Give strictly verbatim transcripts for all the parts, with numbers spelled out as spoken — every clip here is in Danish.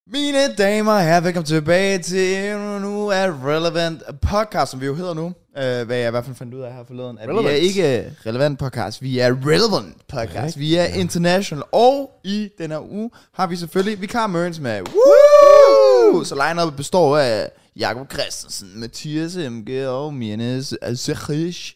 Mine damer og herrer, velkommen tilbage til nu er Relevant Podcast, som vi jo hedder nu. Uh, hvad jeg i hvert fald fandt ud af her forleden. At vi er ikke Relevant Podcast, vi er Relevant Podcast. Vi er international, og i denne uge har vi selvfølgelig Vikar Mørens med. Woo! Så line-up består af Jakob Christensen, Mathias M G og Mirnes Azarish.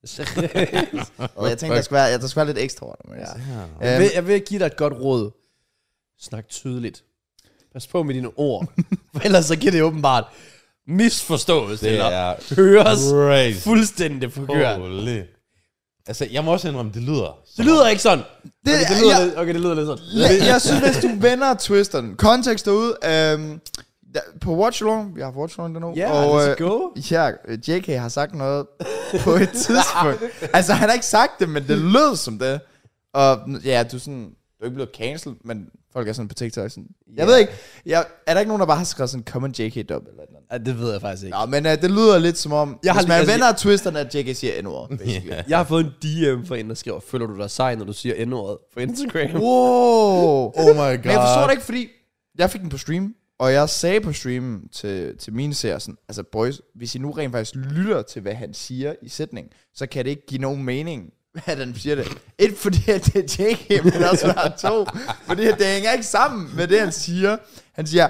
Og jeg tænkte, der skulle være, der skulle være lidt ekstra ord. Ja. Jeg, vil, jeg vil give dig et godt råd. Snak tydeligt. Pas på med dine ord. For ellers så kan det åbenbart misforstås. Det eller høres crazy. Fuldstændig forkert. Holy. Altså, jeg må også indrømme, det lyder... Det lyder ikke sådan. Det, okay, det lyder jeg, lidt, okay, det lyder lidt sådan. Jeg, jeg synes, hvis du vender twisteren. Kontekst derude. Øhm, der, på Watch Along. Vi har haft Watch Along der nu. Ja, og, let's go. Ja, J K har sagt noget på et tidspunkt. Altså, han har ikke sagt det, men det lød som det. Og ja, du er sådan... Du er ikke blevet cancelled, men folk er sådan på TikTok sådan... Jeg yeah. ved ikke, jeg, er der ikke nogen, der bare har skrevet sådan common J K dub eller noget? Ja, det ved jeg faktisk ikke. Nå, men uh, det lyder lidt som om, jeg hvis har, man altså, vender twisterne, at J K siger N-ordet, basically. Yeah. Jeg har fået en D M fra en, der skriver, føler du dig sej, når du siger N-ordet på Instagram? Wow! Oh my god. Men jeg forstår det ikke, fordi jeg fik den på stream, og jeg sagde på streamen til, til mine seere sådan, altså boys, hvis I nu rent faktisk lytter til, hvad han siger i sætningen, så kan det ikke give nogen mening, hvad den siger det. Et, fordi at det er J K, men også er to. Fordi det hænger ikke sammen med det, han siger. Han siger,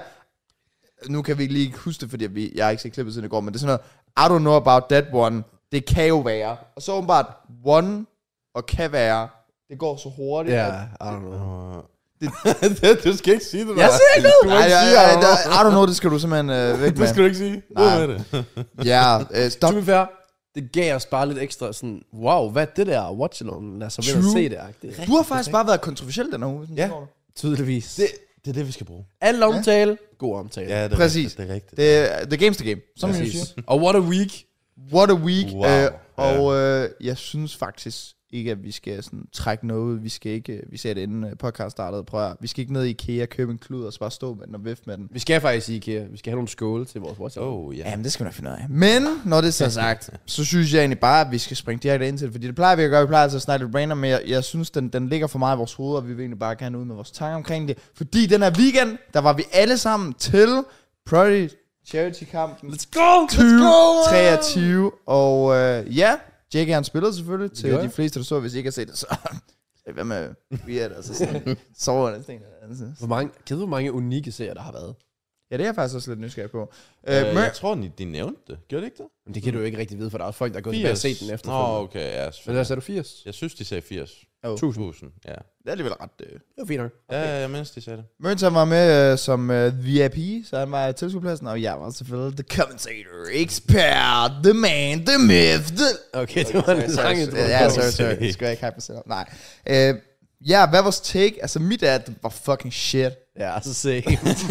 nu kan vi ikke lige huske det, fordi vi, jeg har ikke set klippet siden i går, men det er sådan noget, I don't know about that one. Det kan jo være. Og så åbenbart, one og kan være. Det går så hurtigt. Ja, yeah, I don't know. Det, du skal ikke sige det der. Jeg siger ikke noget. Nej, ja, ja, I don't know, det skal du simpelthen øh, væk med. Det skal du ikke sige. Nej. Ud med det. Ja, øh, stop. To be fair, det gav os bare lidt ekstra sådan, wow, hvad er det der? Watch along, lad os så ved at se det. det du har faktisk bare været kontroversiel den her uge. Ja, tydeligvis. Det, det er det, vi skal bruge. Alle omtale, ja. God omtale. Ja, det er præcis. Rigtigt, det er rigtigt. Det er the game's the game, som man siger. Og what a week. What a week. Wow. Øh, og øh, jeg synes faktisk ikke, at vi skal sådan trække noget ud. Vi skal ikke, vi ser det inden podcast startede. Prøv at, vi skal ikke ned i IKEA og købe en klud og så bare stå med den og vifte med den. Vi skal faktisk i IKEA. Vi skal have nogle skåle til vores watch. Oh, yeah. Jamen, det skal vi nok finde ud af. Men, når det er så sagt, så synes jeg egentlig bare, at vi skal springe direkte ind til det. Fordi det plejer vi at gøre. Vi plejer altså at snakke lidt random, men jeg, jeg synes, den, den ligger for meget i vores hoved, og vi vil egentlig bare gerne ud med vores tanker omkring det. Fordi den her weekend, der var vi alle sammen til Prodigy Charity-kampen. Let's go! tyve treogtyve. Og øh, ja, J K han spillede selvfølgelig til ja. De fleste, der så. Hvis I ikke har set det, så hvad med weird, altså sådan sover den sten. Hvor mange, kan du hvor mange unikke serier, der har været? Ja, det er jeg faktisk også lidt nysgerrig på. Øh, uh, jeg tror, de, de nævnte det. Gjorde det ikke det? Men det kan du jo ikke rigtig vide, for der er også folk, der er gået tilbage og set den efter. Nå, okay, ja. Men der sagde du firs? Jeg synes, de sagde firs. Oh. tusind. Ja. Det er alligevel ret... Øh. Det var fint nok. Okay. Ja, jeg mindst, de sagde det. Mørens var med øh, som øh, V I P, så han var i tilskuerpladsen, og jeg var selvfølgelig the commentator, expert, the man, the myth, the... Okay, det var en lang intro. Ja, sorry, sorry. Det skal jeg ikke hype mig selv op. Nej. Øh, ja, hvad var take? Altså, mit er, det var fucking shit. Ja, så se.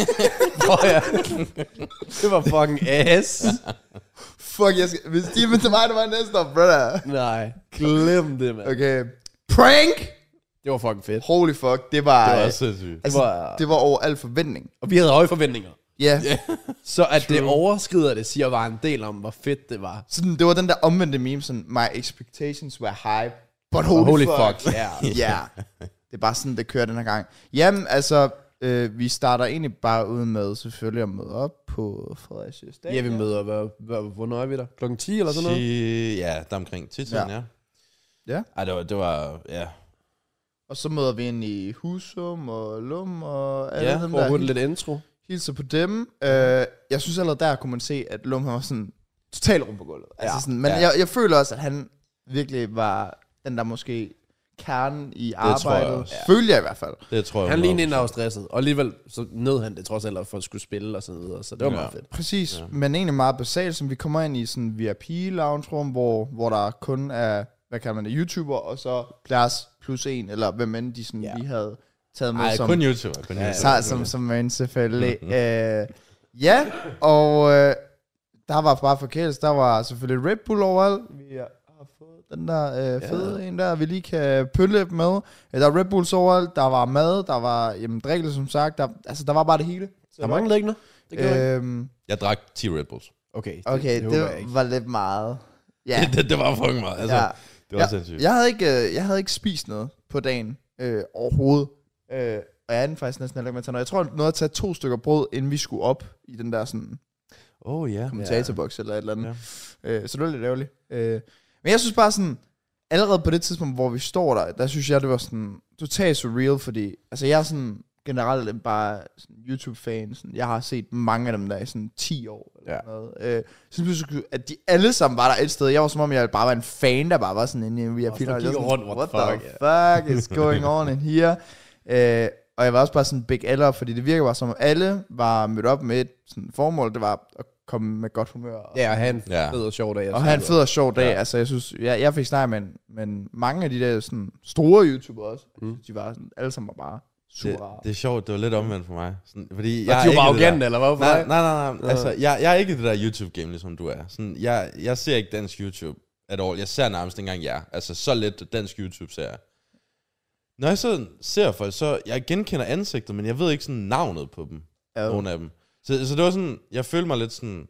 ja. Det var fucking ass. Fuck, jeg skal... Hvis Steven til mig, det var næste år, brother. Nej, glem det, mand. Okay. Prank! Det var fucking fedt. Holy fuck, det var... Det var også sindssygt. Altså, det, var, det var over al forventning. Og vi havde høje forventninger. Ja. Yeah. Så at True. Det overskrider det, siger bare en del om, hvor fedt det var. Sådan, det var den der omvendte meme, sådan, my expectations were high, but holy, holy fuck. fuck. Ja, yeah. yeah. Det er bare sådan, det kører den her gang. Jamen, altså, øh, vi starter egentlig bare ud med selvfølgelig at møde op på Fredericia Stadion. Ja, vi møder, hvad, hvad, hvornår er vi der? klokken ti eller sådan noget? Ja, der omkring ti-tiden, ja. ja. Ja. Ej, det var, det var, ja. Og så møder vi ind i Husum og Lum og alle ja, dem der. Ja, der. lidt intro. Hilser på dem. Uh, jeg synes allerede der kunne man se, at Lum var sådan totalt rum på gulvet. Ja. Altså sådan, men ja. jeg, jeg føler også, at han virkelig var den der måske kernen i arbejdet. Jeg følger jeg i hvert fald. Det tror jeg. Han lignede ind, der var stresset. Og alligevel så nød han det trods alt for at skulle spille og sådan videre. Så det var ja. meget fedt. Præcis. Ja. Men egentlig meget basalt, som vi kommer ind i sådan V I P-lounge-rum, hvor, hvor der kun er, hvad kalder man det, YouTuber, og så plads plus en, eller hvem end de sådan ja. lige havde taget med. Ej, som, kun YouTuber. Kun ja, YouTuber. Som, som man selvfølgelig. uh, ja, og uh, der var bare forkert. Der var selvfølgelig Red Bull overalt. Vi har fået den der øh, fede ja. en der, vi lige kan pølle med. Der var Red Bulls overalt, der var mad, der var jamen, drikkelse, som sagt. Der, altså, der var bare det hele. Så der manglede ikke noget? Øhm, jeg drak ti Red Bulls. Okay, det, okay, det, det var, var lidt meget. Ja. det, det var fucking meget. Altså, ja. Det var jeg, sindssygt. Jeg havde, ikke, jeg havde ikke spist noget på dagen øh, overhovedet. Øh, og jeg er den faktisk næsten heller ikke med at tage noget. Jeg tror, noget at tage to stykker brød, inden vi skulle op i den der sådan oh, yeah. kommentatorboks eller et eller andet. Yeah. Øh, så det var lidt ærgerligt. Øh, men jeg synes bare sådan, allerede på det tidspunkt, hvor vi står der, der synes jeg, det var sådan totalt surreal, fordi altså jeg er sådan generelt bare sådan YouTube-fan. Sådan, jeg har set mange af dem der i sådan ti år. Eller ja. Noget. Øh, så synes jeg, at de alle sammen var der et sted. Jeg var som om, jeg bare var en fan, der bare var sådan inde i V I P. Og sådan, rundt, what, what the fuck, the fuck is going on in here? Øh, og jeg var også bare sådan big eller, fordi det virker bare som om alle var mødt op med et sådan formål, det var at komme med godt humør. Og, ja, og have en ja. fed og sjov dag. Og have en fed og sjov dag. Ja. Altså, jeg synes, jeg, jeg fik snakket med, men mange af de der sådan store YouTubere også, mm. de var sådan, alle sammen var bare super det, det er sjovt, det var lidt omvendt for mig. Sådan, fordi og jeg de var bare arrogante, eller hvad for nej, dig? Nej, nej, nej. Altså, jeg, jeg er ikke det der YouTube-game, ligesom du er. Sådan, jeg, jeg ser ikke dansk YouTube at all. Jeg ser nærmest engang jer. Altså, så lidt dansk YouTube ser jeg. Når jeg så ser folk, så jeg genkender ansigtet, men jeg ved ikke sådan navnet på dem. Ja. Nogle af dem. Så, så det var sådan, jeg følte mig lidt sådan,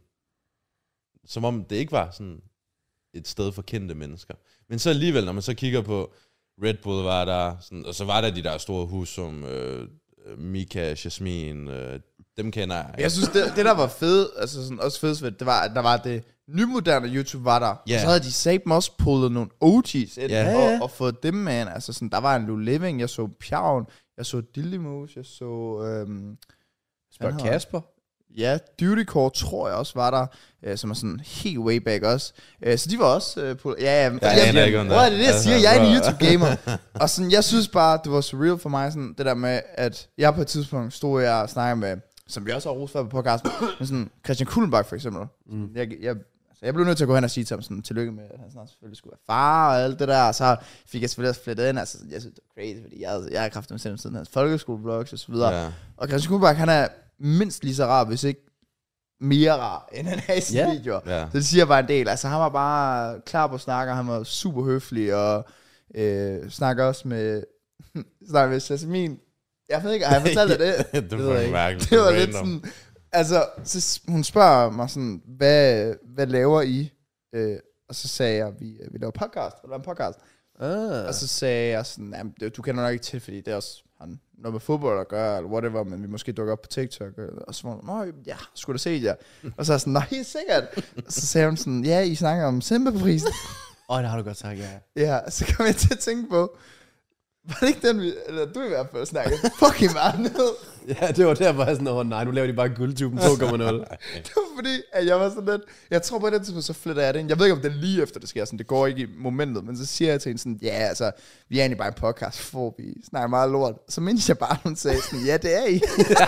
som om det ikke var sådan et sted for kendte mennesker. Men så alligevel, når man så kigger på Red Bull var der, sådan, og så var der de der store hus som øh, Mika, Jasmine, øh, dem kender jeg. Jeg synes, det, det der var fedt, altså sådan også fedt, det var, at der var det nymoderne YouTube var der. Yeah. Og så havde de satme også pullet nogle O G's ind, yeah. og, og fået dem med ind. Altså sådan, der var en Lou Living, jeg så Pjavn, jeg så Dillimus, jeg så... Øhm, Spørg Kasper. Ja, Dutycore tror jeg også var der, øh, som er sådan helt way back også. Øh, så de var også øh, på... Ja, ja, jeg aner ikke om det. Hvor er det det, jeg siger? Jeg er en YouTube-gamer. Og sådan, jeg synes bare, det var surreal for mig, sådan, det der med, at jeg på et tidspunkt stod jeg og snakkede med, som vi også har rost før på podcasten, med sådan Christian Kullenbach for eksempel. Mm. Jeg, jeg, altså, jeg blev nødt til at gå hen og sige til ham sådan, tillykke med, at han snart selvfølgelig skulle være far og alt det der. Og så fik jeg selvfølgelig også flettet ind. Altså, jeg synes, det var crazy, fordi jeg, jeg har kraftigt med selv siden hans folkeskolevlogs og så videre. Yeah. Og Christian Kullenbach, han er mindst lige så rar, hvis ikke mere rar, end han er i sine yeah. videoer. Yeah. Så det siger bare en del. Altså, han var bare klar på at snakke, han var super høflig, og øh, snakker også med, snakker med Jasmine. Jeg ved ikke, har jeg fortalt dig det? Det var mærkeligt. Det var lidt sådan, altså, så hun spørger mig sådan, hvad, hvad laver I? Øh, og så sagde jeg, vi, vi laver podcast, eller en podcast. Ah. Og så sagde jeg sådan, du kender nok ikke til, fordi det er også han, noget med fodbold at gøre, eller whatever, men vi måske dukker op på TikTok, og så var hun, nå, ja, skulle da se jer. Og så er jeg sådan, nå, helt sikkert. Og så sagde hun sådan, ja, I snakker om Simba-prisen. Åh, oh, det har du godt sagt, ja. Ja, så kom jeg til at tænke på, var det ikke den, vi, eller du i hvert fald snakkede fucking meget ned? Ja, det var der, hvor jeg sådan, åh nej, nu laver de bare Guldtuben to komma nul. Det var fordi, at jeg var sådan lidt, jeg tror på den tidspunkt, så fletter jeg det ind. Jeg ved ikke, om det er lige efter, det sker, sådan, det går ikke i momentet, men så siger jeg til hende sådan, ja, altså, vi er egentlig bare en podcast, hvor vi snakker meget lort. Så mindst jeg bare, hun sagde sådan, ja, det er I.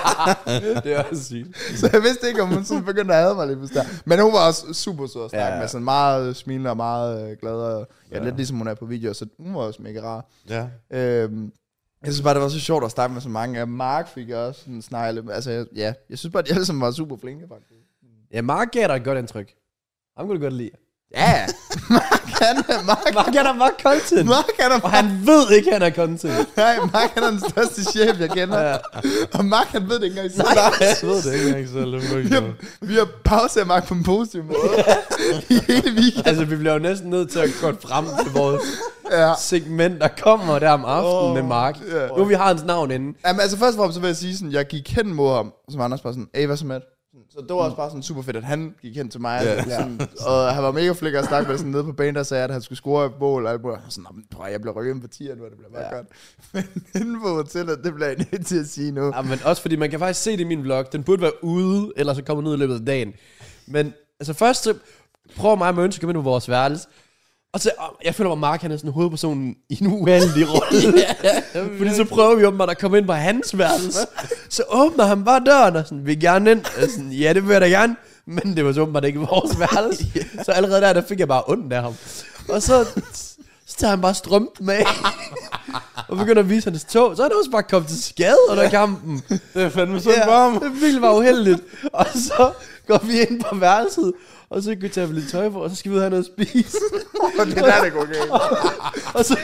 Det er også sygt. Så jeg vidste ikke, om hun sådan begyndte at hade mig lige pludselig. Men hun var også super sød at snakke ja. med, sådan meget smilende og meget øh, glad, og ja, ja. Lidt ligesom hun er på video, så hun var også mega rar. Ja. Øhm, Jeg synes bare, det var så sjovt at snakke med så mange. Mark fik også sådan snakke. Altså, jeg, ja, jeg synes bare, de alle sammen var super flinke, faktisk. Ja, Mark gav dig et godt indtryk. Ham kunne du godt lide. Ja, Mark, han er Mark. Mark er der bare content. Mark er der og han ved ikke, han er content. Nej, Mark er den største chef, jeg kender. Ja. Og Mark, han ved det ikke engang selv. Nej, jeg ved det ikke engang selv. Vi har, vi har pauset Mark på en positiv måde. I hele weekenden. Altså, vi bliver jo næsten nødt til at gå frem til vores ja. segment, der kommer der om aftenen oh, med Mark. Yeah. Nu vi har hans navn inde. Jamen, altså først og fremmest så vil jeg sige sådan, jeg gik hen mod ham, og så var Anders bare sådan, hey, hvad så med? Så det var også bare sådan super fedt, at han gik hen til mig, yeah. sådan, og han var mega flink at snakke med sådan nede på banen, der sagde, at han skulle score et mål, og jeg var sådan, prøv, jeg bliver rykket ind på tieren, hvor det bliver bare ja. Godt. Men inden på hotellet, det bliver jeg nødt til at sige nu. Ja, men også fordi man kan faktisk se det i min vlog, den burde være ude, eller så kommer den ud i løbet af dagen. Men altså først, prøv mig med ønske at komme ind på vores værelse, og så, jeg føler, at Mark han er sådan hovedpersonen i en uheldig rolle. Ja, fordi så prøver vi åbenbart at komme ind på hans værelse. Så åbner han bare døren og sådan, vil gerne ind? Og sådan, ja, det vil jeg da gerne. Men det var så åbenbart ikke vores værelse. Så allerede der, der fik jeg bare ondt af ham. Og så, så tager han bare strømpen med. Og begynder at vise hans tog. Så er han også bare kommet til skade under kampen. Det er fandme sådan for ham. Det er virkelig bare uheldigt. Og så går vi ind på værelset. Og så kan vi tage lidt tøj på, og så skal vi ud og have noget at spise. Og det der, det går galt. Og, og så...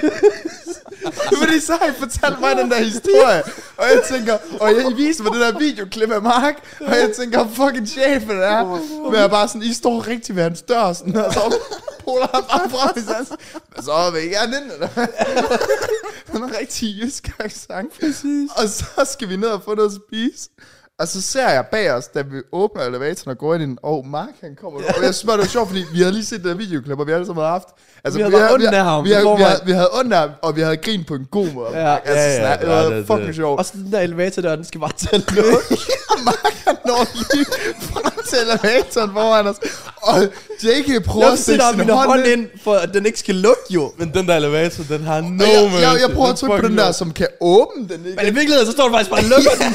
Fordi så har I fortalt mig den der historie. Og jeg tænker, og I viser mig det der videoklip af Mark. Og jeg tænker, fucking chefen er. Men jeg bare sådan, I står rigtig ved hans dør. Sådan, og så spoler han bare frem i sans. Så vil jeg gerne ind, eller? Han er rigtig jysk accent. Præcis. Og så skal vi ned og få noget at spise. Og så ser jeg bag os, da vi åbner elevatoren og går ind i den, og Mark han kommer. Og jeg synes bare, det var sjovt, fordi vi havde lige set det der videoklip, og vi alle sammen havde haft. Altså, vi havde bare ondt af ham. Vi havde, vi, havde, vi havde ondt af ham, og vi havde grint på en god måde. Ja, altså, ja, ja, det var ja, det, fucking det. sjovt. Og så den der elevator der, den skal bare tage at lukke. Og Mark han når lige frem til elevatoren foran os. Og J K prøver at stikke sin hånd, hånd ind, for at den ikke skal lukke jo. Men den der elevator, den har no jeg, mercy. jeg, jeg prøver at trykke på den der, som kan åbne den. Ikke? Men i virkeligheden, så står den faktisk bare og lukker den.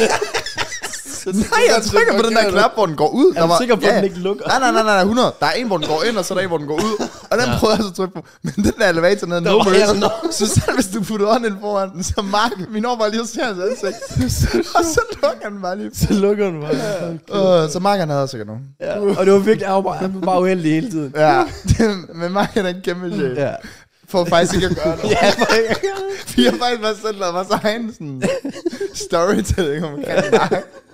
Nej, jeg trykker på den der knap, hvor den går ud. Er du sikker på, at den ikke lukker? Nej, nej, nej, nej, hundrede. Der er en, hvor den går ind, og så er der en, hvor den går ud. Og den prøver jeg så at trykke på. Men den der elevator nede, no mercy. Så selv hvis du putter hånden ind foran den, så Mark, vi når bare lige at se hans ansigt. Og så lukker den bare lige. Så lukker den bare. Uh, så Mark han havde sikkert nu. Ja. Og det var virkelig, han var bare, han var bare uheldig hele tiden. Ja, men Mark er en kæmpe chef. Ja. For faktisk ikke at gøre det. Ja, for ikke at gøre det. Vi har faktisk bare selv lavet vores egen sådan storytelling omkring Mark.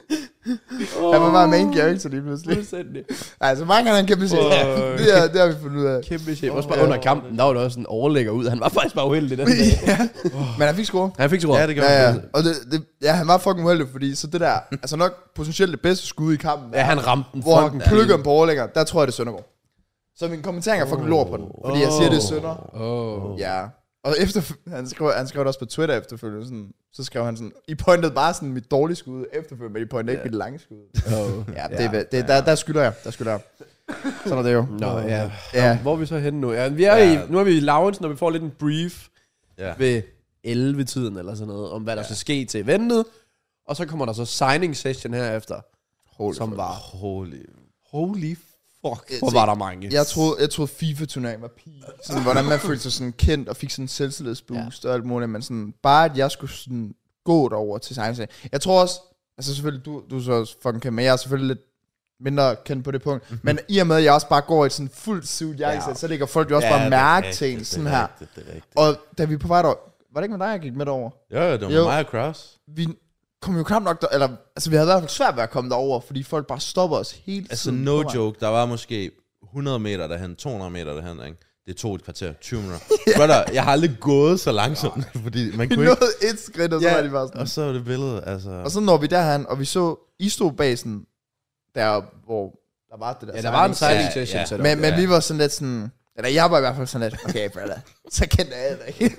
Oh, han var bare main character lige pludselig. Fuldstændig. Altså, Mark han er en kæmpe chef. Oh, det, er, det har vi fundet ud af. Kæmpe chef. Også bare under kampen, der var der også en overlægger ud. Han var faktisk bare uheldig den ja. Men han fik score. Han fik score. Ja, det gjorde ja, ja. han. Og det, det, ja, han var fucking uheldig, fordi så det der, altså nok potentielt det bedste skud i kampen. Ja, han ramte den hvor fucking. Hvor han plukker den på overlægger, der tror jeg, det er Søndergaard. Så min kommentering er fucking lort på den, fordi jeg siger, det er Sønder. Oh. Ja. Og efter, han, skrev, han skrev det også på Twitter efterfølgende, sådan, så skrev han sådan, I pointede bare sådan mit dårlige skud efterfølgende, men I pointede yeah. ikke mit lange skud. Oh. Ja, det, ja. Det, der, der skylder jeg, der skylder jeg. Sådan er det jo. Nå, ja. ja. Hvor er vi så henne nu? Ja, vi er ja. i, nu er vi i loungen, når vi får lidt en brief ja. ved elleve-tiden eller sådan noget, om hvad der ja. skal ske til eventet. Og så kommer der så signing session herefter, holy som fuck. var Holy, holy fuck, hvor var der mange. Jeg troede, jeg troede FIFA-turneringen var pige. Sådan, hvordan man følte sig sådan kendt og fik sådan en selvtillidsboost ja. og alt muligt. Men sådan, bare at jeg skulle sådan gå derover til signing session. Jeg tror også, altså selvfølgelig, du, du er så også fucking kendt, men jeg er selvfølgelig lidt mindre kendt på det punkt. Mm-hmm. Men i og med, at jeg også bare går i et sådan fuldt suit jakkesæt, ja. så ligger folk jo også ja, bare mærke til en sådan her. Det er rigtigt. Og da vi på vej derover, var det ikke med dig, jeg gik med derover? Ja, det var med mig og Kraus. Vi kom jo knap nok der, eller altså vi havde i hvert fald svært ved at komme derover, fordi folk bare stopper os hele altså, tiden. Altså no joke, der var måske hundrede meter derhen, to hundrede meter derhen, ikke? Det tog et kvarter, tyve minutter. yeah. Brother, jeg har aldrig gået så langsomt, fordi man kunne ikke... Vi nåede et skridt, og så ja, var de bare sådan... og så var det billede, altså... Og så når vi derhen, og vi så, I stod basen, der hvor der var det der... Ja, der var en signing session. Ja, ja. Men, men ja. vi var sådan lidt sådan... Eller jeg var i hvert fald sådan lidt, okay, brother, så kendte jeg det ikke.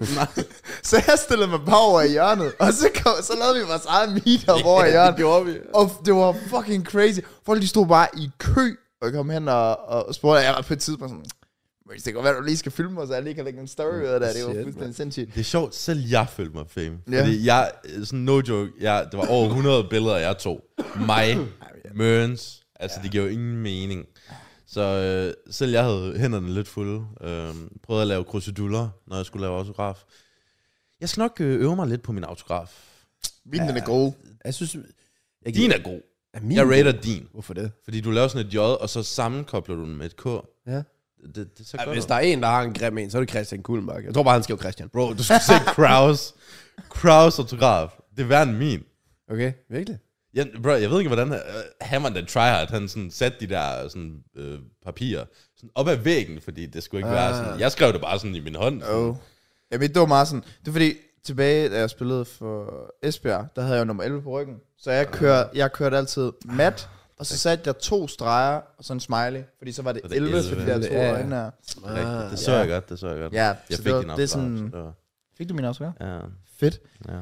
Så jeg stillede mig bare over i hjørnet, og så, kom, så lavede vi vores eget meetup over i hjørnet. Det gjorde vi. Og det var fucking crazy. Folk de stod bare i kø, og kom hen og, og spurgte, jeg var på et tidspunkt sådan, det kan godt være, du lige skal filme os, så jeg lige kan lægge en story ud af det. Det var fuldstændig sindssygt. Det er sjovt, selv jeg følte mig fame. Ja. Fordi jeg, sådan no joke, jeg, det var over hundrede billeder, jeg tog. Mig, Mørns, altså ja. det giver jo ingen mening. Så øh, selv jeg havde hænderne lidt fulde. Øh, prøvede at lave kruseduller, når jeg skulle lave autograf. Jeg skal nok øh, øve mig lidt på min autograf. Min ja, er god. Jeg synes... Jeg din er god. Er jeg rater din. Hvorfor det? Fordi du laver sådan et J, og så sammenkobler du den med et K. Ja. Det, det, det så ja, hvis der er en, der har en grim en, så er det Christian Kuhlenbach. Jeg tror bare, han skriver Christian. Bro, du skal se Kraus. Kraus autograf. Det er værre end min. Okay, virkelig? Ja, bro, jeg ved ikke, hvordan uh, Hammond den tryhard, han sådan satte de der sådan, uh, papirer sådan op ad væggen, fordi det skulle ikke ah. være sådan. Jeg skrev det bare sådan i min hånd. Oh. Jamen, det var meget sådan. Det er fordi, tilbage da jeg spillede for Esbjerg, der havde jeg jo nummer elleve på ryggen. Så jeg, kør, jeg kørte altid mat, og så satte jeg to streger og så en smiley, fordi så var det, det elleve for de der to ja. øjne her. Ah, det så ja. jeg godt, det så jeg godt. Ja, jeg fik det var, din det er sådan, var... Fik du min autograf? Ja. Fedt.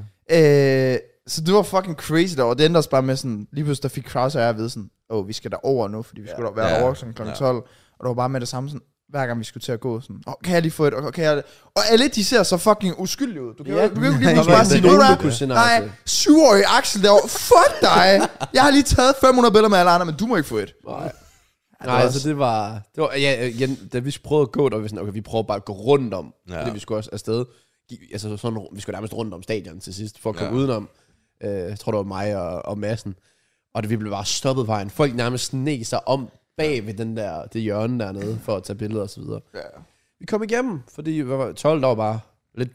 Ja. Øh, så det var fucking crazy derovre. Det endte også bare med sådan, lige pludselig der fik Kraus og jeg at vide sådan, åh, oh, vi skal derover nu, fordi vi skulle ja. være ja. over sådan klokken tolv. Og det var bare med det samme sådan, hver gang vi skulle til at gå sådan, åh, oh, kan jeg lige få et, og kan jeg... Og alle de ser så fucking uskyldige ud. Du kan jo ja, ikke lige bare sige, du nej, syvårig Axel derovre, fuck dig! Jeg har lige taget fem hundrede billeder med alle andre, men du må ikke få et. Nej. Ja, Nej, altså det var, det var ja, ja, da vi prøvede at gå, der var vi sådan, okay, vi prøver bare at gå rundt om, ja. fordi vi skulle også afsted. Altså sådan, vi skulle nærmest rundt om stadion til sidst, for at komme ja. udenom. Uh, jeg tror, det var mig og, og Madsen. Og det, vi blev bare stoppet vejen. Folk nærmest sneg sig om bag ved den der, det hjørne dernede, for at tage billeder og så videre. Ja. Vi kom igennem, fordi tolv der var bare lidt...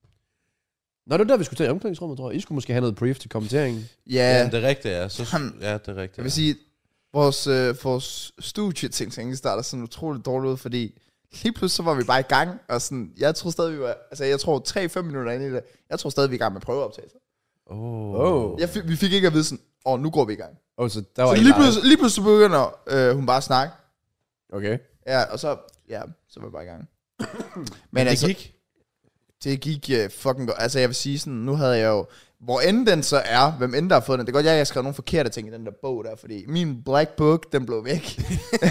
Nå, det var der, vi skulle tage i omklædningsrummet, tror jeg. I skulle måske have noget brief til kommenteringen. Ja, ja det er rigtigt, ja. Så, Han, ja, det er rigtigt. Jeg vil sige, vores, øh, vores studie-ting starter sådan utroligt dårligt ud, fordi lige pludselig så var vi bare i gang, og sådan, jeg tror stadig, vi var, altså jeg tror tre til fem minutter inde i det, jeg tror stadig, vi er i gang med prøveoptagelser. Oh. Oh. Jeg, vi fik ikke at vide sådan, åh, oh, nu går vi i gang. Oh, så der var så lige pludselig, lige pludselig begynder øh, hun bare at snakke. Okay. Ja, og så, ja, så var vi bare i gang. Men, Men det altså, gik? Det gik uh, fucking godt. Altså jeg vil sige sådan, nu havde jeg jo, hvor end den så er, hvem end der har fået den. Det er godt, jeg har skrevet nogle forkerte ting i den der bog der, fordi min black book, den blev væk.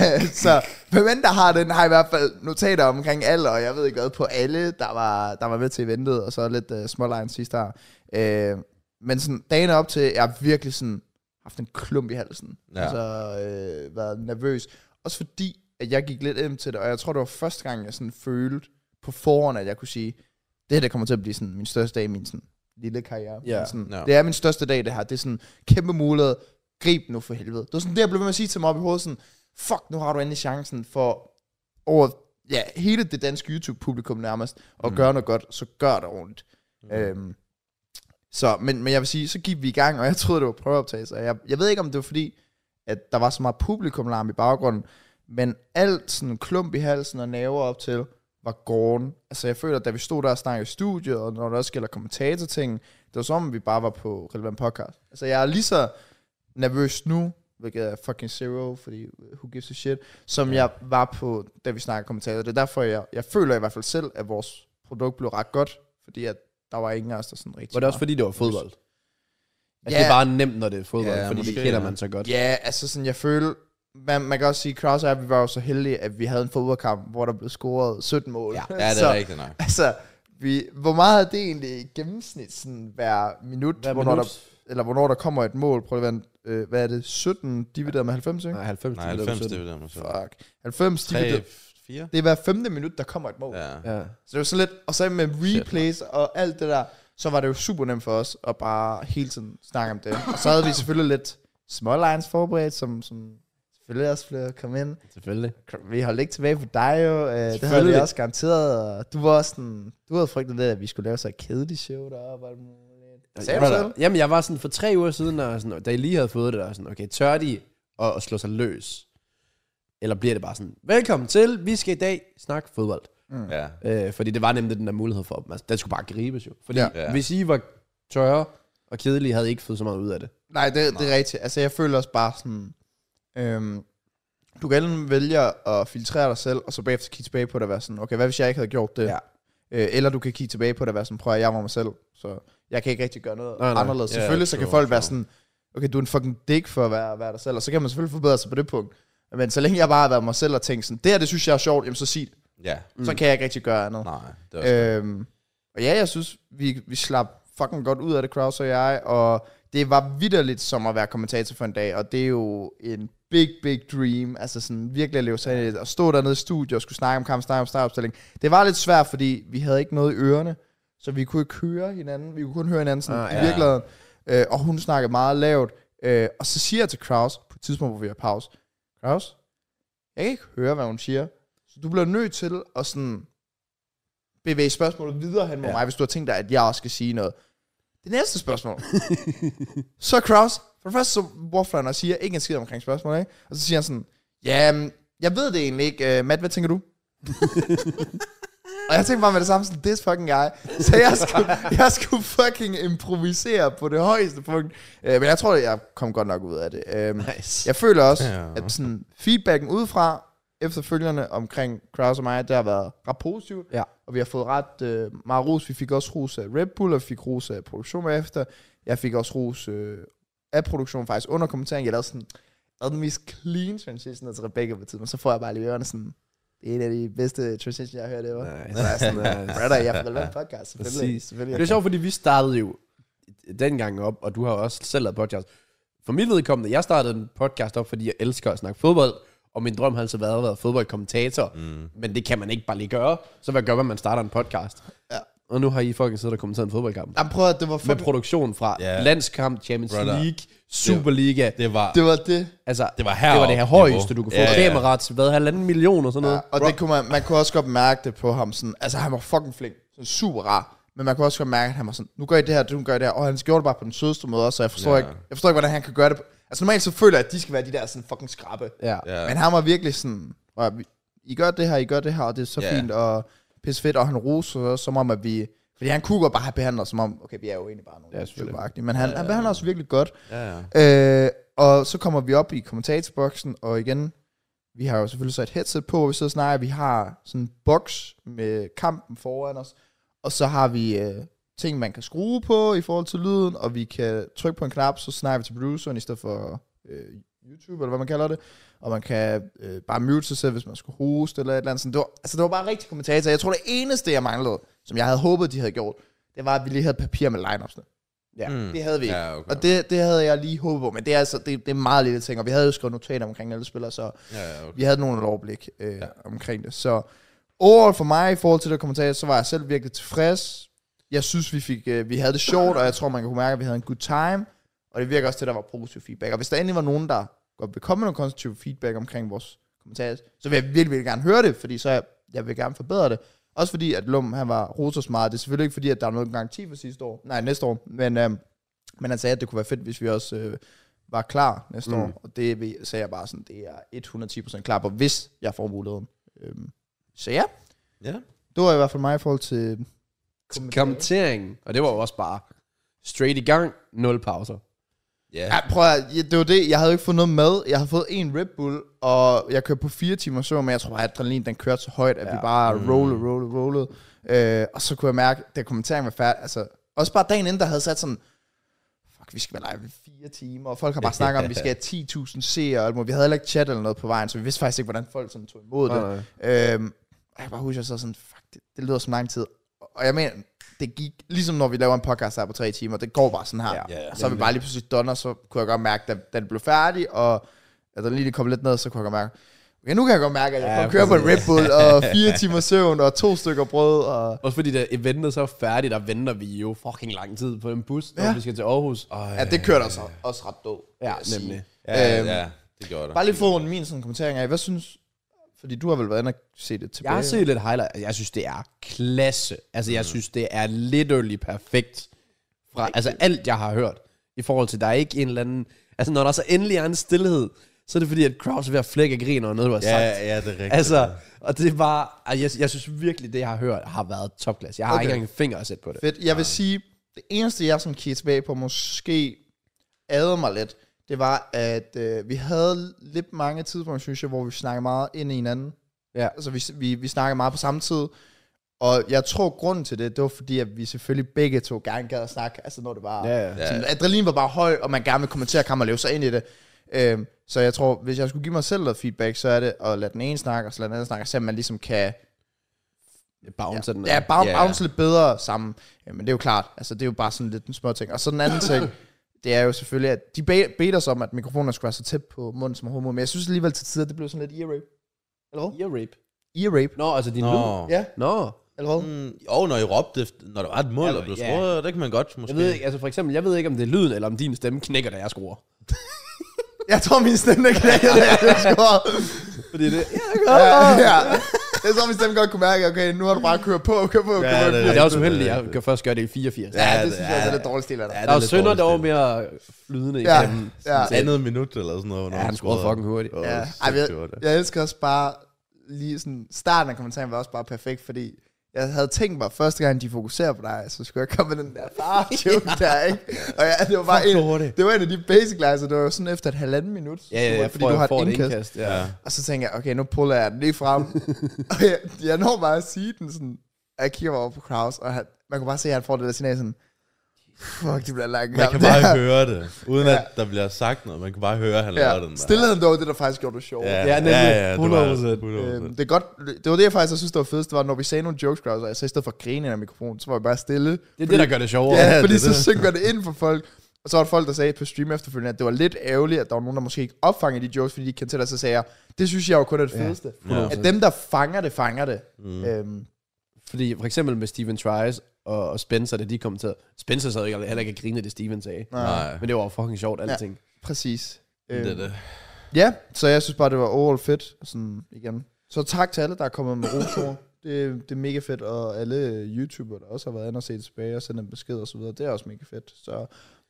Så hvem end der har den, har i hvert fald notater omkring alder, og jeg ved ikke hvad, på alle, der var, der var med til eventet, og så lidt uh, smålines sidste her. Uh, men sådan, dagen op til, jeg har virkelig sådan haft en klump i halsen. Ja. Altså uh, været nervøs. Også fordi, at jeg gik lidt ind til det, og jeg tror, det var første gang, jeg sådan følte på forhånd, at jeg kunne sige, det her, det kommer til at blive sådan min største dag i min sådan lille karriere. Yeah. Sådan, no. Det er min største dag, det her. Det er sådan kæmpe mulighed. Grib nu for helvede. Det var sådan det, jeg blev ved med at sige til mig op i hovedet. Sådan, fuck, nu har du endelig chancen for over ja, hele det danske YouTube-publikum nærmest, at mm. gøre noget godt, så gør det ordentligt. Mm. Øhm, så, men, men jeg vil sige, så gik vi i gang, og jeg troede, det var prøveoptagelser. Jeg, jeg ved ikke, om det var fordi, at der var så meget publikumlarm i baggrunden, men alt sådan klump i halsen og nerver op til, var gone. Altså jeg føler, at da vi stod der og snakkede i studiet, og når der også gælder kommentatorting, det var som om vi bare var på relevant podcast. Altså jeg er lige så nervøs nu, hvilket er fucking zero, fordi who gives a shit, som ja. jeg var på, da vi snakkede kommentator. Det er derfor, jeg, jeg føler i hvert fald selv, at vores produkt blev ret godt, fordi at der var ingen af os, der sådan rigtig var det også fordi, det var fodbold? Altså ja. Det er bare nemt, når det er fodbold, ja, fordi måske, det kender ja. man så godt. Ja, altså sådan, jeg føler, man, man kan også sige, Kraus og jeg, vi var jo så heldige, at vi havde en fodboldkamp, hvor der blev scoret sytten mål. Ja, ja det er så, rigtigt nok. Altså, vi, hvor meget er det egentlig i gennemsnit, sådan hver minut, hver hvornår minut? Der, eller hvornår der kommer et mål? Prøv at vente, øh, hvad er det? sytten divideret med halvfems, ikke? Nej, halvfems. Nej, halvfems divideret med sytten. Fuck. halvfems divideret. fire Det er hver femte minut, der kommer et mål. Ja. Ja. Så det var sådan lidt, og så med replays og alt det der, så var det jo super nemt for os at bare hele tiden snakke om det. Og så havde vi selvfølgelig lidt smålines forberedt, som, som selvfølgelig også blev komme ind. Selvfølgelig. Vi holdt ikke tilbage på dig jo, uh, det havde vi også garanteret, og du var også sådan, du havde frygtet lidt, at vi skulle lave så et kedeligt show deroppe. Og alt muligt. Sagde du selv? Jamen, jeg var sådan for tre uger siden, og sådan, da I lige havde fået det der, sådan, okay, tør de at, at slå sig løs? Eller bliver det bare sådan, velkommen til, vi skal i dag snakke fodbold. Mm. Ja. Øh, fordi det var nemlig den der mulighed for dem. Altså, den skulle bare gribes jo. Fordi ja. Ja. Hvis I var tørre og kedelige, havde I ikke fået så meget ud af det. Nej, det, det er rigtigt. Altså, jeg føler også bare sådan, øhm, du kan vælge at filtrere dig selv, og så bagefter kigge tilbage på det og være sådan, okay, hvad hvis jeg ikke havde gjort det? Ja. Øh, eller du kan kigge tilbage på det og være sådan, prøv at jeg var mig selv, så jeg kan ikke rigtig gøre noget nej, nej. anderledes. Ja, Selvfølgelig, true, så kan folk true. være sådan, okay, du er en fucking dick for at være, være dig selv, og så kan man selvfølgelig forbedre sig på det punkt. Men så længe jeg bare har været mig selv og tænkt sådan, det her, det synes jeg er sjovt, jamen så sig det. Ja. Mm. Så kan jeg ikke rigtig gøre andet. Nej, det er også øhm, og ja, jeg synes, vi, vi slap fucking godt ud af det, Kraus og jeg, og det var vitterligt som at være kommentator for en dag, og det er jo en big, big dream, altså sådan virkelig at leve sig ind i det, og stå dernede i studiet og skulle snakke om kamp, snakke om startopstilling. Det var lidt svært, fordi vi havde ikke noget i ørerne, så vi kunne ikke høre hinanden, vi kunne kun høre hinanden sådan ah, i ja. virkeligheden, øh, og hun snakkede meget lavt, øh, og så siger jeg til Kraus, på et tidspunkt, hvor vi har pause, Kraus, jeg kan ikke høre, hvad hun siger, så du bliver nødt til at sådan bevæge spørgsmålet videre hen mod ja. mig, hvis du har tænkt dig, at jeg også skal sige noget. Det næste spørgsmål. Så Kraus, for det første så waffler han og siger ikke en skid omkring spørgsmålet, ikke? Og så siger han sådan, ja, jeg ved det egentlig ikke. Uh, Matt, hvad tænker du? Og jeg tænkte bare med det samme, sådan, this fucking guy. Så jeg skulle, jeg skulle fucking improvisere på det højeste punkt. Uh, men jeg tror, jeg kom godt nok ud af det. Uh, nice. Jeg føler også, ja. at sådan, feedbacken udefra, efterfølgende omkring Kraus og mig, det har været ret positivt. Ja. Og vi har fået ret øh, meget ros. Vi fik også ros af Red Bull, og fik ros af produktion efter. Jeg fik også ros øh, af produktion faktisk under kommenteringen. Jeg lavede sådan, lavede den mest clean transition til Rebecca på tiden, men så får jeg bare lige ørerne sådan, det er en af de bedste transitions, jeg har hørt, det var. Nice. Så er sådan, uh, brother, jeg har relevant podcast, selvfølgelig. selvfølgelig. Det er sjovt, fordi vi startede jo dengang op, og du har også selv lavet podcast. For mit vedkommende, jeg startede en podcast op, fordi jeg elsker at snakke fodbold, og min drøm har altid været at være fodboldkommentator, mm. men det kan man ikke bare lige gøre. Så hvad gør man, man starter en podcast? Ja. Og nu har I fucking siddet og kommenteret en fodboldkamp. Jamen prøv at det var fucking... Med produktion fra yeah. landskamp, Champions Brother. League, Superliga. Det var det. Var det. Altså, det var her det var det her højeste, du kunne få. Ja, ja. Kamera til hvad, halvanden million og sådan noget. Ja, og Bro. det kunne man, man kunne også godt mærke det på ham sådan, altså han var fucking flink, sådan super rar. Men man kunne også godt mærke, at han var sådan, nu gør I det her, du gør I det her. Og han gjorde det bare på den sødeste måde også, så jeg forstår, ja. ikke, jeg forstår ikke, hvordan han kan gøre det. Altså normalt så føler jeg, at de skal være de der sådan fucking skrappe. Ja. Ja. Men han var virkelig sådan, og I gør det her, I gør det her, og det er så yeah. fint, og pisse fedt, og han roser også, som om, at vi... Fordi han kunne godt bare have behandlet som om, okay, vi er jo egentlig bare nogle YouTuber-agtige, men han, ja, ja, ja. han behandler os virkelig godt. Ja, ja. Øh, og så kommer vi op i kommentatorboksen, og igen, vi har jo selvfølgelig så et headset på, vi sidder og snakker, vi har sådan en boks med kampen foran os, og så har vi øh, ting, man kan skrue på i forhold til lyden, og vi kan trykke på en knap, så snakker vi til produceren i stedet for øh, YouTube, eller hvad man kalder det, og man kan øh, bare mute sig selv, hvis man skulle hoste, eller et eller andet sådan. Det var, altså, det var bare rigtig kommentator. Jeg tror, det eneste, jeg manglede, som jeg havde håbet, de havde gjort, det var, at vi lige havde papir med line-upsene. Ja, mm. det havde vi ikke. Ja, okay. Og det, det havde jeg lige håbet på, men det er, altså, det, det er meget lille ting, og vi havde jo skrevet notater omkring alle spillere, så ja, ja, okay. vi havde nogle overblik øh, ja. omkring det. Så overall for mig, i forhold til det kommentator, så var jeg selv virkelig tilfreds. Jeg synes, vi fik, øh, vi havde det sjovt, og jeg tror, man kunne mærke, at vi havde en good time, og det virker også til, at der var positiv feedback. Og hvis der endelig var nogen, der godt vil komme med noget konstruktiv feedback omkring vores kommentarer, så vil jeg virkelig, virkelig gerne høre det, fordi så jeg, jeg vil gerne forbedre det. Også fordi, at Lum, han var rosos meget. Det er selvfølgelig ikke fordi, at der er noget garanti for sidste år. Nej, næste år. Men, øhm, men han sagde, at det kunne være fedt, hvis vi også øh, var klar næste mm. år. Og det sagde jeg bare sådan, det er hundrede og ti procent klar på, hvis jeg får muligheden. Øhm, så ja. ja. Det var i hvert fald mig i forhold til kommenteringen. Og det var jo også bare straight i gang, nul pauser. Yeah. Ja, prøv at, det var det, jeg havde jo ikke fået noget mad. Jeg havde fået en Red Bull, og jeg kørte på fire timer søvn, men jeg tror bare, at adrenalin, den kørte så højt, at ja. vi bare mm. rollede, rollede, rollede. Øh, og så kunne jeg mærke, at kommenteringen var færdig. Altså, også bare dagen inden, der havde sat sådan, fuck, vi skal være live i fire timer, og folk har bare snakket om, at vi skal have ti tusind seere, og vi havde heller ikke chat eller noget på vejen, så vi vidste faktisk ikke, hvordan folk sådan tog imod det. Nej. Øhm, og jeg bare husker så sådan, fuck, det, det lyder som lang tid. Og jeg mener, det gik, ligesom når vi laver en podcast her på tre timer, det går bare sådan her. Ja, ja, ja. Så er vi bare lige pludselig done, og så kunne jeg godt mærke, da, da det blev færdig, og at der lige kom lidt ned, så kunne jeg godt mærke, okay, nu kan jeg godt mærke, at jeg ja, kan køre på en Red Bull, og fire timer søvn, og to stykker brød. Og også fordi da eventet så er færdigt, der venter vi jo fucking lang tid på en bus, når ja. vi skal til Aarhus. Oh, ja, det kørte også, også ret død. Ja, nemlig. Ja, øhm, ja, det gjorde det. Bare lige få min sådan kommentering af, hvad synes, fordi du har vel været inde og se det tilbage? Jeg har set lidt highlight. Jeg synes, det er klasse. Altså, jeg synes, det er literally perfekt. Fra, okay. Altså, alt jeg har hørt. I forhold til, der er ikke en eller anden... Altså, når der så endelig er en stillhed, så er det fordi, at Kraus er ved at flække af grin over noget, du har ja, sagt. Ja, det er rigtigt. Altså, og det var... Jeg, jeg synes virkelig, det jeg har hørt, har været topklasse. Jeg har okay. ikke engang en finger at sætte på det. Fedt. Jeg vil sige, det eneste, jeg sådan kigger tilbage på, måske adede mig lidt, det var, at øh, vi havde lidt mange tidspunkter, synes jeg, hvor vi snakkede meget ind i hinanden. Ja. Altså, vi, vi, vi snakkede meget på samme tid. Og jeg tror, grunden til det, det var fordi, at vi selvfølgelig begge to gerne gad at snakke. Altså, når det var... Ja, ja. Sådan, adrenalin var bare høj, og man gerne vil kommentere, kan man leve sig ind i det. Øhm, så jeg tror, hvis jeg skulle give mig selv noget feedback, så er det at lade den ene snakke, og så lade den anden snakke, så man ligesom kan... Bounce ja, den. Ja, bounce, yeah. bounce lidt bedre sammen. Jamen, det er jo klart. Altså, det er jo bare sådan lidt en små ting. Og så den anden ting... Det er jo selvfølgelig, at de beder os om, at mikrofonen skulle være så tæt på munden som overhovedet. Men jeg synes alligevel til tider, det blev sådan lidt ear-rape. Eller hvad? Ear-rape? Ear-rape. Nå, altså din lyd? Ja. Nå. Eller hvad? Mm, jo, når I råbte, når der var et mål, ja, og blev skruet, ja. Det kan man godt måske. Jeg ved ikke, altså for eksempel, jeg ved ikke, om det er lyden, eller om din stemme knækker, da jeg skruer. Jeg tror, min stemme knækker, da jeg skruer. Fordi det... Ja, ja, ja. Det er så, min stemme godt kunne mærke, okay, nu har du bare kørt på, kørt på, ja, kørt på. Det, det er også uheldigt, jeg kan først gøre det i fireogfirs. Ja, det, det synes jeg også er lidt dårligt stil af dig. Ja, der er synder, der var mere flydende i ja, stemmen. Ja. Andet minut eller sådan noget. Ja, han skruede fucking hurtigt. Ja. Ej, jeg, jeg elsker også bare, lige sådan, starten af kommentaren var også bare perfekt, fordi jeg havde tænkt mig, første gang de fokuserer på dig, så skulle jeg komme med den der far-joke der, ikke? Og ja, det var bare en, det var en af de basic lines, det var jo sådan efter et halvanden minut, ja, ja, fordi du har et indkast. indkast ja. Og så tænkte jeg, okay, nu puller jeg den lige frem. Og jeg, jeg når bare at sige den sådan, jeg kigger over på Kraus, og han, man kunne bare se, at han får det der signal sådan, fuck, de bliver langt. Man kan bare høre det, uden ja. At der bliver sagt noget. Man kan bare høre, at han ja. Laver den der. Stillheden, det var det, der faktisk gjorde det sjovt. Ja, ja, nemlig. Ja, ja, hundrede procent. Øhm, det er godt. Det var det, jeg faktisk synes, det var fedest. Det var, når vi sagde nogle jokes, Kraus, og så i stedet for at grine af mikrofonen, så var jeg bare stille. Det er fordi, det, der gør det sjovere. Ja, ja fordi det, så synker det ind for folk. Og så var der folk, der sagde på stream efterfølgende, at det var lidt ærgerligt, at der var nogen, der måske ikke opfangede de jokes, fordi de kendte til det, så sagde jeg, det synes jeg jo kun er det fedeste. Ja, at dem, der fanger det, fanger det. Mm. Øhm, fordi for eksempel med Steven Tries og, og Spencer, da de kom til... Spencer sad ikke heller ikke at grine, det Steven sagde. Nej. Men det var fucking sjovt, alting. Ja, præcis. Øhm, det er det. Ja, så jeg synes bare, det var overall fedt. Sådan igen. Så tak til alle, der er kommet med rotor. Det, det er mega fedt, og alle YouTubere, der også har været inde og set tilbage og sendt en besked og så videre, det er også mega fedt. Så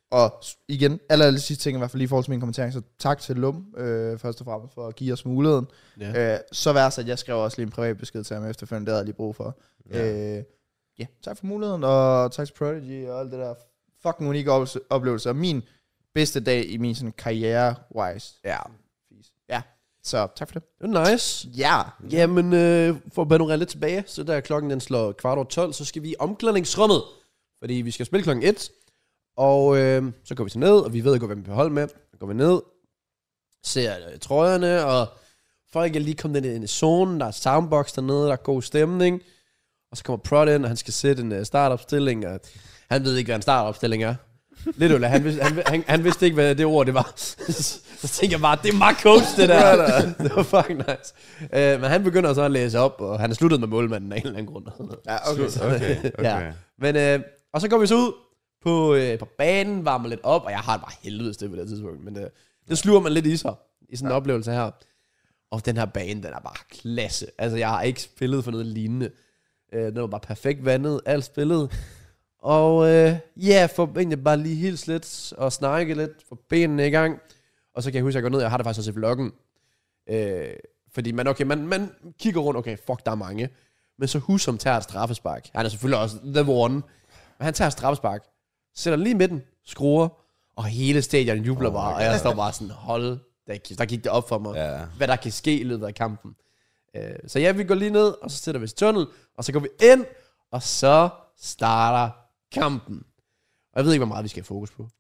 Og igen, alle, alle sidste ting, i hvert fald lige i forhold til min kommentar, så tak til Lum, øh, først og fremmest, for at give os muligheden. Ja. Øh, så værst, at jeg skrev også lige en privat besked til ham efterfølgende, det havde jeg lige brug for. Ja. Øh, ja, tak for muligheden, og tak til Prodigy og alt det der fucking unikke oplevelse. Og min bedste dag i min sådan karriere-wise. Ja. Ja, så tak for det. Det er nice. Ja. Jamen, øh, for at panorere lidt tilbage, så der klokken den slår kvart over tolv, så skal vi i omklædningsrummet. Fordi vi skal spille klokken et. Og øh, så går vi til ned, og vi ved ikke, hvad vi vil holde med. Så går vi ned, ser øh, trøjerne, og folk er lige kommet ind i zonen. Der er soundbox dernede, der er god stemning. Og så kommer Prod ind, og han skal sætte en uh, startopstilling, og han ved ikke, hvad en startopstilling er. Lidt øl, han, vidste, han, han, han vidste ikke, hvad det ord det var. Så tænker jeg bare, det er meget coach, det der. Det var fucking nice. Uh, men han begynder så at læse op, og han er sluttet med målmanden af en eller anden grund. Ja, okay. Okay, okay. Ja. Men, uh, og så går vi så ud på, uh, på banen, varmer lidt op, og jeg har det bare helvedes det på det tidspunkt. Men uh, det sluger man lidt i sig, i sådan en ja. oplevelse her. Og den her bane, den er bare klasse. Altså, jeg har ikke spillet for noget lignende. Uh, den var bare perfekt vandet, alt spillet. Og øh, ja, for egentlig bare lige helt lidt og snakke lidt, få benene i gang. Og så kan jeg huske, at jeg går ned, og jeg har det faktisk også i vloggen. Øh, fordi man, okay, man, man kigger rundt, okay, fuck, der er mange. Men så Husum tager et straffespark. Han er selvfølgelig også the one. Men han tager et straffespark, sætter lige midten, skruer, og hele stadion jubler oh bare. Og jeg står bare sådan, hold, der, der gik det op for mig, yeah. hvad der kan ske i løbet af kampen. Øh, så ja, vi går lige ned, og så sætter vi til tunnel, og så går vi ind, og så starter kampen. Og jeg ved ikke, hvor meget vi skal have fokus på.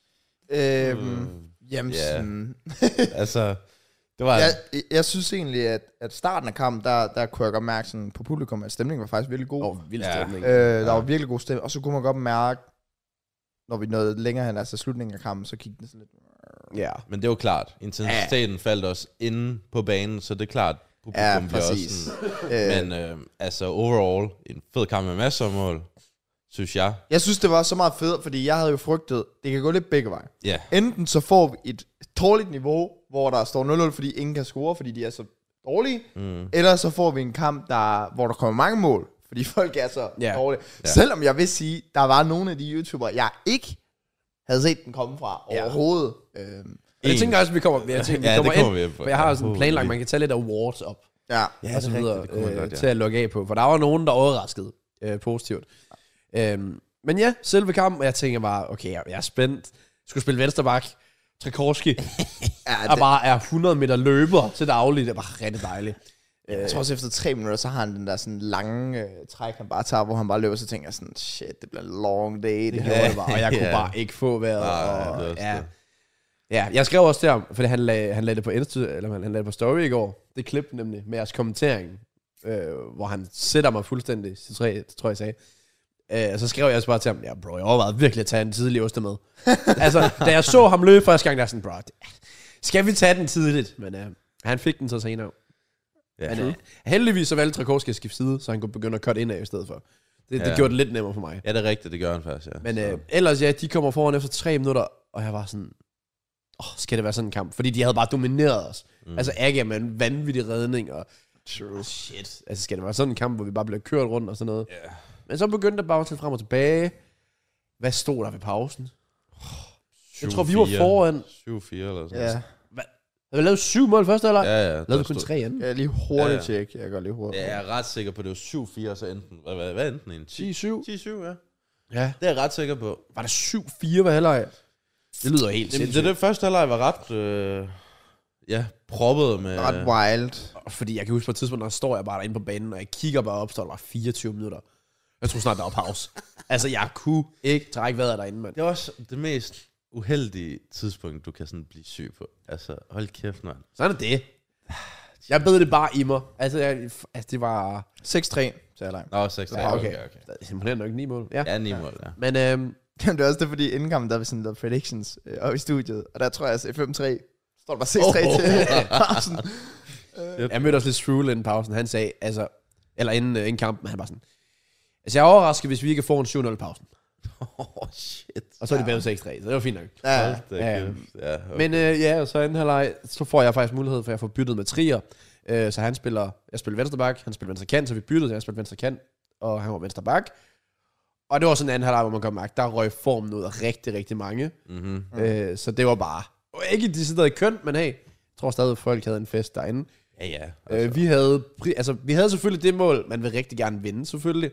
Øhm, mm. Jamen yeah. sådan... altså, det var... Jeg, jeg synes egentlig, at, at starten af kampen, der, der kunne jeg godt mærke sådan, på publikum, at stemningen var faktisk virkelig god. Oh, vild stemning. Øh, der ja. var virkelig god stemning. Og så kunne man godt mærke, når vi nåede længere hen, altså slutningen af kampen, så kiggede det sådan lidt... Ja, men det var klart. Intensiteten ja. faldt også inde på banen, så det er klart, publikum ja, bliver også sådan... Men øh, altså, overall, en fed kamp med masser af mål. Synes jeg. Jeg synes, det var så meget fedt, fordi jeg havde jo frygtet, det kan gå lidt begge veje. Yeah. Enten så får vi et dårligt niveau, hvor der står nul nul, fordi ingen kan score, fordi de er så dårlige. Mm. Eller så får vi en kamp, der, hvor der kommer mange mål, fordi folk er så yeah. dårlige. Yeah. Selvom jeg vil sige, der var nogle af de YouTubere, jeg ikke havde set den komme fra yeah. overhovedet. Øhm. Jeg tænker også, vi kommer, jeg tænker, vi ja, kommer det kommer ind, vi for jeg har sådan en planlagt, man kan tage lidt awards op. Ja, ja og så videre, rigtigt, øh, godt, ja. til at logge af på. For der var nogen, der overraskede øh, positivt. Øhm, men ja, selve kampen, og jeg tænker bare, okay, jeg, jeg er spændt. Jeg skulle spille venstreback. Trikorski ja, er bare er hundrede meter løber til daglig. Det er bare rigtig dejligt. Jeg tror også efter tre minutter, så har han den der sådan lange øh, træk, han bare tager, hvor han bare løber, så tænker jeg sådan, shit, det bliver en long day. Det gjorde det bare, og jeg kunne yeah. bare ikke få vejret. Ah, og, ja, ja. ja, jeg skrev også der, fordi han lagde, han lagde det på Insta, eller han lagde det på story i går. Det klip nemlig med jeres kommentering, øh, hvor han sætter mig fuldstændig, det tror jeg, det tror jeg sagde. Uh, så skrev jeg også bare til ham, ja bro, jeg overvejede virkelig at tage en tidlig oste med. Altså, da jeg så ham løbe første gang, der er sådan, bro, skal vi tage den tidligt? Men uh, han fik den så senere. Yeah. Men uh, heldigvis så valgte Trikorski at skifte side, så han kunne begynde at cut ind af i stedet for. Det, ja. det gjorde det lidt nemmere for mig. Ja, det er rigtigt, det gør han faktisk, ja. Men uh, ellers, ja, de kommer foran efter tre minutter, og jeg var sådan, åh, oh, skal det være sådan en kamp? Fordi de havde bare domineret os. Mm. Altså, Aga med en vanvittig redning, og True. Oh, shit. Altså, skal det være sådan en kamp, hvor vi bare bliver kørt rundt og sådan noget? Yeah. Men så begyndte det bare til frem og tilbage. Hvad stod der ved pausen? Jeg tror, vi var foran. syv fire eller sådan ja. Hvad? Havde vi lavet syv mål første, eller? Ja, ja. Lavede vi kun tre anden? Ja, lige hurtigt ja, ja. tjek. Jeg går lige hurtigt. Ja, jeg er ret sikker på, at det var syv fire, så enten... Hvad, hvad, hvad enten en? ti syv? ti syv, ja. Ja. Det er jeg ret sikker på. Var det syv fire ved halvleg? Det lyder helt sindssygt. Det, det første halvleg var ret... Øh, ja, proppet med... Ret wild. Fordi jeg kan huske på et tidspunkt, der står jeg bare derinde på banen, og jeg kigger bare op, så der var fireogtyve minutter. Jeg tror snart, der var pause. Altså, jeg kunne ikke trække vejret derinde, mand. Det er også det mest uheldige tidspunkt, du kan sådan blive syg på. Altså, hold kæft, mand. Sådan er det. Jeg bed det bare i mig. Altså, jeg, altså det var... seks tre, så jeg langt. Nå, seks tre, ja, okay. okay, okay. Det er simpelthen nok ni mål. Ja, ja ni mål, ja. Men, øhm... Jamen, det er også det, fordi inden kampen, der vi sådan lavet predictions øh, oppe i studiet, og der tror jeg, at altså, fem tre står der bare seks tre oh, til pausen. uh, jeg mødte også lidt Strule inden pausen. Han sagde, altså... Eller inden, øh, inden kampen, han bare sådan... Altså, jeg er overrasket, hvis vi ikke får en syv nul pausen. Oh, shit. Og så er det bedre seks tre, så det var fint nok. Ja. Ja, ja. ja okay. Men øh, ja, og så anden halvleg, så får jeg faktisk mulighed for at få byttet med Trier. Øh, så han spiller, jeg spiller venstre bak, han spiller venstre kant, så vi byttede, så jeg spiller venstre kant, og han var venstre bak. Og det var sådan en anden halvleg, hvor man kan mærke, der røg formen ud af rigtig, rigtig mange. Mm-hmm. Øh, så det var bare, ikke decideret kønt, men hey, jeg tror stadig, at folk havde en fest derinde. Ja, ja. Altså. Øh, vi, havde, altså, vi havde selvfølgelig det mål, man vil rigtig gerne vinde, selvfølgelig.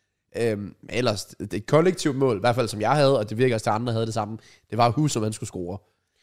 Øhm, ellers, det et kollektivt mål, i hvert fald som jeg havde, og det virker også til andre havde det samme, det var Hus, som han skulle score.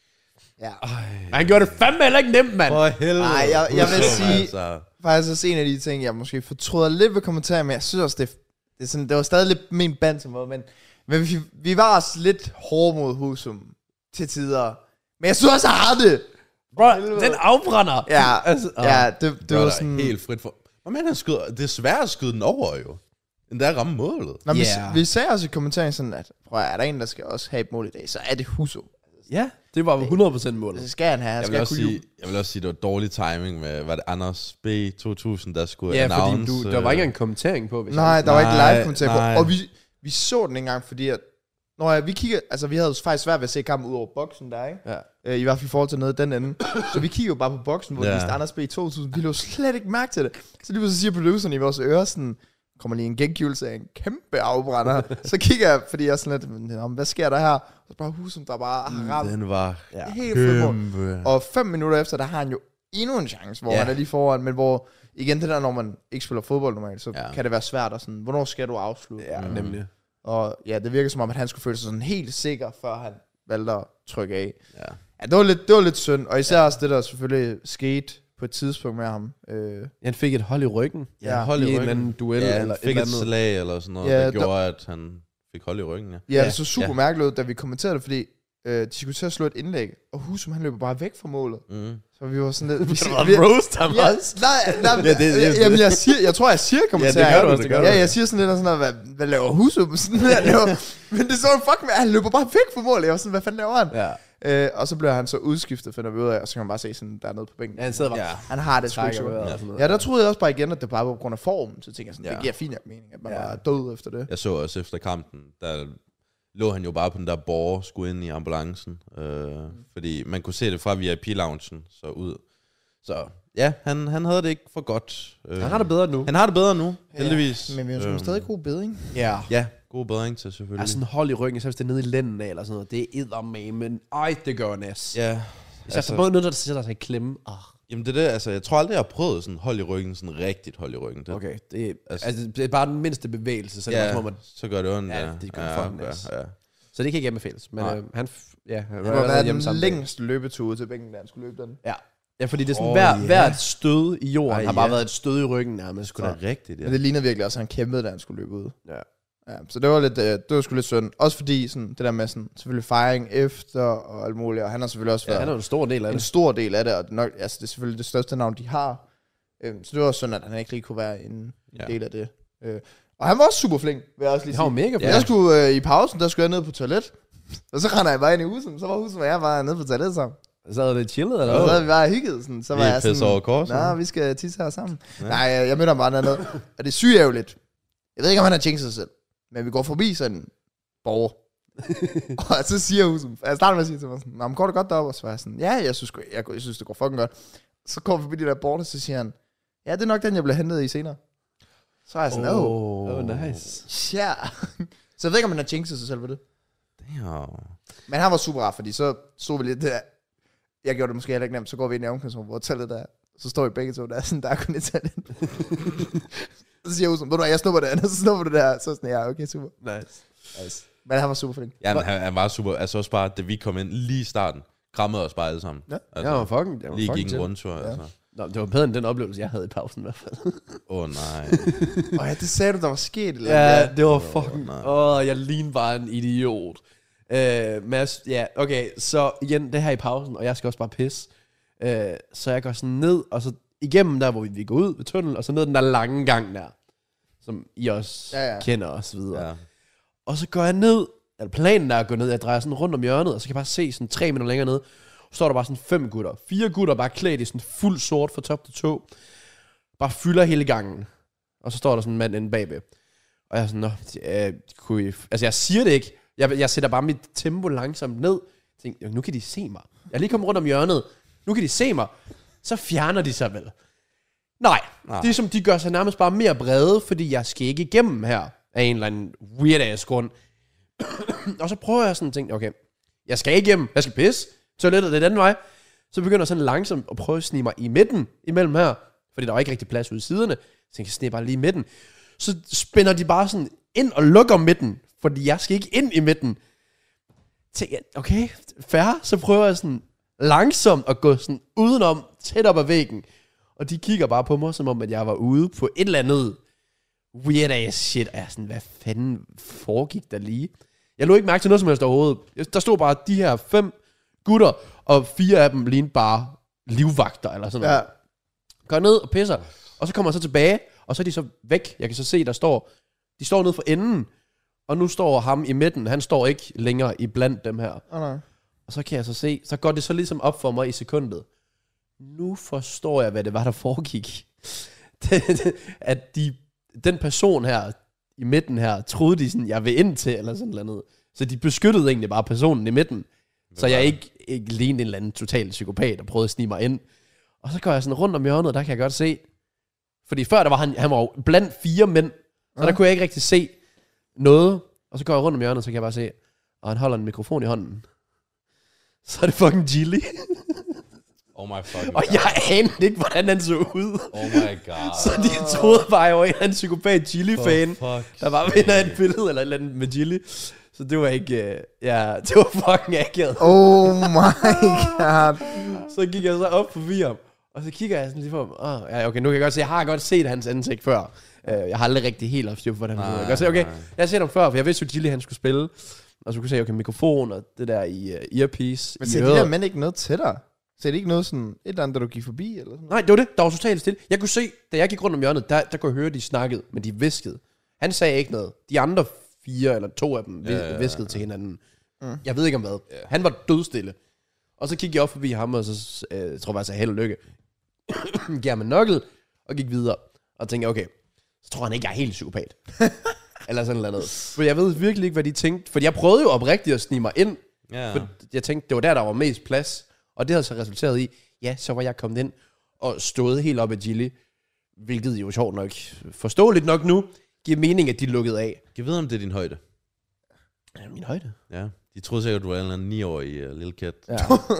Ja. Men han gjorde det fandme heller ikke nemt, mand. For helvede. Nej, jeg, jeg vil sige, altså. faktisk også en af de ting, jeg måske fortryder lidt ved kommentaren, men jeg synes også, det, det, er sådan, det var stadig lidt min band som måde, men, men vi, vi var også lidt hårde mod Husum til tider. Men jeg synes også, jeg havde det. Bro, den afbrænder. Ja, altså, ja det, det Bro, var sådan... helt frit for... Hvor man han skyder... Det er svært at skyde den over, jo. End der ramme målet. Nå, vi, Yeah. vi sagde også i kommentaren sådan, at prøv, er der en, der skal også have et mål i dag, så er det Husum. Ja, det var hundrede procent målet. Det skal han have. Han Jeg skal vil, have også kunne sige, jeg vil også sige, det var dårlig timing med, var det Anders B to tusind, der skulle Ja, announce... fordi du, der var ikke engang kommentering på. Hvis Nej, jeg... der var ikke Nej, live kommentar nej. på. Og vi, vi så den ikke engang, fordi at, når jeg, vi kigger, altså vi havde faktisk svært ved at se kampen ud over boksen der, ikke? Ja. Øh, I hvert fald i forhold til noget den ende. Så vi kigger jo bare på boksen, hvor Ja. de viste Anders B to tusind. Vi lå slet ikke mærke til det. Så lige så siger produceren i vores ører sådan, kommer lige en gengivelse af en kæmpe afbrænder. Så kigger jeg, fordi jeg er sådan lidt, men, hvad sker der her? Og så bare Husum, der bare har ramt Den var Ja. helt fodbold. kæmpe. Og fem minutter efter, der har han jo endnu en chance, hvor Ja. han er lige foran, men hvor, igen det der, når man ikke spiller fodbold normalt, så Ja. kan det være svært at sådan, hvornår skal du afslutte? Ja, Mm. nemlig. Og ja, det virker som om, at han skulle føle sig sådan helt sikker, før han valgte at trykke af. Ja. Ja, det var lidt, det var lidt synd, og især ja. også det, der selvfølgelig skete på et tidspunkt med ham. Øh, Han fik et hold i ryggen. Ja, hold i I en ryggen. eller anden duel, Ja, eller han et fik eller et andet. slag eller sådan noget, Ja, ja, der- der gjorde, at han fik hold i ryggen, ja. ja, Ja, det så super ja. mærkeligt ud, da vi kommenterede det, fordi øh, de skulle til at slå et indlæg, og Husum, han løber bare væk fra målet. Mm. Så vi var sådan lidt... vi, Det var vi, roast ham ja, også. nej, nej, Ja, det- det- det- jamen, jeg, siger, jeg tror, jeg siger kommentaren. Ja, det gør du også, det gør du Ja, også. jeg siger sådan lidt sådan noget, hvad, hvad laver Husum? Sådan der, laver, men det så fuck med, han løber bare væk fra målet. Jeg var sådan, hvad fanden laver han? Ja. Øh, og så bliver han så udskiftet, finder vi ud af, og så kan man bare se sådan dernede på bænken. Ja, han sidder bare. Ja. Han har det sgu ikke Trækker så godt. vejret og sådan noget. Ja, der troede jeg også bare igen, at det bare var på grund af formen. Så tænkte jeg sådan, Ja. det giver fint nok mening, at man Ja. var død efter det. Jeg så også efter kampen, der lå han jo bare på den der borger, skulle ind i ambulancen. Øh, fordi man kunne se det fra V I P-loungen, så ud. Så ja, han, han havde det ikke for godt. Øh, Han har det bedre nu. Han har det bedre nu, heldigvis. Men vi ønsker Øhm, stadig god bedring. Ja. Ja, god bedring til selvfølgelig. Altså sådan hold i ryggen, så hvis det er nede i lænden af, eller sådan noget. Det er eddermame, men ej, det gør næs. Ja, Hvis altså, der er noget, der sætter sig i klemme. Oh. jamen det er det, altså jeg tror aldrig, jeg har prøvet sådan hold i ryggen, sådan rigtigt hold i ryggen. Det, Okay, det er, Altså- altså, det er bare den mindste bevægelse, så det ja, er bare, som om, at, så gør det ondt. Ja, det gør ja, fucking ja, næs. ja. så det kan ikke anbefales. Men Nej. øh, han, f- ja, han Det må allerede være hjemme den samme dag. længste løbetur ud til bænken, da han skulle løbe den. Ja. Ja, fordi det er sådan, Åh, oh, hver, ja. hvert stød i jorden Ej, har bare ja. været et stød i ryggen nærmest. Sgu da rigtigt, ja. Men det lignede virkelig også, at han kæmpede, da han skulle løbe ud. Ja. Ja, så det var lidt, øh, det var sgu lidt synd. Også fordi sådan, det der med sådan, selvfølgelig fejring efter og alt muligt, og han har selvfølgelig også Ja, været han er jo en stor del af en det. stor del af det, og det, nok, altså, det er selvfølgelig det største navn, de har. Øhm, så det var også synd, at han ikke lige kunne være en, en Ja. del af det. Øh, og han var også super flink, vil jeg også lige Han var sige. mega flink. Ja. Jeg skulle øh, i pausen, der skulle jeg ned på toilet, og så render jeg bare ind i huset, så var huset, og jeg var nede på toilet sammen. Så havde det chillet, eller Og så hvad? havde vi bare hygget, sådan. Så var Lige jeg pisse sådan, over korset. nej, vi skal tisse her sammen. Ja. Ja. Nej, jeg, jeg mødte ham bare dernede, og det er sygt ærgerligt. Jeg ved ikke, om han har tænkt sig selv, men vi går forbi sådan en borger. Og så siger Husum, jeg starter med at sige til mig sådan, nå, men går det godt deroppe? Og så var jeg sådan, ja, jeg synes, jeg, jeg synes det går fucking godt. Så kommer vi forbi de der borger, så siger han, ja, det er nok den, jeg blev hentet i senere. Så er jeg sådan, åh, oh, Oh, nice. ja. Så jeg ved ikke, om han har tænkt sig selv ved det. Damn. Men han var super rar, fordi så stod vi lidt der. Jeg gjorde det måske heller ikke nemt, så går vi ind i omklædningsrummet, hvor tallet der, så står vi begge to der, sådan, der er kun et talent. Så siger Husum, ved du hvad, jeg snupper det andet, så snupper du det her. Så sådan, ja, okay, super. Nice. Nice. Men han var super flink. Ja, men han, han var super. Altså også bare, da vi kom ind lige i starten, krammede os bare alle sammen. Ja. Altså, Jeg var fucking, jeg var lige fucking gik til. en rundtur, Ja. altså. Nå, det var bedre end den oplevelse, jeg havde i pausen i hvert fald. Åh oh, nej. Og ja, det sagde du, der var sket. Eller Ja, ja. det var fucking... nej. Åh, oh, jeg lignede bare en idiot. Øh, Mads, ja, okay, så igen, det her i pausen, og jeg skal også bare pisse. Øh, så jeg går sådan ned, og så igennem der, hvor vi, vi går ud ved tunnel, og så ned den der lange gang der, som I også Ja, ja. kender og så videre. Ja. Og så går jeg ned, eller planen er at gå ned, jeg drejer sådan rundt om hjørnet, og så kan jeg bare se sådan tre minutter længere ned, så står der bare sådan fem gutter. Fire gutter bare klædt i sådan fuld sort fra top til tå. Bare fylder hele gangen. Og så står der sådan en mand inde bagved. Og jeg er sådan, nå, øh, kunne I... Altså jeg siger det ikke. Jeg, jeg sætter bare mit tempo langsomt ned. Jeg tænker, nu kan de se mig. Jeg er lige kommet rundt om hjørnet. Nu kan de se mig. Så fjerner de sig vel. Nej, Nej. det er som, de gør sig nærmest bare mere brede, fordi jeg skal ikke igennem her. af en eller anden weird ass grund. Og så prøver jeg sådan at tænke, okay, jeg skal ikke hjem, jeg skal pisse. Toilettet det er den vej. Så begynder jeg sådan langsomt at prøve at snige mig i midten imellem her. Fordi der var ikke rigtig plads ude i siderne. Så jeg kan snige bare lige i midten. Så spænder de bare sådan ind og lukker midten. Fordi jeg skal ikke ind i midten. Tænker, okay, fair. Så prøver jeg sådan langsomt at gå sådan udenom, tæt op ad væggen. Og de kigger bare på mig, som om at jeg var ude på et eller andet weird ass shit. Og jeg er sådan, hvad fanden foregik der lige? Jeg lå ikke mærke til noget som helst overhovedet. Der stod bare de her fem gutter, og fire af dem lignede bare livvagter, eller sådan noget. Ja. Går ned og pisser, og så kommer jeg så tilbage, og så er de så væk. Jeg kan så se, der står, de står nede for enden, og nu står ham i midten, han står ikke længere i blandt dem her. Oh, nej. Og så kan jeg så se, så går det så ligesom op for mig i sekundet. Nu forstår jeg, hvad det var, der foregik. At de, den person her, i midten her, troede de sådan, jeg vil ind til, eller sådan noget. Så de beskyttede egentlig bare personen i midten. Så jeg ikke, ikke lignede en eller anden total psykopat, og prøvede at snige mig ind. Og så går jeg sådan rundt om hjørnet, og der kan jeg godt se. Fordi før, der var han, han var jo blandt fire mænd, så ja. Der kunne jeg ikke rigtig se noget. Og så går jeg rundt om hjørnet, så kan jeg bare se, og han holder en mikrofon i hånden. Så er det fucking Gilly. Oh my fucking og god. jeg anede ikke, hvordan han så ud. Oh my god. Så de troede bare, jeg var en eller anden psykopat Gilly-fan, der bare vinder et billede eller et eller andet med Gilly. Så det var ikke, uh, ja, det var fucking akavet. Oh my god. Så gik jeg så op forbi ham, og så kigger jeg sådan lige på ham. Oh, ja, okay, nu kan jeg godt se, jeg har godt set hans ansigt før. Uh, jeg har aldrig rigtig helt haft styr på, hvordan han så. Jeg kan se, okay, jeg har set ham før, for jeg vidste jo, Gilly han skulle spille. Og så kunne jeg se, okay, mikrofon og det der i uh, earpiece. Men ser de der mænd ikke noget til dig? Ser det ikke noget sådan, et eller andet, der du gik forbi? Eller sådan? Nej, det var det. Der var totalt stille. Jeg kunne se, da jeg gik rundt om hjørnet, der, der kunne jeg høre, de snakkede, men de viskede. Han sagde ikke noget. De andre fire eller to af dem ja, ja, ja. viskede til hinanden. Mm. Jeg ved ikke om hvad. Ja. Han var dødstille. Og så kiggede jeg op forbi ham, og så øh, jeg tror jeg bare, så held og lykke. Gav ham en nøkkel, og gik videre. Og tænkte, okay, så tror han ikke, jeg er helt psykopat. Eller sådan noget. For jeg ved virkelig ikke, hvad de tænkte. For jeg prøvede jo oprigtigt at snige mig ind. Ja. For jeg tænkte, det var der, der var mest plads. Og det havde så resulteret i, ja, så var jeg kommet ind og stået helt op ad Gilly. Hvilket jo sjovt nok, forståeligt nok nu, giver mening, at de lukkede af. Jeg ved, om det er din højde. Ja, min højde? Ja, de troede sikkert, du var en eller anden ni-årig uh, lille kat. Ja.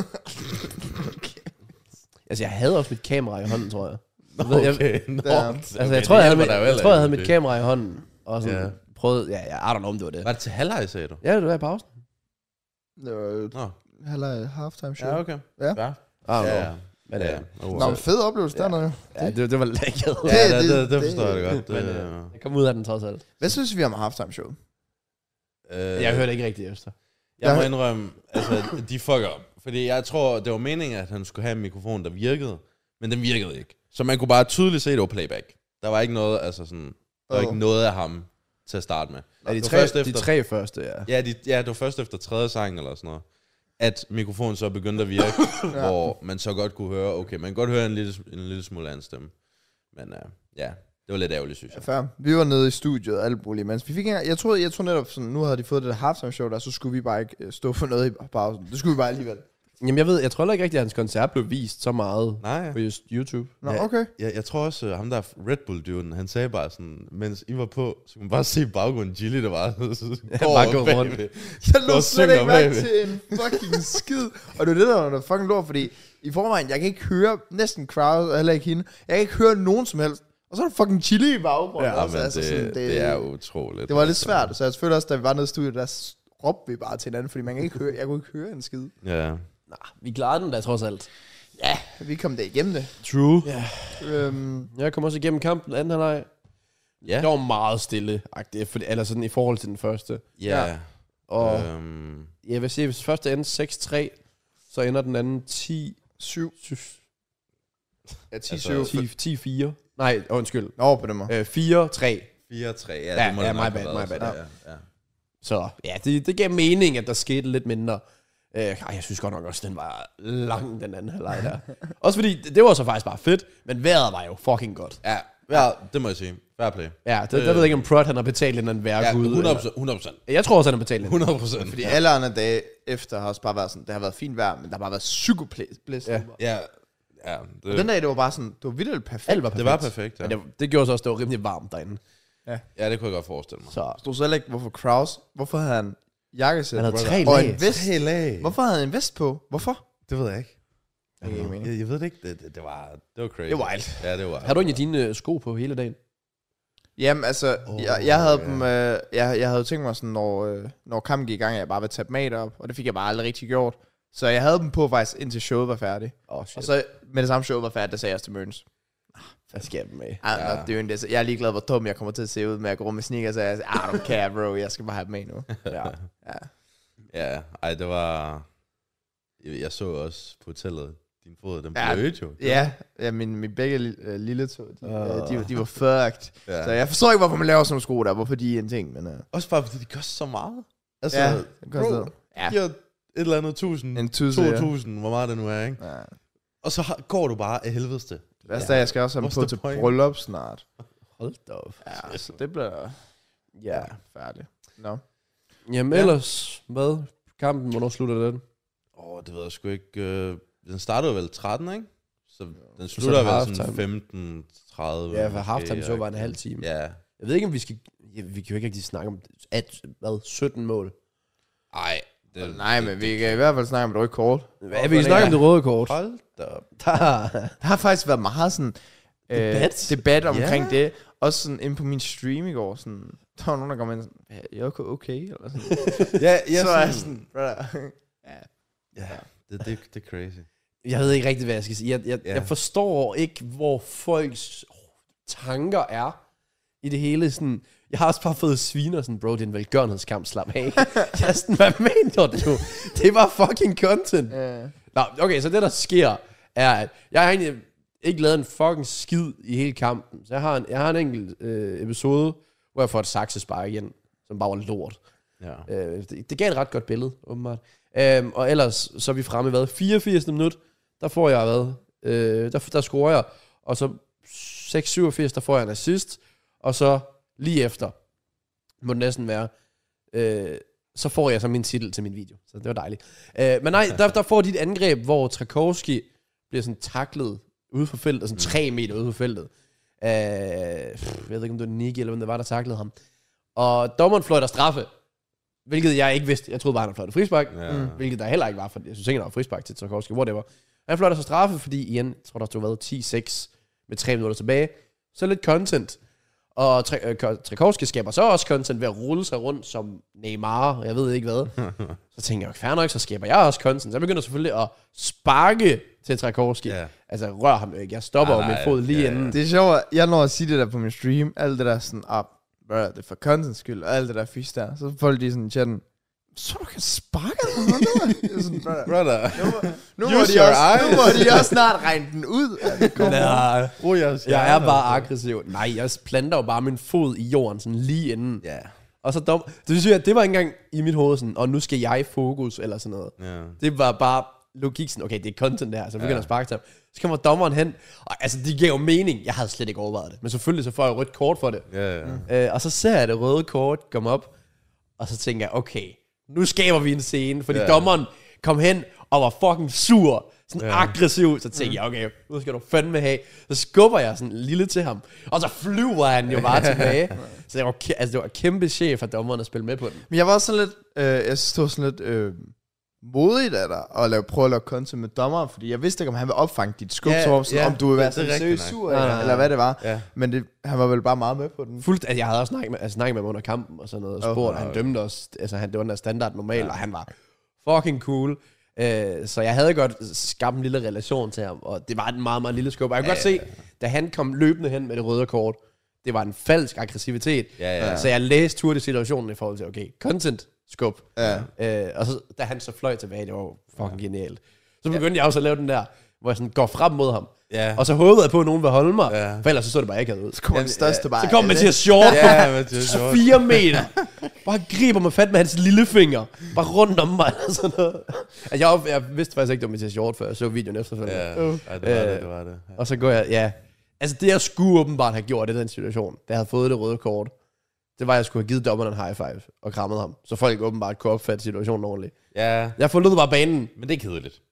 Okay. Altså, jeg havde også mit kamera i hånden, tror jeg. Okay, okay. No. Altså, jeg tror, jeg havde, mit, jeg, tror, jeg havde mit kamera i hånden. Og sådan yeah. prøvede, ja, ja, I don't know, om det var det. Var det til halvleg, sagde du? Ja, det var i pausen. Det var no. halvleg halftime show. Ja, okay. Ja. Ja. Ah, ja, ja. Men, ja. Oh, Nå, men fed oplevelse, ja. Der noget. Ja, det, det var lækkert. Ja, det, det, det forstår det, jeg godt. Men, det, øh, jeg kom ud af den trods alt. Hvad synes vi om halftime show? Øh, jeg hørte ikke rigtig efter. Jeg må indrømme, altså, de fucker op. Fordi jeg tror, det var meningen, at han skulle have en mikrofon, der virkede. Men den virkede ikke. Så man kunne bare tydeligt se, at det var playback. Der var ikke noget, altså sådan, der var oh. ikke noget af ham til at starte med. Ja, de, tre, efter, de tre første, ja. Ja, de, ja, det var først efter tredje sang eller sådan noget, at mikrofonen så begyndte at virke, ja. Hvor man så godt kunne høre, okay, man kan godt høre en lille, en lille smule anden stemme. Men uh, ja, det var lidt ærgerligt, synes jeg. Ja, vi var nede i studiet, alle mulige mens vi fik en, jeg troede, jeg troede netop sådan, nu havde de fået det der halftime show der, så skulle vi bare ikke stå for noget i pausen. Det skulle vi bare alligevel. Jamen jeg ved, jeg tror ikke rigtig, at hans koncert blev vist så meget Nej. på just YouTube. Nå, okay. Jeg, jeg tror også, ham der Red Bull-dyren, han sagde bare sådan, mens I var på, så kunne man bare se baggrunden Gilly, der var ja, bare gå rundt. Jeg lå slet ikke mærke til en fucking skid. Og det er det, der var noget fucking lort, fordi i forvejen, jeg kan ikke høre næsten crowd, eller ikke hende. Jeg kan ikke høre nogen som helst. Og så er der fucking Chili i baggrunden. Ja, men altså, det, sådan, det, det er utroligt. Det var lidt svært, så jeg selvfølgelig også, da vi var nede i studiet, der råbte vi bare til hinanden, fordi man kan ikke høre, jeg kunne ikke høre en skid. Ja. Nej, vi klarede den da trods alt. Ja, vi kom da igennem det. True. Ja. Øhm. Jeg kom også igennem kampen anden halvleg. Ja. Det var meget stille, eller sådan i forhold til den første. Ja. ja. Og øhm. jeg vil sige, hvis første ender seks tre, så ender den anden ti syv. Ja, ti syv. ti fire. Nej, undskyld. Nå, på dem. Øh, fire tre. fire tre, ja. Ja, det må ja, det my bad, my bad. Ja, ja. Så ja, det, det gav mening, at der skete lidt mindre. Øh, ej, jeg synes godt nok også, den var lang, den anden halvleg der. Også fordi, det, det var så faktisk bare fedt, men vejret var jo fucking godt. Ja, ja det må jeg sige. Fair play. Ja, det, øh, der ved jeg ikke, om Prod han har betalt en anden værgud. Ja, hundrede procent. hundrede procent. Jeg tror også, han har betalt en. hundrede procent. Fordi ja. Alle andre dage efter har også bare været sådan, det har været fint vejr, men der har bare været psykoblæst. Ja. Ja. Ja, det, og den dag, det var bare sådan, det var vildt perfekt. Alt var perfekt. Det var perfekt, ja. Men det, det gjorde så også, det var rimelig varmt derinde. Ja. Ja, det kunne jeg godt forestille mig. Så Stod så heller ikke, hvorfor Kraus, hvorfor havde han jakkesæt? han havde tre og lag. en vest. Tre lag. Hvorfor havde han en vest på? Hvorfor? Det ved jeg ikke. Det giver ingen mening. Jeg, jeg ved det ikke. Det, det, det, var, det var crazy. Det var wild. Ja, det var. Har du egentlig dine øh, sko på hele dagen? Jamen altså, Oh, jeg, jeg havde ja. dem, øh, jeg, jeg havde tænkt mig sådan, når, øh, når kampen gik i gang, at jeg bare ville tage dem af op, og det fik jeg bare aldrig rigtig gjort. Så jeg havde dem på faktisk, indtil showet var færdigt. Åh, oh, shit. Og så med det samme show var færdigt, der sagde jeg også til Mørens. Hvad skal jeg dem med? Ja. Ja. Det er jo en, jeg er ligeglad, hvor dum jeg kommer til at se ud med at gå rundt med sneakers, så jeg siger, I don't care, bro, jeg skal bare have dem med nu. Ja. Ja. Ja, ej, det var... Jeg, jeg så også på hotellet, din fod, den Ja. blødte jo. Ja, ja min, min begge li- øh, lille tog, de, Uh. uh. de, var- de var fucked. Ja. Så jeg forstår ikke, hvorfor man laver sådan nogle sko der, hvorfor de er en ting, men... Uh, Også bare fordi de koster så meget. Altså, ja, ja, det koster bro, ja. de har et eller andet tusind, En tusind, to ja. tusind, hvor meget det nu er, ikke? Ja. Og så har, går du bare af helvedeste. Det værste er, jeg skal også have dem What's på the til point? bryllup snart. Hold da op. Ja, så det bliver Ja. ja, færdigt. Nå. Jamen Ja. ellers, hvad? Kampen, hvornår slutter den? Åh, oh, det ved jeg sgu ikke. Øh, den startede vel tretten, ikke? Så den Så slutter er det vel sådan halftime. femten tredive. Ja, for halftime så var en halv time. Ja. Jeg ved ikke, om vi skal... Ja, vi kan jo ikke rigtig snakke om... At, hvad? sytten mål. Ej. Det, Nej, men vi kan i hvert fald snakke om et rødt kort. Hvad, vi kan snakke om det røde kort. Hold da op. Der, Der har faktisk været meget sådan... Øh, Debat? debat omkring Ja. det. Også sådan inde på min stream i går. Sådan, der var nogen, der kom ind sådan... Er jeg okay? okay? Eller sådan. Ja, ja, Så er jeg sådan... Brother. Ja. Ja, det, det, det er crazy. jeg ved ikke rigtig, hvad jeg skal sige. Jeg, jeg, Ja. jeg forstår ikke, hvor folks tanker er i det hele. Sådan, jeg har også bare fået sviner sådan, bro, det er en velgørenhedskamp, slap af. Jeg er sådan, hvad mener du? Det var fucking content. Ja. Nå, okay, så det der sker, er, at jeg har egentlig ikke lavet en fucking skid i hele kampen. Så jeg har en, jeg har en enkelt øh, episode, hvor jeg får et saksespark igen, som bare var lort. Ja. Øh, det, det gav et ret godt billede, åbenbart. Øhm, og ellers, så er vi fremme i hvad? fireogfirs minut, der får jeg hvad? Øh, der, der scorer jeg. Og så seks syvogfirs, der får jeg en assist. Og så lige efter, må det næsten være, øh, så får jeg så min titel til min video. Så det var dejligt. Øh, men nej, der, der får de et angreb, hvor Trakowski bliver sådan taklet ude for feltet, sådan tre meter ude for feltet. Øh, jeg ved ikke, om det var Nicky, eller hvem det var, der taklede ham. Og dommeren fløjter straffe, hvilket jeg ikke vidste. Jeg troede bare, han fløjtede frispark, Ja. mm. hvilket der heller ikke var, for jeg synes ikke, der var frispark til Trakowski, whatever. Han fløjter så straffe, fordi igen, jeg tror, der stod været ti seks med tre minutter tilbage. Så lidt content. Og Trakowski skaber så også content ved at rulle sig rundt som Neymar, jeg ved ikke hvad. Så tænker jeg, fair nok, så skaber jeg også content. Så jeg begynder selvfølgelig at sparke til Trakowski. Ja. Altså, rør ham ikke. Jeg stopper Nej, jo min nej, fod lige ja, inden. Det er sjovt, jeg når at sige det der på min stream, alt det der sådan, ah, bro, det er for content skyld, og alt det der fisk der, så folk de sådan i chatten, så du kan sparke den noget? Sådan, brother. Brother. Nu, må- nu, må Use de your også, nu eyes. må de også snart regne den ud. at det kommer. Nej, Brug jeres jeg er hjerne, bare altså. aggressiv. Nej, jeg planter jo bare min fod i jorden, sådan lige inden. Ja. Og så dom. Det vil sige, at det var ikke engang i mit hoved sådan, og nu skal jeg fokus, eller sådan noget. Ja. Det var bare logik sådan, okay, det er content der, så jeg begynder Ja. at sparke til ham. Så kommer dommeren hen, og altså, det giver jo mening. Jeg havde slet ikke overvejet det, men selvfølgelig så får jeg rødt kort for det. Ja, ja. Øh, og så ser jeg det røde kort komme op, og så tænker jeg, okay, nu skaber vi en scene, fordi Ja. dommeren kom hen og var fucking sur, sådan Ja. aggressiv, så tænkte jeg, okay, nu skal du fandme have. Så skubber jeg sådan lille til ham, og så flyver han jo bare tilbage. Så det var, ke- altså, det var kæmpe chef af dommeren at spille med på den. Men jeg var også sådan lidt, øh, jeg synes det var sådan lidt øh, modigt af dig at lave, prøve at lave content med dommeren, fordi jeg vidste ikke, om han ville opfange dit skub, Ja, så var sådan, ja, om du ville være det er sådan rigtigt seriøst nok. sur, Nej, eller, nej, nej. eller hvad det var. Ja. Men det, han var vel bare meget med på den. Fuldt, altså, jeg havde også snakket med, altså, snakket med ham under kampen og sådan noget, og Oh, spurgt, wow. han dømte os, altså han, det var den der standard normal, ja. Og han var fucking cool. Uh, så jeg havde godt skabt en lille relation til ham, og det var en meget, meget lille skub. Og jeg kunne Ja, godt se, da han kom løbende hen med det røde kort, det var en falsk aggressivitet. Ja, ja. Så jeg læste hurtigt situationen i forhold til, okay, content, skub. Ja. Uh, og så, da han så fløj tilbage, det var fucking genialt. Så begyndte jeg også at lave den der, hvor jeg sådan går frem mod ham. Ja. Og så håbede jeg på, at nogen vil holde mig, Ja. for ellers så så det bare ikke ud. Så kommer den Ja, største bare. Så kom af Mathias det. Short Ja, Mathias Short. fire meter. Bare griber mig fat med hans lillefinger. Bare rundt om mig. Og sådan noget. Altså, jeg, jeg vidste faktisk ikke, det var Mathias Short, før jeg så videoen efterfølgende. Ja, Uh. Ej, det var Øh, det, det var det. Ja. Og så går jeg, ja. Altså det, jeg skulle åbenbart have gjort i den situation, da jeg havde fået det røde kort, det var, at jeg skulle have givet dommeren en high five og krammet ham. Så folk åbenbart kunne opfatte situationen ordentligt. Ja, Jeg forlod bare banen. men det er kedeligt.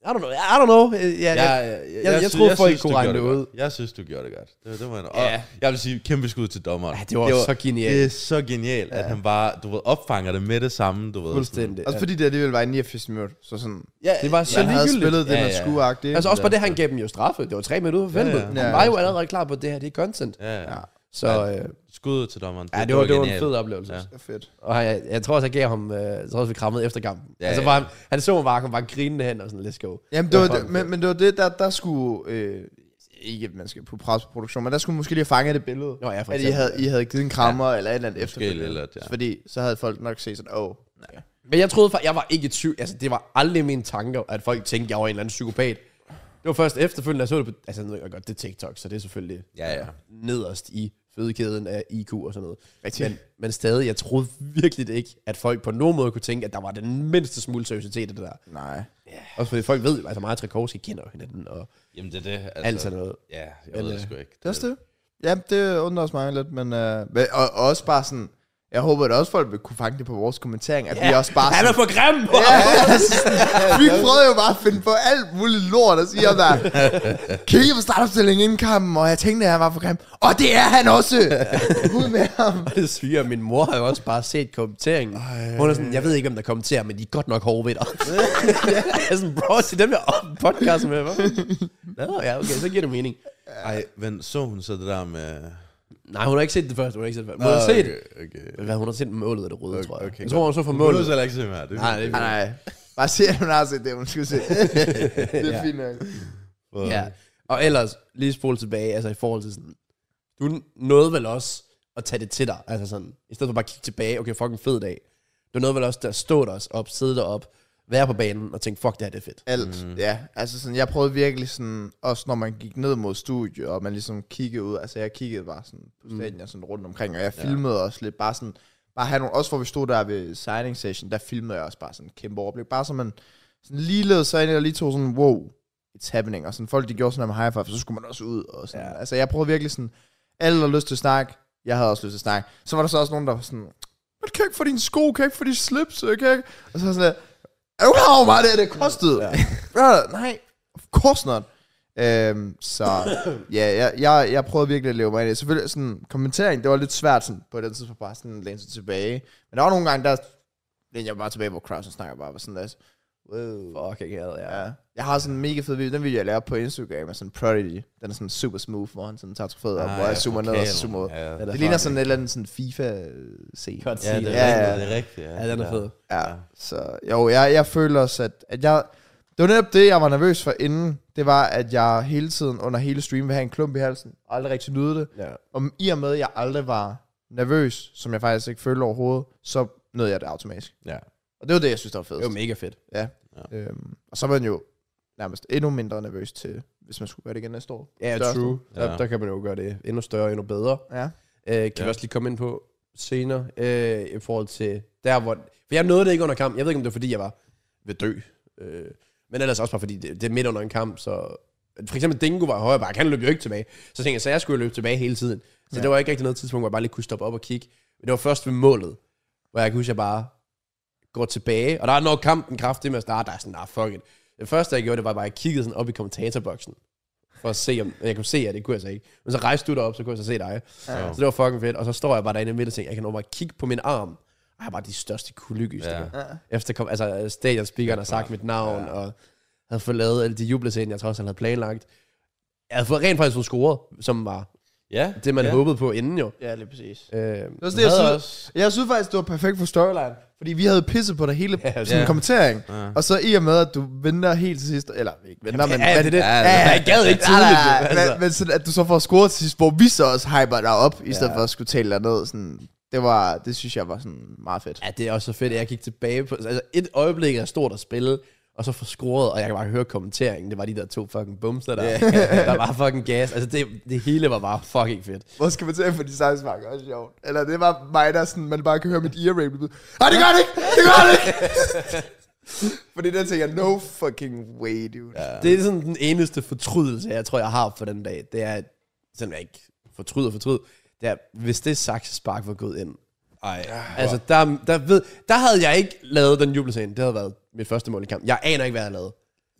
I don't know. I don't know. Jeg, jeg, jeg, jeg, jeg, jeg troede, folk kunne regne det ud. Jeg synes, du gjorde det godt. Det, det var en, ja. Og jeg vil sige, kæmpe skud til dommeren. Ja, det var, det var så genialt. Det er så genialt, ja. At han bare, du ved, opfanger det med det samme, du ved. Fuldstændig. Også fordi det alligevel var i niogfirs minutter, så sådan... Ja, det var så ligegyldigt. Han havde spillet det, ja, man ja. skulle agtigt. Altså også bare det, han gav dem jo straffe. Det var tre minutter forventet. Ja, ja. Han var jo allerede klar på, at det her, det er content. Ja, ja. Så... Øh, skud til dommeren. Ja, det, det var, det var en fed oplevelse. Ja. Det var fedt. Og jeg, jeg tror også, jeg gav ham... Øh, jeg tror også, vi krammede efter kampen. Ja, altså, ja. bare, han, han så mig bare, han bare grinende hen og sådan, let's go. Jamen, det var det, men, men det var det, der, der skulle... Øh, ikke, at man skal på pres på produktion, men der skulle måske lige fange det billede. Nå, ja, for at I eksempel, havde, I havde givet en krammer, ja. Eller et eller andet efterfølgende. Eller, ja. Fordi så havde folk nok set sådan, åh, oh, nej. Men jeg troede, jeg var ikke i tvivl. Altså, det var aldrig mine tanker, at folk tænkte, jeg var en eller anden psykopat. Det var først efterfølgende, jeg så det på... Altså, jeg ved godt, det er TikTok, så det er selvfølgelig ja, ja. nederst i fødekæden af I Q og sådan noget. Rigtig. Men, men stadig, jeg troede virkelig ikke, at folk på nogen måde kunne tænke, at der var den mindste smule seriøsitet i det der. Nej. Yeah. Også fordi folk ved, altså mig og Trekowski kender hinanden, og jamen det er det. Altså, alt sådan noget. Ja, jeg ved det sgu ikke. Det er også det. Ja, det undrer os mange lidt, men... Øh, og, og også bare sådan... Jeg håber, at også folk vil kunne fange det på vores kommentering, at ja, vi også bare... Han er for grim! Ja, vi prøvede jo bare at finde på alt muligt lort og sige om der. Kigge på startopstillingen inden kampen, og jeg tænkte, at han var for grim. Og det er han også! Ud med ham. Og det syger, min mor har jo også bare set kommenteringen. Ej. Hun er sådan, jeg ved ikke, om der kommenterer, men de er godt nok hårde ved dig. Jeg er sådan, bro, til dem, jeg podcast med, hva'? Nå, ja, okay, så giver det mening. Ej, men så hun så det der med... Nej, hun har ikke set det første, hun har ikke set det første. Hun har set okay, okay. Hvad, hun har set målet af det røde, okay, tror jeg. Okay, jeg tror, hun så for målet. Hun har så ikke set mere. Det nej, det er nej, nej. Bare se, at hun har set det, hun skulle se. Det er ja. Fint nok. Ja, og ellers, lige spole tilbage, altså i forhold til sådan, du nåede vel også at tage det til dig, altså sådan, i stedet for bare at kigge tilbage, okay, fucking fed dag. Du nåede vel også der stå der op, sidde derop, være på banen og tænke, fuck, det her, det er fedt. Alt, mm. ja. Altså sådan, jeg prøvede virkelig sådan, også når man gik ned mod studiet, og man ligesom kiggede ud, altså jeg kiggede bare sådan på stadion, mm. sådan rundt omkring, og jeg filmede ja. Også lidt, bare sådan, bare have nogle, også hvor vi stod der ved signing session, der filmede jeg også bare sådan en kæmpe overblik, bare så man sådan lige ledede sig ind, og lige tog sådan, wow, it's happening, og sådan folk, de gjorde sådan med high five, så skulle man også ud, og sådan, ja. Altså jeg prøvede virkelig sådan, alle havde lyst til at snakke, jeg havde også lyst til at snakke, så var der så også nogen, der var sådan, men kan ikke få dine sko, kan ikke få dine slips, kan ikke, og så sådan, er du klar over meget det, det kostede? Ja. Brother, nej, of course not. Øhm, så ja, jeg, jeg, jeg prøvede virkelig at leve mig ind i det. Selvfølgelig sådan, kommentering, det var lidt svært sådan, på den tidspunkt bare sådan læne sig tilbage. Men der var nogle gange, der lænede jeg bare tilbage, hvor Krausen snakker bare sådan lidt. Wow. Fuck, jeg havde, ja. Ja. Jeg har sådan en mega fed video, den video jeg lavede på Instagram med sådan Prodigy. Den er sådan super smooth, hvor han sådan tager trofæet op, ah, hvor jeg zoomer okay, ned og zoomer ud. Ja, det, det ligner sådan et eller andet sådan FIFA-scene. Ja, det er, ja, ja. Det er rigtigt. Ja, ja den er fed. Ja, så jo, jeg, jeg føler også, at, at jeg... Det var netop det, jeg var nervøs for inden. Det var, at jeg hele tiden under hele streamen ville have en klump i halsen. Og aldrig rigtig nyde det. Ja. Og i og med, at jeg aldrig var nervøs, som jeg faktisk ikke følte overhovedet, så nød jeg det automatisk. Ja. Og det var det, jeg synes, der var fedt. Det var mega fedt. Ja. Ja. Øhm, og så var man jo nærmest endnu mindre nervøs til, hvis man skulle gøre det igen næste år. Ja, Største. True. Der, ja. Der kan man jo gøre det endnu større og endnu bedre. Ja. Øh, kan ja. vi også lige komme ind på senere, øh, i forhold til der, hvor... For jeg nåede det ikke under kamp. Jeg ved ikke, om det var, fordi jeg var ved dø. Øh, men ellers også bare, fordi det, det er midt under en kamp, så... For eksempel Dingo var højre bakke, han løb jo ikke tilbage. Så tænkte jeg, så jeg skulle løbe tilbage hele tiden. Så ja. Det var ikke rigtig noget tidspunkt, hvor jeg bare lige kunne stoppe op og kigge. Men det var først ved målet, hvor jeg kunne huske, at jeg bare går tilbage. Og der er når kampen kraftigt med at starte, der er sådan, nah, fuck it. Det første, jeg gjorde, det var bare, at jeg kiggede sådan op i kommentatorboksen. For at se, om jeg kunne se, at det kunne jeg så ikke. Men så rejste du derop, så kunne jeg så se dig. Ja. Så det var fucking fedt. Og så står jeg bare derinde i midt og tænker, jeg kan nå bare kigge på min arm. Og jeg har bare de største kulygyster. Ja. Efter kom, altså stadionspeakeren har sagt mit navn, ja. Og havde fået lavet alle de jublescener, jeg trods alt havde planlagt. Jeg havde fået rent faktisk fået scoret, som var ja. Det, man ja. Håbede på inden jo. Ja, lige præcis. Øh, det var det, jeg, synes, også... jeg synes faktisk, det var perfekt for storyline. Fordi vi havde pisset på det hele, ja, sådan en kommentering. Ja. Og så i og med, at du venter helt til sidst, eller ikke venter, men... Ja, det er det. Ja, ja, jeg gad ikke tidligt. Altså. Men, men sådan, at du så får scoret til sidst, hvor vi så også hyper dig op, i stedet ja. For at skulle tale dig ned. Sådan, det, var, det synes jeg var sådan meget fedt. Ja, det er også så fedt, at jeg gik tilbage på... Altså et øjeblik, jeg stod der og spillede, og så få scoret, og jeg kan bare høre kommenteringen. Det var de der to fucking bumster der. Yeah. Der var fucking gas. Altså det, det hele var bare fucking fedt. Hvor skal man tage for de sejsmarker? Også sjovt. Eller det var mig, der sådan, man bare kan høre mit ear rape. Nej, det gør det ikke! Det gør det ikke! Fordi der tænker jeg, no fucking way, dude. Ja. Det er sådan den eneste fortrydelse, jeg tror, jeg har for den dag. Det er, selvom jeg ikke fortryder og fortryder, det er, hvis det saksespark var gået ind. Ej, altså der, der, ved, der havde jeg ikke lavet den jubelscene. Det havde været mit første mål i kamp. Jeg aner ikke, hvad jeg lavede.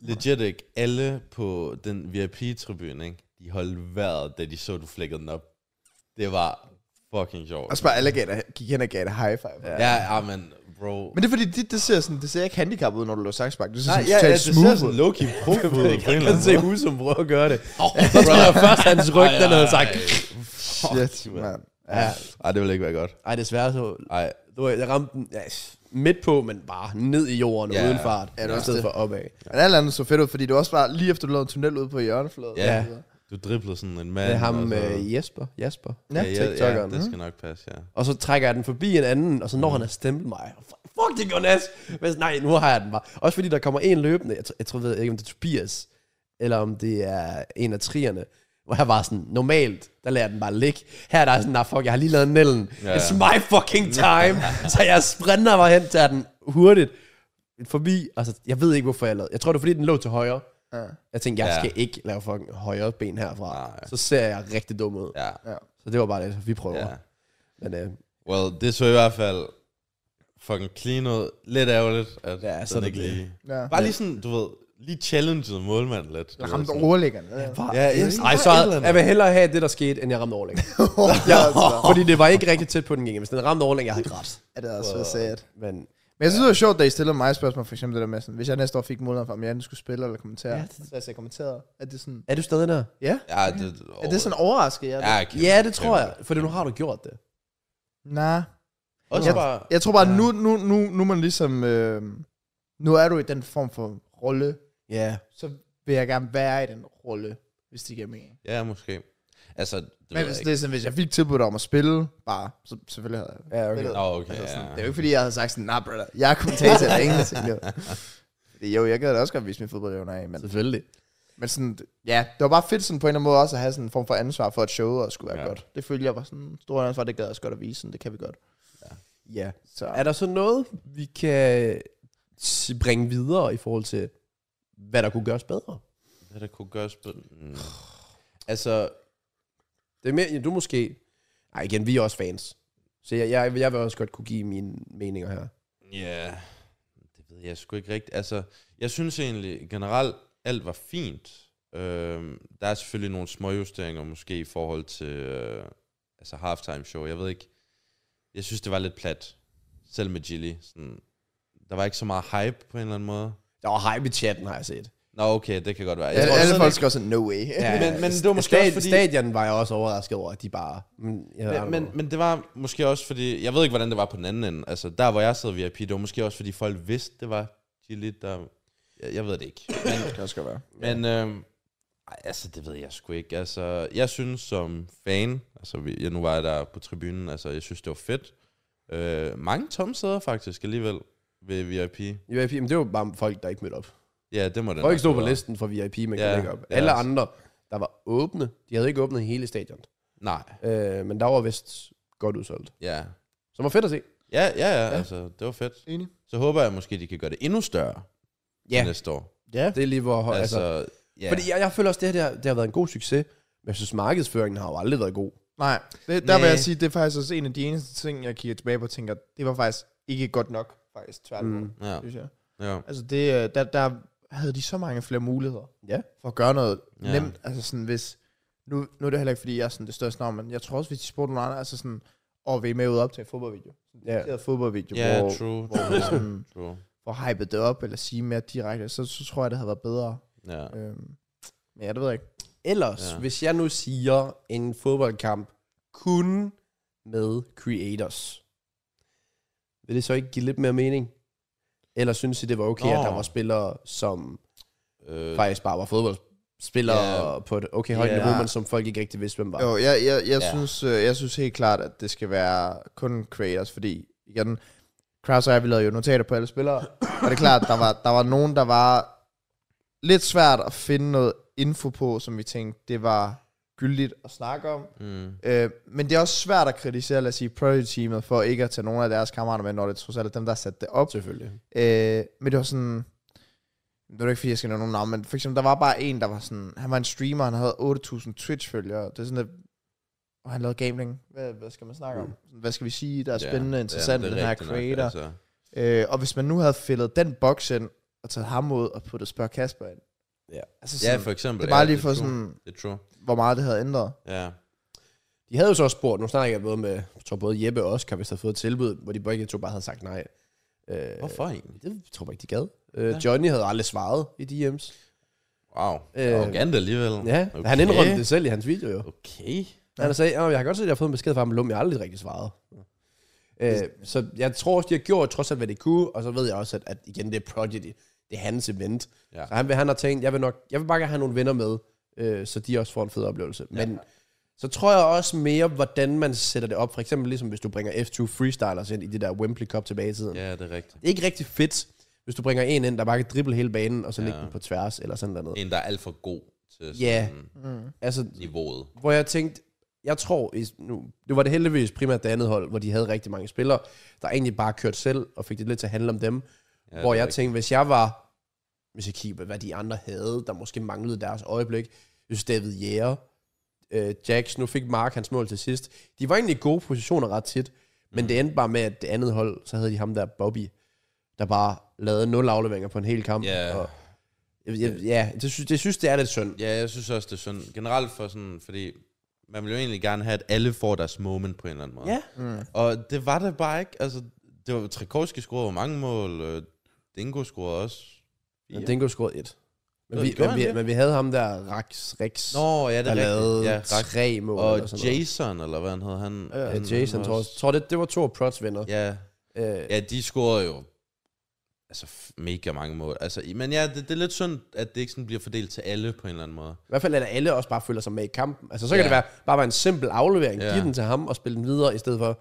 legit ikke alle på den V I P-tribune, ikke? De holdt vejret, da de så, du flækkede den op. Det var fucking sjovt. Og så bare alle gav dig, gik hen og gav dig high five. Ja, ja, ja men bro. Men det er fordi, det, det ser sådan, det ser ikke handicap ud, når du løber sakspark. Det ser Nej, sådan ja, totalt ja, det smooth ser sådan low-key pro ud. Jeg kan se Husum prøve at gøre det. Så tror jeg først, hans ryg, den havde sagt. Shit, man. Ja. Ej, det ville ikke være godt. Ej, desværre så... Ej. Du, jeg ramte den ja, midt på, men bare ned i jorden Ja. uden fart. Ja, det var i stedet det. for opad. Men alt andet så fedt ud, fordi det også var lige efter, du lavede en tunnel ude på hjørnefladet. Ja. Du driblede sådan en mand. Det er ham og så- øh, Jesper. Jasper. Ja, ja, ja, TikTokeren. det skal nok passe, ja. Og så trækker jeg den forbi en anden, og så når han at stemple mig. Fuck, det går nas. Men nej, nu har jeg den bare. Også fordi der kommer en løbende. Jeg, tror, jeg tror ved ikke, om det er Tobias, eller om det er en af trierne. Hvor jeg var sådan, normalt, der lader jeg den bare ligge. Her er der sådan, nah, fuck, jeg har lige lavet nælden. Ja. It's my fucking time. Så jeg sprinter mig hen til den hurtigt forbi. Altså, jeg ved ikke, hvorfor jeg lavede. Jeg tror, det var fordi, den lå til højre. Ja. Jeg tænkte, jeg Ja. skal ikke lave fucking højre ben herfra. Nej. Så ser jeg rigtig dum ud. Ja, Ja. Så det var bare det, vi prøver. ja. Men øh, Well, det så i hvert fald fucking clean ud. Lidt ærgerligt, at Ja, ja, så er den det ikke det. lige... Ja. Bare lige sådan, du ved, lige challenged målmanden lidt. Jeg ramte overlæggeren. Ja. Ja, yes. Ej, så jeg vil hellere have det, der skete, end jeg ramte overlægger. ja, Fordi det var ikke rigtig tæt på den gik. Hvis den ramte overlægger, jeg havde grædt. ja, det er så sad. Men Men jeg synes, det var sjovt, da I stillede mig et spørgsmål, for eksempel det der med sådan, hvis jeg næste år fik muligheden for, om jeg enten skulle spille eller kommentere. Ja, Ja, det- det... Så jeg sagde kommenteret. Er det sådan... er du stadig der? Ja? Ja, det, Er det sådan overrasket? Jeg Ja, kæmpe, Ja, det tror kæmpe. jeg. For nu har du gjort det. Nej. Også Jeg, bare... jeg tror bare, Ja. nu, nu, nu, nu er man ligesom... Øh, nu er du i den form for rolle, Ja. så vil jeg gerne være i den rolle, hvis det giver mening. Ja, måske. Altså, det ved Men jeg hvis, ikke. det er sådan, hvis jeg fik tilbudt om at spille, bare, så selvfølgelig havde jeg Ja, okay. spillet. Nå, okay, Altså sådan, ja. det er jo ikke fordi, jeg havde sagt sådan, nah brother, jeg er kommentator eller ingenting. Jo. Fordi jo, jeg gad da også godt vise min fodboldevner af, men, Selvfølgelig. men sådan, ja, det var bare fedt sådan på en eller anden måde også at have sådan en form for ansvar for, at showet skulle være Ja. ja. godt. Det følte jeg var sådan en stor ansvar, det gad jeg også godt at vise, sådan, det kan vi godt. Ja. Så Er der så noget, vi kan s- bringe videre i forhold til, hvad der kunne gøres bedre? Hvad der kunne gøres på... Mm. Altså, Det er mere, du måske... Ej, igen, vi er også fans. Så jeg, jeg, jeg vil også godt kunne give mine meninger her. ja... Det ved jeg sgu ikke rigtigt. Altså, jeg synes egentlig generelt, alt var fint. Øhm, der er selvfølgelig nogle småjusteringer måske i forhold til øh, altså halftime show. Jeg ved ikke... Jeg synes, det var lidt plat. Selv med Gilly. Sådan, der var ikke så meget hype på en eller anden måde. Der var hype i chatten, har jeg set. Nå, okay, det kan godt være. Jeg alle, tror alle slet folk ikke- skal også sådan, no way. Ja, Men- men det var måske Stad- også fordi- Stadion var jeg også overrasket over, at de bare... Men, jeg, Men, men, men det var måske også fordi, jeg ved ikke, hvordan det var på den anden ende. Altså, der hvor jeg sad V I P, det var måske også fordi folk vidste, det var Gilly, der... Jeg, jeg ved det ikke. Men, Det kan også godt være. men øhm, ej, altså, det ved jeg sgu ikke. Altså, jeg synes som fan, altså, vi, jeg, nu var jeg der på tribunen, altså, jeg synes, det var fedt. Øh, mange tomme sæder faktisk alligevel ved V I P. I V I P, men det var bare folk, der ikke mødte op. Ja, det må det Folk nok stod på være. listen for V I P, man Ja, kan lægge op. ja. Alle andre, der var åbne, de havde ikke åbnet hele stadion. Nej, Øh, men der var vist godt udsolgt. ja. Så var fedt at se. Ja, ja, ja, altså, det var fedt. Enig. Så håber jeg måske, de kan gøre det endnu større Ja. næste år. Ja. Det er lige hvor højt. Altså, Altså, ja. Fordi jeg, jeg føler også, det her det har, det har været en god succes. Men jeg synes, markedsføringen har jo aldrig været god. Nej, det, der vil Næh. jeg sige, det er faktisk også en af de eneste ting, jeg kigger tilbage på og tænker, det var faktisk ikke godt nok, faktisk tværtimod, Mm. mm. Ja, synes jeg. ja. Altså det, øh, der, der havde de så mange flere muligheder Ja. for at gøre noget Ja. ja. nemt. Altså sådan, hvis, nu, nu er det heller ikke, fordi jeg er sådan det største navn, men jeg tror også, hvis de spurgte nogle andre, altså sådan, og vi er med ud op til en fodboldvideo. Ja. Ja. fodboldvideo, Ja, hvor, true, hvor vi sådan true. får hypet det op, eller sige mere direkte, så, så tror jeg, det havde været bedre. Ja. Øhm, men ja, det ved jeg ikke. Ellers, Ja. ja. hvis jeg nu siger en fodboldkamp kun med creators, vil det så ikke give lidt mere mening? Eller synes I, det var okay, Nå. at der var spillere, som Øh, faktisk bare var fodboldspillere Ja. på et okay højt Ja. niveau, men som folk ikke rigtig vidste, hvem var? Jo, jeg, jeg, jeg, Ja. ja. synes, øh, jeg synes helt klart, at det skal være kun creators, fordi igen, Kraus og jeg, vi lavede jo notater på alle spillere, og det er klart, der var, der var nogen, der var lidt svært at finde noget info på, som vi tænkte, det var gyldigt at snakke om. mm, Øh, men det er også svært at kritisere, lad os sige, Prodigy-teamet, for ikke at tage nogle af deres kammerater med, når det trods alt er dem, der har sat det op. Selvfølgelig. Øh, men det var sådan... Det var ikke, fordi jeg skal nævne nogen navn, men for eksempel, der var bare en, der var sådan... Han var en streamer, han havde otte tusind Twitch-følgere. Det er sådan, at... Og han lavede gambling. Hvad, hvad skal man snakke om? Hvad skal vi sige, der er spændende, interessant, ja, den her rigtigt nok, creator. altså. Øh, og hvis man nu havde fældet den boks ind, og taget ham ud og puttet Spørg Kasper ind. Ja. Altså sådan, Ja, for eksempel. Det er bare ja, lige det for true. sådan, Det er true. hvor meget det havde ændret. Ja. De havde jo så også spurgt, nu snakker jeg både med, jeg tror både Jeppe og Oscar, hvis der havde fået et tilbud, hvor de begge to bare havde sagt nej. Øh, Hvorfor egentlig? Det tror jeg ikke, de gad. Øh, Johnny havde aldrig svaret i D M's. Wow. Øh, Arrogant alligevel. Ja, okay. Han indrømte det selv i hans video jo. Okay. Han sagde, at jeg har godt set, at jeg har fået en besked fra ham, men jeg har aldrig rigtig svaret. Øh, så jeg tror også, de har gjort trods alt, hvad de kunne, og så ved jeg også, at, at igen, det er Prodigy, det er hans event. Ja. Så han, vil, han har tænkt, jeg vil nok, jeg vil bare gerne have nogle venner med, øh, så de også får en fed oplevelse. Men Ja. så tror jeg også mere, hvordan man sætter det op. For eksempel ligesom, hvis du bringer F to Freestylers ind i det der Wembley Cup tilbage i tiden. Ja, det er rigtigt. Det er ikke rigtig fedt, hvis du bringer en ind, der bare kan drible hele banen, og så Ja. lægge den på tværs, eller sådan noget. En, der er alt for god til sådan Ja. Mm. Altså, niveauet. hvor jeg tænkte, jeg tror, i- nu, det var det heldigvis primært det andet hold, hvor de havde rigtig mange spillere, der egentlig bare kørte selv, og fik det lidt til at handle om dem. Ja, Hvor det er jeg rigtigt. tænkte, hvis jeg var, hvis jeg kigger, hvad de andre havde, der måske manglede deres øjeblik, jeg synes David Jæger, øh, Jax, nu fik Mark hans mål til sidst. De var egentlig i gode positioner ret tit, men Mm. det endte bare med, at det andet hold, så havde de ham der Bobby, der bare lavede nul afleveringer på en hel kamp. Ja. Og, jeg, jeg, ja, det synes, det synes, det er lidt synd. Ja, jeg synes også, det er sådan. Generelt for sådan, fordi man vil jo egentlig gerne have, at alle får deres moment på en eller anden måde. Ja. Mm. Og det var det bare ikke. Altså, det var Tchaikovsky scorede mange mål. øh, Dingo scorede også. Men Dingo scorede et. Men Nå, vi, gjorde men, han vi, det? men vi havde ham der, Rax, Rex, Nå, ja, det der er lavede rigtigt. Ja, ret. tre mål. Og eller sådan noget. Jason, eller hvad han hed, han... Ja, Ja, han, Jason, han tror, også- jeg tror det, det var to af Prods venner. Ja, Øh, ja, de scorede jo altså f- mega mange mål. Altså, i- men ja, det, det er lidt synd, at det ikke sådan bliver fordelt til alle på en eller anden måde. I hvert fald, at alle også bare føler sig med i kampen. Altså, så kan Ja. det være, bare være en simpel aflevering. Ja. Giv den til ham og spille den videre, i stedet for,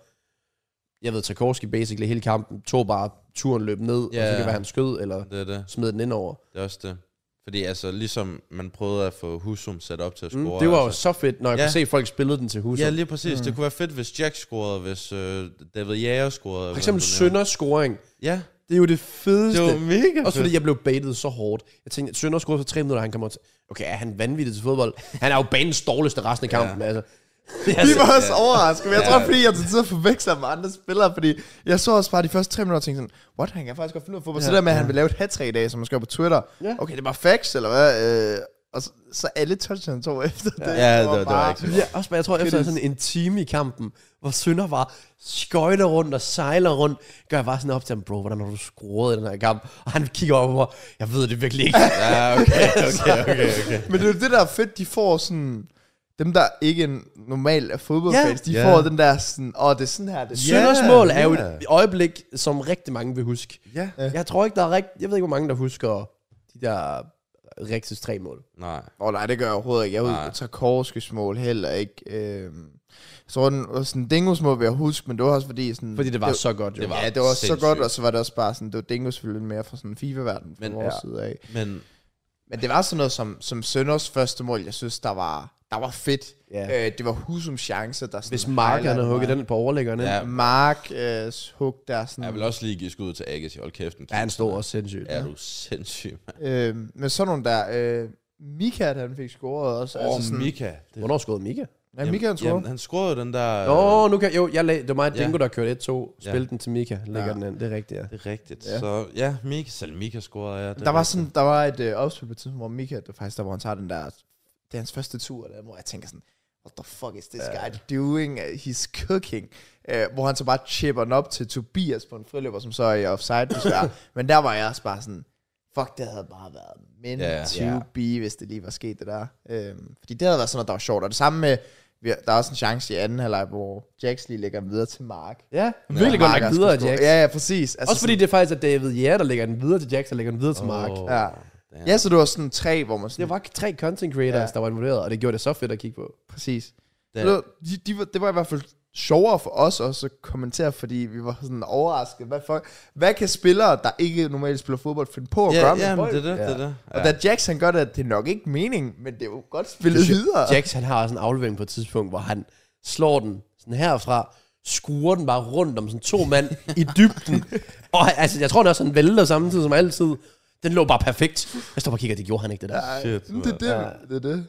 jeg ved, Tchaikovsky basically hele kampen, tog bare turen løb ned, Ja. og så kan det være, han skød, eller Det er det. smed den ind over. Det er også det. Fordi altså, ligesom man prøvede at få Husum sat op til at Mm, score. det var jo altså. så fedt, når jeg Ja. kunne se, at folk spillede den til Husum. Ja, lige præcis. Mm. Det kunne være fedt, hvis Jack scorede, hvis øh, David Jæger scorede. For eksempel hvem du nævner. Sønders scoring. Ja, Det er jo det fedeste. det var mega Også fordi fedt. jeg blev baitet så hårdt. Jeg tænkte, Sønder scorede for tre minutter, og han kommer til... Okay, er han vanvittig til fodbold? Han er jo banens dårligste resten af kampen, ja. altså. Vi var også Ja. overrasket, men jeg Ja. tror, fordi jeg til tider forveksler med andre spillere, fordi jeg så også bare de første tre minutter og tænkte sådan, what, han kan faktisk godt finde ud af fodbold. Ja. Så der med, at han vil lave et hat-trick i dag, som man skrev på Twitter. Ja. Okay, det var facts, eller hvad? Øh, og så, så alle touchdowns tog efter det. Ja, det var- det var ikke så Ja, også bare, jeg tror, efter Kritisk. sådan en time i kampen, hvor Sønder bare skøjter rundt og sejler rundt, gør jeg bare sådan op til ham, bro, hvordan har du scoret i den her kamp? Og han kigger op på mig, jeg ved det virkelig ikke. Ja, okay, okay, okay, okay. Men det er jo det, der er fedt, de får sådan... Dem, der ikke er normalt er fodboldfans, Ja. de Ja. får den der sådan, åh, det er sådan her, det er Sønders Ja, mål er jo ja. et øjeblik, som rigtig mange vil huske. Ja. Jeg tror ikke, der er rigt... Jeg ved ikke, hvor mange, der husker de der Rexes tre mål. Nej. Åh oh, nej, det gør jeg overhovedet ikke. Jeg Nej. husker Tarkovskis mål heller ikke. Øhm, jeg tror, den var sådan Dingos mål vil jeg huske, men det var også fordi sådan... Fordi det var det, så godt, jo. det var- Ja, det var så sindssygt. godt, og så var det også bare sådan, det var Dingo selvfølgelig mere fra sådan FIFA-verden fra Men- vores ja. side af. Men Men det var sådan noget som, som Sønders første mål, jeg synes, der var, der var fedt. Ja. Øh, det var Husums chance, der sådan Hvis Mark han havde highlightede hugget mig. den på overlæggerne. Ja. Ja, Mark øh, hug der sådan... jeg vil også lige give skud til Agassi. Hold kæft. en han keeper. stod også sindssygt. Ja, du er sindssyg, mand. Øh, med sådan nogle der... Øh, Mika, han fik scoret også. Åh, altså sådan, Mika. Det, Hvornår skåede Mika? Ja, Mika han scorede. jamen, han scorede jo den der... Nå, nu kan jo, jeg lag, det var mig og Ja. Dingo, der kørte et to, Ja. spillede den til Mika, lægger Ja. den ind, det er rigtigt, ja. Det er rigtigt. Ja. Så ja, Mika, selv Mika scorede, ja. Det er Der var, rigtigt. sådan, der var et øh, opspil på et tidspunkt, hvor Mika, det var faktisk der, hvor han tager den der, det er hans første tur, der, hvor jeg tænker sådan, what the fuck is this guy doing? Uh, he's cooking. Uh, hvor han så bare chipper den op til Tobias på en friløber, som så er i offside desværre. Men der var jeg også bare sådan, fuck, det havde bare været meant Ja. to Ja. be, hvis det lige var sket det der. Um, fordi det havde været sådan noget, der var sjovt. Og det samme med, vi har- der er også en chance i anden halvleg, hvor Jax lige lægger den videre til Mark. Ja, virkelig godt Mark lagt er videre, sgu- Jax. Ja, ja, præcis. Altså Også fordi det er faktisk at David Jæger, der lægger den videre til Jax, der lægger den videre til Mark. Åh, Ja. damn. Ja, så det var sådan tre, hvor man sådan... Det var tre content creators, Ja. der var involveret, og det gjorde det så fedt at kigge på. Præcis. Det- Det, de, de, var- det var i hvert fald sjovere for os også at kommentere, fordi vi var sådan overrasket. Hvad, for, hvad kan spillere, der ikke normalt spiller fodbold, finde på at Ja, gøre med ja, men bold? det er det, det er det. Og da Jackson gør det, at det er nok ikke mening, men det er jo godt spillet videre. Jax, han har også en aflevering på et tidspunkt, hvor han slår den sådan herfra, skruer den bare rundt om sådan to mand i dybden. Og altså, jeg tror, det også, han vælter samtidig som altid. Den lå bare perfekt. Jeg står bare og kigger, det gjorde han ikke, det der. Ja, Shit, det er det, Ja. det, er det.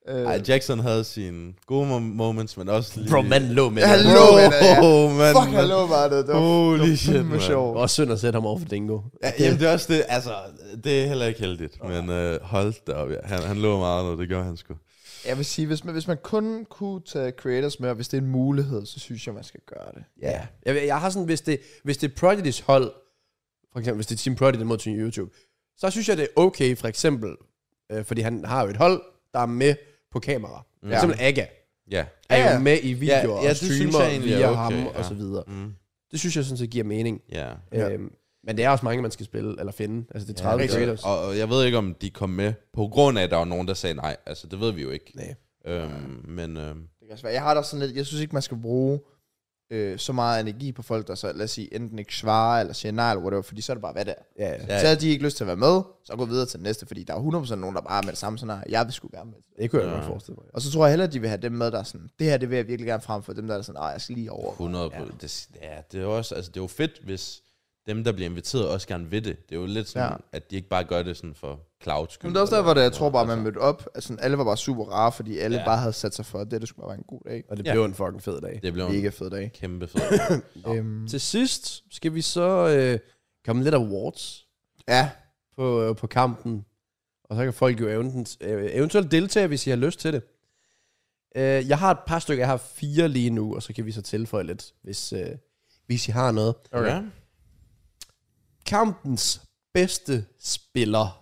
Ej, Jackson havde sine gode moments, men også lige... Bro, man lå med det. Han lå med det, ja. Oh, man, Fuck, han lå bare det. Det var, Holy det var shit, fandme man. sjovt. Det var også synd at sætte ham over for Dingo. Ja, jamen, det er også det, altså, det er heller ikke heldigt, men øh, hold da op, ja. Han, han lå meget, og det gjorde han sgu. Jeg vil sige, hvis man, hvis man kun kunne tage creators med, og hvis det er en mulighed, så synes jeg, man skal gøre det. Ja. Yeah. Jeg, jeg har sådan, hvis det, hvis det er Prodigys hold, for eksempel, hvis det er Team Prodigy mod Team YouTube, så synes jeg, det er okay, for eksempel, øh, fordi han har jo et hold, der er med på kamera. Mm. For eksempel Aga Ja. er Ja, ja. jo med i videoer Ja, ja, og det synes streamer jeg egentlig er via okay, ham ja. og så videre. Mm. Det synes jeg sådan set giver mening. Ja. Ja. Øhm, men det er også mange, man skal spille, eller finde. Altså det er Ja, tredive rigtig. creators. Og, og jeg ved ikke, om de kom med, på grund af, at der var nogen, der sagde nej. Altså, det ved vi jo ikke. Nej. Øhm, men øhm, Det kan også være. Jeg har da sådan lidt, jeg synes ikke, man skal bruge øh, så meget energi på folk, der så, lad os sige, enten ikke svarer, eller siger nej, eller whatever, fordi så er det bare, hvad det er. Ja, ja. Ja. Så havde de ikke lyst til at være med, så gå videre til den næste, fordi der er hundrede procent nogen, der bare er med det samme, sådan her, jeg vil sgu gerne med. Det kunne jeg Ja. godt forestille mig. Og så tror jeg heller, at de vil have dem med, der er sådan, det her, det vil jeg virkelig gerne frem for, dem der er sådan, nej, jeg skal lige over. hundrede ja. Det, ja, det er jo også, altså det er jo fedt, hvis dem, der bliver inviteret, også gerne vil det. Det er jo lidt sådan, Ja. at de ikke bare gør det sådan for cloud skyld. Men det er også der, hvor det, jeg tror bare, man altså. mødte op, altså alle var bare super rare, fordi alle Ja. bare havde sat sig for, at det, det skulle bare være en god dag. Og det Ja. blev en fucking fed dag. Det blev en Mega fed dag. kæmpe fed. Øhm, Til sidst skal vi så øh, komme lidt awards ja, på, øh, på kampen. Og så kan folk jo eventuelt, øh, eventuelt deltage, hvis I har lyst til det. Øh, jeg har et par stykker. Jeg har fire lige nu, og så kan vi så tilføje lidt, hvis, øh, hvis I har noget. Okay. Kampens bedste spiller.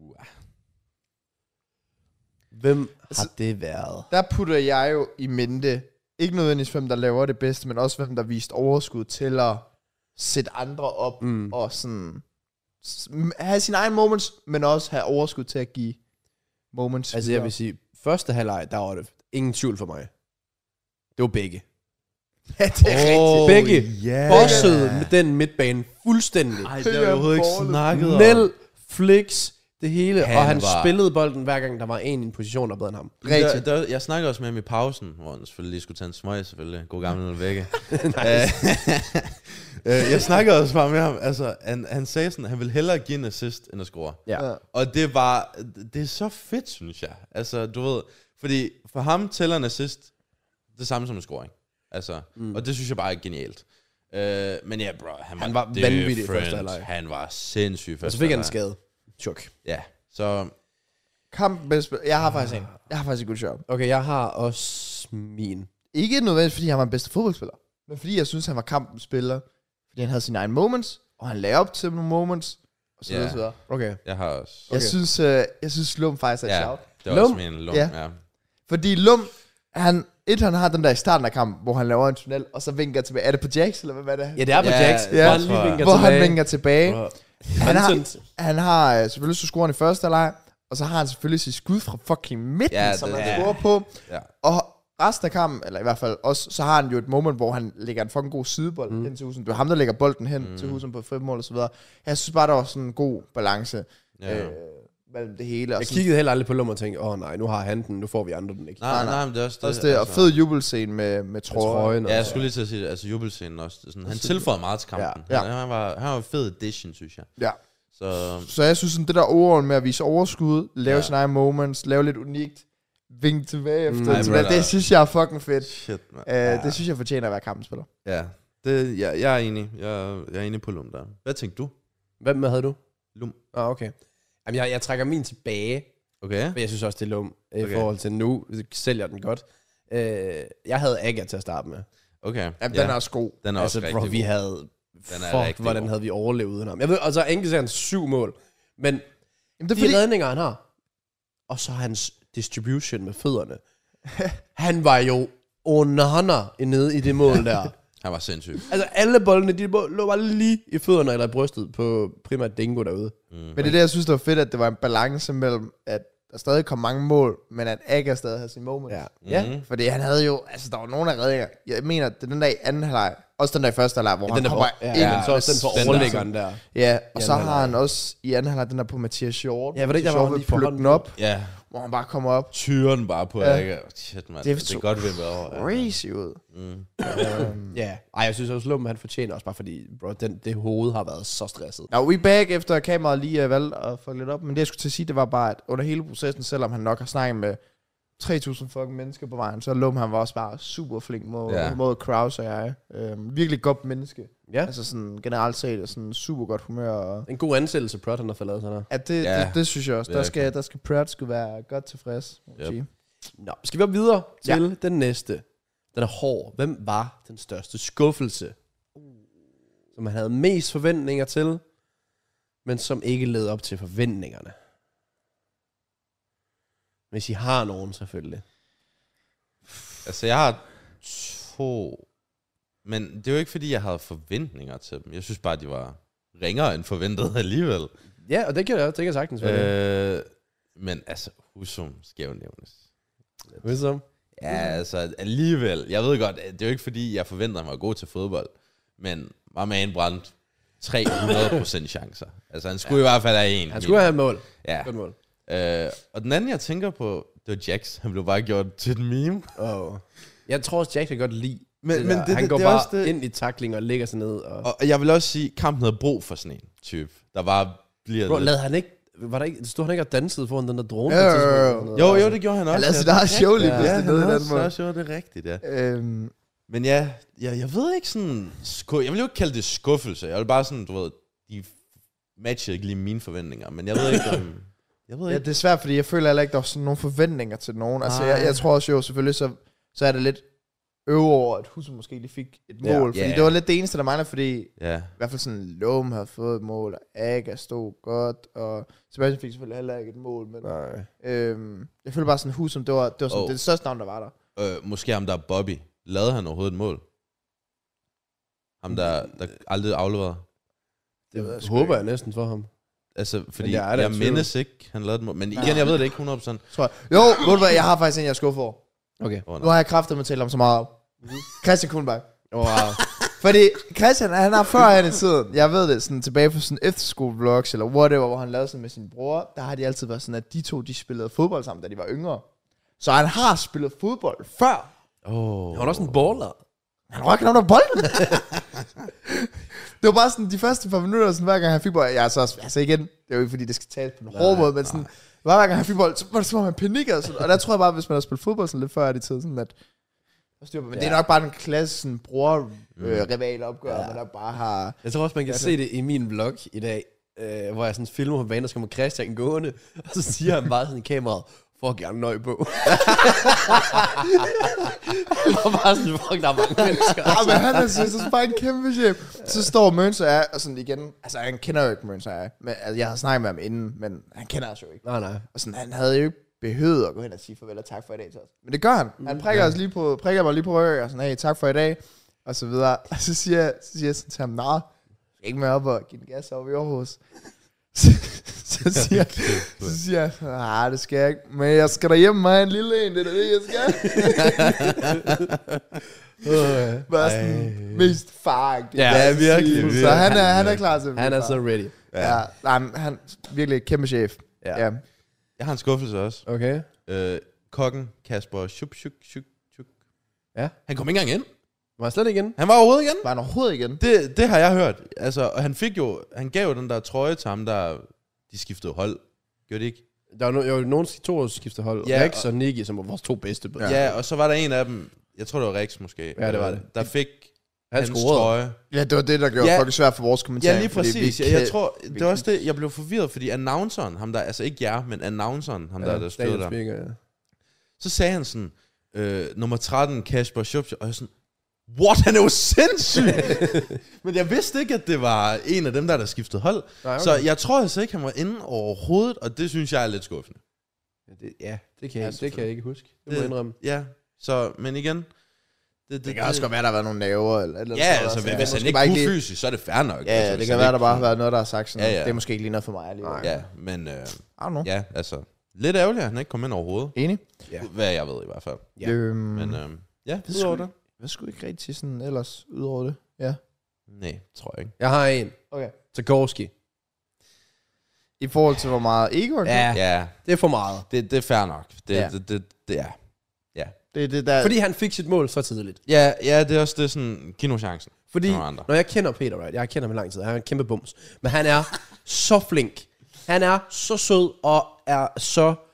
Hvem har Altså- det været? der putter jeg jo i mente, ikke nødvendigvis hvem, der laver det bedste, men også hvem, der vist overskud til at sætte andre op, Mm. og sådan s- have sine egne moments, men også have overskud til at give moments Altså videre. jeg vil sige, første halvleg, der var det ingen tvivl for mig. Det var begge. Ja, det er Åh, rigtigt. Begge ja. bossede med den midtbane fuldstændig. Ej, det har jeg overhovedet ikke Ballet. snakket om. Nel, Flix, det hele. Han og han var- spillede bolden hver gang, der var en i en position, der bedre end ham. Rigtigt. Der, der, jeg snakkede også med ham i pausen, hvor han selvfølgelig lige skulle tage en smøg, selvfølgelig. God gammel vække. Jeg snakkede også bare med ham, altså, han, han sagde sådan, at han ville hellere give en assist, end at score. Ja. Ja. Og det var, det er så fedt, synes jeg. Altså, du ved, fordi for ham tæller en assist det samme som en scoring. Altså, mm. og det synes jeg bare er genialt. Uh, men ja, bro, han var, Han var vanvittig i første halvleg. Han var sindssyg Og første så fik han en halvleg. skade. Chuk. Ja, så Kampen bedste spiller. Jeg har faktisk en. Jeg har faktisk et godt job. Okay, jeg har også min. Ikke nødvendigvis, fordi han var den bedste fodboldspiller, men fordi jeg synes, han var kampens spiller. Fordi han havde sine egne moments, og han lagde op til nogle moments, og så Ja. videre, så videre. Okay. jeg har også... Jeg synes, øh, jeg synes Lum faktisk er et Ja, shout. det var Lum? også min lum, Ja. ja. Fordi Lum, han, et, han har den der i starten af kampen, hvor han laver en tunnel, og så vinker tilbage. Er det på Jax, eller hvad er det? Ja, det er på Ja, Jax, ja, hvor han tror lige jeg. vinker hvor tilbage. han vinker tilbage. Bro. Han har, Content. han har øh, selvfølgelig så scorer han i første halvleg, og så har han selvfølgelig sit skud fra fucking midten, Ja, som det- han ja. scorer på. Ja. Og resten af kampen, eller i hvert fald også, så har han jo et moment, hvor han lægger en fucking god sidebold mm. hen til Husum. Det er ham, der lægger bolden hen mm. til Husum på frimål og så videre. Jeg synes bare, der var sådan en god balance Ja. øh, mellem det hele. Og Jeg sådan, kiggede heller aldrig på Lum og tænkte, åh oh, nej, nu har han den, nu får vi andre den ikke. Nej, nej, nej, men det er også det. også det, og altså. fed jubelscene med, med Med trøjen. trøjen og Ja, jeg så. skulle lige til at sige det, altså jubelscenen også. Det er sådan, han tilføjede meget til kampen. Ja. Han, han, var, han var en fed addition, synes jeg. Ja. Så Så jeg synes sådan, det der overall med at vise overskud, lave Ja. sine egne moments, lave lidt unikt, vink tilbage efter, Mm, mm, brother. det synes jeg er fucking fedt. shit, man. Uh, ja. Det synes jeg fortjener at være kampspiller. Ja, det, ja, jeg er enig. Jeg, jeg er enig på Lum der. Hvad tænkte du? Hvem havde du? Lum. Ah, okay. Jamen, jeg, jeg trækker min tilbage, Okay. men jeg synes også, det er Lum i Okay. forhold til nu. Sælger den godt. Øh, jeg havde Aga til at starte med. Okay. Jamen, ja. den er også god. Den er Altså, også bro, rigtig vi god. havde... Den er Fuck, rigtig hvordan god. havde vi overlevet uden ham. Jeg ved, og så enkelt han syv mål. Men Jamen, det er de fordi, redninger, han har, og så hans distribution med fødderne. Han var jo under nede i det mål der. Han var sindssyg. Altså alle boldene, de lå bare lige i fødderne eller i brystet på primært Dingo derude. Mm. men det er det, jeg synes, det var fedt, at det var en balance mellem, at der stadig kom mange mål, men at Aga stadig havde sin moments. Ja. Ja. Mhm. Fordi han havde jo, altså der var nogle af redninger. Jeg mener, det er den der i anden halvleg, også den der i første halvleg, hvor Ja, han den der kommer på, ja, ind. ja, så også den for den der. overlæggeren der. Ja, og I så anden har han halvleg. også i anden halvleg den der på Mathias Hjort. Ja, var det ikke, der Mathias var Hjort lige lige på plukke hånden? den op, Ja, hvor han bare kommer op. tyrer den bare på Ja. Aga. Shit, man. Det er Det, det så er godt vippet over. Ja. Crazy ud. Mm. um, Ja, ej, jeg synes også, Lum, han fortjener også bare, fordi bro, den, det hoved har været så stresset. Now we back efter kameraet lige uh, valgte at få lidt op, men det jeg skulle til at sige, det var bare, at under hele processen, selvom han nok har snakket med tre tusind fucking mennesker på vejen, så Lum han var også bare super flink mod, Ja. mod Kraus og jeg. Øhm, virkelig godt menneske. Ja. Altså sådan generelt set, og sådan super godt humør. Og En god ansættelse, Prot, han har fået lavet sådan her. ja, det, Ja. det, det, synes jeg også. Der Virkelig. skal, der skal Pratt skulle være godt tilfreds, må man Yep. sige. Nå, skal vi op videre til Ja. den næste. Den er hård. Hvem var den største skuffelse? Som man havde mest forventninger til, men som ikke led op til forventningerne. Hvis I har nogen, selvfølgelig. Altså, jeg har to... Men det er jo ikke, fordi jeg havde forventninger til dem. Jeg synes bare, de var ringere end forventet alligevel. Ja, og det kan jeg, det kan jeg sagtens være. Øh, men altså, Husum skal jo nævnes. Husum? Ja, altså alligevel. Jeg ved godt, det er jo ikke, fordi jeg forventer, at han var god til fodbold. Men var med en brand tre hundrede procent chancer. Altså, han skulle ja. i hvert fald have en. Han skulle have et mål. Ja. Godt mål. Øh, og den anden, jeg tænker på, det var Jax. Han blev bare gjort til et meme. Oh. Jeg tror også, Jack kan godt lide Men, det men der. det, Han det, går det er bare også det. ind i tackling og lægger sig ned. Og... Og jeg vil også sige, kampen havde brug for sådan en type, der bare bliver Bro, lidt- lavede han ikke... Var der ikke, stod han ikke og dansede foran den der drone? Jo, på et jo, jo. tidspunkt? Jo, jo, det gjorde han også. Han lavede ja. sit eget show lige Ja, pludselig. han nede i havde den også måde. også gjort det rigtigt, ja. Øhm, Men ja, jeg, jeg ved ikke sådan... Sku- jeg vil jo ikke kalde det skuffelse. Jeg vil bare sådan, du ved, de matcher ikke lige mine forventninger. Men jeg ved ikke, om... Jeg ved ja, ikke. det er svært, fordi jeg føler heller ikke, der er sådan nogle forventninger til nogen. Altså, Nej. jeg, jeg tror også jo, selvfølgelig, så, så er det lidt øve over, at Husum måske lige fik et mål. Ja. Fordi Ja. det var lidt det eneste, der manglede, fordi Ja. i hvert fald sådan Lom havde fået et mål, og Aga stod godt, og Sebastian fik selvfølgelig heller ikke et mål, men Nej. øhm, jeg føler bare sådan, Husum, det var, det var sådan, Oh. det, det største navn, der var der. Øh, måske ham der er Bobby. Lavede han overhovedet et mål? Ham der, der aldrig afleverede. Det ved jeg Det sgu håber ikke. jeg næsten for ham. Altså, fordi jeg er jeg, da i jeg tvivl. mindes ikke, han lavede et mål. Men igen, Nej. jeg ved det ikke hundrede procent. Tror jeg. Jo, ved du hvad, jeg har faktisk en, jeg er skuffet over. Okay. Oh, Nu har jeg kræftet med at tale om så meget op. Christian Kuhnberg. Wow. Fordi Christian, han har førhen i tiden, jeg ved det, sådan tilbage på sådan efterskole-vlogs, eller whatever, hvor han lavede sådan med sin bror, der har de altid været sådan, at de to, de spillede fodbold sammen, da de var yngre. Så han har spillet fodbold før. Oh. Han var også en baller. Han røg knap under bolden. Det var bare sådan, de første par minutter, sådan, hver gang han fik bold, ja, så også, altså igen, det er jo ikke fordi, det skal tages på en hård måde, men sådan, hver gang han fik bold, så var det som om han panikker, og, sådan, og der tror jeg bare, hvis man har spillet fodbold sådan lidt før i det tid, sådan at, men ja. Det er nok bare den klasse sådan, bror-rival opgør, ja. Man der bare har... Jeg tror også, man kan se det i min vlog i dag, øh, hvor jeg sådan filmer på banen, og så kommer Christian gående, og så siger han bare sådan i kameraet, fuck, jeg er nøj på. Det var bare sådan, fuck, der er mange mennesker. Ja, men han er så, så bare en kæmpe chef. Så står Møns og jeg, og sådan igen, altså han kender jo ikke Møns og jeg, men altså, jeg har snakket med ham inden, men han kender os jo ikke. Nej, nej. Og sådan, han havde jo ikke behøvet at gå hen og sige farvel og tak for i dag til os. Men det gør han. Han prikker, ja. os lige på, prikker mig lige på ryggen, og sådan, hey, tak for i dag, og så videre. Og så siger jeg, så siger jeg sådan til ham, nej, ikke med op og give den gas over i Aarhus. Så, så, siger, så siger jeg, nej, det skal jeg ikke, men jeg skal derhjemme med en lille en, det er det, jeg skal. Bare sådan mest faragtigt. Ja, ja, virkelig, virkelig. Så han er, han er klar til at Han er blive så far. ready. Ja, nej, men han er virkelig et kæmpe chef. Ja. Ja. Jeg har en skuffelse også. Okay. Øh, kokken Kasper Schuk, Schuk, Schuk, Schuk. Ja. Han kom ikke engang ind. Var jeg slet igen? Han var overhovedet igen. Var han overhovedet igen? Det, det har jeg hørt. Altså, og han fik jo, han gav jo den der trøje til ham, der de skiftede hold. Gjorde de ikke? Der var no, jo nogen to år skifter hold. Ja, Ja, Rex og Niki, som var vores to bedste. Ja. ja, og så var der en af dem, jeg tror det var Rex måske. Ja, det var øh, det. Der fik Han hans scorede. trøje. Ja, det var det, der gjorde Ja. ja. fucking svært for vores kommentar. Ja, lige præcis. Jeg, jeg tror, det var også det, jeg blev forvirret, fordi announceren, ham der, altså ikke jer, men announceren, ham Ja, der, der stod Daniel der. Speaker, ja. Så sagde han sådan, øh, nummer tretten, Kasper Schuk, og jeg sådan, what, han er jo sindssyg! Men jeg vidste ikke, at det var en af dem, der der skiftede hold. Nej, okay. Så jeg tror altså ikke, han var inde overhovedet, og det synes jeg er lidt skuffende. Ja, det, ja, det kan, Ja, jeg, det kan jeg ikke huske. Det må Det- jeg indrømme. Ja, så, men igen... Det, det kan også godt være, der har været nogle naver. Eller, eller Ja, altså, hvis, hvis han ikke bare kunne lige- fysisk, så er det fair nok. Ja, altså, det hvis kan han være, ikke der bare har kunne- været noget, der har sagt sådan, Ja, ja. det er måske ikke lige noget for mig alligevel. Ja, men øh, I don't know. ja, altså, lidt ærgerligt, at han ikke kom ind overhovedet. Enig? Ja. Hvad jeg ved i hvert fald. Ja. Øhm, Men øh, ja, det udover skulle- det. hvad skulle ikke rigtig sådan ellers udover det? Ja. Nej, tror jeg ikke. Jeg har en. Okay. Tarkovski. I forhold til, hvor meget ego han Ja, kan? Ja, det er for meget. det, det er fair nok. Det, Ja. ja. det, det, det er. Det er det der... Fordi han fik sit mål så tidligt. Ja, ja, det er også det sådan, giv nu chancen. Fordi, til nogle andre. når jeg kender Peter, right? Jeg kender ham i lang tid. Han er en kæmpe bums. Men han er så flink. Han er så sød og er så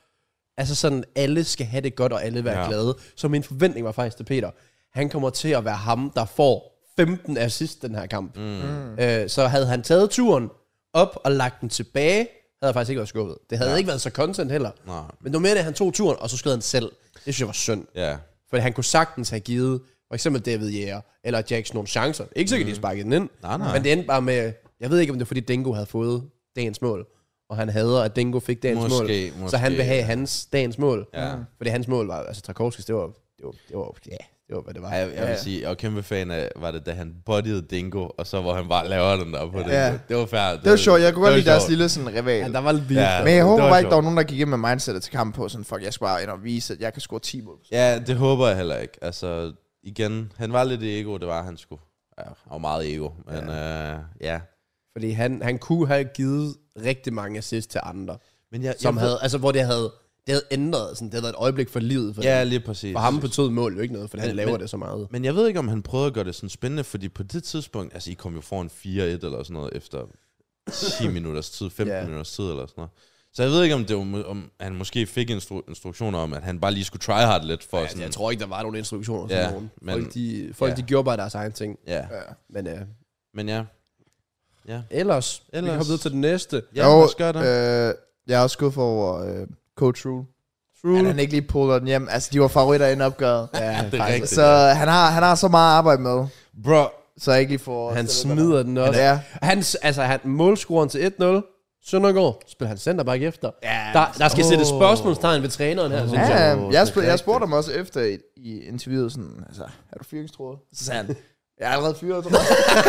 altså sådan, alle skal have det godt, og alle være ja. glade. Så min forventning var faktisk til Peter, han kommer til at være ham, der får femten assist den her kamp. Mm. Øh, så havde han taget turen op og lagt den tilbage, havde jeg faktisk ikke været skuffet. Det havde ja. ikke været så content heller. Nej. Men det var mere det, at han tog turen, og så skød han selv. Det synes jeg var synd. Ja. For han kunne sagtens have givet, for eksempel David Jæger, eller Jackson nogle chancer. Ikke sikkert, mm. de sparkede den ind. Nej, nej. Men det endte bare med, jeg ved ikke, om det var fordi Dingo havde fået dagens mål. Og han hader, at Dingo fik dagens måske, mål. Måske, så han vil have ja. hans dagens mål. Ja. Fordi hans mål var, altså Tarkovskis, det var, det var, det var, ja, det var, hvad det var. Jeg, jeg vil ja. sige, jeg var kæmpe fan af, var det da han bodyede Dingo, og så hvor han bare laver den der på det. Ja. Det var færdigt. Det, det var sjovt, jeg kunne godt lide deres lille sådan rival. Ja, der var lidt vildt. Ja, men jeg håber bare ikke, der var nogen, der gik ind med mindsetet til kampen på, sådan, fuck, jeg skal bare ind og vise, at jeg kan score ti mål. Ja, det håber jeg heller ikke. Altså, igen, han var lidt ego, det var han sgu. Ja, han var meget ego, men ja. Øh, ja. Fordi han, han kunne have givet rigtig mange assist til andre. Men jeg, som jeg havde, altså hvor det havde, det havde ændret, sådan, det havde været et øjeblik for livet. For ja, den. lige præcis. For ham betød mål jo ikke noget, for han laver men, det så meget. Men jeg ved ikke, om han prøvede at gøre det sådan spændende, fordi på det tidspunkt, altså I kom jo foran fire et eller sådan noget, efter ti minutters tid, femten yeah. minutters tid eller sådan noget. Så jeg ved ikke, om, det var, om han måske fik instru- instruktioner om, at han bare lige skulle tryhard lidt for ja, sådan... Jeg tror ikke, der var nogen instruktioner. Ja, nogen. Men, folk, de, folk ja. de gjorde bare deres egen ting. Ja. ja. Men, uh, men ja. ja. Ellers, Ellers, vi kan hoppe videre til det næste. Ja, jo, gør det. Øh, jeg er også skuffet over øh, Coach Rule. At han ikke lige puller den hjem. Altså, de var favoritter i en opgør. Ja, det er rigtigt. Så ja. han, har, han har så meget arbejde med. Bro. Så jeg ikke lige får... Han smider den også. Ja. Han, altså, han målscoren til et nul. Søndergaard spiller han centerback efter. Ja, der, der skal oh. sætte spørgsmålstegn ved træneren her, oh. synes ja, jeg. Oh, jeg, spurgte, jeg spurgte ham også efter i, i interviewet sådan, altså, er du fyringstrådet? Så sagde han, jeg er allerede fyret, tror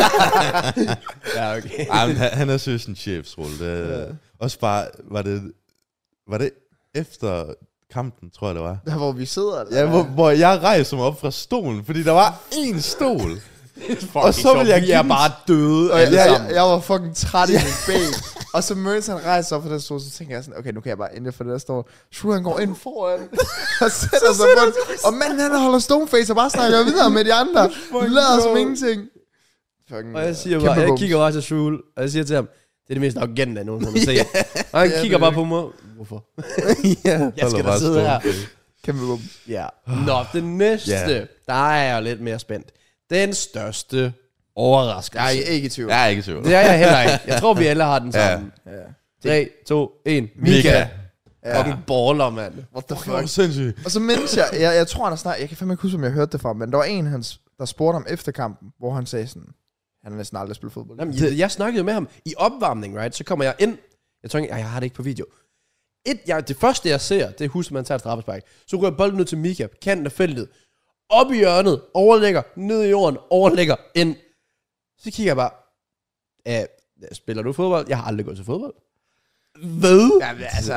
jeg. Ja, okay. Ej, men han, han er seriøst en chefsrolle. Det, ja. Også bare, var det, var det efter kampen, tror jeg det var. Der hvor vi sidder. Ja, hvor, hvor jeg rejser mig op fra stolen, fordi der var én stol. Og så ville jeg give... Vi er bare døde. Og jeg, jeg, jeg var fucking træt i min ben. Og så mødte han rejse sig op for den stol, så tænker jeg sådan, okay, nu kan jeg bare endelig for det der stol. Shrew, han går ind foran. Og sætter sig på den. Og manden, han holder stoneface og bare snakker videre med de andre. Lader som ingenting. Fucking, og jeg siger bare, jeg kigger bare til Shrew, og jeg siger til ham, det er det mest arrogante af nogen, som jeg ser. Og han kigger bare på mig. Hvorfor? Ja, jeg skal da sidde her. Kæmpe bum. Ja. Nå, det næste, der er jeg lidt mere spændt. Den største overraskelse. Jeg er ikke i tvivl. Jeg er ikke i tvivl. Det er jeg heller ikke. Jeg tror, vi alle har den sammen. Ja. tre, to, et. Mika. Ja. Fucking baller, mand. What the fuck? Sindssygt. Og så mens jeg, jeg, jeg tror, han er snart, jeg kan fandme ikke huske, om jeg hørte det fra, men der var en, hans, der spurgte ham efter kampen, hvor han sagde sådan, han har næsten aldrig spillet fodbold. Jamen, jeg, jeg snakkede med ham i opvarmning, right? Så kommer jeg ind. Jeg tænker, jeg har det ikke på video. Et, jeg, det første, jeg ser, det er husk, man tager et straffespark. Så ryger bolden ud til Mika, kanten af feltet. Op i hjørnet, overlægger, ned i jorden, overlægger, ind. Så kigger jeg bare, Æh, spiller du fodbold? Jeg har aldrig gået til fodbold. Hvad? Ja, altså,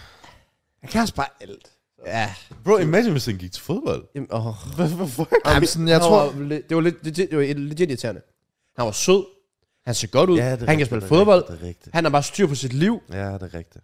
jeg kan også bare alt. Ja. Bro, imagine hvis han gik til fodbold. Jamen, åh. Hvad, hvad fuck? Jamen, sådan, jeg tror... Var, det var lidt, det var legit irriterende. Han var sød. Han ser godt ud. Ja, han rigtigt, kan spille fodbold. Rigtigt, han har bare styr på sit liv. Ja, det er rigtigt.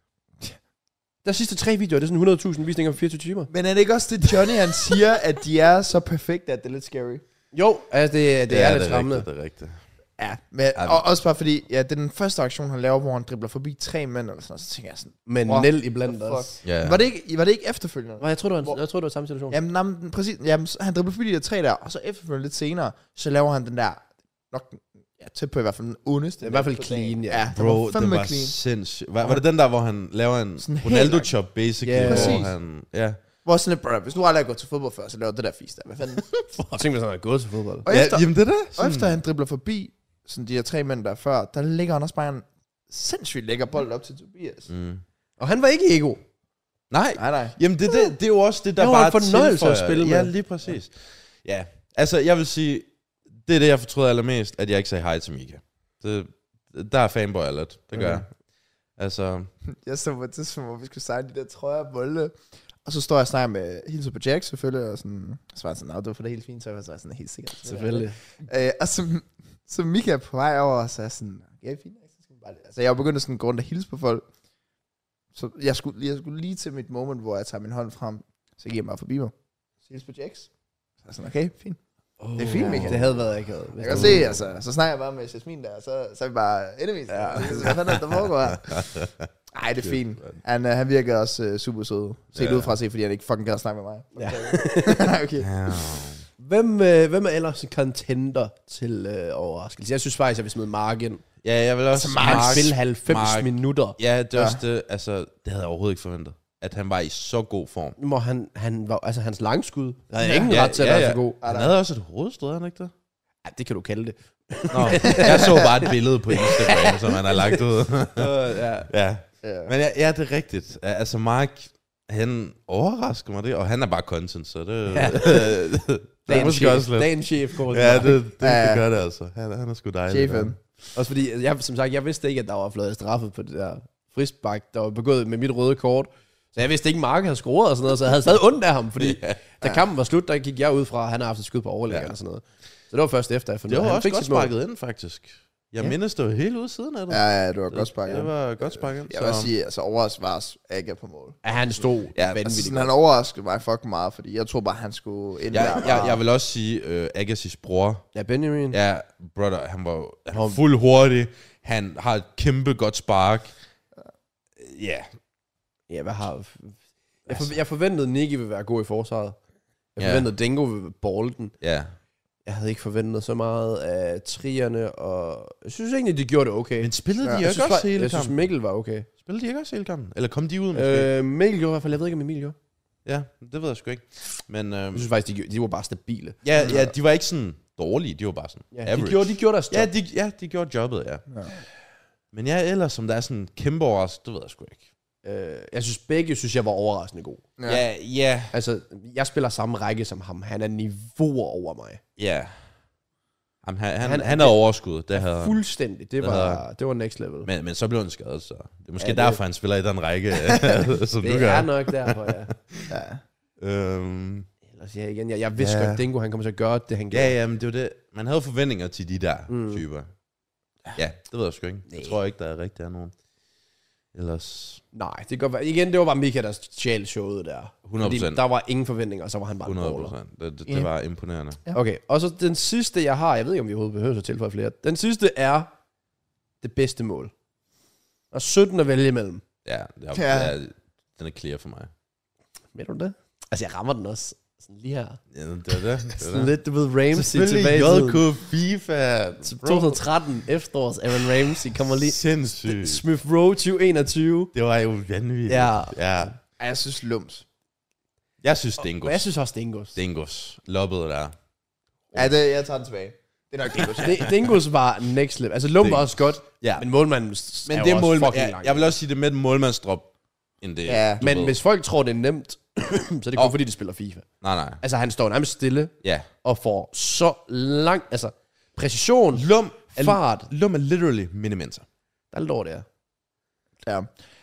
Der sidste tre videoer, det er sådan hundrede tusind visninger på fireogtyve timer. Men er det ikke også det, Johnny han siger, at de er så perfekte, at det er lidt scary? Jo, altså det, det ja, er lidt det skræmmende. Det er rigtigt. Ja, men, og også bare fordi, ja, det er den første aktion, han laver, hvor han dribler forbi tre mænd, eller sådan noget, så tænker jeg sådan... Med en Nel iblandt også. Yeah. Var, det ikke, var det ikke efterfølgende? Nej, jeg tror det var, hvor, jeg tror, det var samme situation. Jamen, jamen præcis. Jamen, han dribler forbi de der tre der, og så efterfølgende lidt senere, så laver han den der... Nok, ja, tæt på i hvert fald den ondeste. Det er i hvert fald clean, ja. ja Bro, var det var clean. Sindssygt. Var, var det den der, hvor han laver en Ronaldo-chop, basically? Ja, hvor han... Ja. Hvor sådan lidt, bro, hvis du aldrig har gået til fodbold før, så laver det der fisk der. Hvad fanden? Jeg tænkte, at han har gået til fodbold. Og efter, ja, jamen det der. Og efter han dribler forbi, sådan de her tre mænd der før, der ligger han også bare en sindssygt lækker bold op til Tobias. Mm. Og han var ikke ego. Nej. Nej, nej. Jamen det, det, det er jo også det, der det bare var en fornøjelse at spille med. Ja, lige præcis. Ja, altså jeg vil sige, det er det, jeg fortryder allermest, at jeg ikke sagde hej til Mika. Det, der er fanboy alert, det gør mm. jeg. Altså... Jeg så på et tidspunkt, hvor vi skulle sejle de der trøjer og bolle. Og så står jeg og snakker med hilser på Jack selvfølgelig, og sådan, så var jeg sådan, nej, det var for det helt fint, så jeg var sådan helt sikkert. Selvfølgelig. Øh, og så, så Mika er på vej over, og så er jeg sådan, ja, fint, så skal vi bare... Altså jeg var begyndt at sådan gå rundt og hilse på folk. Så jeg skulle, jeg skulle lige til mit moment, hvor jeg tager min hånd frem, så giver jeg mig forbi mig. Så hilse på Jax. Så er jeg sådan, okay, fint. Oh, det er fint, Mika. Det havde været ikke havde. Jeg kan se, altså, så snakker jeg bare med Jasmin der, og så, så er vi bare enemies. Ja. Hvad fanden der foregår her? Nej, det er fint. Han, uh, han virker også uh, super sød. Set ja. ud fra at se, fordi han ikke fucking kan snakke med mig. Ja. Okay. Ja. Hvem, øh, hvem er ellers en contender til øh, overraskelse? Jeg synes faktisk, at vi smider Mark ind. Ja, jeg vil også... Altså, Mark, Mark spille halvfems Mark, minutter. Ja, det er ja. også det. Altså, det havde jeg overhovedet ikke forventet. At han var i så god form. Nu må han, han var, altså hans langskud. Der er ja. ingen ja, ret til at ja, være ja. så god. Han havde også et hovedstød, han ikke det? Ja, det kan du kalde det. Nå, jeg så bare et billede på Instagram, som han har lagt ud. uh, ja. ja. ja. Men ja, ja, det er rigtigt. Altså, Mark, han overrasker mig det, og han er bare content, så det... Ja. det er måske chef. Også lidt. Dagens chef. Ja, det, det, det, ja. det gør det altså. Han, han er sgu dejlig. Chefen. Også fordi, jeg, som sagt, jeg vidste ikke, at der var flået straffet på det der frisbak, der var begået med mit røde kort. Så jeg vidste ikke, Mark havde scoret og sådan noget, så jeg havde stadig ondt af ham, fordi ja. da kampen var slut, der gik jeg ud fra, at han havde haft et skud på overlæggeren ja. og sådan noget. Så det var først efter, jeg fandt det. Det var han også godt sparket ind, faktisk. Jeg ja. mindes, det var helt ude siden af det. Ja, ja, det var godt sparket ind. Det var godt sparket ind. Jeg vil sige, altså overraskede var Aga på mål. Ja, han stod ja, altså, sådan, han overraskede mig fucking meget, fordi jeg tror bare, han skulle ind ja, der. Jeg, jeg vil også sige, uh, Agassis bror. Ja, Benjamin. Ja, brother, han var, han var fuld hurtig. Han har et kæmpe godt spark. Ja. Yeah. Ja, hvad har... Jeg, for, jeg forventede, Nicky ville være god i forsvaret. Jeg yeah. forventede, Dingo ville være bolden. Ja. Yeah. Jeg havde ikke forventet så meget af trierne, og jeg synes egentlig, de gjorde det okay. Men spillede ja. de ikke også hele Jeg kampen? synes, Mikkel var okay. Spillede de ikke også hele kampen? Eller kom de ud måske? Øh, Mikkel gjorde i hvert fald, jeg ved ikke, om Emil gjorde. Ja, det ved jeg sgu ikke. Men, øhm, jeg synes faktisk, de, de var bare stabile. Ja, ja, de var ikke sådan dårlige, de var bare sådan ja, de gjorde, de gjorde deres job. Ja, de, ja, de gjorde jobbet, ja. ja. Men ja, ellers som der er sådan kæmpe overraskelse, det ved jeg sgu ikke. Øh, jeg synes begge, synes jeg var overraskende god. Ja, ja. ja. Altså, jeg spiller samme række som ham. Han er niveauer over mig. Ja. Jamen, han, han, han, han er overskud, det havde fuldstændig, det var, det var next level. Men, men så blev han skadet, så det er måske ja, det, derfor, han spiller i den række, som det du gør. Det er nok derfor, ja. ja. Øhm, Ellers ja, igen, jeg, jeg vidste ja. godt, Dingo, han kommer til at gøre det, han gjorde. Ja, ja, men det var det. Man havde forventninger til de der mm. typer. Ja, det ved jeg sgu ikke. Nej. Jeg tror ikke, der er rigtig er nogen. Ellers... Nej, det kan godt være. Igen, det var bare Mika, der stjal showet der. hundrede procent. Fordi der var ingen forventninger, og så var han bare hundrede procent. Det, det, det var imponerende. Ja. Okay, og så den sidste, jeg har, jeg ved ikke, om vi overhovedet behøver at tilføje flere. Den sidste er det bedste mål. Og sytten at vælge imellem. Ja, det er, ja. Er, den er clear for mig. Ved du det? Altså, jeg rammer den også. Sådan lige her. Ja, det er det. det sådan lidt, du ved, Ramsey tilbage. J K FIFA. tyve tretten efterårs Aaron Ramsey kommer lige. Sindssygt. Smith Rowe tyve enogtyve. Det var jo vanvittigt. Ja. ja. Jeg synes Lums. Jeg synes Dingos. Jeg synes også Dingos. Dingos. Loppet der. Ja, det, jeg tager den tilbage. Det er nok Dingos. Dingos var next level. Altså, Lum var også godt. Ja. Men målmanden men det er målmand, ja, jeg vil også sige det med et målmandsdrop. End det, ja. Men ved. Hvis folk tror, det er nemt, så er det kun oh. fordi, de spiller FIFA. Nej, nej. Altså, han står nærmest stille, ja. og får så lang, altså, præcision, Lum, fart. Lum er literally minimenser. Der er lidt over det, ja.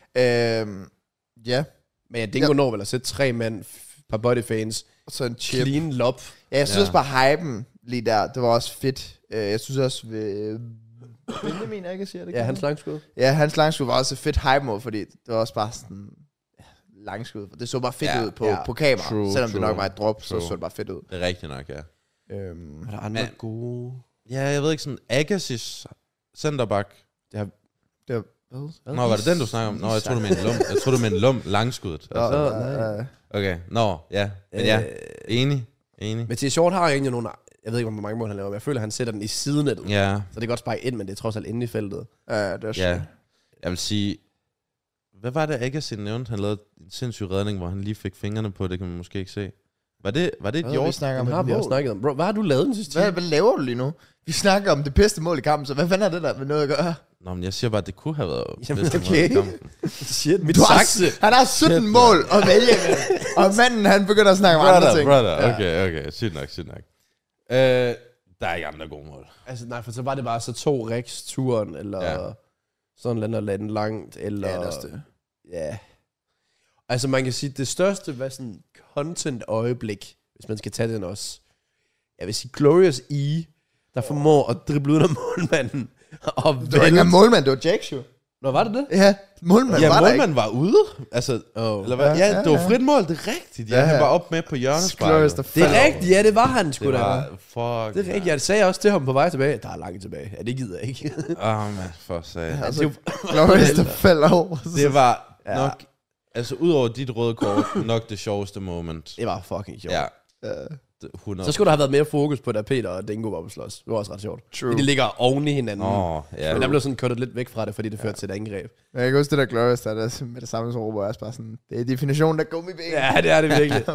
Øhm, ja. Men ja, Dingo ja. når vel at sætte tre mænd, par bodyfans, og så en chip. Clean lop. Ja, jeg synes ja. bare hypen lige der, det var også fedt. Jeg synes også ved... Benjamin, ikke siger det? Ja, hans langskud. Ja, hans langskud var også et fedt hype mod, fordi det var også bare sådan langskud. Det så bare fedt ja, ud på, ja. på kamera. True, Selvom true, det nok var et drop, true. så så det bare fedt ud. Det er rigtigt nok, ja. Øhm, er der andre men, gode? Ja, jeg ved ikke, sådan Agassis centerback. Det har... Det har hvad? Nå, var det den, du snakker om? Nå, jeg tror du med en lum. Jeg tror du med en lum langskuddet. Altså. Nå, nej. Okay, nå, ja. Men ja, enig. Enig. Mathias Short har egentlig nogle... Jeg ved ikke, hvor mange mål han laver, men jeg føler, at han sætter den i sidenettet. Ja. Så det er godt sparke ind, men det er trods alt inde i feltet. Ja, det er ja. Jeg vil sige... Hvad var det, Agassi nævnte? Han lavede en sindssyg redning, hvor han lige fik fingrene på. Det kan man måske ikke se. Var det, var det et Hjort? Vi snakker om, har vi også snakket om. Bro, hvad har du lavet den sidste hvad, hvad laver du lige nu? Vi snakker om det bedste mål i kampen, så hvad fanden er det der med noget at gøre? Nå, men jeg siger bare, at det kunne have været Jamen, okay. Shit, mit sakse. Han har sytten Shit, mål at vælge med. Og manden, han begynder at snakke om brother, andre ting. Brother, okay, okay. Sygt nok, sygt nok. Uh, der er ikke andre gode mål. Altså, nej, for så var det bare så to Rex-turen, eller ja. sådan noget, eller lande langt, eller... Ja, det er det. Ja. Altså, man kan sige, det største var sådan content-øjeblik, hvis man skal tage den også. Jeg vil sige, Glorious E, der formår at drible ud af målmanden. Og det var ikke en målmand, det var Jax jo. Nå, var det det? Ja, målmanden Ja, var der ikke. målmanden var ude. Altså, Oh. eller hvad? Ja, Ja, ja, det var ja. frit mål, det er rigtigt. Ja, Ja, han ja. var op med på hjørnesparket. Glorious, der Det faldt er over. rigtigt, ja, det var han sgu Det da. var, fuck. Det er rigtigt, jeg sagde også til ham på vej tilbage. Der er langt tilbage. Ja, det gider jeg ikke. Åh, oh, man, for sag. Altså, Glorious, der faldt over. Det var Ja. nok, altså udover dit røde kort, nok det sjoveste moment. Det var fucking sjovt. Ja, Ja. hundrede. Så skulle der have været mere fokus på, da Peter og Dingo var på slås. Det var også ret sjovt. True. Men de ligger oven i hinanden. Åh, ja. Men der blev sådan cuttet lidt væk fra det, fordi det førte til et angreb. Men jeg kan huske det der Glorious, der, der med det samme som råber, også bare sådan, det er definitionen af gummibæk. Ja, det er det virkelig.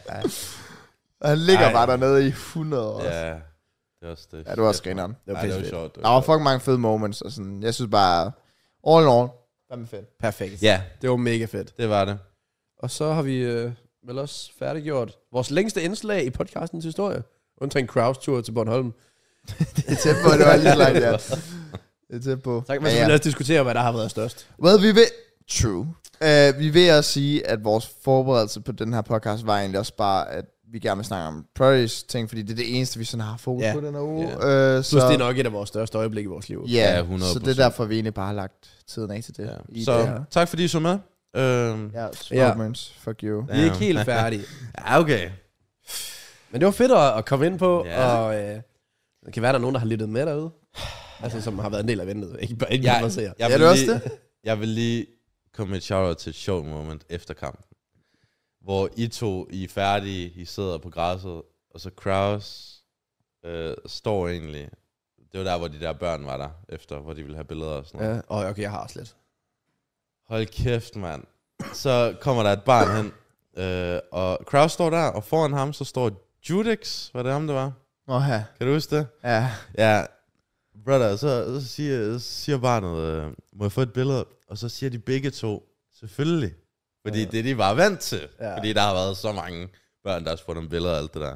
Og han ligger Ej. bare dernede i hundrede år. Ja, det er også det. Ja, det var også grineren. Det var Ja, det var pisse fedt. sjovt. det Der var fucking mange fede moments, og sådan, jeg synes bare, all in all, hvad med fedt. Perfekt. Ja, Det var mega fedt. det var det. Og så har vi øh, vel også færdiggjort vores længste indslag i podcastens historie. Undtagen Kraus tur til Bornholm. Det er tæt på, det var lige så langt, ja. Det er tæt på. Så kan man Ja, selvfølgelig ja. også diskutere, hvad der har været størst. Well, vi vil... True. Uh, vi vil også sige, at vores forberedelse på den her podcast var egentlig også bare, at vi gerne vil snakke om Prodigy's ting, fordi det er det eneste, vi sådan har fokus Ja. på den her uge. Ja. Uh, Så det er nok et af vores største øjeblikke i vores liv. Ja, Ja, yeah, hundrede så det er procent. derfor, vi egentlig bare har lagt tiden af til det. Ja. I Så det her. tak fordi I så med. Øhm, Ja, Ja. Smokemans, fuck you. Vi er ikke helt færdige. ja, okay. Men det var fedt at, at komme ind på, Ja. og øh, det kan være, der er nogen, der har lyttet med derude. Altså, som har været en del af ventet. Ikke bare ikke Jeg, bare ser. jeg, Ja, vil det er også lige, det. jeg vil lige komme med et shout-out til et sjovt moment efter kampen. Hvor I to, I er færdige, I sidder på græsset, og så Kraus øh, står egentlig. Det var der, hvor de der børn var der, efter, hvor de ville have billeder og sådan noget. Ja, og okay, jeg har også lidt. Hold kæft, mand. Så kommer der et barn hen, øh, og Kraus står der, og foran ham, så står Judix. Var det ham, det var? Åh, ja. Kan du huske det? Ja. Ja, brother, så, så, siger, så siger barnet, øh, må jeg få et billede? Og så siger de begge to, selvfølgelig. Fordi Ja. ja. det er de bare vant til. Ja. Ja. Fordi der har været så mange børn, der har spurgt om billeder og alt det der.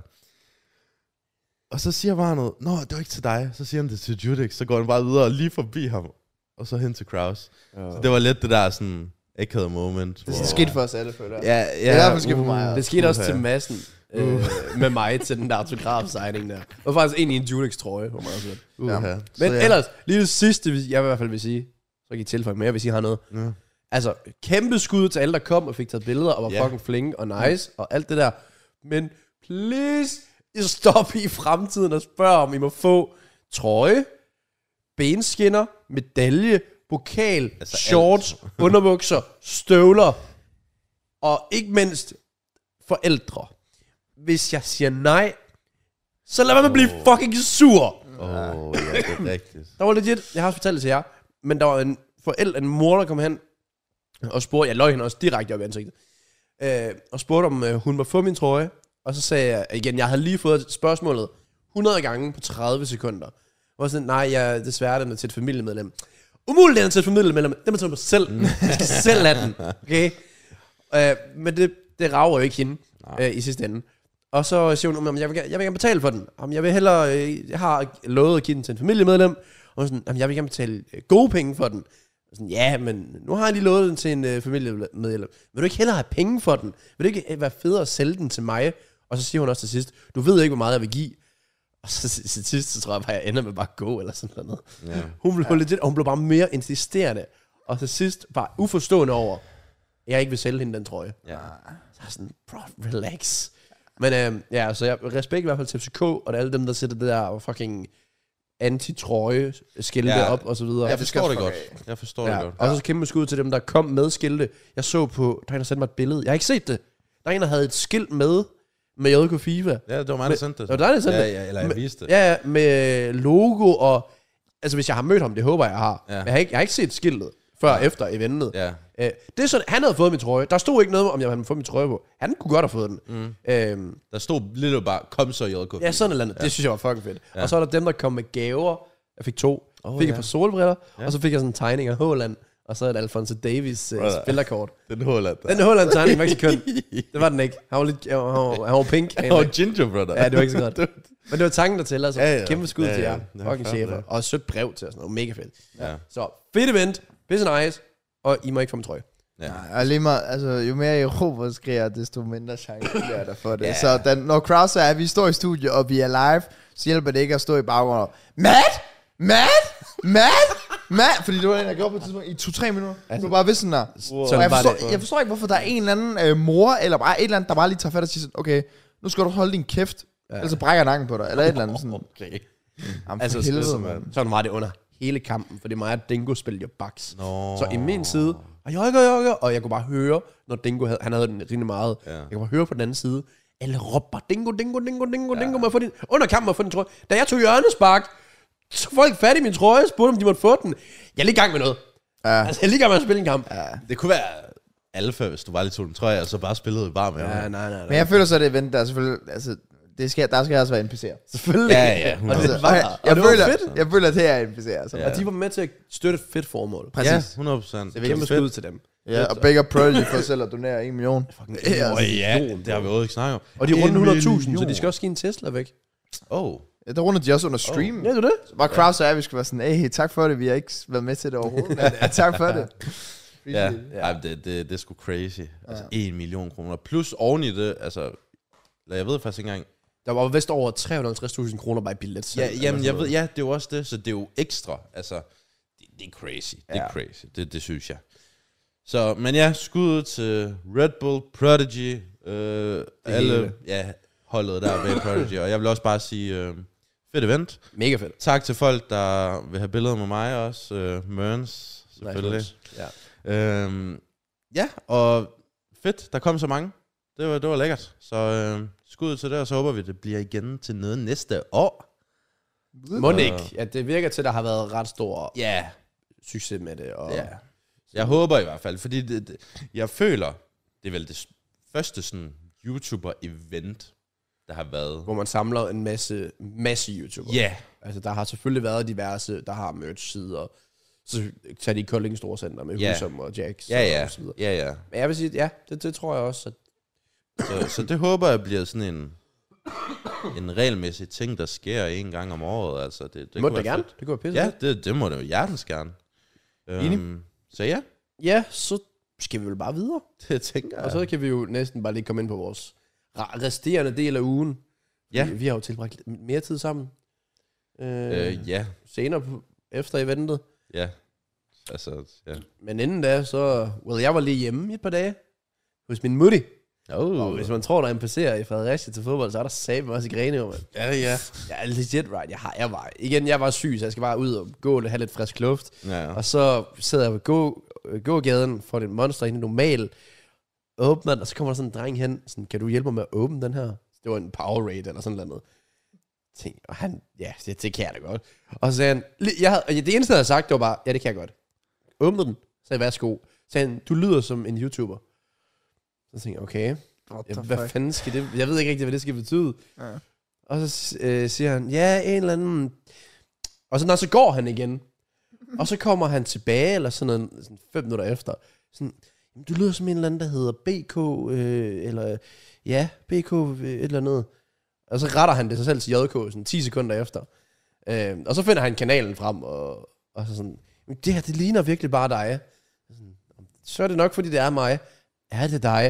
Og så siger barnet, nå, det var ikke til dig. Så siger han det til Judix, så går han bare videre lige forbi ham. Og så hen til Kraus. Ja. Så det var lidt det der sådan, akavet moment. Det er skidt for os alle, føler jeg. Ja, ja. Det er i hvert fald skidt for mig. Det skete også uha. til massen øh, med mig til den der autograf-signing der. Det var faktisk en i en Judix-trøje, hvor man også ved. Uha. Ja. Men Så ja. ellers, lige det sidste, vi- jeg i hvert fald vil sige, så kan I tilføje mere, hvis I har noget. Ja. Altså, kæmpe skud til alle, der kom og fik taget billeder, og var Ja. fucking flinke og nice, og alt det der. Men please, stop i fremtiden og spørg, om I må få trøje, benskinner, medalje, pokal, Altså altså shorts, alt. underbukser, støvler, og ikke mindst forældre. Hvis jeg siger nej, så lad mig med at blive Åh. fucking sur. Åh, oh, ja, det er rigtigt. Der var legit, jeg har også fortalt det til jer, men der var en forældre, en mor, der kom hen og spurgte, jeg løg hende også direkte op i ansigtet, øh, og spurgte, om øh, hun må få min trøje, og så sagde jeg igen, jeg havde lige fået spørgsmålet hundrede gange på tredive sekunder. Og var sådan, nej, jeg desværre den er til et familiemedlem. Umuligt, den er til et familiemedlem, den er til mig selv. Jeg skal selv have den, okay? Øh, men det, det rager jo ikke hende øh, i sidste ende. Og så siger hun, jeg vil, jeg vil gerne betale for den. Jamen, jeg vil hellere, øh, jeg har lovet at give den til en familiemedlem. Og sådan, jamen, jeg vil gerne betale øh, gode penge for den. Og sådan, ja, men nu har jeg lige lovet den til en øh, familiemedlem. Vil du ikke hellere have penge for den? Vil det ikke være federe at sælge den til mig? Og så siger hun også til sidst, du ved ikke, hvor meget jeg vil give. Og så til sidst, så tror jeg bare, jeg ender med bare at gå, eller sådan noget. Ja. Hun blev, ja. legit, og hun blev bare mere insisterende. Og til sidst bare uforstående over, at jeg ikke vil sælge hende den trøje. Ja. Så jeg er sådan, bro, relax. Men øh, ja, så jeg respekt i hvert fald til F C K, og alle dem, der sætter det der fucking anti-trøje skilte Ja. op, og så videre. Jeg forstår det fuck godt. af. Jeg forstår Ja. det godt. Og så kæmpe skud til dem, der kom med skilte. Jeg så på, der er en, der sendte mig et billede. Jeg har ikke set det. Der er en, der havde et skilt med, med J K FIFA. Ja, det var mig, der Men- sendte det. Det var dig, der sendte ja, det? Ja, eller jeg Men- viste det. Ja, ja, med logo og... Altså, hvis jeg har mødt ham, det håber jeg, jeg har. Ja. Men jeg har ikke, jeg har ikke set skiltet før og efter eventet. Ja. Øh, det er sådan, han havde fået min trøje. Der stod ikke noget om, jeg havde fået min trøje på. Han kunne godt have fået den. Mm. Øhm, Der stod lidt bare, kom så J K. ja, sådan et eller andet. Ja. Det synes jeg var fucking fedt. Ja. Og så er der dem, der kom med gaver. Jeg fik to. Oh, fik ja. et par solbriller, Ja. og så fik jeg sådan en tegning af Haaland. Og så et Alfonso Davies uh, Brother. spillerkort. Den Holland. Den Haaland-tegning var ikke så køn. Det var den ikke. Han var, lidt, han var, han var pink. Han var ginger, brother. Ja, det var ikke så godt. Men det var tanken, der tæller. Så Ja, ja. kæmpe skud Ja, til ja. jer. Ja, Fucking fair chefer. play. Og et sødt brev til os. Noget mega fedt. Ja. Så fedt event. Pisse nice. Og I må ikke få min trøje. Ja. Nej, og lige meget, altså, jo mere I råber og skriger, desto mindre chance bliver der for det. Ja. Så den, når Kraus er, at vi står i studiet, og vi er live, så hjælper det ikke at stå i baggrunden. Matt! Matt! Matt! Matt, fordi det var en, jeg gjorde på et tidspunkt i to-tre minutter. Altså, du bare vidste sådan der. Wow. Og jeg forstår, jeg forstår ikke, hvorfor der er en eller anden øh, mor, eller bare et eller andet, der bare lige tager fat og siger sådan, okay, nu skal du holde din kæft, ja. Ellers så brækker jeg nakken på dig, eller et eller andet sådan. Okay. Jamen, altså, helvede, så, man. sådan var det under hele kampen, fordi mig og Dingo spillede jo baks. No. Så i min side, og jeg, jeg, jeg, og jeg kunne bare høre, når Dingo havde, han havde den rimelig meget, ja. Jeg kunne bare høre på den anden side, alle råbte bare, Dingo, Dingo, Dingo, Dingo, ja. Dingo, må jeg få din, under kampen må jeg få din trøje. Da jeg tog hjørnespark, så folk fat i min trøje, spurgte om de måtte få den. Jeg er lige i gang med noget. Ja. Altså, jeg er lige i gang med at spille en kamp. Ja. Det kunne være alfa, hvis du bare lige tog den trøje, og så bare spillede bare med. Ja, nej, nej, nej. Men jeg føler så, at det event, der er selvfølgelig, altså, det skal, der skal også være N P C'er. Selvfølgelig. Ja, ja. Og det, og jeg, jeg, og føler, fedt. jeg føler, at det er N P C'er. Altså. Ja. Og de var med til at støtte et fedt formål. Præcis. Ja, hundrede procent. Det er kæmpe skud til dem. Ja, og Big Up Prodigy for selv at donere en million. Ja, altså, ja, det har vi overhovedet ikke snakket om. Og de rundt hundrede tusind, så de skal også give en Tesla væk. Oh. Ja, der rundede de også under stream. Oh. Ja, det er det. Så bare Kraus og jeg, vi skulle være sådan, hey, tak for det, vi har ikke været med til det overhovedet. Men, ja, tak for det. Ja, ja. Ej, det, det, det er sgu crazy. Altså, ja. en million kroner. Plus oven i det, altså, jeg ved faktisk ikke engang. Der var vist over tre hundrede og halvtreds tusind kroner bare i billet. Ja, jamen, jeg ved, ja, det er jo også det, så det er jo ekstra. Altså, det, det er crazy. Det er ja. crazy. Det, det synes jeg. Så, men ja, skud til Red Bull, Prodigy, øh, alle, hele. Ja, holdet der ved Prodigy. Og jeg vil også bare sige, øh, fedt event. Mega fedt. Tak til folk, der vil have billeder med mig også. Øh, Mørns, selvfølgelig. Nice. Ja. Øhm, ja, og fedt, der kom så mange. Det var, det var lækkert. Så øh, skud til det, og så håber vi, det bliver igen til noget næste år. Monik, ja, det virker til, at der har været ret stor ja. succes med det. Og ja. Jeg håber i hvert fald, fordi det, det, jeg føler, det er vel det første sådan YouTuber-event, der har været. Hvor man samler en masse, masse YouTuber. Ja. Yeah. Altså, der har selvfølgelig været diverse, der har merch-sider. Så tager de Kolding Storcenter med yeah. Husum og Jax ja, ja. og så videre. Ja, ja. Men jeg vil sige, ja, det, det tror jeg også. At så, så det håber jeg bliver sådan en, en regelmæssig ting, der sker en gang om året. Altså, det, det, det må det gerne. Fedt. Det kunne være pisse. Ja, det, det må det jo hjertens gerne. Um, så ja. Ja, så skal vi vel bare videre. Det tænker jeg. Og så kan vi jo næsten bare lige komme ind på vores resterende del af ugen. Ja. Vi, vi har jo tilbragt mere tid sammen. Øh, øh, ja. Senere på, efter eventet. Ja. Altså, ja. Men inden da, så... Well, jeg var lige hjemme i et par dage. Hos min mutti. Oh. Og hvis man tror, der er N P C'er i Fredericia til fodbold, så er der satme også i Grenaa, mand. Ja, ja. Jeg er legit right. Jeg, har, jeg var... Igen, jeg var syg, så jeg skal bare ud og gå og have lidt frisk luft. Ja, ja. Og så sidder jeg på gå, gågaden for det monster inde i normal. Åbner den, og så kommer der sådan en dreng hen. Sådan, kan du hjælpe mig med at åbne den her? Det var en Powerade eller sådan noget. Tænk, og han, ja, det, det kan jeg da godt. Og så sagde han, jeg havde, det eneste, jeg havde sagt, det var bare, ja, det kan jeg godt. Åbnede den, sagde, værsgo. Så sagde han, du lyder som en YouTuber. Så tænkte jeg, okay, ja, hvad fuck? Fanden skal det, jeg ved ikke rigtig, hvad det skal betyde. Ja. Og så øh, siger han, ja, en eller anden, og så, når, så går han igen. Og så kommer han tilbage, eller sådan noget, sådan fem minutter efter. Sådan, du lyder som en eller anden, der hedder B K, øh, eller, ja, B K, øh, et eller andet. Og så retter han det sig selv til J K, sådan ti sekunder efter. Øh, og så finder han kanalen frem, og, og så sådan, det her, det ligner virkelig bare dig. Så er det nok, fordi det er mig. Er det dig?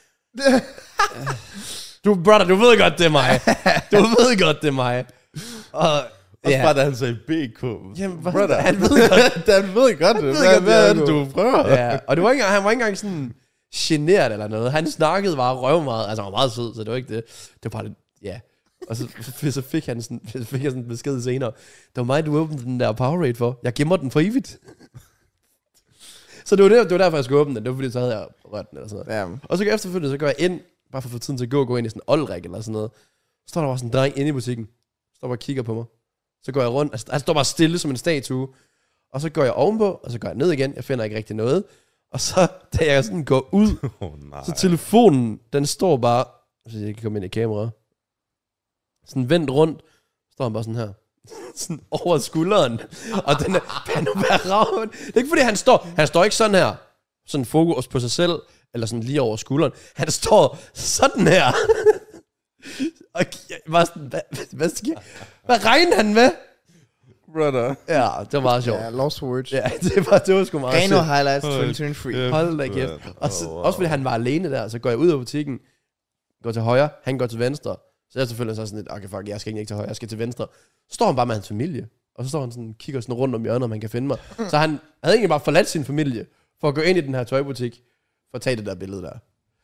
Du, brother, du ved godt, det er mig. Du ved godt, det er mig. Og også ja. Bare da han sagde B K. Jamen, brother, han ved godt, han ved godt det. Hvad, hvad er det, du prøver? Ja, og det var ikke, han var ikke engang sådan generet eller noget. Han snakkede bare røv meget. Altså, han var meget sød, så det var ikke det. Det var bare det, ja. Og så, så fik han sådan, så fik jeg sådan en besked senere. Det var mig, du åbnede den der Powerade for. Jeg gemmer den for evigt. Så det var, der, det var derfor, jeg skulle åbne den. Det var fordi, så havde jeg rørt den eller sådan noget. Ja. Og så efterfølgende, så går jeg ind, bare for at få tiden til at gå, gå ind i sådan en oldrik eller sådan noget. Så står der bare sådan en dreng inde i butikken. Står bare og kigger på mig. Så går jeg rundt, altså, han står bare stille som en statue. Og så går jeg ovenpå, og så går jeg ned igen. Jeg finder ikke rigtig noget. Og så, da jeg sådan går ud, oh, så telefonen, den står bare, så jeg kan komme ind i kameraet. Sådan vendt rundt, står han bare sådan her. Sådan over skulderen. Og den er panorama. Det er ikke fordi han står, han står ikke sådan her. Sådan fokus på sig selv, eller sådan lige over skulderen. Han står sådan her. Og jeg var sådan, hvad, hvad sker? Hvad regnede han med? Brother. Ja, det var meget sjovt. Ja, lost words. Ja, det var, det var sgu meget sjovt. Grenaa highlights tyve twenty-three. Hold da kæft. Og så, også fordi han var alene der, så går jeg ud af butikken, går til højre, han går til venstre. Så jeg selvfølgelig så sådan lidt, okay fuck, jeg skal ikke til højre, jeg skal til venstre. Så står han bare med hans familie, Og så står han sådan, kigger sådan rundt om hjørnet, om han kan finde mig. Så han havde egentlig bare forladt sin familie, for at gå ind i den her tøjbutik, for at tage det der billede der.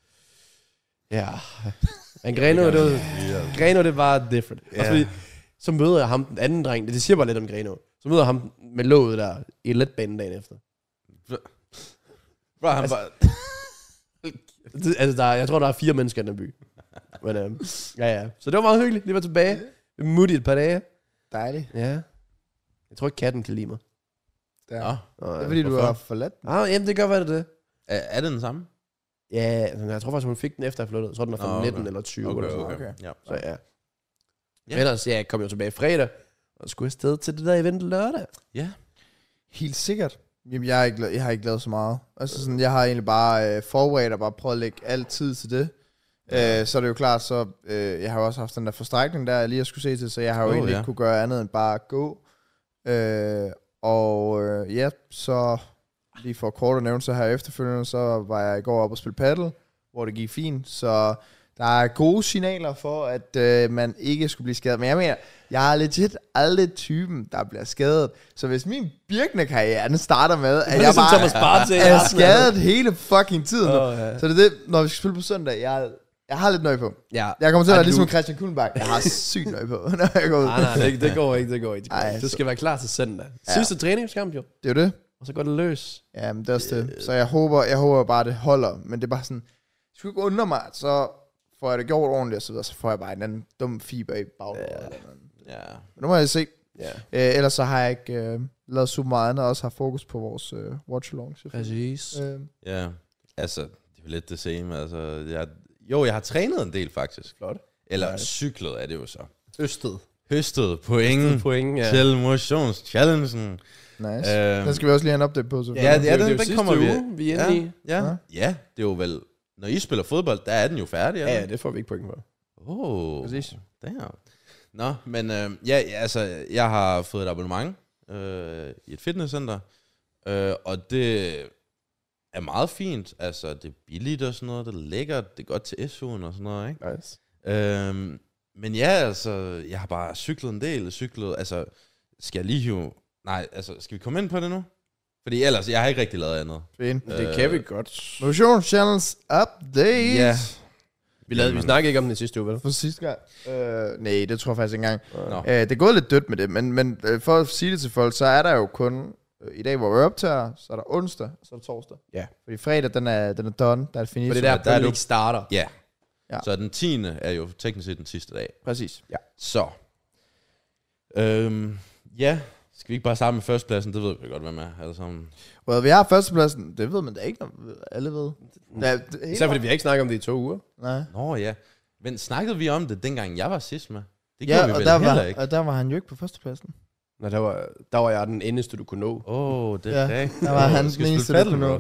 Ja. Men Greno, det var, Greno, det var different. Yeah. Også fordi, så møder jeg ham, den anden dreng, det siger bare lidt om Greno. Så møder jeg ham med låget der, i letbanen dagen efter. Bro, han altså, bare... det, altså, der er, jeg tror, der er fire mennesker i den by. Men øhm, ja, ja. Så det var meget hyggeligt, lige var tilbage. Moody et par dage. Dejligt. Ja. Jeg tror ikke, katten kan lide mig. Ja. Nå. Oh, det er fordi, hvorfor? Du har forladt den. Ah, jamen, det kan godt være, det det. Er, er det den samme? Ja, jeg tror faktisk, hun fik den efter jeg flyttede. Jeg tror, den er fra oh, okay. nitten eller tyve. Okay, eller sådan. okay. okay. Ja. Så ja. ja. Ellers, ja, jeg kom jo tilbage fredag, og skulle afsted til det der event lørdag. Ja. Helt sikkert. Jamen, jeg har ikke, jeg har ikke lavet så meget. Altså sådan, jeg har egentlig bare øh, forberedt og bare prøvet at lægge alt tid til det. Ja. Øh, så er det jo klart, så øh, jeg har jo også haft den der forstrækning der, jeg lige skulle se til, så jeg har jo oh, egentlig ja. ikke kunne gøre andet end bare at gå. Øh, og øh, ja, så lige for kort at nævne, så her efterfølgende, så var jeg i går op og spille paddle, hvor det gik fint, så der er gode signaler for, at øh, man ikke skulle blive skadet. Men jeg mener, jeg er legit aldrig typen, der bliver skadet. Så hvis min Birkene-karriere, den starter med, at jeg bare er skadet hele fucking tiden nu. Oh, ja. Så det er det, når vi skal spille på søndag, jeg, jeg har lidt nøje på. Ja. Jeg kommer til at være ligesom Christian Kullenbach. Jeg har sygt nøje på, når jeg går ud. Nej, nej, det, det går ikke, det går ikke. Ej, du skal så være klar til søndag. Ja. Sidste træningskamp jo. Det er jo det. Og så går det løs. Ja, men det er også det. Så jeg håber, jeg håber bare, det holder. Men det er bare sådan, jeg skulle ikke undre mig, så får jeg det gjort ordentligt, og så, videre, så får jeg bare en anden dum fiber i baglåret. Ja. ja. Men nu må jeg se. Ja. Æ, ellers så har jeg ikke øh, lavet super meget andet, og også har fokus på vores øh, watch-along. Præcis. Øh. Ja, altså, det er lidt det same. Altså, jeg, jo, jeg har trænet en del faktisk. Flot. Eller ja. Cyklet er det jo så. Høstet. Høstet point, Høstet point ja. Til motions-challengen. Nice. Øhm, den skal vi også lige have en update på. Så ja, ja, det, ja, den, den kommer vi. Uge, vi er ja, i. Ja. Ja. ja, det er jo vel... Når I spiller fodbold, der er den jo færdig, eller? Ja, ja, det får vi ikke point for. Åh, oh, præcis. Damn. Nå, men øh, ja, altså, jeg har fået et abonnement øh, i et fitnesscenter, øh, og det er meget fint. Altså, det er billigt og sådan noget, det er lækkert, det er godt til S U'en og sådan noget, ikke? Nice. Øh, men ja, altså, jeg har bare cyklet en del, cyklet, altså, skal jeg lige hive... Nej, altså, skal vi komme ind på det nu? Fordi ellers, jeg har ikke rigtig lavet andet. Fint. Øh, det kan vi godt. Motion Challenge Update. Ja. Vi, lavede, vi snakkede ikke om det sidste uge, vel? For sidste gang? Øh, nej, det tror jeg faktisk ikke engang. No. Øh, det er gået lidt dødt med det, men, men øh, for at sige det til folk, så er der jo kun... Øh, I dag, hvor vi optager, så er der onsdag, og så er der torsdag. Ja. Fordi fredag, den er, den er done, der er finito. Fordi der, der, der er ikke starter. Ja. ja. Så den tiende er jo teknisk set den sidste dag. Præcis. Ja. Så. Øhm, ja... Skal vi ikke bare starte med førstepladsen? Det ved vi godt, hvem er. Alle sammen. Well, vi har førstepladsen. Det ved man da ikke, når alle ved. Ja, især fordi vi har ikke snakket om det i to uger. Nej. Nå ja. Men snakkede vi om det, dengang jeg var sidst med? Det ja, vi og vel der heller var, ikke. og der var han jo ikke på førstepladsen. Nej, der var, der var jeg den eneste, du kunne nå. Åh, oh, det er ja, rigtigt. Der var han den eneste, du kunne nå.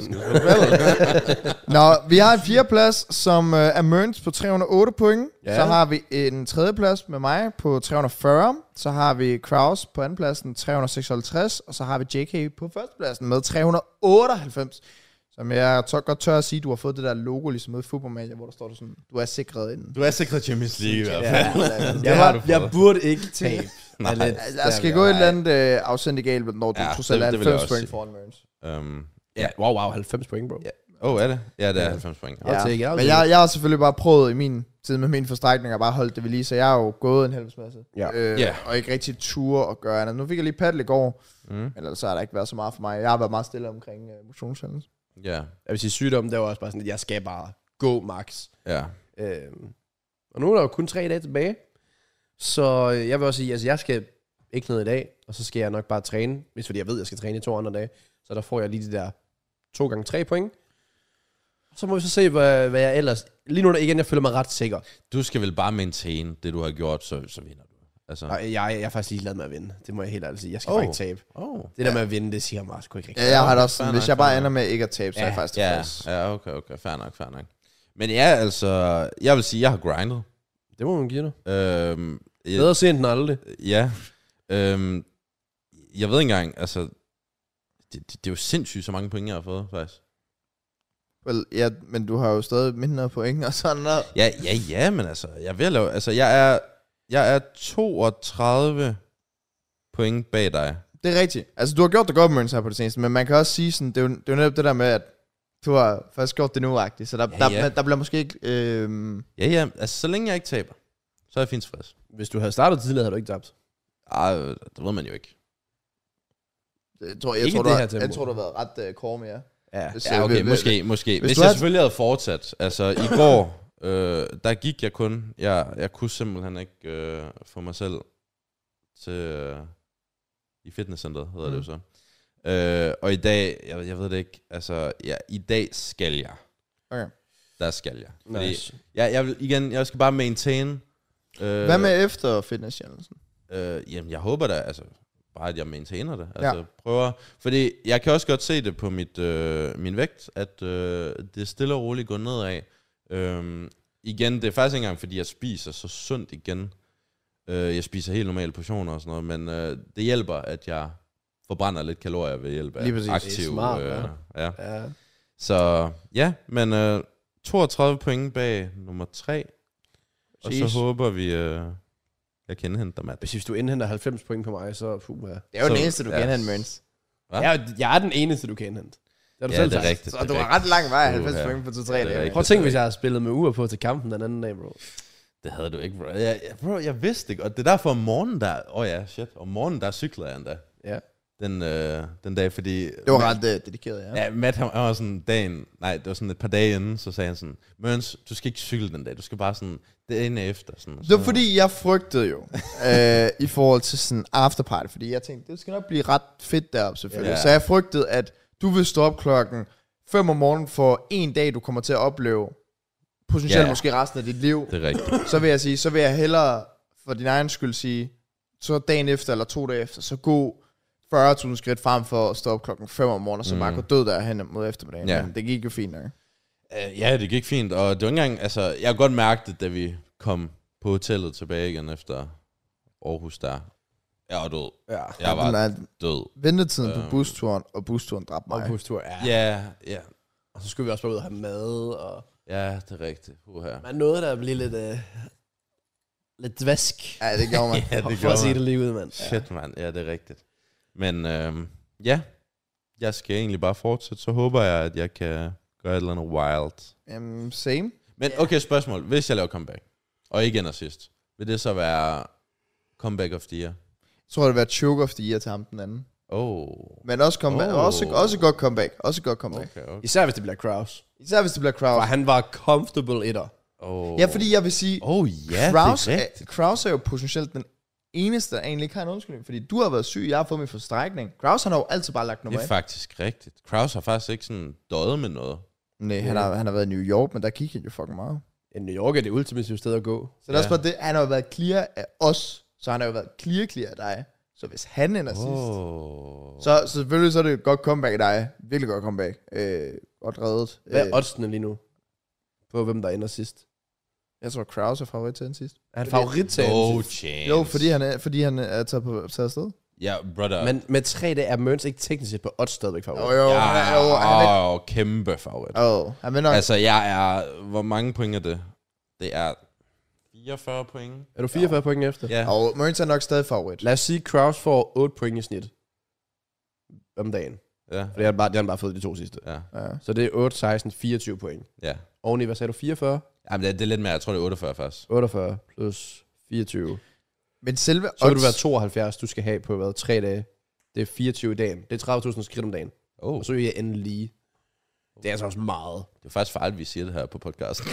Nå, vi har en fjerdeplads, som uh, er Mørns på tre hundrede og otte point. Ja. Så har vi en tredjeplads med mig på tre hundrede og fyrre. Så har vi Kraus på andenpladsen tre hundrede og seksoghalvtreds. Og så har vi J K på førstepladsen med tre hundrede og otteoghalvfems. Som jeg tør, godt tør at sige, du har fået det der logo ligesom med i fodboldmanager, hvor der står der sådan, du er sikret inden. Du er sikret Champions League i hvert fald. Ja, ja, ja. jeg, jeg burde ikke tabe. Nej, lidt, der skal gå et eller andet øh, afsendigt når du ja, trods alt er halvfems point foran Mørns. Um, ja, wow, wow, halvfems point, bro. Åh, ja. oh, er det? Ja, det er halvfems point. Ja. Ja. Ja. Men jeg, jeg har selvfølgelig bare prøvet i min tid med mine forstrækninger, bare holdt det ved lige, så jeg har jo gået en helvedsmasse. Ja. Øh, yeah. Og ikke rigtig ture og gøre andet. Nu fik jeg lige paddle i går, mm. eller så har der ikke været så meget for mig. Jeg har været meget stille omkring uh, motionschallenge. Ja. Yeah. Jeg vil sige, sygdommen, der var også bare sådan, at jeg skal bare gå max. Ja. Øhm, og nu er der jo kun tre dage tilbage, så jeg vil også sige, altså jeg skal ikke ned i dag, og så skal jeg nok bare træne, hvis fordi jeg ved, at jeg skal træne i to andre dage, så der får jeg lige de der to gange tre point. Så må vi så se, hvad, hvad jeg ellers... Lige nu der igen, jeg føler mig ret sikker. Du skal vel bare maintain det, du har gjort, så, så vinder du. Altså. Jeg, jeg, jeg er faktisk ligeglad med at vinde. Det må jeg helt ærligt sige. Jeg skal oh. bare ikke tabe. Oh. Det der ja. med at vinde, det siger mig sgu ikke rigtigt. Ja, jeg har det også sådan, hvis jeg bare ender med ikke at tabe, så ja. er jeg faktisk ja. tilfreds. Ja, okay, okay. Fair nok, fair nok. Men ja, altså... Jeg vil sige, jeg har grindet. Det må man give dig. Øhm, jeg, Bedre sent end aldrig. Ja. Øhm, jeg ved ikke engang, altså... Det, det, det er jo sindssygt, så mange point, jeg har fået, faktisk. Well, ja, men du har jo stadig mindre point og sådan noget. Ja, ja, ja, men altså, jeg vil lave... Altså, jeg er... Jeg er toogtredive point bag dig. Det er rigtigt. Altså, du har gjort det godt, Mørns, her på det seneste, men man kan også sige sådan, det er jo, det er jo netop det der med, at du har først gjort det nu-agtigt, så der, ja, der, ja. Der, der bliver måske ikke... Øh... Ja, ja, altså så længe jeg ikke taber, så er jeg fint tilfreds. Hvis du havde startet tidligere, havde du ikke tabt. Ej, det ved man jo ikke. Jeg tror, jeg, tror, du, har, jeg tror, du har været ret uh, kåre med jer. Ja, hvis, ja okay, øh, måske, måske. Hvis, hvis jeg havde... selvfølgelig havde fortsat, altså i går, øh, der gik jeg kun, jeg, jeg kunne simpelthen ikke øh, få mig selv til, øh, i fitnesscenteret, hedder mm. det jo så. Øh, og i dag, jeg, jeg ved det ikke, altså, ja, i dag skal jeg. Okay. Der skal jeg. Fordi Nice. jeg, jeg vil, igen, jeg skal bare maintain. Øh, Hvad med efter fitness challengen? Øh, jamen, jeg håber da, altså, bare at jeg maintainer det. Altså, ja. prøver, fordi jeg kan også godt se det på mit, øh, min vægt, at øh, det stille og roligt går nedad. Øh, igen, det er faktisk ikke engang, fordi jeg spiser så sundt igen. Øh, jeg spiser helt normale portioner og sådan noget, men øh, det hjælper, at jeg forbrænder lidt kalorier ved hjælp af aktiv. Smart, øh, ja. ja. Ja. Så ja, men øh, toogtredive point bag nummer tre. Og så håber vi, øh, jeg kan indhente dig, Matt. Hvis, hvis du indhenter halvfems point på mig, så puh, ja. Det er jo så, den eneste, du ja. kan indhente, Mørns. Jeg, jeg er den eneste, du kan indhente. Det er du ja, selv det er sagt. rigtigt. Så det du er var ret lang vej, halvfems point på to tre dage. Prøv at tænke, hvis jeg havde spillet med uger på til kampen den anden dag, bro. Det havde du ikke, bro. Jeg, jeg, bro, jeg vidste ikke, og det er derfor om morgenen der... Åh oh ja, shit. Om morgenen der cyklede jeg endda. Ja. Den, øh, den dag, fordi... Det var ret uh, dedikeret, ja. Ja, Matt, han var sådan dagen... Nej, det var sådan et par dage inden, så sagde han sådan... Mørns, du skal ikke cykle den dag, du skal bare sådan... Dagen efter, sådan... Det var fordi, jeg frygtede jo, øh, i forhold til sådan afterparty, fordi jeg tænkte, det skal nok blive ret fedt deroppe, selvfølgelig. Ja. Så jeg frygtede, at du vil stå op klokken fem om morgenen for en dag, du kommer til at opleve, potentielt ja. måske resten af dit liv. Det er rigtigt. Så vil jeg sige, så vil jeg hellere, for din egen skyld sige, så dagen efter, eller to dage efter, så gå fyrre tusind skridt frem for at stå op klokken fem om morgenen, og så mm. bare gå død derhen mod eftermiddagen. Ja. Men det gik jo fint nok. Uh, ja, det gik fint, og det var ikke engang, altså, jeg har godt mærket det, da vi kom på hotellet tilbage igen efter Aarhus der. Jeg var død. Ja. Jeg var ja, død. Ventetiden um, på busturen, og busturen dræbte mig. Og busturen, ja. Ja, ja. Og så skulle vi også bare ud og have mad, og... Ja, det er rigtigt. Uh-huh. Man nåede der at blive lidt... Uh, lidt dvask. Ja, det gjorde man. ja, det for gjorde at sige det lige ud, mand. Shit, ja. mand. Ja, det er rigtigt. Men øhm, ja, jeg skal egentlig bare fortsætte. Så håber jeg, at jeg kan gøre et eller andet wild. Um, same. Men okay, spørgsmål. Hvis jeg laver comeback, og ikke ender sidst, vil det så være comeback of the year? Jeg tror, det vil være choke of the year til ham den anden. Oh. Men også, comeback, oh. også, også godt comeback. Også godt comeback. Okay, okay. Især hvis det bliver Kraus. Især hvis det bliver Kraus. For han var comfortable etter. Oh. Ja, fordi jeg vil sige, oh, ja, Kraus, er, Kraus er jo potentielt den eneste, der egentlig ikke har en undskyldning. Fordi du har været syg, jeg har fået min forstrækning. Kraus han har jo altid bare lagt nummer et. Det er faktisk rigtigt. Kraus har faktisk ikke sådan døjet med noget. Nej, han har, han har været i New York, men der gik han jo fucking meget. I New York er det ultimative sted at gå. Så det er ja. også bare det, han har jo været clear af os, så han har jo været clear clear af dig. Så hvis han ender oh. sidst, så, så selvfølgelig så er det et godt comeback af dig. Virkelig godt comeback. Øh, godt reddet. Hvad er oddsene lige nu? På hvem der ender sidst? Jeg tror, Kraus er favorit til den sidst. Er han favorit til no den sidst? Chance. Jo, fordi han er, fordi han er taget, på, taget afsted. Ja, yeah, brother. Men med tre dage er Mørns ikke teknisk set på odds stadigvæk favorit. Jo, jo. Ja, han er, jo, han er, åh, kæmpe favorit. Åh, han vil nok. Altså, jeg er... Hvor mange point er det? Det er fireogfyrre point. Er du fireogfyrre point efter? Ja. Og Mørns er nok stadig favorit. Lad os sige, Kraus får otte point i snit om dagen. Ja. For det har bare, det har han bare fået de to sidste. Ja. Ja. Så det er otte, seksten, fireogtyve point. Ja. Oveni, hvad sagde du, fireogfyrre? Jamen, det er, det er lidt mere. Jeg tror, det er otteogfyrre faktisk. otteogfyrre plus fireogtyve. Men selve så vil du være tooghalvfjerds, du skal have på hvad, tre dage. Det er fireogtyve i dagen. Det er tredive tusind skridt om dagen. Oh. Og så er jeg endelig lige. Det er altså også meget. Det er faktisk farligt, vi siger det her på podcasten.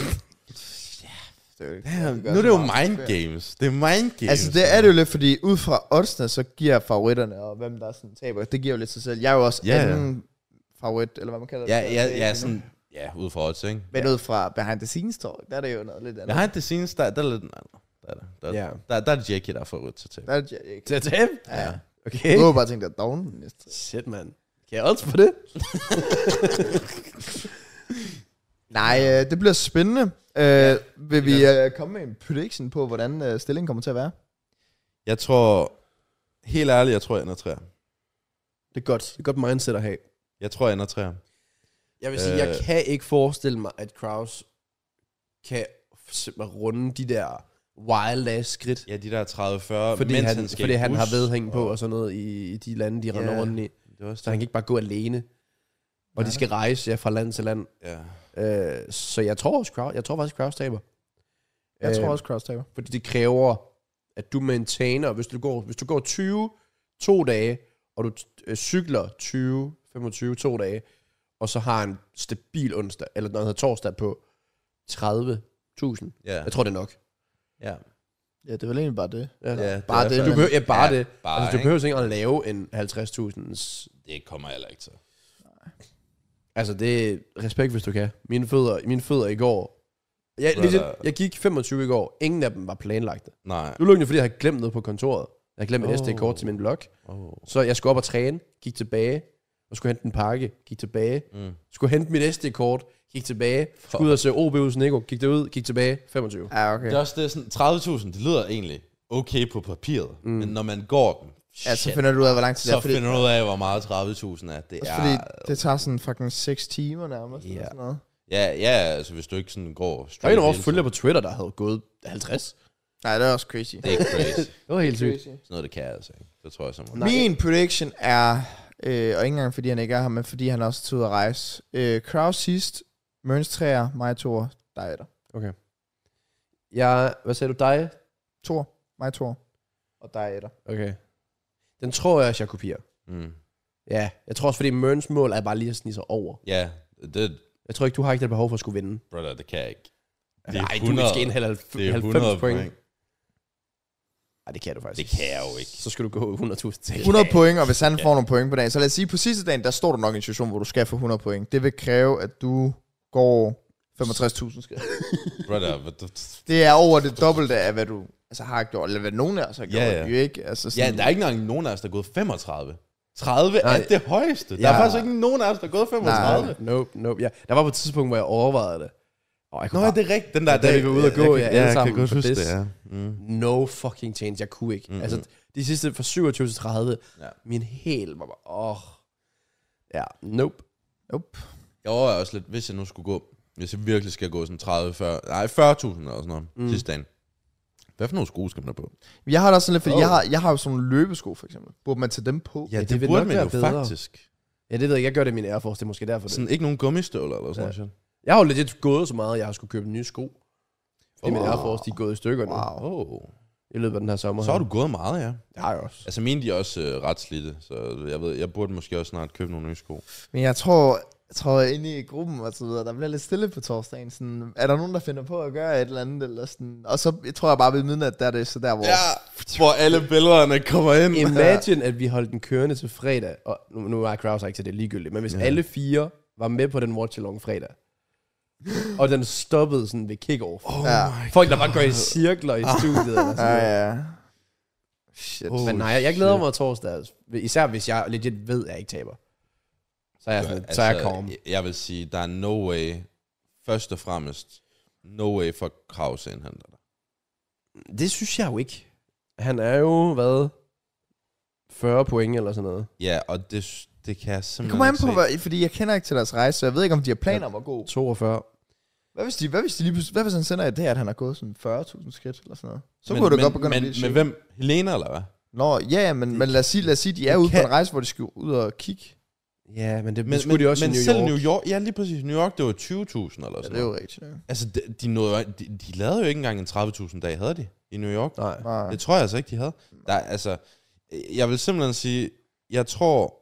Det Damn, nu er det jo mind games. Det er mind games. Altså det er det jo lidt, fordi ud fra oddsene, så giver favoritterne, og hvem der sådan taber, det giver jo lidt sig selv. Jeg er jo også yeah. anden favorit, eller hvad man kalder ja, det. Ja, ja, ja, sådan, ja, ud fra odds, ikke? Men ja. ud fra behind the scenes talk, der er det jo noget lidt andet. Behind the scenes, der, der er lidt andet. Der er, der, yeah. der, der er det Jackie, der er favorit til tabe. Der er det Jackie. Til tabe? Ja. Okay. Du har bare tænkt dig, at down næste. Shit, man. Kan jeg odds på det? Nej, øh, det bliver spændende. Øh, ja, vil vi øh, komme med en prediction på, hvordan øh, stillingen kommer til at være? Jeg tror, helt ærligt, jeg tror, jeg ender træer. Det er godt. Det er godt mindset at have. Jeg tror, jeg ender træer. Jeg vil sige, øh, jeg kan ikke forestille mig, at Kraus kan runde de der wild ass skridt. Ja, de der tredive fyrre, fordi mens han, han skal fordi i han bus, har vedhæng på og sådan noget i, i de lande, de Ja, render rundt i. Det var Så han kan ikke bare gå alene. Og Nej. de skal rejse ja, fra land til land. Ja. Øh, så jeg tror også, Kraus, jeg tror faktisk, Kraus taber. Jeg tror Øh, også, Kraus taber. Fordi det kræver, at du maintainer, hvis du går, hvis du går tyve, to dage, og du øh, cykler tyve, femogtyve, to dage, og så har en stabil onsdag, eller noget hedder torsdag på tredive tusind. Ja. Jeg tror, det er nok. Ja. Ja, det er vel egentlig bare det. Ja, Ja, bare det, Du men- behøver, ja, bare Ja, det. bare, altså, du ikke? behøver ikke at lave en halvtreds tusind. Det kommer jeg heller ikke til. Altså, det er respekt, hvis du kan. Mine fødder, mine fødder i går. Jeg, Brother. legit, jeg gik femogtyve i går. Ingen af dem var planlagte. Nej. Nu lukkede fordi jeg havde glemt noget på kontoret. Jeg havde glemt et Oh. S D-kort til min blog. Oh. Så jeg skulle op og træne, gik tilbage, og skulle hente en pakke, gik tilbage. Mm. Skulle hente mit S D-kort, gik tilbage. Skulle ud og se O B hos Nico, gik derud, gik tilbage, femogtyve. Ja, okay. Det er også det, er sådan tredive tusind, det lyder egentlig okay på papiret, mm. men når man går den, Ja, så shit, finder du ud af, hvor lang tid det så er. Fordi, finder du ud af, hvor meget tredive tusind er. Det også er... fordi det tager sådan fucking seks timer nærmest. Ja. Eller sådan noget. Ja, ja, altså hvis du ikke sådan går Der er straight en af vores hele følgere tiden. på Twitter, der havde gået halvtreds. Nej, det er også crazy. Det er crazy. Det var helt sygt. Sådan noget, det kan jeg altså ikke. Det tror jeg så meget. Nej. Min prediction er, øh, og ikke engang fordi han ikke er her, men fordi han også tager ud at rejse. Øh, Kraus sidst, Mørns træer, mig toer, dig etter. Okay. Jeg, hvad sagde du, dig? Tor, mig toer, og dig etter. Okay. Den tror jeg, jeg kopierer. Mm. Ja, jeg tror også, fordi Mørns mål er bare lige at snige sig over. Ja, det, Jeg tror ikke, du har ikke det behov for at skulle vinde. brother, det kan jeg ikke. Det Nej, er du hundrede, skal ind det er halvfems hundrede point. point. Nej, det kan du faktisk Det kan jeg jo ikke. Så skal du gå hundrede tusind til. hundrede point, og hvis han får nogle point på dagen, så lad os sige, på sidste dagen, der står du nok i en situation, hvor du skal få hundrede point. Det vil kræve, at du går femogtres tusind skridt. Brother, hvad du... Det er over det dobbelte af, hvad du altså, har gjort, eller hvad nogen af os har gjort. Ja, ja. Jo ikke? Altså, Ja, sådan, der er ikke engang nogen af os, der er gået femogtredive. tredive Nej. er det højeste. Der Ja. er faktisk ikke nogen af os, der er gået femogtredive. Nej, nope, nope. Ja, der var på et tidspunkt, hvor jeg overvejede det. Og jeg kunne Nå, bare, det er rigtigt. Den der Da vi dag, var ude at gå, jeg, ja, kan- alle jeg sammen kan godt på huske this. det, ja. Mm. no fucking chance. Jeg kunne ikke. Mm-mm. Altså, de sidste fra syvogtyve til tredive, Ja. min hæl var bare, åh. Oh. Ja, nope. Nope. Jeg overvejer også lidt, hvis jeg nu skulle gå, hvis jeg virkelig skal gå sådan tredive, fyrre, nej, fyrre tusind eller sådan noget, Mm. mm. sidste dagen. Hvad for nogle sko skal man have på? Jeg har da også sådan lidt, fordi Oh. oh. jeg, har, jeg har jo sådan nogle løbesko, for eksempel. Burde man tage dem på? Ja, Ja, det, det det vil burde nok man være jo bedre. faktisk. Ja, det ved jeg. Jeg gør det i min Air Force. Det er måske derfor. Sådan Det. ikke nogen gummistøvler eller sådan Ja. noget. Jeg har jo legit gået så meget, at jeg har skulle købe nye sko. Fordi Oh. min Air Force, de er gået i stykker nu. Wow. Oh. I løbet af den her sommer. Så har her. du gået meget, ja. Det har jeg også. Altså mine, de er også øh, ret slidte, så jeg ved, jeg burde måske også snart købe nogle nye sko. Men jeg tror, jeg tror inde i gruppen og så videre, der bliver lidt stille på torsdagen. Sådan, er der nogen, der finder på at gøre et eller andet? Eller sådan? Og så jeg tror jeg bare ved midnat, der er det så der, hvor... hvor alle billederne kommer ind. Imagine, at vi holdt den kørende til fredag, og nu, nu er Kraus ikke til det ligegyldigt, men hvis Ja. ja. alle fire var med på den watch-along fredag, og den stoppede sådan ved kick-off. Oh Ja. my Folk, der bare går i cirkler i studiet. Eller Ja, sådan noget. ja. Shit. Oh. Men nej, jeg, jeg glæder shit. mig torsdag. altså. Især hvis jeg legit ved, at jeg ikke taber. Så er jeg, sådan, Altså, så er jeg calm. jeg- Jeg vil sige, der er no way, først og fremmest, no way for Kraus indhenter dig. Det synes jeg jo ikke. Han er jo, hvad? fyrre point eller sådan noget. Ja, og det, det kan jeg Det simpelthen kommer an ikke på, se. hvad, fordi jeg kender ikke til deres rejse, så jeg ved ikke, om de har planer om at gå. toogfyrre. Hvad hvis, de, hvad hvis de lige pludselig, hvad hvis han sender et det, at han har gået sådan fyrre tusind skridt eller sådan noget? Så men, kunne det men, godt begynde men, at blive med sygt. hvem? Helena, eller hvad? Nå, ja, ja, men, men lad os sige, lad os sige, de er Det ude kan- på en rejse, hvor de skal ud og kigge. Ja, men det Men, skulle men, de også men i New selv York. New York, ja lige præcis, New York, det var tyve tusind eller Ja, sådan det er jo noget. rigtigt. Ja. Altså, de, de, nåede, de, de lavede jo ikke engang en tredive tusind dag, havde de, i New York? Nej. Nej. Det tror jeg altså ikke, de havde. Der, er- altså, jeg vil simpelthen sige, jeg tror,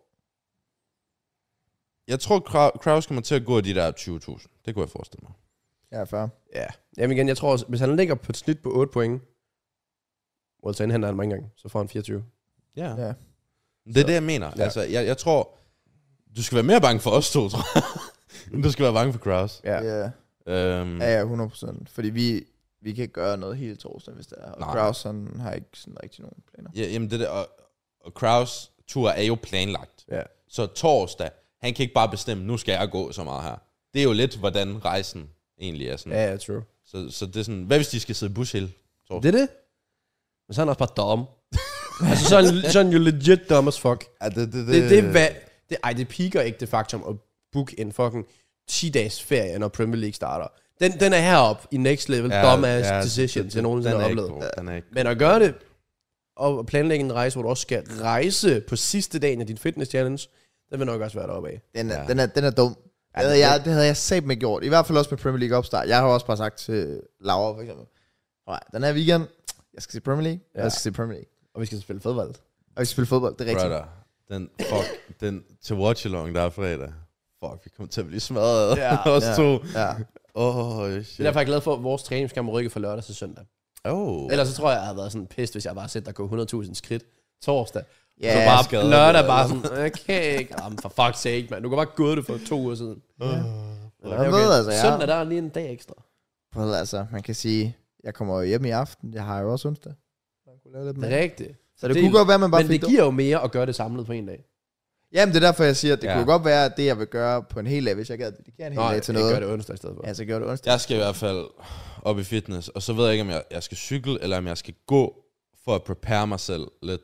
jeg tror, Kraus- Kraus kommer til at gå de der tyve tusind. Det kunne jeg forestille mig. Ja, fair. Ja. Jamen igen, jeg tror også, hvis han ligger på et snit på otte point, well, så indhenter han mange gange, så får han fireogtyve. Ja. Ja. Det er Så- det, jeg mener. Ja. Altså, jeg, jeg tror, du skal være mere bange for os to, tror jeg, end du skal være bange for Kraus. Ja. Ja, Øhm, ja, ja, hundrede procent. Fordi vi, vi kan ikke gøre noget helt torsdag, hvis det er. Og Nej. Kraus, han har ikke sådan rigtig nogen planer. ja, jamen det der, og, og Kraus tur er jo planlagt. Ja. Så torsdag, han kan ikke bare bestemme, nu skal jeg gå så meget her. Det er jo lidt, hvordan rejsen egentlig er sådan. Ja, ja, true. Så, så det er sådan, hvad hvis de skal sidde i bus hele torsdag? Det er det. Men så er han også bare dum. altså, så er, han, så er han jo legit dumb as fuck. Ja, det, det, det, Det, det, er hvad, det, ej, det piker ikke det faktum at booke en fucking ti dages ferie, når Premier League starter. Den, den er heroppe i next level, Ja, dumbass ja, decision, det- til nogensinde den har er ikke oplevet. god, den er ikke Men at gøre det, og planlægge en rejse, hvor du også skal rejse på sidste dagen af din fitness challenge, den vil nok også være deroppe af. Den er, Ja. den er, den er dum. Ja, Det havde, det- jeg, det havde jeg sagt med gjort. I hvert fald også med Premier League opstart. Jeg har jo også bare sagt til Laura, for eksempel. Nej, den her weekend, jeg skal se Premier League. Ja. Jeg skal se Premier League. Og vi skal spille fodbold. Og vi skal spille fodbold, det er rigtigt. Brother, den, fuck, den til watch-along, der er fredag. Fuck, vi kommer til at blive smadret. Ja, Os ja. to. Ja. Åh, oh, Det shit. er derfor, jeg er glad for, at vores træningskamp rykker fra lørdag til søndag. Oh. Ellers så tror jeg, jeg havde været sådan pissed, hvis jeg bare set dig gå hundrede tusind skridt torsdag. Ja, så bare skadet, lørdag eller- bare sådan, jeg kan ikke. Jamen, for fuck's sake, man. Du kan bare gå det for to uger siden. Uh. Men Jeg ved altså, ja. Søndag, der er lige en dag ekstra. Well, altså, man kan sige, jeg kommer jo hjem i aften. Jeg har jo også onsdag. Man kunne lave lidt Det mere. er rigtigt. Så det, det- kunne godt være, at man bare Men fik det giver jo mere at gøre det samlet på en dag. Jamen, det er derfor, jeg siger, at det Ja. ja. kunne godt være, at det, jeg vil gøre på en hel dag, hvis jeg gad dedikere en hel Nej, dag til jeg noget. gør det onsdag i stedet for. Ja, så gør det onsdag. Jeg skal i hvert fald op i fitness, og så ved jeg ikke, om jeg, jeg skal cykle, eller om jeg skal gå, for at prepare mig selv lidt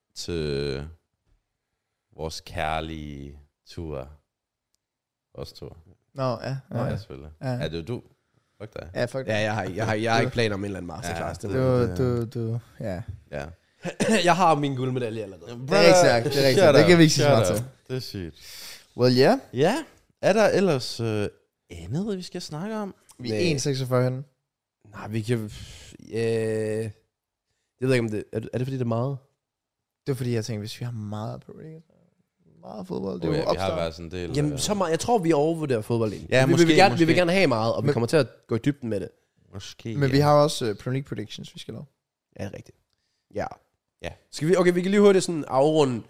til vores kærlige tur. Vores tur. Nå, ja. Ja, Ja, ja ja. selvfølgelig. Ja. Er det du? Fuck dig. ja fuck. Ja, jeg har, jeg har, jeg har ikke planer om en eller anden masterclass. Ja, Ja, det- Du, du, du, ja. Ja. jeg har min guldmedalje allerede. Det er ikke sagt, det er ikke sagt. Det kan vi ikke sige så meget til. Det er sygt. Well, ja. Yeah. Ja, er der ellers øh, andet, vi skal snakke om? Vi er Nej. en komma seksogfyrre henne. Nej, vi kan... Øh, jeg ved ikke, om det... Er det, er det fordi, det er meget? Det er fordi, jeg tænkte, hvis vi har meget på Reddit, meget fodbold, det Oh, er ja, jo vi har opstart. været sådan en del. Jamen, øh, så meget, jeg tror, vi overvurderer fodbold egentlig. Ja, vi, måske, vi, vil gerne, vi vil måske. gerne have meget, og vi Men- kommer til at gå i dybden med det. Måske, Men vi har også uh, Premier League predictions, vi skal lave. Ja, det er rigtigt. Ja. Ja. Skal vi, okay, vi kan lige hurtigt sådan afrunde.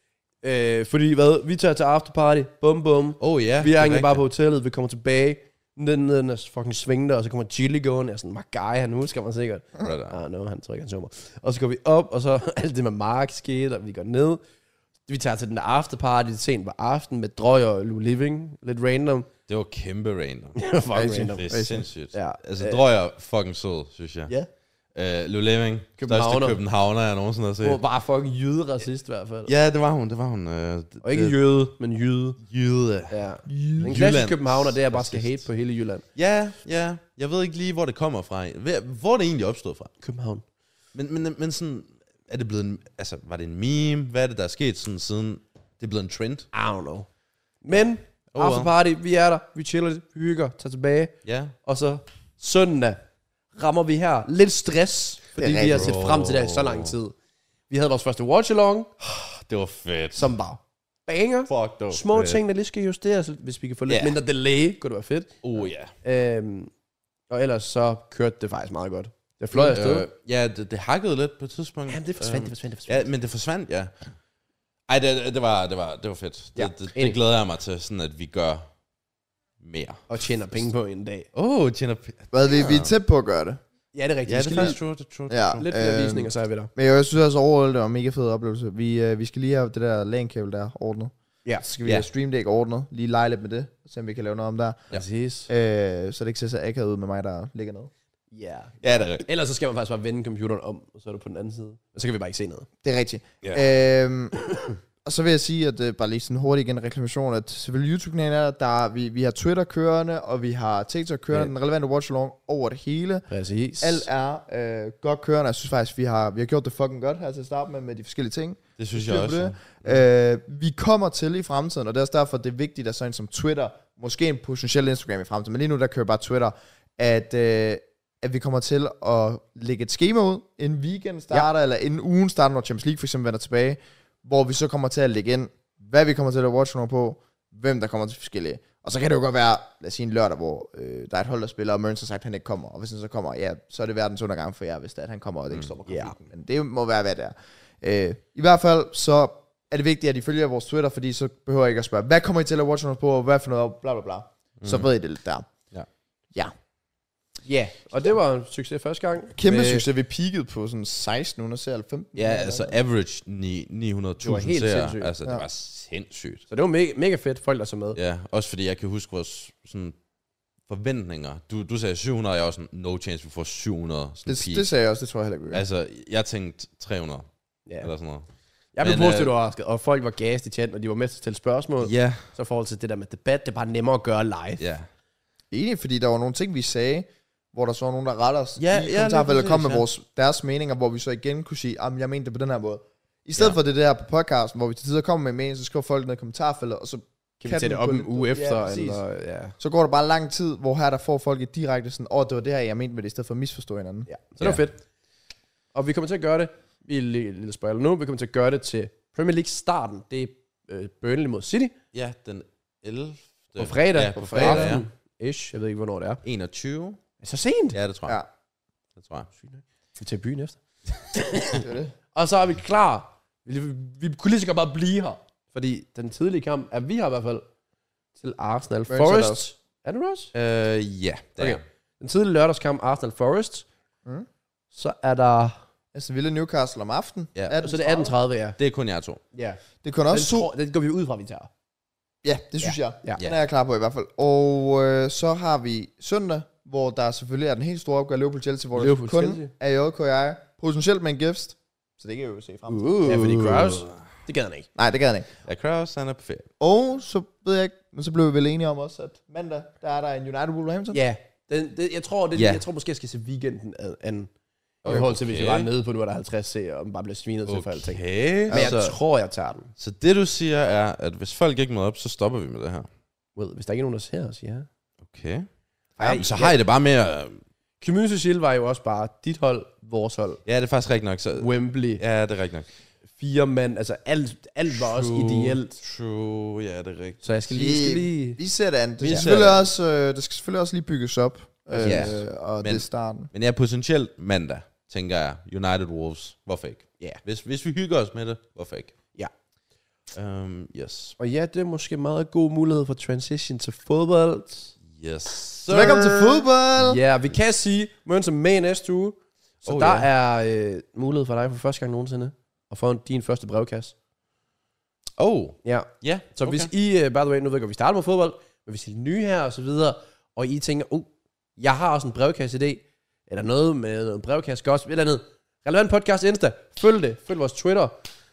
Øh, fordi hvad, vi tager til afterparty. Bum, bum. Oh ja, Vi er det egentlig bare på rigtigt. hotellet. Vi kommer tilbage. Den nede, den er fucking svingende, og så kommer Chili gående. Jeg er sådan, Magai, han husker mig sikkert. Brother. Ah, no, han tror ikke, han så mig. Og så går vi op, og så alt det med Mark skete, og vi går ned. Vi tager til den der afterparty sent på aften med Drøj og Lou Living. Lidt random. Det var kæmpe random. Fucking random. Det er sindssygt. Ja. Altså, Øh, Drøjer fucking sød, synes jeg. Ja. Uh, Lou Living, største Københavner. københavner, jeg nogensinde har set. Hun var bare fucking jyde-racist i hvert fald. Ja, det var hun, det var hun. Uh, Og ikke jøde, men jyde. jyde. Ja. En Jylland. klassisk københavner, det er, at jeg bare skal Racist. hate på hele Jylland. Ja, ja. Jeg ved ikke lige, hvor det kommer fra. Hvor, hvor er det egentlig opstået fra? København. Men, men, men sådan, er det blevet en, altså, var det en meme? Hvad er det, der er sket sådan siden? Det er blevet en trend? I don't know. Men, Oh, afterparty, vi er der, vi chiller lidt, vi hygger, tager tilbage. Ja. Og så søndag rammer vi her lidt stress, fordi Det er vi har rigtigt. set frem til det i så lang tid. Vi havde vores første watch-along, Det var fedt. som var banger. Fuck, det var Små fedt. ting, der lige skal justeres, hvis vi kan få lidt Ja. mindre delay, kunne det være fedt. Oh ja. Øhm, og ellers så kørte det faktisk meget godt. Det fløj afsted. Øh, ja, det, det hakkede lidt på et tidspunkt. Jamen, det forsvandt, Øhm, det forsvandt, det forsvandt. Ja, men det forsvandt, ja. Ej, det, det, var, det, var, det var fedt. Det, Ja, det, det, enig. det glæder jeg mig til, sådan at vi gør mere. Og tjener penge på en dag. Åh, oh, tjener p- Hvad, vi, vi er tæt på at gøre det. Ja, det er rigtigt. Ja, Vi det skal er lige faktisk true, det er true. det er Ja. true. lidt flere Øhm, visninger, så er vi der. Men jeg synes også overholdt, det var en mega fed oplevelse. Vi, øh, vi skal lige have det der LAN-kabel der ordnet. Ja. Så skal vi Ja. have Stream Deck ordnet. Lige lege lidt med det. Se om vi kan lave noget om der. Ja. Præcis. Øh, så det ikke ser så akavet ud med mig, der ligger nede. Ja. Ja, det er rigtigt. Ellers så skal man faktisk bare vende computeren om, og så er du på den anden side. Og så kan vi bare ikke se noget. Det er rigtigt. Ja. Øhm, og så vil jeg sige, at øh, bare lige sådan hurtigt igen reklamation, at selvfølgelig YouTube-kanalen er der, der er, vi, vi har Twitter kørende, og vi har TikTok kørende, Ja. den relevante watch-along over det hele. Præcis. Alt er øh, godt kørende, jeg synes faktisk, vi har, vi har gjort det fucking godt her til at starte med, med de forskellige ting. Det synes Styr jeg på også. det. Øh, vi kommer til i fremtiden, og det er også derfor, det er vigtigt, at sådan som Twitter, måske en potentiel Instagram i fremtiden, men lige nu der kører bare Twitter, at, øh, at vi kommer til at lægge et schema ud, inden weekend starter, ja. eller inden ugen starter, når Champions League for eksempel vender tilbage, hvor vi så kommer til at lægge ind, hvad vi kommer til at watche på, hvem der kommer til forskellige. Og så kan det jo godt være, lad os sige en lørdag, hvor øh, der er et hold, der spiller, og Mørns har sagt, at han ikke kommer. Og hvis han så kommer, ja, så er det verdens undergang for jer, hvis det er, at han kommer, og det ikke stopper konflikten. Men det må være, hvad det er. Øh, I hvert fald, så er det vigtigt, at I følger vores Twitter, fordi så behøver jeg ikke at spørge, hvad kommer I til at watche på, og hvad for noget, bla bla bla. Mm. Så ved I det lidt der. Ja. Ja. Ja, og det var en succes første gang. Kæmpe Med- succes. Vi peakede på sådan seksten hundrede serier, eller femten. Ja, altså average ni- ni hundrede Det var tusind helt serier. sindssygt. Altså, det Ja. var sindssygt. Så det var mega, mega fedt, folk der så med. Ja, også fordi jeg kan huske vores sådan, forventninger. Du, du sagde syv hundrede, og jeg var sådan, no chance, vi får syv hundrede. Sådan Det, peak. det sagde jeg også, det tror jeg heller ikke, vi gør. Altså, jeg tænkte tre hundrede, Ja. eller sådan noget. Jeg blev Men, positivt øh, overrasket, og folk var gassed i chatten, og de var med til at stille spørgsmål. Ja, Så i forhold til det der med debat, det er bare nemmere at gøre live. ja. Enig, fordi der var nogle ting, vi sagde, hvor der så var nogen, der retter os. Ja, i ja, kommentarfeltet kom med ja. vores, deres meninger, hvor vi så igen kunne sige, at jeg mente det på den her måde. I stedet Ja. for det der på podcasten, hvor vi til tider kommer med en mening, så skriver folk ned i kommentarfeltet, og så Kan vi tage det op en uge efter, ja, eller, ja. så går der bare lang tid, hvor her der får folk et direkte sådan, åh, det var det her, jeg mente med det, i stedet for at misforstå hinanden. Ja, så det var Ja. fedt. Og vi kommer til at gøre det, vi er lidt lille spoiler nu, vi kommer til at gøre det til Premier League starten. Det er øh, Burnley mod City. Ja, den ellevte På fredag. Ja, på fredag, ja. Aften. Ish, jeg ved ikke, hvornår det er. enogtyve Så sent. Ja, det tror jeg. Ja. Det tror jeg. Vi tager byen efter. Det er det. Og så er vi klar. Vi, vi kunne lige så godt bare blive her. Fordi den tidlige kamp er vi her i hvert fald til Arsenal Burns er der Forest. også. Er du også? Øh, ja, det Okay. er. Den tidlige lørdagskamp Arsenal Forest. Mm. Så er der... Altså, Villa Newcastle om aftenen. Ja. atten Så det er atten tredive, ja. Det er kun jer to. Ja. Det kunne Den, også to. tror, den går vi ud fra, vi tager. Ja, det synes jeg. Ja. Den er jeg klar på i hvert fald. Og øh, så har vi søndag, hvor der selvfølgelig er den helt store opgave, Liverpool-Chelsea, hvor Liverpool der kun Chelsea. er J K og jeg. Potentielt med en gift. Så det kan jeg jo se frem til. Uh. Ja, fordi Kraus, det gad han ikke. Nej, det gad han ikke. Ja, Kraus, han er på ferie. Og så ved jeg ikke, men så blev vi vel enige om også, at mandag, der er der en United Wolverhampton. Ja, den, det, jeg tror, det, Ja. jeg tror måske, jeg skal se weekenden ad, an. Okay. I forhold til, hvis jeg var nede på, nu er der halvtreds seere, og man bare bliver svinet til for alting. Okay. Men jeg så, tror, jeg tager den. så det du siger er, at hvis folk ikke møder op, så stopper vi med det her. Well, hvis der ikke er nogen, der ser os, ja. Okay. Ej, Ja, så ja. har I det bare med at... Community Shield var jo også bare dit hold, vores hold. Ja, det er faktisk rigtigt nok. Så... Wembley, Ja, det er rigtigt nok. fire mand, altså alt, alt var også ideelt. True, ja, det er rigtigt. Så jeg skal lige, skal lige... Vi ser det andet. Det Vi skal, ser selvfølgelig det. også, øh, det skal selvfølgelig også lige bygges op. Øh, Ja. og Men- det er starten. Men jeg er potentielt mandag, tænker jeg. United Wolves. Hvorfor ikke? Ja. Hvis, hvis vi hygger os med det, hvorfor ikke? Ja. Um, yes. Og ja, det er måske meget god mulighed for transition til fodbold. Yes, Så velkommen til fodbold! Ja, vi kan sige, Møns er med i næste uge. Så Oh, der ja. er øh, mulighed for dig for første gang nogensinde at få din første brevkasse. Oh, Ja. ja. Så okay. hvis I, uh, by the way, nu ved jeg godt, vi starter med fodbold, men hvis I er nye her og så videre, og I tænker, oh, jeg har også en brevkasse-idé, eller noget med noget brevkasse, også et eller andet, relevant podcast Insta, følg det, følg vores Twitter,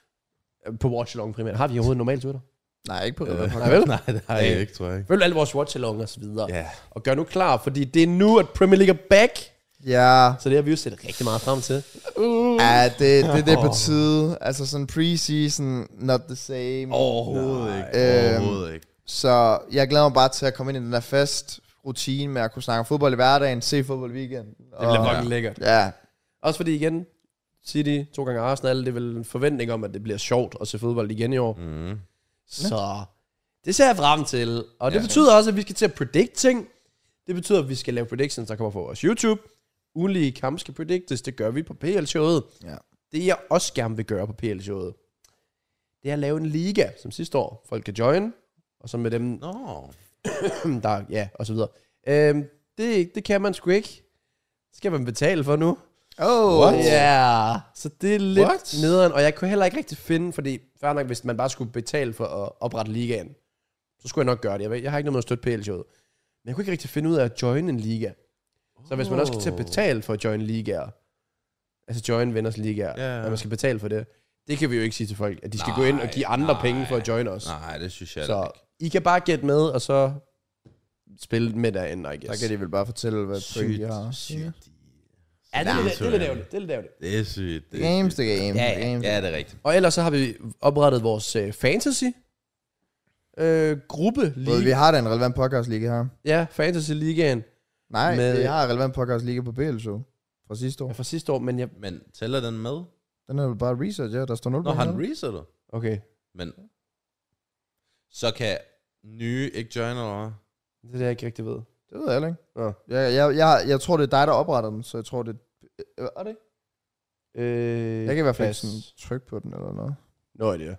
øh, på Watchalong primært. Har vi overhovedet en normal Twitter? Nej, ikke på Øh, det. Nej, vel? Nej, det har jeg ikke, tror jeg ikke. Følg alle vores Watchalong og så videre. Ja. Og gør nu klar, fordi det er nu, at Premier League er back, Ja, så det har vi jo set rigtig meget frem til. ja det, det, det er på tide. Altså sådan pre-season, not the same. Overhovedet ikke. Øhm, Overhovedet ikke. Så jeg glæder mig bare til at komme ind i den der fast rutine med at kunne snakke om fodbold i hverdagen, se fodbold i weekenden. Det bliver ja. fucking lækkert. Ja, Også fordi igen, City, to gange Arsenal, det er vel en forventning om, at det bliver sjovt at se fodbold igen i år. Mm. Så det ser jeg frem til. Og det Ja. betyder også, at vi skal til at predict ting. Det betyder, at vi skal lave predictions, der kommer fra vores YouTube. Ugenlige kampe skal predictes, det gør vi på P L-showet. Ja. Det jeg også gerne vil gøre på P L-showet, det er at lave en liga, som sidste år. Folk kan join, og så med dem, Nå. der, ja, og så videre. Øhm, det, det kan man sgu ikke. Det skal man betale for nu. Oh, What? Ja, så det er lidt What? nederen, og jeg kunne heller ikke rigtig finde, fordi fair nok, hvis man bare skulle betale for at oprette ligaen, så skulle jeg nok gøre det. Jeg, ved, jeg har ikke noget med at støtte P L-showet. Men jeg kunne ikke rigtig finde ud af at join en liga. Så hvis man også skal til at betale for at join ligaer, altså join venners ligaer, Ja. og man skal betale for det, det kan vi jo ikke sige til folk, at de skal Nej, gå ind og give andre nej. penge for at join os. Nej, det synes jeg Så ikke. I kan bare gætte med, og så spille med derinde, I der guess. kan de vel bare fortælle, hvad point de Sygt, har. sygt. Ja, det, er lidt- det er lidt ærgerligt. Det er lidt ærgerligt. Det er sygt. Det er Games sygt. the game. Ja, ja. Games Ja, det er rigtigt. Og ellers så har vi oprettet vores øh, fantasy øh, gruppe Både liga. vi har da en relevant podcast liga her. Ja, fantasy ligaen Nej, Med- vi har en relevant podcast liga på B L show fra sidste år. fra sidste år, men jeg... Men tæller den med? Den er jo bare research, ja. Der står nul Nå, på har den. den resetet? Okay, Men så kan nye ikke join, eller hvad? det er det, jeg ikke rigtig ved. Det ved jeg heller ikke. Nå. Jeg, jeg, jeg, jeg tror, det er dig, der opretter den, så jeg tror, det er... Er det ikke? Øh, Jeg kan i hvert fald pas. ikke sådan trykke på den eller noget. Nå, det er.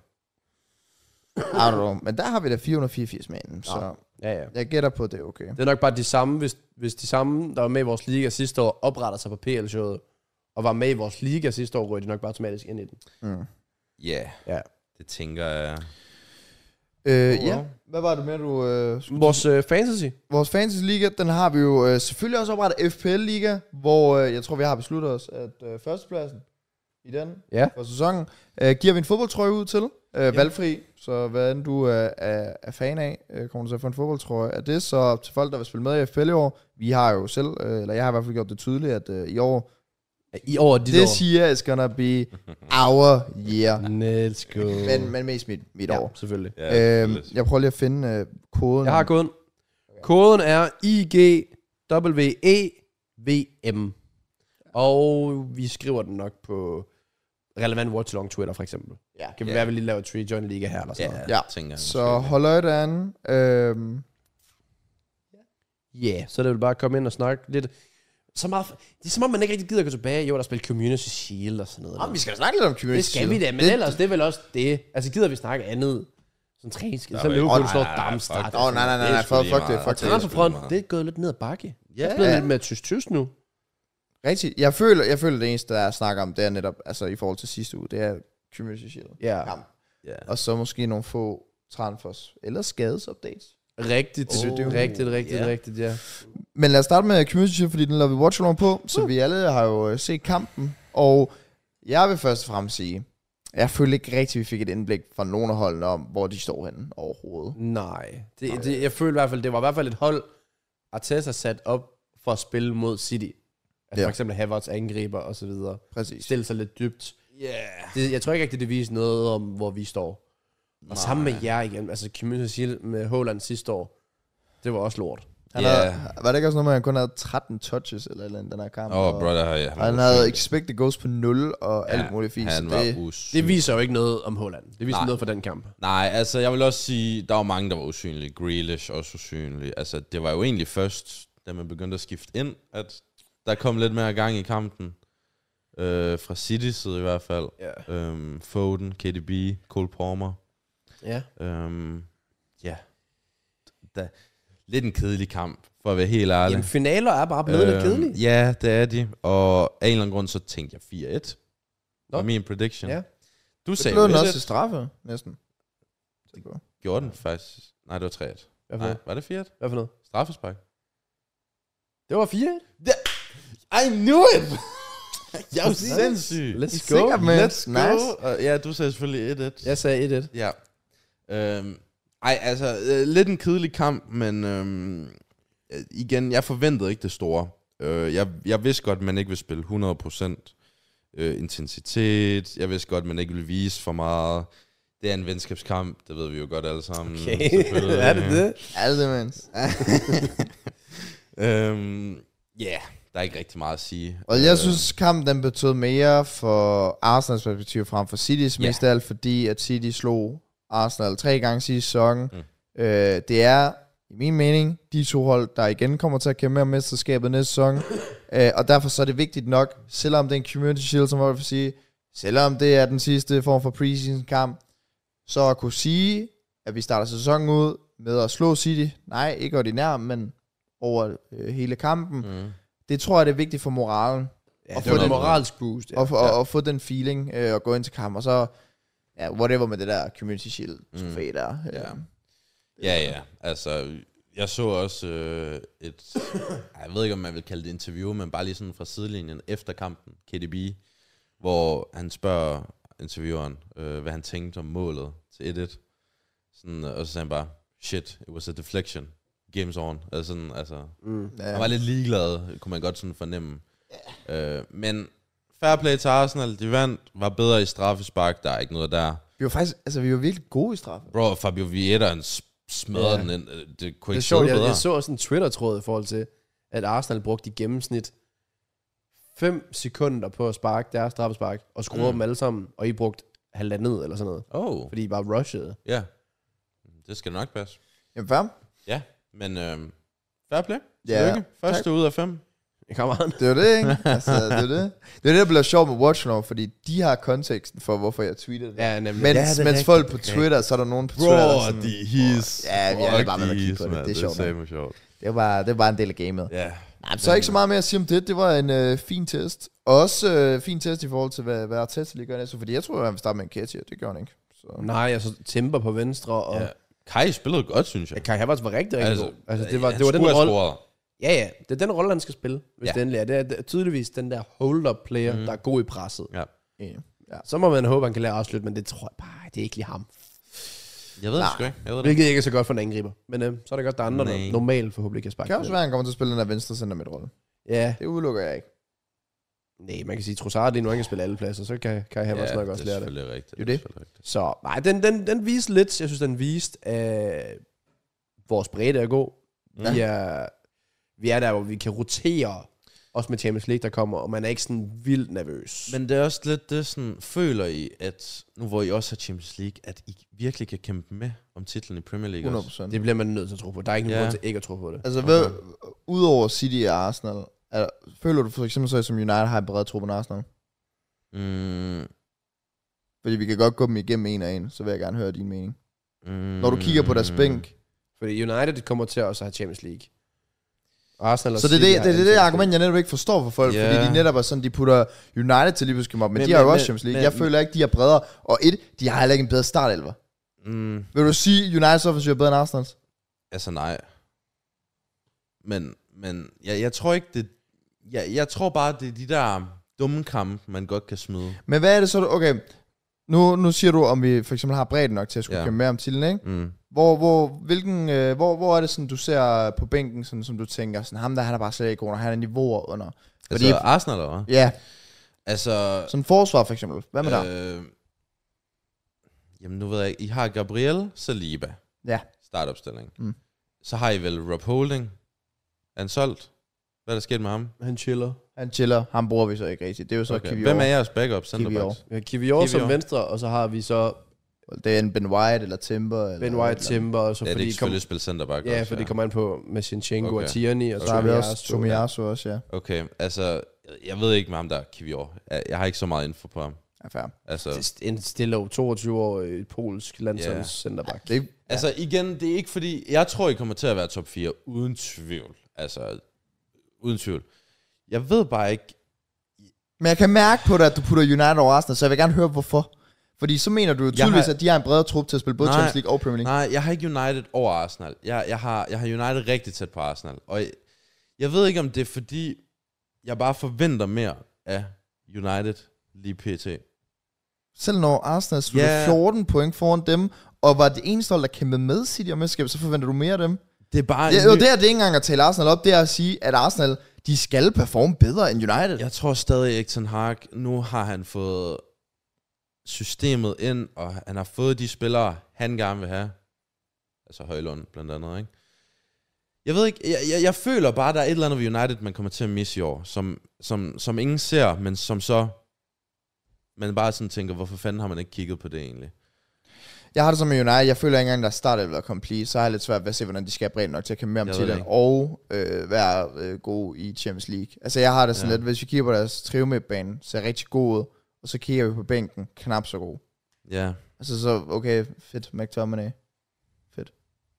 I don't know. Men der har vi da fire hundrede og fireogfirs mand, så Ja, ja. jeg gætter på, at det er okay. Det er nok bare de samme, hvis, hvis de samme, der var med i vores liga sidste år, opretter sig på P L-showet, og var med i vores liga sidste år, ryger de nok bare automatisk ind i den. Mm. Ja, Ja. det tænker jeg. Øh, Oh, ja, wow. hvad var det med, du... Øh, skulle Vores øh, fantasy. Vores Fantasy Liga, den har vi jo øh, selvfølgelig også oprettet F P L Liga, hvor øh, jeg tror, vi har besluttet os, at øh, førstepladsen i den Ja. for sæsonen, øh, giver vi en fodboldtrøje ud til. øh, valgfri, så hvad end du er, er, er fan af, øh, kommer du til at få en fodboldtrøje af det. Så til folk, der vil spille med i F P L i år, vi har jo selv, øh, eller jeg har i hvert fald gjort det tydeligt, at øh, i år, I år dit det år. siger, it's gonna be our year. Let's go. Men, men mest mit, mit ja, år. selvfølgelig. Ja, Øhm, jeg prøver lige at finde øh, koden. Jeg har koden. Koden er I G W E V M. Og vi skriver den nok på relevant watch along Twitter for eksempel. Ja. Kan vi Ja. være, vi lige laver Tree Join Liga her eller sådan Ja, noget? Ja, tænker jeg så måske. hold øje derinde. Øhm, Ja, yeah, så er det vel bare at komme ind og snakke lidt. Så meget, det er som om, man ikke rigtig gider at gå tilbage. Jo, der spiller Community Shield og sådan noget. oh, vi skal snakke lidt om community. Det skal vi da, men det, ellers, det er vel også det. Altså, gider vi snakke andet? Sådan træningsskild. Så Nej, Liverpool nej, slår nej, nej, Darmstadt. fuck Åh, oh, nej, nej, nej, Det er nej, sgu fuck, lige fuck det, meget. fuck det. Transferfront, meget. det er gået lidt ned ad bakke. Ja, Det er blevet ja. lidt mere tysk-tysk nu. Rigtigt. Jeg føler, jeg føler det eneste, der er snak om, det er netop, altså i forhold til sidste uge, det er community shield. Ja. Kamp. Ja. Og så måske nogle få transfers, eller skadesupdates. Rigtigt, Oh, rigtigt, rigtigt, rigtigt, ja. rigtigt, ja. Men lad os starte med community shield, fordi den lader vi watch along på, så vi alle har jo øh, set kampen. Og jeg vil først og fremmest sige, jeg føler ikke rigtigt, at vi fik et indblik fra nogen af holdene om, hvor de står henne overhovedet. Nej. Det, det, jeg følte i hvert fald, det var i hvert fald et hold, Arteta sat op for at spille mod City. Altså Ja. for eksempel Havertz angriber og så videre. Præcis. Stille sig lidt dybt. Yeah. Det, jeg tror ikke rigtig, det viser noget om, hvor vi står. Og Nej. sammen med jer igen, altså Community Shield med Haaland sidste år, det var også lort. Han Ja. havde, var det ikke også noget med, at han kun havde tretten touches eller et eller andet, den her kamp? Åh, oh, og- brother, ja, Og han havde expected goals på nul og alt muligt fint. Han så var det, usyg. Det viser jo ikke noget om Haaland. Det viser Nej. noget for den kamp. Nej, altså jeg vil også sige, der var mange, der var usynlige. Grealish også usynlig. Altså det var jo egentlig først, da man begyndte at skifte ind, at der kom lidt mere gang i kampen. Øh, fra City side i hvert fald. Ja. Øhm, Foden, K D B, Cole Palmer. Ja. Øhm, ja. Da, lidt en kedelig kamp, for at være helt ærlig. Jamen, finaler er bare blevet lidt kedelige. Ja, det er de. Og af en eller anden grund, så tænkte jeg fire et. Nå. Var min prediction. Ja. Du det sagde blev den jo også et til straffe, næsten. Det går. Gjorde den faktisk. Nej, det var tre et. Hvad for Nej, noget? var det fire et? Hvad for noget? Straffespark. Det var fire. I knew it! Jeg er jo sindssyg. Let's I go. sikkert, man. Let's Nice. go. Og ja, du sagde selvfølgelig et et. Jeg sagde et et. Ja. Øhm, ej, altså, øh, lidt en kedelig kamp, men øhm, øh, igen, jeg forventede ikke det store. Øh, jeg, jeg vidste godt, at man ikke vil spille hundrede procent øh, intensitet. Jeg vidste godt, at man ikke vil vise for meget. Det er en venskabskamp, det ved vi jo godt alle sammen. Okay, selvfølgelig. er det det? Alt det, mens. Øhm, ja, yeah, der er ikke rigtig meget at sige. Og jeg synes, kampen den betød mere for Arsenals perspektiv frem for City's, Ja. mest af alt fordi, at City slog Arsenal tre gange sidste sæson. Mm. Øh, det er, i min mening, de to hold, der igen kommer til at kæmpe med om mesterskabet næste sæson. øh, og derfor så er det vigtigt nok, selvom det er en community shield, som jeg vil sige, selvom det er den sidste form for preseason kamp, så at kunne sige, at vi starter sæsonen ud med at slå City. Nej, ikke ordinært, men over øh, hele kampen. Mm. Det tror jeg, det er vigtigt for moralen. Ja, Og det få var den- et moralsk boost. Ja. Og, og, og få den feeling øh, og gå ind til kamp. Og så, ja, whatever med det der community shield trofæ Mm. der. Ja. Øh, Ja, ja. Altså, jeg så også øh, et, jeg ved ikke, om man vil kalde det interview, men bare lige sådan fra sidelinjen efter kampen, K D B, hvor han spørger intervieweren, øh, hvad han tænkte om målet til et et. Sådan, og så sagde han bare, shit, it was a deflection. Game's on. Altså, sådan, altså, Mm. ja. han var lidt ligeglad, kunne man godt sådan fornemme. Øh, men fair play til Arsenal, de vandt, var bedre i straffespark, der er ikke noget der. Vi var faktisk, altså vi var virkelig gode i straffe. Bro, Fabio Vieira, han smadrede Ja. den ind. Det kunne Det er ikke sjovt, sidde jeg, bedre. jeg så også en Twitter-tråd i forhold til, at Arsenal brugte i gennemsnit fem sekunder på at sparke deres straffespark, og skrue Mm. dem alle sammen, og I brugte halvandet eller sådan noget, Oh, fordi I bare rushede. ja. Det skal nok passe. Jamen fair. Ja, men øhm, fair play. Ja, Tillykke. Første tak. ud af fem. Come on. Det var det, ikke? Altså, det var det. Det er det, der bliver sjovt med Watch Now, fordi de har konteksten for, hvorfor jeg tweetede det. Ja, nemlig. Mens, Ja, det er mens rigtigt. folk på Okay. Twitter, så er der nogen på Twitter, der er sådan, de his. Ja, vi er lige bare med at kigge på det. Det er sjovt Det er nok. satme sjovt. det var, det var en del af gamet. Ja. Nej, så er ikke så meget mere at sige om det. Det var en øh, fin test. Også øh, fin test i forhold til, hvad, hvad Arteta lige gør næste. Fordi jeg tror, at han vil starte med en Ketia. Det gør han ikke. Så. Nej, altså Timber på venstre, og ja. Kai spillede godt, synes jeg. ja. Kai Havertz var rigtig, rigtig Altså, god. Altså, det var, han det var den skulle have rolle. scoret. Ja, ja, det er den rolle, han skal spille, hvis Ja. det endelig er. Det er, det er tydeligvis den der hold-up player, Mhm. mm. der er god i presset. Ja. Ja. Så må man håbe, han kan lære at afslutte, men det tror jeg bare det er ikke lige ham. Jeg ved det sgu ikke. Jeg ved det. Hvilket ikke er så godt for en angriber. Men øh, så er det godt, der er andre, der normalt forhåbentlig kan sparke. Kan også være, at han kommer til at spille den der venstre center midt rolle. Ja. Det udelukker jeg ikke. Nej, man kan sige, Trossard, det er nu, han kan spille alle pladser, så kan Kai Havertz ja, nok også lære det. Ja, det er rigtigt. Det er det. Rigtigt. Så nej, den, den, den viste lidt. Jeg synes, den viste, at vores bredde er god. Ja. Vi, er, vi er der, hvor vi kan rotere, også med Champions League, der kommer, og man er ikke sådan vildt nervøs. Men det er også lidt det, sådan, føler I, at nu hvor I også har Champions League, at I virkelig kan kæmpe med om titlen i Premier League hundrede procent. også? Det bliver man nødt til at tro på. Der er ikke nogen ja. grund til ikke at tro på det. Altså, okay. Udover City og Arsenal, er, føler du for eksempel så, som United har en bredere trup end Arsenal? Mm. Fordi vi kan godt gå dem igennem en af en, så vil jeg gerne høre din mening. Mm. Når du kigger på deres bænk. Fordi United kommer til at også have Champions League. Arsenal så det er det, det, det, det argument, jeg netop ikke forstår for folk, yeah. fordi de netop er sådan, de putter United til lige pludselig op, men, men de har jo også Champions League. Men, jeg føler ikke, de er bredere. Og et, de har heller ikke en bedre startelver. Mm. Vil du sige, Uniteds offensiv er bedre end Arsenals? Altså nej. Men, men jeg, jeg tror ikke, det... Jeg, jeg tror bare, det er de der dumme kampe, man godt kan smide. Men hvad er det så, okay... Nu, nu siger du, om vi for eksempel har bredden nok til at skulle yeah. kæmpe med om titlen, ikke? Mm. Hvor, hvor, hvilken, øh, hvor, hvor er det sådan, du ser på bænken, sådan, som du tænker, sådan, ham der, han er bare slet ikke god, han er niveauer under. Altså fordi, Arsenal, eller hvad? Ja. Altså... Sådan forsvar, for eksempel. Hvad med øh, der? Jamen, nu ved jeg ikke. I har Gabriel Saliba. Ja. Startopstilling. Mm. Så har I vel Rob Holding. Er han solgt? Hvad er der sket med ham? Han chiller. Han chiller. Ham bruger vi så ikke rigtigt. Det er jo så okay. Kivior. Hvem er jeres backup centerback? Ja, Kivior som venstre, og så har vi så... Det er en Ben White eller Timber. Ben eller White, Timber. Og så ja, fordi det er selvfølgelig spille centerback ja, også. for ja, det kommer an på med Sinchenko okay. og Tierney. Og så har vi også Tomiyasu også, ja. Okay, altså... Jeg ved ikke med ham der, Kivior. Jeg, jeg har ikke så meget info på ham. Ja, fair. Altså, det er en stille toogtyve-årig polsk landsholds centerback. Det, ja. Altså igen, det er ikke fordi... Jeg tror, I kommer til at være top fire, uden tvivl. Altså, uden tvivl. Jeg ved bare ikke... Men jeg kan mærke på dig, at du putter United over Arsenal, så jeg vil gerne høre, hvorfor. Fordi så mener du tydeligvis, har... at de har en bredere trup til at spille både nej, Champions League og Premier League. Nej, jeg har ikke United over Arsenal. Jeg, jeg, har, jeg har United rigtig tæt på Arsenal. Og jeg, jeg ved ikke, om det er fordi, jeg bare forventer mere af United lige pt. Selv når Arsenal slutter yeah. fjorten point foran dem, og var det eneste hold, der kæmpede med City og mesterskab, så forventer du mere af dem. Det er bare... Ja, jo, det er det ikke engang at tale Arsenal op, det er at sige, at Arsenal, de skal performe bedre end United. Jeg tror stadig ikke, Ten Hag, nu har han fået systemet ind, og han har fået de spillere, han gerne vil have. Altså Højlund blandt andet, ikke? Jeg ved ikke, jeg, jeg, jeg føler bare, der er et eller andet ved United, man kommer til at misse i år, som, som, som ingen ser, men som så, man bare sådan tænker, hvorfor fanden har man ikke kigget på det egentlig? Jeg har det som med United, jeg føler ikke engang, der starter eller complete, så har jeg lidt svært ved at se, hvordan de skal have bredt nok til at kæmpe med om titlen, og øh, være øh, god i Champions League. Altså jeg har det sådan ja. lidt, hvis vi kigger på deres trio midtbane, ser rigtig god ud, og så kigger vi på bænken, knap så god. Ja. Altså så, okay, fedt, McTominay. Fedt.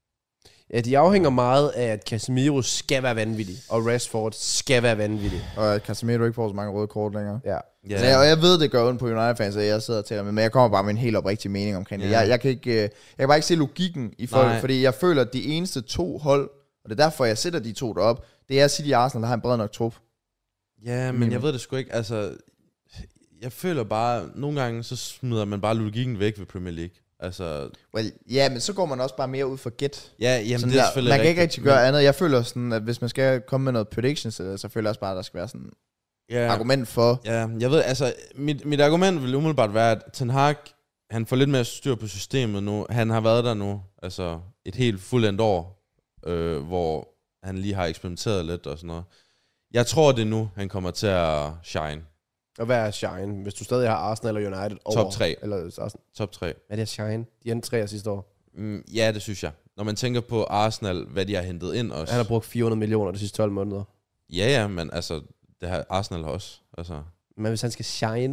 Ja, de afhænger meget af, at Casemiro skal være vanvittig, og Rashford skal være vanvittig. Og at Casemiro ikke får så mange røde kort længere. Ja. Yeah. Altså, jeg, og jeg ved, det gør ondt på United-fans, at jeg sidder og taler med, men jeg kommer bare med en helt oprigtig mening omkring yeah. det. Jeg, jeg, kan ikke, jeg kan bare ikke se logikken i folk, nej. Fordi jeg føler, at de eneste to hold, og det er derfor, jeg sætter de to derop, det er City og Arsenal, der har en bred nok trup. Ja, men jeg ved det sgu ikke, altså... Jeg føler bare, nogle gange, så smider man bare logikken væk ved Premier League. Altså... Well, ja, men så går man også bare mere ud for gæt. Ja, jamen sådan det er selvfølgelig man kan rigtigt, ikke rigtig gøre men... andet. Jeg føler sådan, at hvis man skal komme med noget predictions, så føler jeg også bare, at der skal være sådan ja. argument for... Ja, jeg ved, altså, mit, mit argument vil umiddelbart være, at Ten Hag, han får lidt mere styr på systemet nu. Han har været der nu, altså et helt fuldendt år, øh, hvor han lige har eksperimenteret lidt og sådan noget. Jeg tror, det er nu, han kommer til at shine. Og hvad er shine? Hvis du stadig har Arsenal eller United over... Top tre. Eller Arsenal. Top tre. Hvad er det shine? De endte tre sidste år. Mm, ja, det synes jeg. Når man tænker på Arsenal, hvad de har hentet ind også. Han har brugt fire hundrede millioner de sidste tolv måneder. Ja, ja, men altså, det har Arsenal også. Altså. Men hvis han skal shine?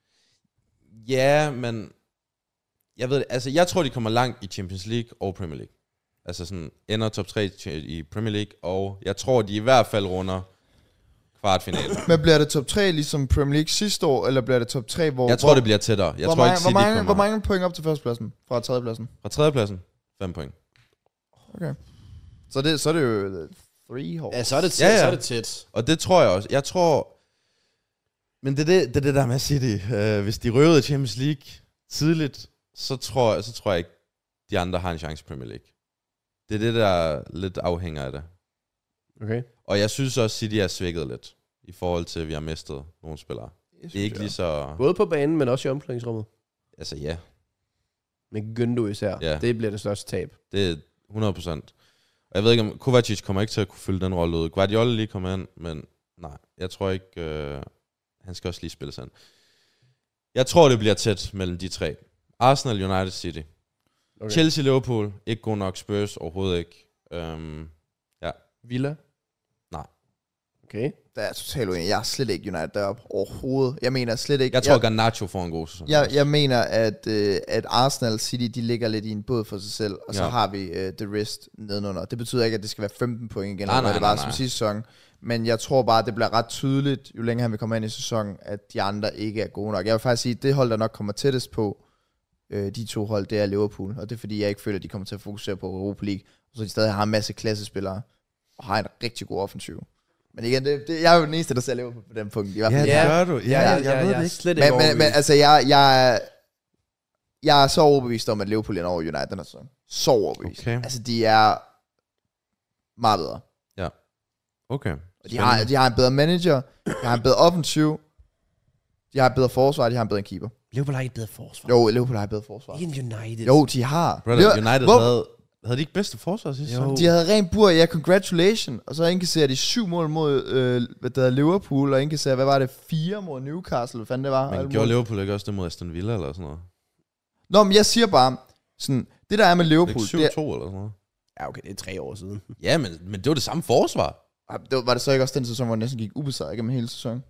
Ja, men... Jeg ved det, altså, jeg tror, de kommer langt i Champions League og Premier League. Altså sådan, ender top tre i Premier League, og jeg tror, de i hvert fald runder... kvartfinalen. Men bliver det top tre ligesom Premier League sidste år, eller bliver det top tre, hvor... Jeg tror, hvor, det bliver tættere. Jeg hvor, tror mange, ikke, hvor, mange, kommer... hvor mange point op til førstepladsen? Fra tredjepladsen? Fra tredjepladsen? Fem point. Okay. Så, det, så er det jo three horse. Ja, så er det tæt. Ja, ja. Så er det tæt. Og det tror jeg også. Jeg tror... Men det er det, det, er det der med City. Uh, hvis de røvede Champions League tidligt, så tror, jeg, så tror jeg ikke, de andre har en chance i Premier League. Det er det, der lidt afhænger af det. Okay. Og jeg synes også, City er svækket lidt, i forhold til, at vi har mistet nogle spillere. Det er ikke lige så... Både på banen, men også i omklædningsrummet. Altså ja. Men Gündo især. Ja. Det bliver det største tab. Det er hundrede procent. Og jeg ved ikke, om Kovacic kommer ikke til at kunne fylde den rolle ud. Guardiola lige kommer ind, men nej, jeg tror ikke, øh, han skal også lige spille sådan. Jeg tror, det bliver tæt mellem de tre. Arsenal, United, City. Okay. Chelsea, Liverpool, ikke god nok. Spurs, overhovedet ikke. Um, ja. Villa? Nej. Okay. Der er totalt uenig. Jeg er slet ikke United deroppe overhovedet. Jeg mener slet ikke... Jeg tror, jeg, Garnacho får en god sæson. Jeg, jeg mener, at, øh, at Arsenal City, de ligger lidt i en båd for sig selv, og så ja. har vi øh, the rest nedenunder. Det betyder ikke, at det skal være femten point igen, nej, eller nej, det var nej, som nej. sidste sæson. Men jeg tror bare, at det bliver ret tydeligt, jo længere han vil komme ind i sæsonen, at de andre ikke er gode nok. Jeg vil faktisk sige, at det hold, der nok kommer tættest på øh, de to hold, det er Liverpool. Og det er fordi, jeg ikke føler, at de kommer til at fokusere på Europa League. Og så de stadig har en masse klassespillere, og har en rigtig god offensiv. Men igen, det, det, jeg er jo den eneste, der ser Liverpool på den punkt. I hvert fald. Ja, det Ja. gør du. Ja, Ja, jeg, ja, jeg, ja, jeg ved jeg det er ikke. slet ikke Men, men, men altså, jeg, jeg, er- jeg er så overbevist om, at Liverpool er over United den her sæson. Så overbevist. Okay. Altså, de er meget bedre. Okay. Og de har, de har en bedre manager, de har en bedre offensiv, de har et bedre forsvar, de har en bedre keeper. Liverpool har ikke et bedre forsvar. Jo, Liverpool har et bedre forsvar. Ikke en United. Jo, de har. Brother, Liverpool- United Hvor- havde, havde de ikke bedste forsvar sidste Jo. sæson? De havde rent bur, ja, congratulation. Og så indkasserer de syv mål mod øh, hvad der er Liverpool, og indkasserer, hvad var det, fire mod Newcastle, hvad fanden det var? Men gjorde Liverpool ikke også det mod Aston Villa eller sådan noget? Nå, men jeg siger bare, sådan, det der er med Det Liverpool, er syv det, to eller sådan noget. Ja, okay, det er tre år siden. Ja, men, men det var det samme forsvar. er, det var, var det så ikke også den sæson, hvor den næsten gik ubesejret gennem hele sæsonen?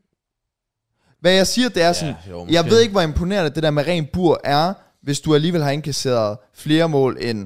Hvad jeg siger, det er sådan, jo, jeg måske. ved ikke, hvor imponerende det der med ren bur er, hvis du alligevel har indkasseret flere mål end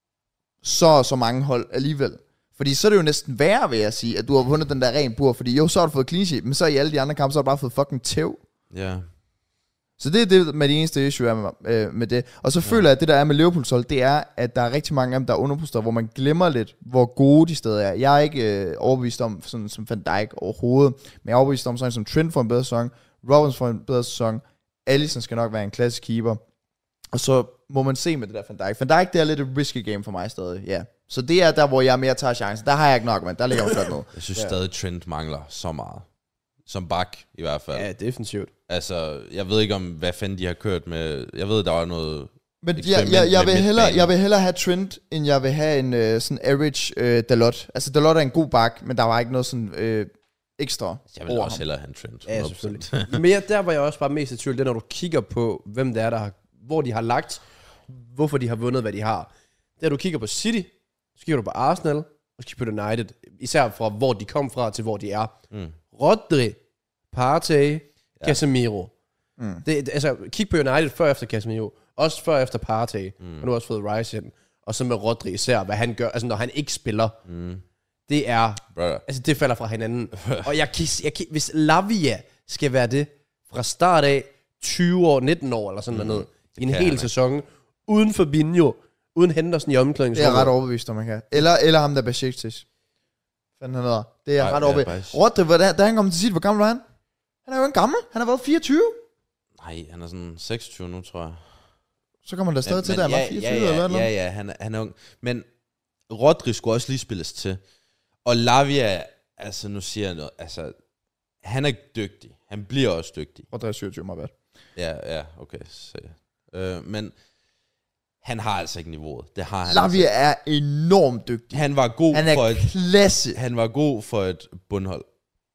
så og så mange hold alligevel. Fordi så er det jo næsten værre, vil jeg sige, at du har vundet den der ren bur, fordi jo, så har du fået clean sheet, men så i alle de andre kampe, så har du bare fået fucking tæv. Ja. Så det er det med det eneste issue er med, øh, med det. Og så ja. føler jeg, at det der er med Liverpools hold, det er, at der er rigtig mange af dem, der er underposteret, hvor man glemmer lidt, hvor gode de steder er. Jeg er ikke øh, overbevist om sådan som Van Dijk overhovedet, men jeg er overbevist om sådan som Trent får en bedre sæson, Robbins får en bedre sæson, Alisson skal nok være en klassisk keeper. Og så må man se med det der Van Dijk. Van Dijk, det er lidt et risky game for mig stadig, ja. Så det er der, hvor jeg mere tager chancen. Der har jeg ikke nok, men der ligger jo flot noget. Jeg synes Ja. stadig, Trent mangler så meget. Som bak, i hvert fald. Ja, definitivt. Altså, jeg ved ikke om, hvad fanden de har kørt med. Jeg ved, der var noget... Men jeg, eksperiment jeg, jeg, med vil hellere, midtbanen. jeg vil hellere have Trent, end jeg vil have en uh, sådan average uh, Dalot. Altså Dalot er en god bak, men der var ikke noget sådan uh, ekstra Jeg vil over også ham. hellere have en Trent. Ja, hundrede procent. selvfølgelig. Men ja, der var jeg også bare mest i tvivl, det er, når du kigger på, hvem det er, der har, hvor de har lagt, hvorfor de har vundet, hvad de har. Der du kigger på City, så kigger du på Arsenal, og så kigger du på United. Især fra, hvor de kom fra, til hvor de er. Mm. Rodri, Partey, Ja. Casemiro. Mm. Det, altså, kig på United før efter Casemiro. Også før efter Partey. Mm. Og nu har også fået Rice ind. Og så med Rodri især, hvad han gør, altså når han ikke spiller. Mm. Det er, Brother. altså det falder fra hinanden. Og jeg kan, jeg kan, hvis Lavia skal være det, fra start af, tyve år, nitten år, eller sådan mm. noget, i en kan hel han sæson, uden Fabinho, uden Henderson i Det er jeg omklædningsrummet. ret overbevist om, man kan. Eller, eller ham der Besiktas. Fanden han hedder. Det er jeg Ej, ret ja, overbevist. faktisk. Rodri, hvor- da, da han kom til sit, hvor gammel var han? Han er jo en gammel. Han har været fireogtyve. Nej, han er sådan seksogtyve nu, tror jeg. Så kommer han da stadig til, da han ja, var fireogtyve. ja, eller ja, hvad ja, ja, han, er- han er ung. Men Rodri skulle også lige spilles til. Og Lavia, altså nu siger jeg noget, altså, han er dygtig. Han bliver også dygtig. Rodri er syvogtyve, meget bad. Ja, ja, okay. Så, øh, men han har altså ikke niveauet. Det har han Lavia altså. er enormt dygtig. Han var god Han for er et, klasse. han var god for et bundhold.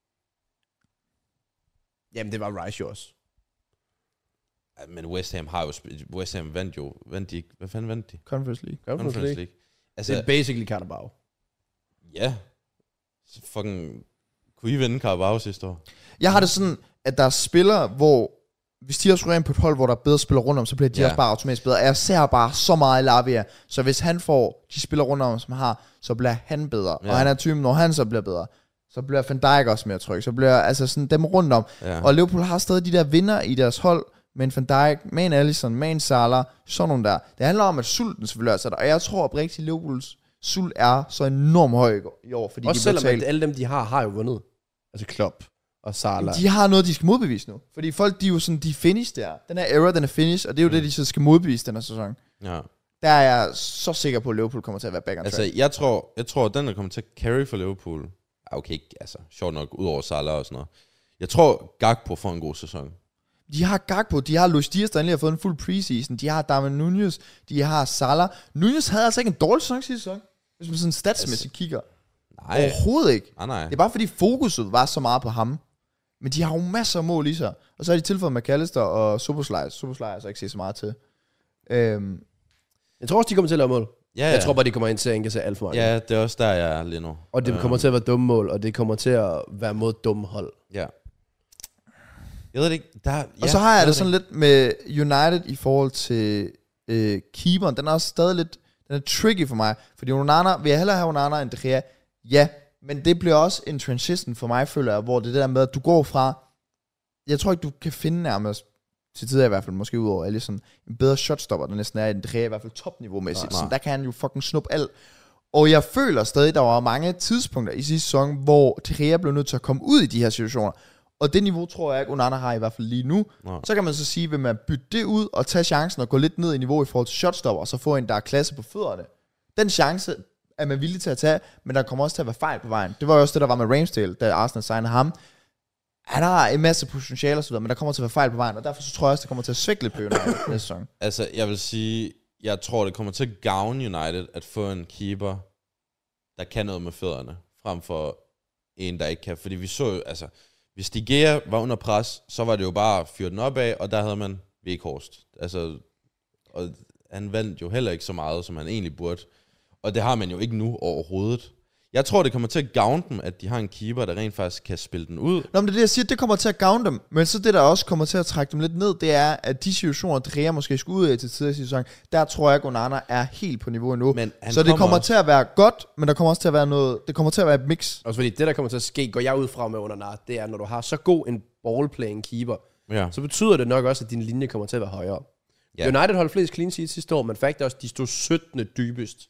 Jamen, det var Rice jo også. Ja, men West Ham har jo spillet, West Ham vandt jo, vandt de ikke, hvad fanden vandt de? Conference League. Conference League. Altså, Det er basically Carabao. ja. Så fucking, kunne I vinde Carabao sidste år? Jeg har det sådan, at der er spillere, hvor hvis de også ryger ind på et hold, hvor der er bedre spillere rundt om, så bliver de Ja. også bare automatisk bedre. Jeg ser bare så meget i Lavia, så hvis han får de spillere rundt om, som han har, så bliver han bedre. Ja. Og han er typen, når han så bliver bedre, så bliver Van Dijk også mere tryg. Så bliver altså sådan dem rundt om. Ja. Og Liverpool har stadig de der vinder i deres hold, med en Van Dijk, med en Alisson, med en Salah, sådan nogle der. Det handler om, at sulten selvfølgelig også er der. Og jeg tror oprigtigt, Liverpools sult er så enormt høj i år, fordi Også de selvom bliver talt. at alle dem, de har, har jo vundet. Altså Klopp, og Salah. De har noget, de skal modbevise nu. Fordi folk, de er jo sådan, de er finished der. Den her era, den er finished, og det er jo mm. det, de så skal modbevise den her sæson. Ja. Der er jeg så sikker på, at Liverpool kommer til at være back on track. Altså, jeg tror, jeg tror, at den, der kommer til at carry for Liverpool, okay, altså, sjovt nok, ud over Salah og sådan noget. Jeg tror, Gakpo får en god sæson. De har Gakpo, de har Luis Diaz, der endelig har fået en fuld preseason. De har Darwin Nunez, de har Salah. Nunez havde altså ikke en dårlig sæson sidste sæson, hvis man sådan statsmæssigt altså, kigger. Nej. Overhovedet ikke. Ah, nej. Det er bare fordi fokuset var så meget på ham. Men de har jo masser af mål i sig. Og så har de tilføjet McAllister og Superslice. Superslice har jeg så ikke set så meget til. Øhm. Jeg tror også, de kommer til at lave mål. Ja, ja. Jeg tror bare, de kommer ind til at indkassere alt for meget. Ja, det er også der, jeg er lige nu. Og det kommer um. til at være dumme mål, og det kommer til at være mod dumme hold. Ja. Jeg ved det ikke. Der, ja, og så har jeg, jeg det sådan lidt med United i forhold til øh, keeperen. Den er også stadig lidt den er tricky for mig. Fordi Onana, vil jeg hellere have Onana end De Gea? Ja, men det bliver også en transition for mig, føler jeg, hvor det er det der med, at du går fra, jeg tror ikke, du kan finde nærmest, til tider i hvert fald, måske udover Alisson, en bedre shotstopper, der næsten er en De Gea, i hvert fald topniveau-mæssigt. Så der kan han jo fucking snuppe alt. Og jeg føler stadig, der var mange tidspunkter i sidste sæson, hvor De Gea blev nødt til at komme ud i de her situationer. Og det niveau tror jeg ikke, Onana har i hvert fald lige nu. Nej. Så kan man så sige, vil man bytte det ud og tage chancen og gå lidt ned i niveau i forhold til shotstopper, og så få en, der er klasse på fødderne. Den chance er man villig til at tage, men der kommer også til at være fejl på vejen. Det var jo også det, der var med Ramsdale, da Arsenal signede ham. Han har en masse potentiale og så videre, men der kommer til at være fejl på vejen, og derfor så tror jeg også, det kommer til at svække lidt på United næste sæson. Altså, jeg vil sige, jeg tror, det kommer til at gavne United at få en keeper, der kan noget med fødderne, frem for en, der ikke kan. Fordi vi så jo, altså, hvis De Gea var under pres, så var det jo bare fyret den op af, og der havde man Weghorst. Altså, og han vandt jo heller ikke så meget, som han egentlig burde. Og det har man jo ikke nu overhovedet. Jeg tror, det kommer til at gavne dem, at de har en keeper, der rent faktisk kan spille den ud. Nå, men det er det, jeg siger, det kommer til at gavne dem. Men så det, der også kommer til at trække dem lidt ned, det er, at de situationer, De Gea måske skulle ud af til tidligere sæson, der tror jeg, at Onana er helt på niveau nu. Så det kommer, kommer til at være godt, men der kommer også til at være noget, det kommer til at være et mix. Også fordi det, der kommer til at ske, går jeg ud fra med Onana, det er, når du har så god en ballplaying keeper, ja. Så betyder det nok også, at din linje kommer til at være højere. Ja. United holdt flest clean sheets sidste år, men faktisk også, de stod syttende dybest.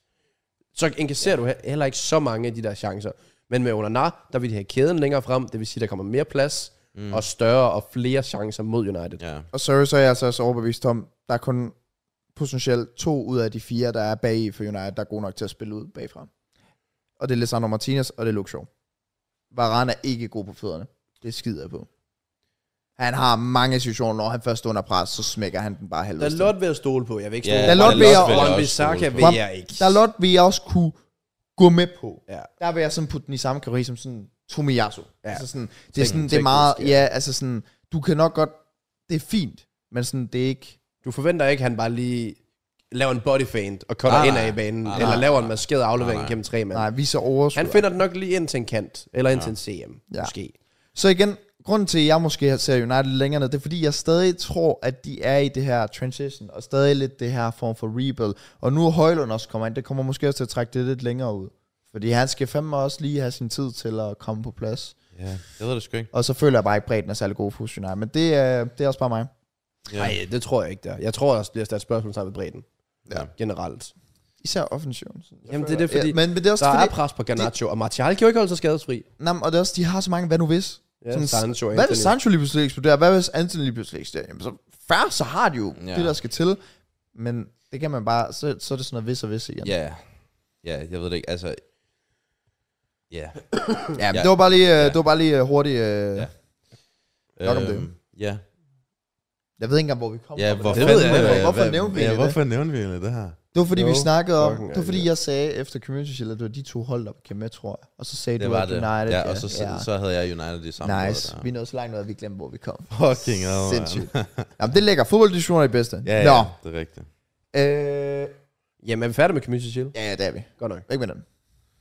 Så inkasserer ja. du heller ikke så mange af de der chancer. Men med Onana, der vil de have kæden længere frem. Det vil sige, der kommer mere plads mm. og større og flere chancer mod United. Ja. Og sorry, så er jeg altså også overbevist om, der er kun potentielt to ud af de fire, der er bag for United, der er gode nok til at spille ud bagfra. Og det er Lisandro Martinez, og det er Luke Shaw. Varane er ikke god på fødderne. Det skider jeg på. Han har mange situationer, når han først under pres, så smækker han den bare helvede. Der er lot ved at stole på. Jeg vil ikke stole yeah, på. Der er lot ved at Wan-Bissaka vil jeg ikke. Der er lot ved jeg også kunne gå med på. Ja. Der vil jeg sådan putte den i samme kategori som sådan Tomiyasu. Ja. Altså sådan, det er sådan, det er meget, ja, altså sådan, du kan nok godt, det er fint, men sådan, det er ikke. Du forventer ikke, han bare lige laver en body feint og cutter ind af i banen, nej, eller nej, laver en maskeret aflevering gennem tre mand. Nej, viser overskud. Han finder den nok lige ind til en kant, eller ind ja. til en C M, ja. måske. Så igen, grunden til, at jeg måske ser United længere ned, det er, fordi jeg stadig tror, at de er i det her transition, og stadig lidt det her form for rebuild. Og nu er Højlund også kommer ind, det kommer måske også til at trække det lidt længere ud. Fordi han skal fandme også lige have sin tid til at komme på plads. Ja, det ved det sgu ikke. Og så føler jeg bare ikke, bredden er særlig god for United. Men det er, det er også bare mig. Nej, ja. det tror jeg ikke der. Jeg tror også, det bliver et spørgsmål sammen med bredden. Ja. Generelt. Især offensiven. Jamen det er det, fordi ja, men, men det er også der fordi, er pres på Garnacho, de, og Martial kan jo ikke holde sig skadesfri. Nej, og det er også, de har så mange, hvad nu hvis? Ja, sådan, Sancho, hvad hvis Sancho lige pludselig eksploderer? Hvad hvis Anthony lige pludselig eksploderer? Jamen så færre, så har de jo ja. det, der skal til. Men det kan man bare, så, så er det sådan noget vis og vis igen. Ja, ja, jeg ved det ikke. Altså, ja. ja, det var bare lige, ja. det var bare lige hurtigt uh, ja. nok om det. Øhm, ja. Jeg ved ikke engang, hvor vi kommer ja, fra. Hvor det ved jeg, jeg, hvorfor hvad, nævnte vi ja, det? Hvorfor nævnte vi det her? Det var fordi, no, vi snakkede om, det var fordi, jeg sagde efter Community Shield, at det var de to hold, der var med, tror jeg. Og så sagde det du, at United. Ja, og så, ja. så havde jeg United i samme nice. Vi nåede så langt ud, at vi glemte, hvor vi kom. Fucking hell, sindssygt. Jamen, det lægger fodbolddiskussioner i bedste. Ja, ja, det er rigtigt. Øh, Jamen, er vi færdige med Community Shield? Ja, ja, det er vi. Godt nok. Ikke med den.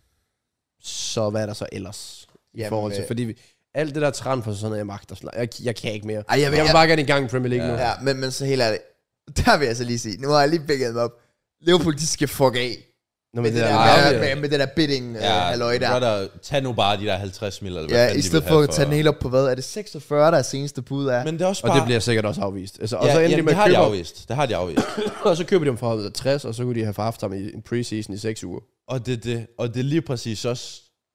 Så hvad er der så ellers? I Jamen, forhold til, fordi vi, alt det der træn for sådan noget, jeg magter. Jeg, jeg kan ikke mere. Ej, jeg, vil, jeg vil bare gerne i gang i Premier League ja. nu. Ja, men, men så helt ærligt. Der vil jeg så lige sige. Nu har jeg lige bækket dem op. Liverpool, de skal fuck af. Nå, med, med, det det der, der, med, med, med det der bidding ja, halløj der. Brother, tag nu bare de der halvtreds mil, eller hvad ja, i stedet for at tage den helt op på hvad? Er det seksogfyrre, der er seneste bud af? Men det er også bare... Og det bliver sikkert også afvist. Altså, ja, og så jamen, det har køber... de afvist. Det har de afvist. Og så køber de dem for tres, og så kunne de have haft ham i en preseason i seks uger. Og det, det, og det er lige præcis også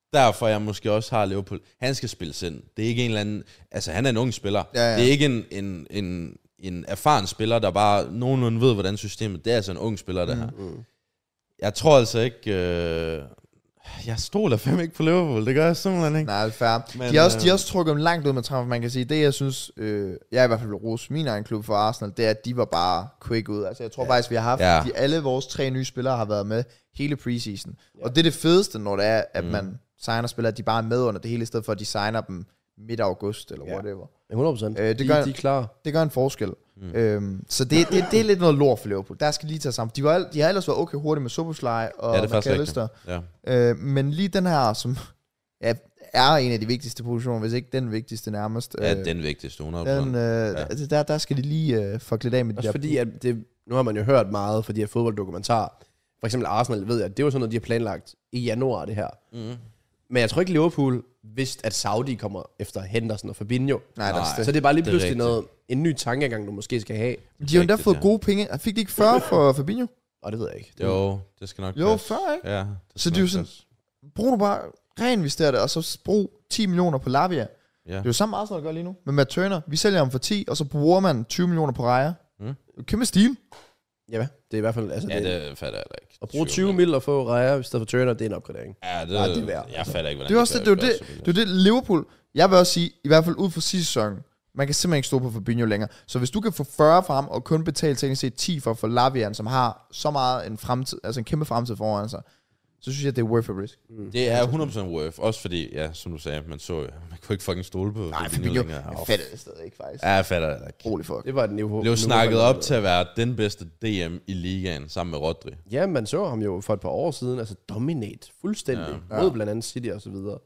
derfor jeg måske også har Liverpool. Han skal spille sind. Det er ikke en eller anden... Altså, han er en ung spiller. Ja, ja. Det er ikke en, en, en, en erfaren spiller, der bare nogenlunde ved, hvordan systemet... Det er altså en ung spiller, det her. Mm. Jeg tror altså ikke... Øh, jeg stoler fandme ikke på Liverpool. Det gør jeg simpelthen ikke. Nej, det er fair. Men, de, har også, øh, de har også trukket dem langt ud med transfer. Man kan sige, det jeg synes... Øh, jeg i hvert fald vil rose min egen klub for Arsenal, det er, at de var bare quick ud. Altså, jeg tror ja. faktisk, vi har haft... Ja. De, alle vores tre nye spillere har været med hele preseason. Ja. Og det er det fedeste, når det er, at mm. man signer spillere, at de bare er med under det hele, i stedet for, at de signer dem midt august, eller ja. whatever. hundrede procent. Øh, det de, gør, de er klar. Det gør en forskel. Mm. Øhm, så det, det, det er lidt noget lort for Liverpool. Der skal lige tage sammen. De, var, de har ellers været okay hurtigt med Szoboszlai og ja, McAllister. Ja. Øh, men lige den her, som ja, er en af de vigtigste positioner, hvis ikke den vigtigste nærmest. Ja, øh, den vigtigste, hundrede procent. Den, øh, ja. der, der skal de lige øh, få klædt af med de også der. fordi, at det, nu har man jo hørt meget for de her fodbolddokumentar. For eksempel Arsenal ved jeg, at det var sådan noget, de har planlagt i januar, det her. Mm. Men jeg tror ikke, Liverpool vidste, at Saudi kommer efter Henderson og Fabinho. Nej, Nej. Så det er bare lige pludselig det noget, en ny tankegang, du måske skal have. De har jo endda fået gode penge. Fik de ikke fyrre for Fabinho? Og det ved jeg ikke. Jo, det skal nok Jo, fyrre, ikke? Ja, så de er jo sådan, brug nu bare reinvestere det, og så brug ti millioner på Lavia. Ja. Det er jo samme Arsenal gør lige nu. Men Matt Turner, vi sælger ham for ti, og så bruger man tyve millioner på Raya. Mm. Kæmpe stil. Ja, det er i hvert fald... Altså, ja, det, det fatter jeg da ikke. At bruge tyve mil og få Raya i stedet for Turner, det er en opgradering. Ja, det, ja, det er værd. Jeg fatter ikke, hvordan det er også det, det, det, det, det, det, det Liverpool... Jeg vil også sige, i hvert fald ud fra sidste sæson, man kan simpelthen ikke stå på Fabinho længere. Så hvis du kan få fyrre for ham, og kun betale teknisk set ti for, for Lavian, som har så meget en fremtid, altså en kæmpe fremtid foran sig, så synes jeg, det er worth a risk. Mm. Det er hundrede procent worth. Også fordi, ja, som du sagde, man så man kunne ikke fucking stole på Nej, Fabinho længere. Jeg fatter det stadig ikke, faktisk. Ja, jeg fatter det ikke. Rolig fuck. Det var et niveau. Blev snakket op til at være den bedste D M i ligaen, sammen med Rodri. Ja, man så ham jo for et par år siden, altså dominate fuldstændig, ja. Mod blandt andet City og så videre.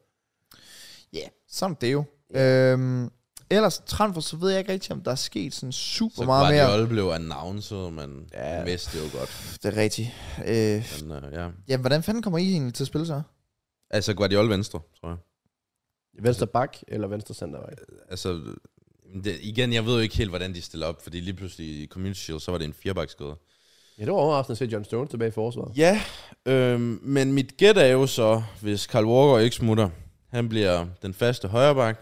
Ja, yeah, sådan det jo. Yeah. Øhm, ellers, transfer, så ved jeg ikke rigtig, om der er sket sådan super så meget mere. Så Guardiola blev announced, men ja. Messi det jo godt. Det er rigtigt. Øh, men, uh, ja. ja, hvordan fanden kommer I egentlig til at spille så? Altså Guardiola venstre, tror jeg. Venstre bak eller venstre centervej? Altså, det, igen, jeg ved jo ikke helt, hvordan de stiller op, fordi lige pludselig i Community Shield, så var det en firebaksskade. Ja, det var overraskende at se John Stones tilbage i forsvaret. Ja, øhm, men mit gæt er jo så, hvis Kyle Walker ikke smutter, han bliver den faste højreback,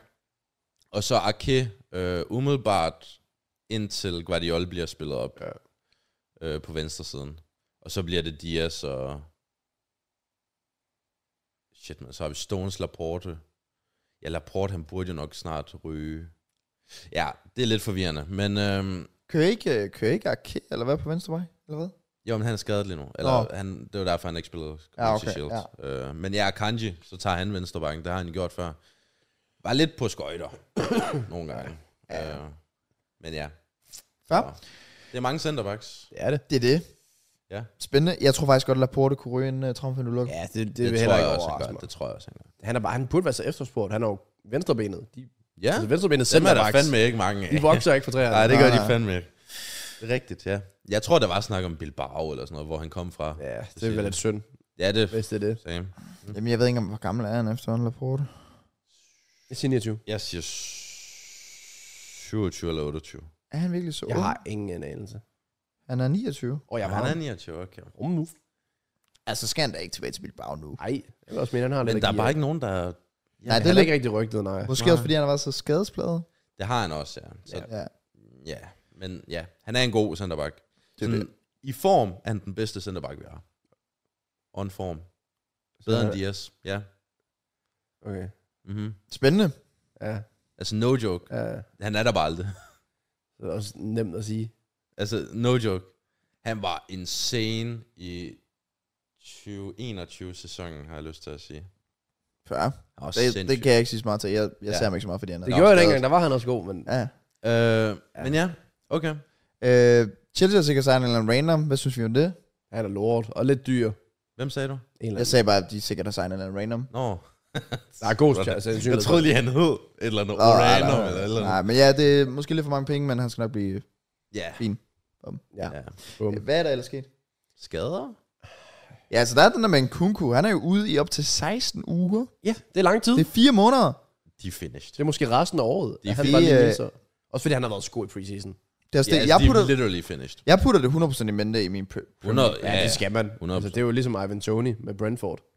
og så Ake øh, umiddelbart indtil Guardiola bliver spillet op ja. øh, på venstre siden. Og så bliver det Diaz og... Shit, man, så har vi Stones, Laporte. Ja, Laporte, han burde jo nok snart ryge. Ja, det er lidt forvirrende, men... Øhm, kører ikke, kører ikke Ake, eller hvad, på venstre vej, eller hvad? Jo, men han er skadet lige nu. Eller, oh. han, det var derfor, han ikke spillede ja, okay, Shield. Ja. Øh, men ja, Kanji, så tager han venstrebacken. Det har han gjort før. Var lidt på skøjter. nogle gange. Ja. Øh, men ja. Ja. Det er mange centerbacks. Det er det. Det er det. Ja. Spændende. Jeg tror faktisk godt, at Laporte kunne ryge en uh, transfer lukker. Ja, det, det, det vil tror jeg ikke også, han gør. Det tror jeg også, han gør. Han, er bare, han burde være så efterspurgt. Han er jo venstrebenet. De, ja. Altså venstrebenet centerbacks. Dem er der fandme ikke mange af. De vokser ikke for træerne. Nej, det gør de fandme ikke. Det er rigtigt, ja. Jeg tror, der var snak om Bilbao eller sådan noget, hvor han kom fra. Ja, det, det er vel lidt synd. Ja, det, hvis det er det. Same. Mm. Jamen, jeg ved ikke, hvor gammel er han efter Laporte. Jeg siger niogtyve. Jeg siger syvogtyve eller otteogtyve. Er han virkelig så Jeg har ingen anelse. Han er niogtyve. Og jeg var han er niogtyve, okay. Om nu. Altså, skal han da ikke tilbage til Bilbao nu? Nej, jeg vil også mene, han har men der er bare ikke nogen, der... Ja, nej, det er ikke rigtig rygtet, nej. Måske nej. også, fordi han har været så skadespladet. Det har han også, ja. Så, ja. ja. Men ja, han er en god centerback. Sådan, i form er han den bedste centerback, vi har. On form. Bedre end Diaz, ja. Okay. Mm-hmm. Spændende. Ja. Altså, no joke. Ja. Han er der bare aldrig. Det er også nemt at sige. Altså, no joke. Han var insane i tyve enogtyve-sæsonen, har jeg lyst til at sige. Ja, det, det kan jeg ikke sige så meget til. Jeg, jeg ja. ser mig ikke så meget, fordi han er... Det gjorde jeg dengang, der var han også god, men... Ja. Øh, ja. Men ja, okay. Øh, Chelsea har sikkert signet en eller anden random. Hvad synes vi om det? Han er lort, og lidt dyr. Hvem sagde du? Jeg sagde bare, at de sikkert har signet en eller anden random. Nå. Der er god chance. Jeg troede lige, han hed et eller andet oh, random. Nej, eller eller nej, men ja, det er måske lidt for mange penge, men han skal nok blive yeah. fin. Um. Ja. Um. Hvad er der ellers sket? Skader? Ja, altså der er den der med en Kunku. Han er jo ude i op til seksten uger. Ja, det er lang tid. Det er fire måneder. De er finished. Det er måske resten af året. De er han bare lige så. Også fordi han har været så god i preseason. Det er, det, yeah, jeg altså, putter, de er literally finished. Jeg putter det hundrede procent i mente i min... Pre- hundrede, ja, ja, det skal man. Altså, det er jo ligesom Ivan Toney med Brentford.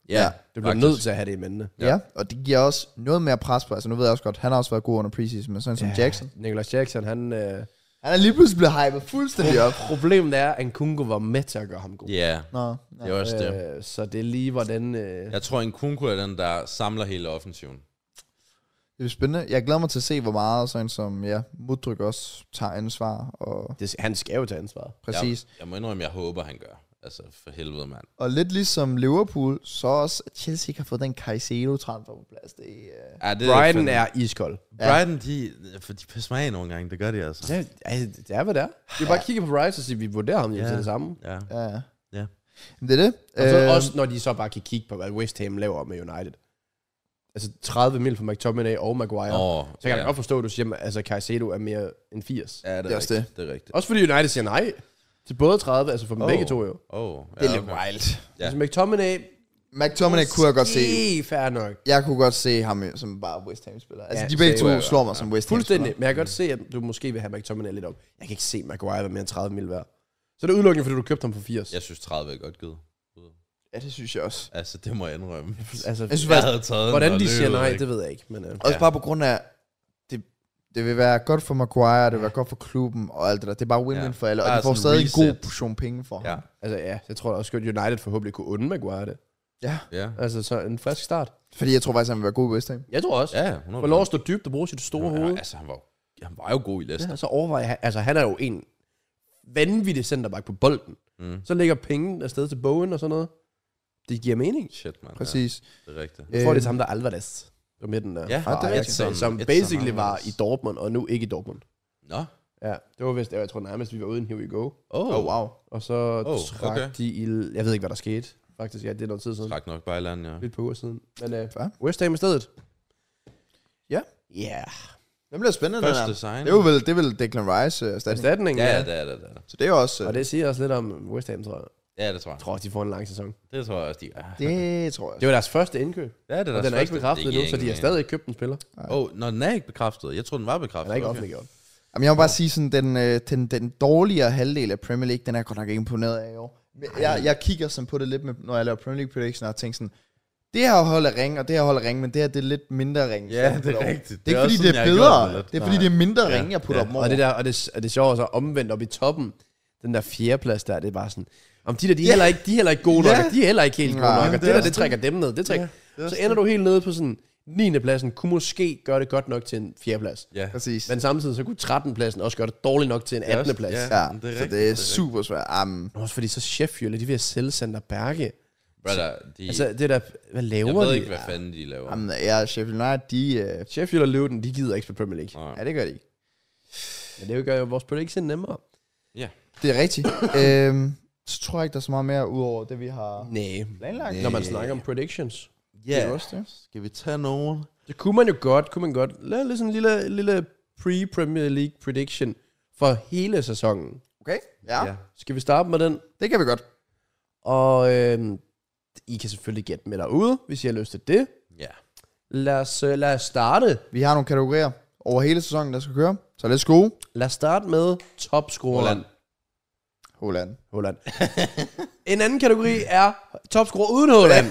Ja, Du bliver faktisk. nødt til at have det i mændene. Ja. ja, og det giver også noget mere pres på. Altså nu ved jeg også godt, han har også været god under preseason, men sådan som Jackson. Nicholas Jackson, han... Øh, Han er lige pludselig blevet hypet fuldstændig op. problemet er, at Nkunku var med til at gøre ham god. Ja, Nå, det er også det. Øh, så det er lige, hvordan... Øh, Jeg tror, en Nkunku er den, der samler hele offensiven. det er spændende. Jeg glæder mig til at se, hvor meget sådan som, ja, Mudryk også tager ansvar. Og det, han skal jo tage ansvaret. præcis. Jeg, jeg må indrømme, jeg håber, han gør. Altså, for helvede, mand. Og lidt ligesom Liverpool, så også at Chelsea ikke har fået den Caicedo-transfer på plads. Det er, uh... Ja, det Brighton er iskold. Brighton, de, for de pisser mig af nogle gange. Det gør de altså. Ja, altså, det er, hvad det er. Vi bare kigger på Rice og siger, vi vurderer ham ja. til det samme. Ja. Ja, ja. Ja. Men det er det. Og så Øh, også, når de så bare kan kigge på, hvad West Ham laver med United. Altså tredive mil for McTominay og Maguire. Oh, Så kan jeg godt forstå, at du siger, at altså, Caicedo er mere end firs. Ja, det er, Det er også rigtigt. Det. det er rigtigt. Også fordi United siger nej til både tredive, altså for dem Oh. begge to jo. Oh, det er ja, lidt okay. wild. Ja. Altså McTominay, McTominay kunne jeg godt se. måske fair nok. Jeg kunne godt se ham som bare West Ham-spiller. Altså, Ja, de begge så- to slår mig som West Ham-spiller. Fuldstændig, men jeg kan godt se, at du måske vil have McTominay lidt op. Jeg kan ikke se Maguire være mere end tredive mil værd. Så det er udelukkende, fordi du købte ham for firs. Jeg synes, tredive er godt givet. Ja, det synes jeg også. Altså, det må jeg indrømme. Altså, Jeg synes Jeg faktisk, havde taget den hvordan og de siger løbet, nej, ikke? det ved jeg ikke. Men, uh, også Ja. bare på grund af, det, det vil være godt for Maguire, det vil være godt for klubben og alt det der. Det er bare win-win Ja. for alle, og Bare de får sådan stadig en god reset. portion penge for Ja. ham. altså ja, jeg tror også, at United forhåbentlig kunne unde Maguire det. Ja, Ja. Altså så en frisk start. fordi jeg tror faktisk, han vil være god i West Ham. Jeg tror også. Ja, hundrede For lov at stå dybt og bruge sit store ja, hoved. altså, han var, han var jo god i Leicester. Ja, så overvej, han- altså han er jo en vanvittig centerback på bolden. Mm. Så lægger penge afsted til Bowen og sådan noget. Det giver mening. Shit, man. Præcis. Ja, det er rigtigt. Jeg tror, det er ham, der er Alvarez på midten der. Ja, fra det er Ajax, Edson- som Edson basically var Alvarez. i Dortmund, og nu ikke i Dortmund. Nå. Ja, det var vist, jeg tror nærmest, vi var uden Here We Go. Oh, Oh, wow. Og så Oh, trak okay. de i, jeg ved ikke, hvad der skete. Faktisk, ja, det er noget tid siden. Træk nok Bejland, ja. Lidt på uger siden. Men uh, Fair. West Ham i stedet. Ja. Ja. Yeah. Det bliver spændende, Første den her. design. Det er jo vel, det er vel Declan Rice uh, erstatning. Erstatning, Ja, ja. ja, det er det. det, er det. Så det er jo også... Og det siger også lidt om West Ham, tror jeg. Ja, det tror jeg. Jeg tror, de får en lang sæson. Det tror jeg også, de er. Det tror jeg Det var deres første indkøb. Ja, det er Og den er ikke bekræftet endnu, så de har stadig ikke købt en spiller. Åh, oh, når den er ikke bekræftet. Jeg tror den var bekræftet. Den er ikke okay. offentliggjort. Jamen, jeg må bare sige sådan, den, øh, den, den dårligere halvdel af Premier League, den er jeg godt nok ikke imponeret af i år. Jeg, jeg kigger sådan på det lidt, med, når jeg laver Premier League prediction, og tænker sådan, det her hold er ring, og det her hold er ring, men det her det er lidt mindre ring. Ja, det er rigtigt. Det er ikke også fordi, det sådan, er jeg har gjort bedre. lidt. Det er fordi, Nej. det er mindre Ja. ring, jeg putter Ja. dem over. Og det der, og det, og det sjove er så omvendt op i toppen, den der fjerdeplads der, det er bare sådan, om de der, de er, heller, ikke, de er heller ikke gode nok, Ja. og de er heller ikke helt gode Nej, nok, og det det, er der, også det trækker dem ned. Det trækker. det er Så også ender du helt nede på sådan niende pladsen, kunne måske gøre det godt nok til en fjerdeplads. Ja. Præcis. Men samtidig så kunne trettende pladsen også gøre det dårligt nok til en Det er også- attende plads. ja. Ja. Ja, det er så rigtigt, det er det er super svært. Um, Også fordi så Sheffield, er de ved at sælge Sander Berge. Brother, de, Altså det der, hvad laver jeg ved de? ikke, hvad fanden de laver. jamen, ja, Sheffield United, de... Uh, Sheffield og Luton, de gider ikke spille Premier League. Nej. ja, det gør de ikke. Men det gør jo vores prediction nemmere. Ja. Det er rigtigt. øhm, så tror jeg ikke, der er så meget mere ud over det, vi har Nej. planlagt. Når man snakker om predictions. Det er Ja. også det. Skal vi tage nogen? Det kunne man jo godt, kunne man godt. Lad lidt sådan en lille, lille pre-Premier League prediction for hele sæsonen. Okay, ja, Ja. Skal vi starte med den? det kan vi godt. Og øhm, I kan selvfølgelig gætte med derude, hvis I har lyst til det. Ja. Lad os, øh, lad os starte. Vi har nogle kategorier over hele sæsonen, der skal køre. Så let's go. Lad os starte med topscoreren. Holland. Holland. Holland. En anden kategori er topscorer uden Holland.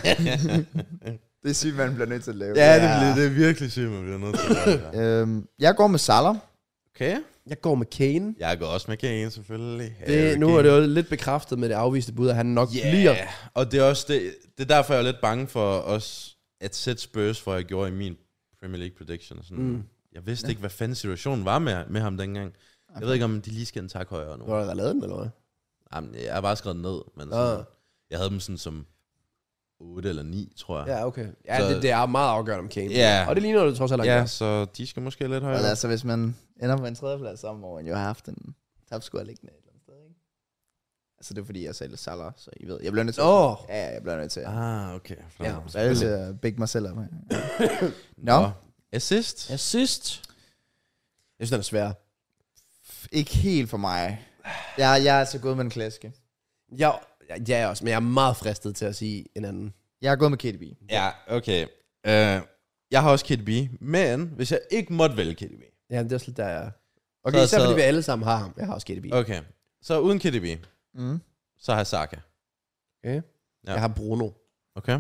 Det er sygt, man bliver nødt til at lave. Ja, det, bliver, det er virkelig sygt, man bliver nødt til at gøre. Øhm, jeg går med Salah. Okay. Jeg går med Kane. Jeg går også med Kane, selvfølgelig. Det, nu er det jo lidt bekræftet med det afviste bud, at han nok yeah. bliver. Og det er også det, det er derfor, jeg er lidt bange for os at sætte Spurs, for jeg gjorde i min Premier League prediction. Sådan, Mm. Jeg vidste ja. ikke, hvad fanden situationen var med, med ham dengang. Jeg ved ikke, om de lige skal en tak højere nu. Du har da lavet den, eller hvad? Jamen, jeg har bare skrevet ned, men Ah. sådan, jeg havde dem sådan som otte eller ni, tror jeg. Ja, okay. Ja, Så- det, det er meget afgørende om Kane. Ja. Og det ligner det trods alt Ja, ja. så de skal måske lidt Og højere. altså, hvis man ender på en tredjeplads, så må man jo have haft en topscorer liggende et eller andet sted, ikke? Altså, det er fordi, jeg sagde Salah, så I ved. Jeg bliver nødt til Åh. at... Ja, jeg bliver nødt til at... Ah, okay. Ja. Så jeg er nødt til at big mig selv op. Nå, Nå. Assist? Assist. Jeg synes, den er svær. ikke helt for mig. Jeg, jeg er altså gået med en klassiske. Jeg, jeg, jeg er også, men jeg er meget fristet til at sige en anden. Jeg er gået med K D B. Ja, okay. Uh, jeg har også K D B, men hvis jeg ikke måtte vælge K D B. Ja, det er slet der, jeg er. Så Okay, har især jeg fordi taget- vi alle sammen har ham. Jeg har også K D B. Okay. Okay, så uden K D B, Mm. så har jeg Saka. okay. Ja. Jeg har Bruno. Okay.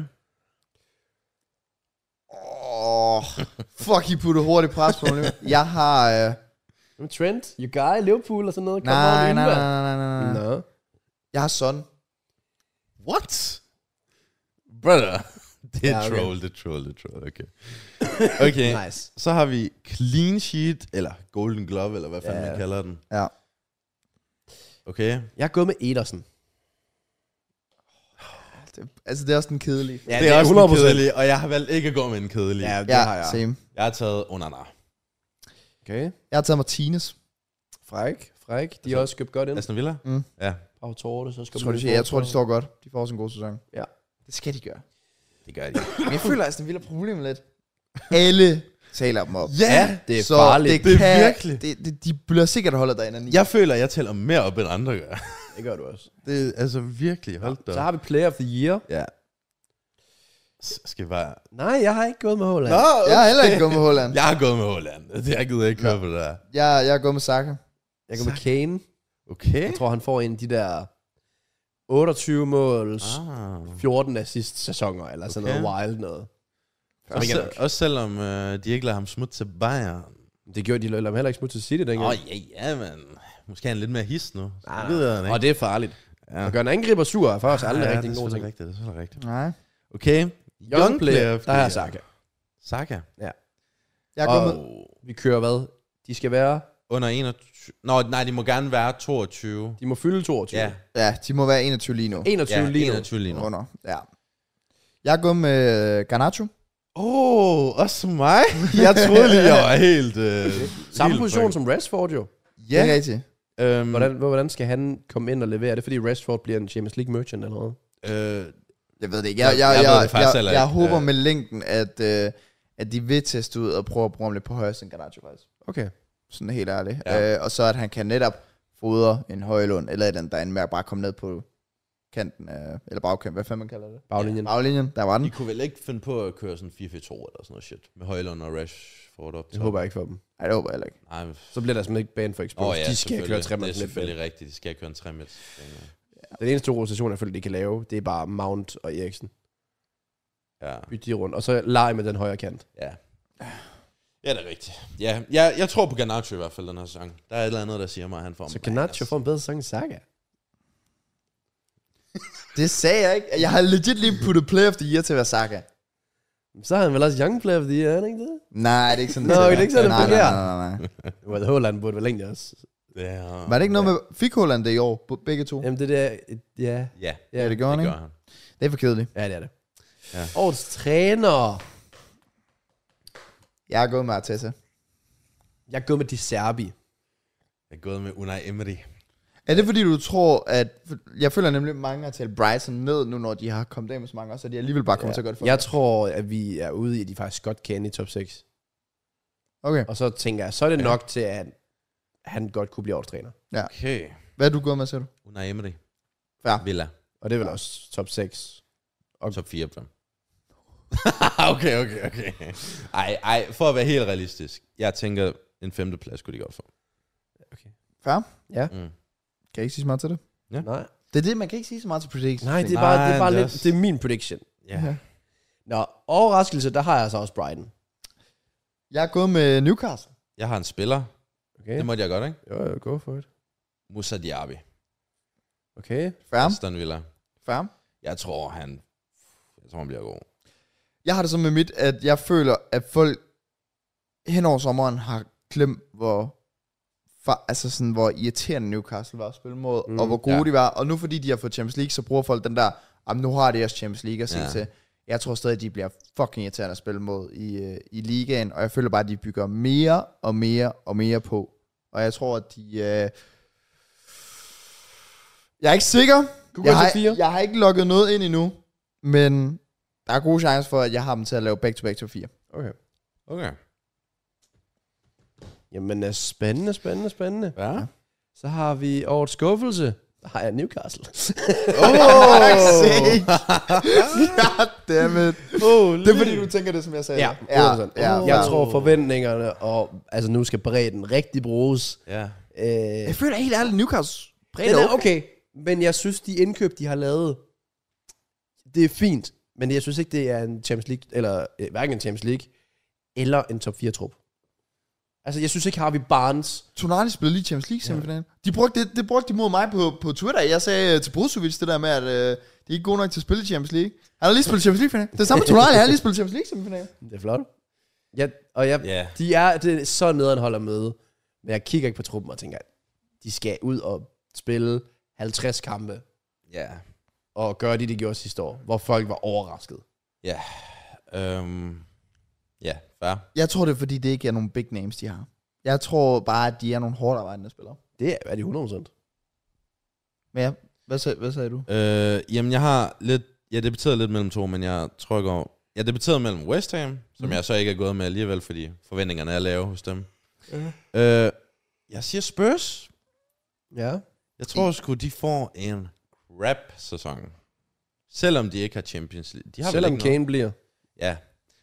Åh, oh, fuck, I putter hurtigt pres på mig. Jeg har... Uh... Trent, you guy, Liverpool og sådan noget. Nej, nej, nej, nej, nej, nej. Nå. Jeg har Son. What? Brother. Det er Ja, okay. troll, det er troll, det er troll. Okay. Okay. Nice. Så har vi clean sheet, eller golden glove, eller hvad fanden Ja. man kalder den. Ja. Okay. Jeg er gået med Ederson. Det, altså, det er også den kedelige. Ja, det er også hundrede procent kedelig, og jeg har valgt ikke at gå med en kedelig. Ja, Ja. det Ja, har jeg. same. Jeg har taget Onana. Okay. Jeg har taget Martinez. Fræk, fræk. De Altså, har også købt godt ind. Aston Villa? Mm. Ja. Bravo Torte, så skal Jeg tror, de, jeg tror, de står godt. De får også en god sæson. Ja. Det skal de gøre. Det gør de. Men jeg føler, at Aston Villa har problemet lidt. Alle taler dem op. Ja, det er Så farligt. det, Det er kan, virkelig. Det, det, de bliver sikkert holdet derinde. Jeg føler, at jeg tæller mere op, end andre gør. Det gør du også. Det er altså virkelig, hold da. Så har vi Player of the Year. Ja. S- skal vi bare... Nej, jeg har ikke gået med Haaland. okay. Jeg har heller ikke gået med Holland. Jeg har gået med Holland. Det jeg gider ikke høre på det der. Jeg, jeg er gået med Saka. Jeg går med Kane. Okay. Jeg tror, han får en af de der otteogtyve måls, Ah. fjorten assist sæsoner, eller sådan Okay. noget wild noget. Så Også, ikke sel- nok. også selvom øh, de ikke lader ham smutte til Bayern. Det gjorde de lader ham heller ikke smutte til City dengang. Åh, oh, ja, ja, men... Måske er han lidt mere his nu. Så Ah, det ved jeg ikke. og det er farligt. Ja. At gøre en angriber sur er faktisk aldrig ja, rigtig det en er god ting. selvfølgelig rigtigt, det er selvfølgelig rigtigt. Nej. Okay. Young player, of der the har jeg year. Saka. Saka. Jeg er gået med... Og Vi kører hvad? De skal være, under enogtyve... Nå, nej, de må gerne være toogtyve. de må fylde toogtyve. Ja, Ja, de må være enogtyve lige nu. enogtyve ja lige nu. enogtyve lige nu. Under. Ja. Jeg er gået med Garnacho. Åh, oh, også mig? Jeg troede lige, jeg var helt... Øh, Samme helt position fucking- som Rashford jo. Ja. Det er rigtigt. Øhm, Hvordan, hvordan skal han komme ind og levere? Er det fordi Rashford bliver en Champions League merchant eller noget? øh, Jeg ved det ikke. Jeg, jeg, Jeg jeg, ved jeg, det faktisk jeg, heller jeg, ikke. håber Øh. med længden, at, øh, at de vil teste ud og prøve at bruge ham lidt på højre end Garnacho faktisk. Okay. Sådan helt ærligt. Ja. Øh, og så at han kan netop fodre en Højlund, eller et eller andet, der er med at bare komme ned på kanten af, eller bagkanten, hvad fanden man kalder det? Baglinjen. Baglinjen, der var den. de kunne vel ikke finde på at køre sådan fire fire to eller sådan noget shit. Med Højlund og Rashford op. Det håber jeg ikke for dem. Nej, det håber jeg heller ikke. Nej, men... Så bliver der simpelthen ikke ban for expose. Åh, ja, de skal køre selvfølgelig. tre Det er lidt. selvfølgelig rigtigt. De skal køre en tre Den eneste rotation, jeg føler, de kan lave, det er bare Mount og Eriksen. Ja. Bytte de rundt. Og så lege med den højre kant. Ja. Ja, det er rigtigt. Ja, jeg, jeg tror på Garnacho i hvert fald den her sæson. Der er et eller andet, der siger mig, at han får Så en Garnacho bangers. får en bedre sæson end Saka. Det sagde jeg ikke. Jeg har legit lige puttet Player of the Year til at være Saka. Så har han vel også Young Player of the Year, er han ikke det? Nej, det er ikke sådan, Nå, til det er ikke sådan, det nej, nej, fungerer. nej, nej, nej. Well, Haaland burde vel egentlig også. Ja. Var det ikke noget med, fik Holland det i år, b- begge to? Jamen det der, ja. Ja, Ja, det gjorde han, det ikke? gør han. Det er for kedeligt. Ja, det er det. Ja. Årets træner. Jeg er gået med Arteta. Jeg går med De Serbi. Jeg er gået med Unai Emery. Er det fordi, du tror, at... Jeg føler nemlig, at mange har talt Brighton ned nu, når de har kommet af med så mange, så de alligevel bare kommer Ja. til at gøre det for Jeg tror, at vi er ude i, at de faktisk godt kan i top seks. Okay. Og så tænker jeg, så er det nok til, at han godt kunne blive årets træner. Okay. Hvad er du gået med, siger du? Unai Emery. Ja. Villa. Og det er vel også top seks. Og top fire på dem. okay, okay, okay. Ej, ej, for at være helt realistisk. Jeg tænker, en femteplads kunne de godt få. Fair. Ja. Mm. Kan jeg ikke sige så meget til det? Ja. Nej. Det er det, man kan ikke sige så meget til predictions. Nej, det er bare, det er bare Nej, det er lidt, også- det er min prediction. Ja. Nå, overraskelse, der har jeg så også Brighton. Jeg er gået med Newcastle. Jeg har en spiller. Okay. Det måtte jeg godt, ikke? Jo, jo, go for it. Musa Diaby. Okay. Fair. Aston Villa. Fair. Jeg tror, han... Jeg tror, han bliver god. Jeg har det så med mit, at jeg føler, at folk hen over sommeren har glemt, hvor, fa- altså sådan, hvor irriterende Newcastle var at spille mod, Mm, mm, og hvor gode ja. ja. de var. Og nu fordi de har fået Champions League, så bruger folk den der, jamen nu har de også Champions League at se Ja. ja. til. Jeg tror stadig, at de bliver fucking irriterende at spille mod i, øh, i ligaen, og jeg føler bare, at de bygger mere og mere og mere på. Og jeg tror, at de... Øh... Jeg er ikke sikker. Du Jeg går har, til fire. jeg har ikke logget noget ind endnu, men der er gode chancer for, at jeg har dem til at lave back-to-back to fire. Okay. Okay. Jamen, øh, spændende, spændende, spændende. Ja. Så har vi årets skuffelse. Der har jeg Newcastle. Goddammit. Holy. Det er fordi, du tænker det, som jeg sagde. Ja, ja, hundrede procent. ja, Jeg ja. tror forventningerne, og altså nu skal bredden rigtig bruges. Ja. Øh, Jeg føler helt ærligt, Newcastle bredt den er okay. okay, men jeg synes, de indkøb, de har lavet, det er fint. Men jeg synes ikke, det er en Champions League, eller øh, hverken en Champions League, eller en top fire-trup. Altså, jeg synes ikke, Harvey Barnes... Tonali spillede lige Champions League semifinalen. Ja. De brugte det, det brugte de mod mig på, på Twitter. Jeg sagde til Brozovic det der med, at øh, de er ikke gode nok til at spille Champions League. Han har lige spillet Champions League-finalen. Det er samme Tonali, han har lige spillet Champions League semifinalen. Det er flot. Ja, og jeg, yeah. de er, det er så nederen hold at møde. Men jeg kigger ikke på truppen og tænker, at de skal ud og spille halvtreds kampe. Ja. Yeah. Og gøre det, de gjorde sidste år, hvor folk var overrasket. Ja. Yeah. Um, ja, yeah, fair. Jeg tror, det er, fordi det ikke er nogle big names, de har. Jeg tror bare, at de er nogle hårdt arbejdende spillere. Det er de hundrede procent. Men ja, hvad, sag, hvad sagde du? Øh, jamen, jeg har lidt... Jeg debatterede lidt mellem to, men jeg tror ikke over... Jeg debatterede mellem West Ham, som mm. jeg så ikke er gået med alligevel, fordi forventningerne er lave hos dem. Mm. Øh, jeg siger Spurs. Ja. Jeg tror sgu, de får en crap-sæson. Selvom de ikke har Champions League. De har Selvom Kane noget. Bliver. Ja.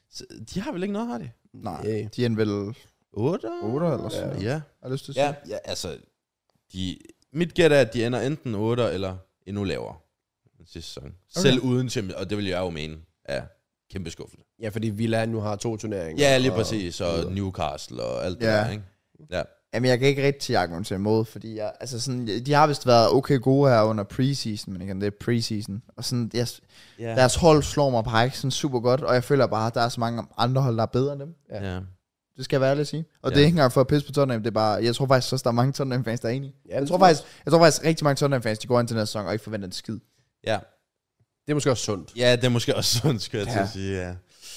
De har vel ikke noget, har de? Nej, yeah. De er vel... otte? otte eller sådan. Ja. Har lyst til at ja, ja, altså... De, mit gæt er, at de ender enten otte eller endnu lavere. Den sidste sæson. Okay. Selv uden Champions... Og det vil jeg jo mene er kæmpe skuffelse. Ja, fordi Villa nu har to turneringer. Ja, lige præcis. Og, og Newcastle og alt ja. Det der, ikke? Ja. Jamen, jeg kan ikke rigtig argumentere imod, fordi jeg, altså sådan, de har vist været okay gode her under preseason, men igen, det er preseason. Og sådan, jeg, yeah. deres hold slår mig bare ikke sådan super godt, og jeg føler bare, at der er så mange andre hold, der er bedre end dem. Ja. Yeah. Det skal jeg være ærlig at sige. Og yeah. det er ikke engang for at pisse på Tottenham, det er bare, jeg tror faktisk også, der er mange Tottenham-fans, der er enige. Ja, jeg, tror faktisk, jeg tror faktisk rigtig mange Tottenham-fans, de går ind til den her sæson og ikke forventer en skid. Ja. Det er måske også sundt. Ja, det er måske også sundt, skal jeg ja. til at sige, ja.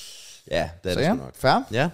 Ja, det er så det ja, nok. Fair. Ja.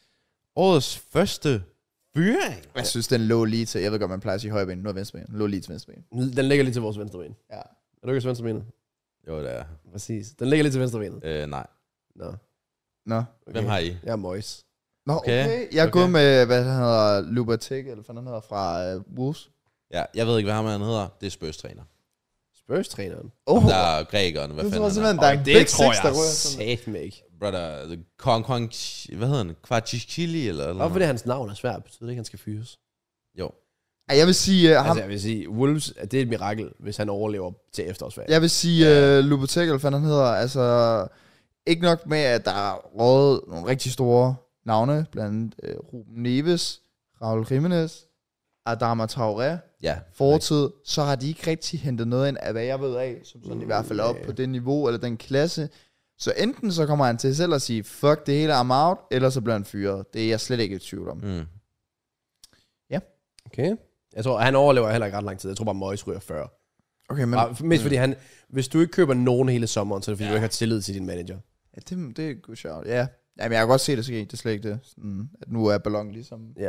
Årets første fyring. Jeg synes, den lå lige til, jeg ved godt, man plejer at sige højreben, nu er venstreben. Den lå lige til venstreben. Den ligger lige til vores venstreben. Ja. Er du ikke til venstrebenet? Jo, det er. Præcis. Den ligger lige til venstrebenet. Øh, nej. Nå. Nå. Okay. Hvem har I? Jeg er Moyes. Nå, okay. okay. Jeg er okay. gået med, hvad han hedder, Lubatek, eller hvad han hedder, fra uh, Wolves. Ja, jeg ved ikke, hvad han hedder. Det er Spurs-træner. Spurs-træneren? Oh. Der er grækeren, hvad fanden han er. Der er en det tror jeg satme ikke. Brother, Kong Kong, hvad hedder han? Kvartichili eller noget? Hvorfor fordi hans navn er svært, betyder det ikke, han skal fyres? Jo. Ej, jeg vil sige... Uh, altså, ham, jeg vil sige, Wolves, det er et mirakel, hvis han overlever til efterårsferien. Jeg vil sige, ja. uh, Lubatek, eller hvad han hedder, altså... Ikke nok med, at der er rådet nogle rigtig store navne, blandt andet uh, Ruben Neves, Raul Jimenez, Adama Traoré, ja, fortid, så har de ikke rigtig hentet noget ind af, hvad jeg ved af, som sådan mm, i hvert fald op yeah. på det niveau, eller den klasse. Så enten så kommer han til selv at sige, fuck det hele, I'm out, eller så bliver han fyret. Det er jeg slet ikke i tvivl om. Mm. Ja. Okay. Jeg tror, han overlever heller ikke ret lang tid. Jeg tror bare, Moyes ryger fyrre. Okay, men... Bare, mest fordi han, hvis du ikke køber nogen hele sommeren, så er det fordi, ja. du ikke har tillid til din manager. Ja, det, det er good shout. Ja. Jamen, jeg kan godt se det ske. Det er slet ikke det. Sådan, at nu er ballon ligesom... Ja.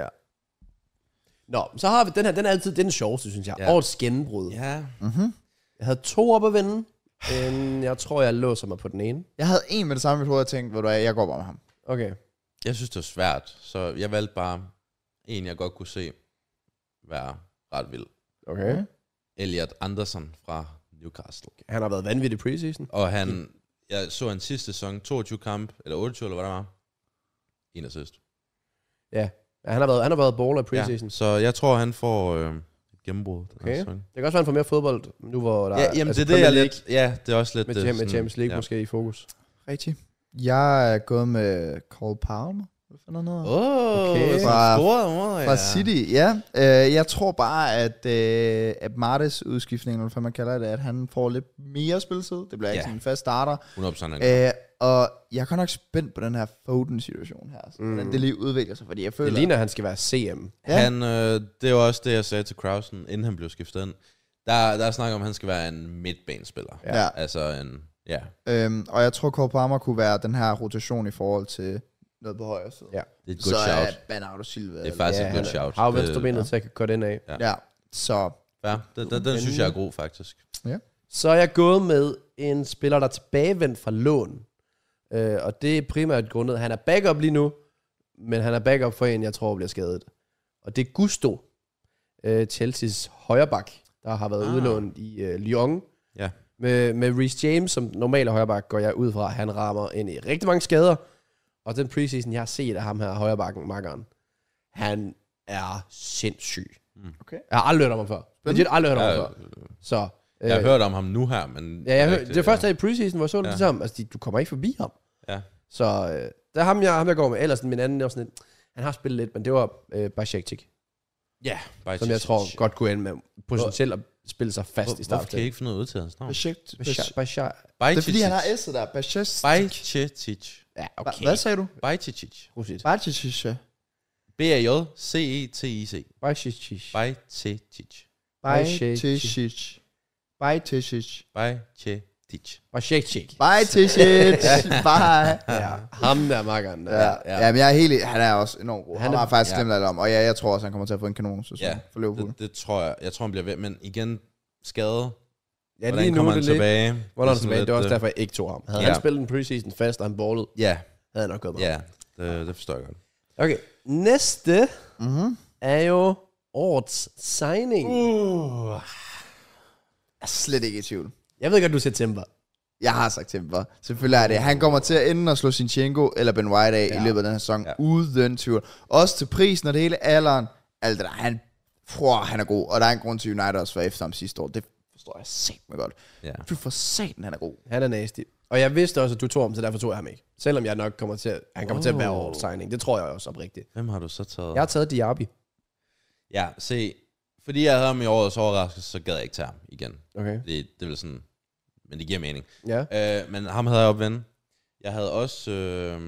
Nå, så har vi den her, den er altid den sjoveste, synes jeg. Ja. Årets gennembrud. Ja. Mm-hmm. Jeg havde to op at vinde. Um, jeg tror, jeg låser mig på den ene. Jeg havde en med det samme i mit hoved, og tænkte, hvor du er, jeg går bare med ham. Okay. Jeg synes, det var svært, så jeg valgte bare en, jeg godt kunne se være ret vild. Okay. Elliot Anderson fra Newcastle. Han har været vanvittig preseason. Og han, jeg så en sidste sæson, toogtyve kamp, eller otteogtyve, eller hvad der var. En assist. Ja. Ja, han har været, han har været baller i preseason. Ja, så jeg tror, han får øh, et gennembrud. Okay. Det kan også være, han får mere fodbold, nu hvor der ja, jamen, altså, det er det, jeg lidt, ja, det er også lidt... Med, det, med sådan, Champions League ja. måske i fokus. Rigtigt. Jeg er gået med Cole Palmer. Hvad fanden noget? Åh, okay. fra, fra, fra City, ja. Uh, jeg tror bare, at, uh, at Martes udskiftning, eller hvad man kalder det, at han får lidt mere spilletid. Det bliver ikke sådan en fast starter. hundrede procent. Uh, og jeg er godt nok spændt på den her Foden-situation her. Så, mm. Hvordan det lige udvikler sig, fordi jeg føler... Det ligner, at han skal være C M. Ja. Han, øh, det er jo også det, jeg sagde til Krausen, inden han blev skiftet ind. Der, der er snak om, at han skal være en midtbanespiller. Ja. Altså en... Ja. Øhm, og jeg tror, Cole Palmer kunne være den her rotation i forhold til noget på højre side. Ja. Det er et så godt shout. Så er Bernardo Silva... Det er faktisk ja, et godt shout. Har venstrebenet, ja. Så jeg kan gå den af. Ja. ja. Så... Ja, den, den, den synes jeg er god, faktisk. Ja. Så er jeg gået med en spiller, der er tilbagevendt fra lån. Uh, og det er primært grundet, han er backup lige nu, men han er backup for en, jeg tror bliver skadet. Og det er Gusto, uh, Chelseas højreback, der har været ah. udlånt i uh, Lyon. Ja. Med, med Reece James som normale højreback går jeg ud fra, han rammer ind i rigtig mange skader. Og den preseason, jeg har set af ham her højrebacken, makkeren, han er sindssyg. Mm. Okay. Jeg har aldrig hørt om ham før. Jeg har aldrig hørt om ham før. Så Jeg har øh, hørt om ham nu her, men... Ja, jeg hør, det er første dag i preseason, hvor jeg så det ja. sammen. Altså, de, du kommer ikke forbi ham. Ja. Så øh, der er ham jeg, ham, jeg går med. Ellers min anden, er sådan lidt, han har spillet lidt, men det var øh, Bajcetic. Ja, Bajcetic. Som jeg tror godt kunne ende med potentielt at spille sig fast hvor, i starten. Hvorfor kan jeg ikke finde noget ud til hans navn? Bajcetic. Bajcetic. Det er fordi, han har S'et der. Bajcetic. Bajcetic. Ja, okay. Hvad sagde du? Bajcetic. Bajcetic. B A J C E T I C. Bajcetic. Bajcetic. Bajcetic. Bajcetic. Bajcetic. Bajcetic. Bajcetic. Bye. Ja, ham der makkeren. Ja, ja. ja, men jeg er helt... Han er også enormt god. Han, han har faktisk ja. glemt alt om. Og ja, jeg tror også, han kommer til at få en kanon sæson ja, for Liverpool. Det, det tror jeg. Jeg tror, han bliver ved. Men igen, skade. Ja, hvordan kommer han tilbage? Hvordan han tilbage? Det var også derfor, jeg ikke tog ham. Havde ja. han spillet en preseason fast, og han ballede, ja. havde han nok gået med. Ja, det, det forstår jeg godt. Okay, næste mm-hmm. er jo årets signing. Uh. Jeg er slet ikke i tvivl. Jeg ved godt, du siger Timber. Jeg har sagt Timber. Selvfølgelig er det. Han kommer til at ende og slå Zinchenko eller Ben White af ja. i løbet af den her sæson. Ja. Uden tvivl. Også til prisen og det hele alderen. Alt det der. Han, for, han er god. Og der er en grund til United også var efter ham sidste år. Det forstår jeg sagt mig godt. Ja. Fy for satan, han er god. Han er nasty. Og jeg vidste også, at du tog ham, så derfor tog jeg ham ikke. Selvom jeg nok kommer til at, han kommer oh. til at være årets signing. Det tror jeg også oprigtigt. Hvem har du så taget? Jeg har taget Diaby. Ja, se. Fordi jeg havde ham i årets overraskelse, så gad jeg ikke tage ham igen. Okay. Det, det vil sådan... Men det giver mening. Ja. Øh, men ham havde jeg op at vende. Jeg havde også... Øh,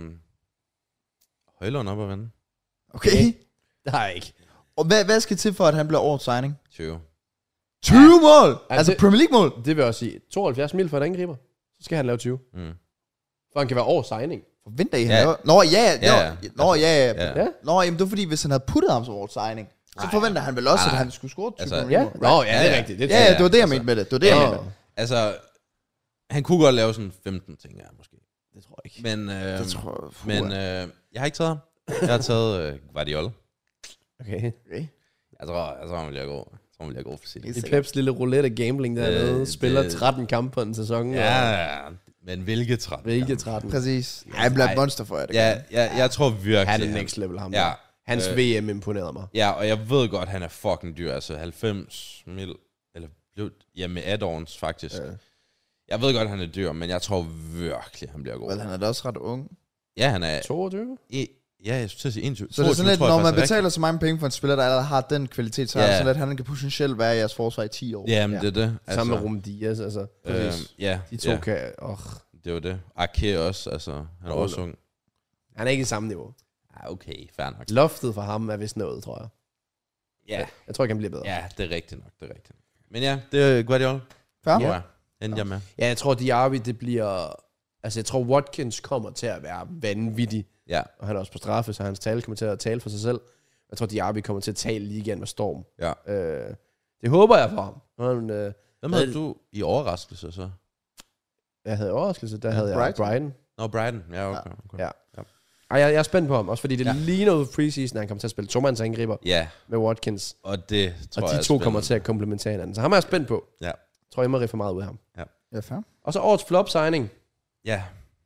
Højlund op at vende. Okay. Det har jeg ikke. Og hvad, hvad skal til for, at han bliver årets signing? tyve. tyve ja. mål! Altså, altså Premier League-mål? Det vil jeg også sige. tooghalvfjerds mil for et angriber. Så skal han lave tyve. Mm. For han kan være årets signing. Forventer I, han ja. laver? Nå, ja, ja. ja, ja. Nå, ja, ja. ja. Nå, jamen, det var fordi, hvis han havde puttet ham som årets signing, så Ej, forventer han vel også, ej, at han skulle score tyve altså, Premier League-mål. Ja. Nå, ja, det er rigtigt. Det ja, ja, det var det, jeg mente med det. Det var det, ja. jeg mente med. Altså, han kunne godt lave sådan femten ting, ja, måske. Det tror jeg ikke. Men, øh, det tror jeg, men øh, jeg har ikke taget ham. Jeg har taget øh, Guardiola. Okay. okay. Jeg tror, jeg tror, han bliver god. Jeg tror, han bliver god for sit. I Peps lille roulette gambling dernede, øh, spiller det, tretten kampe på en sæson. Ja, ja, men hvilke tretten? Hvilke tretten? Præcis. Ja, han bliver et monster for jer. Ja, ja, jeg, jeg tror virkelig. Han er next level, ham. Ja. Hans øh, V M imponerede mig. Ja, og jeg ved godt, han er fucking dyr. Altså halvfems mil, eller blev, ja, med add-ons faktisk. Øh. Jeg ved godt, han er dyr, men jeg tror virkelig, han bliver god. Well, han er da også ret ung. Ja, han er... toogtyve? I, ja, jeg skulle til at sige enogtyve. Så det er sådan lidt, når man betaler rigtigt. Så mange penge for en spiller, der allerede har den kvalitet, så ja. er det sådan lidt, han kan potentielt være i jeres forsvar i ti år. Ja, men ja. det er det. Altså, sammen med Rum Diaz, altså. Øh, ja. De to ja. kan... Oh. Det var det. Arke også, altså. Han er oh, også ung. Han er ikke i samme niveau. Ja, okay, fair nok. Loftet for ham er vist noget, tror jeg. Ja. Jeg tror ikke, han bliver bedre. Ja, det er rigtigt nok, det er rigtigt. Men ja, det er Guardiola. Fair. Ja. Endte jeg med. Ja, jeg tror, Diaby, det bliver... Altså, jeg tror, Watkins kommer til at være vanvittig. Ja. Og han er også på straffe, så hans tale kommer til at tale for sig selv. Jeg tror, Diaby kommer til at tale ligaen med storm. Ja. Øh, det håber jeg for ham. Han, øh, Hvem havde du i overraskelse så? Jeg havde overraskelse, der ja, havde jeg Brighton. Nå, Brighton. Ja, okay. okay. Ja. ja. Ej, jeg, jeg er spændt på ham, også fordi det ja. ligner ud preseason, at han kommer til at spille tomands angriber ja. med Watkins. Og det tror og de jeg to kommer til at komplementere hinanden. Så ham er jeg spændt på. Ja. Jeg tror, jeg må riffe meget ud af ham. Ja. Ja, fair. Og så årets flop signing. Ja.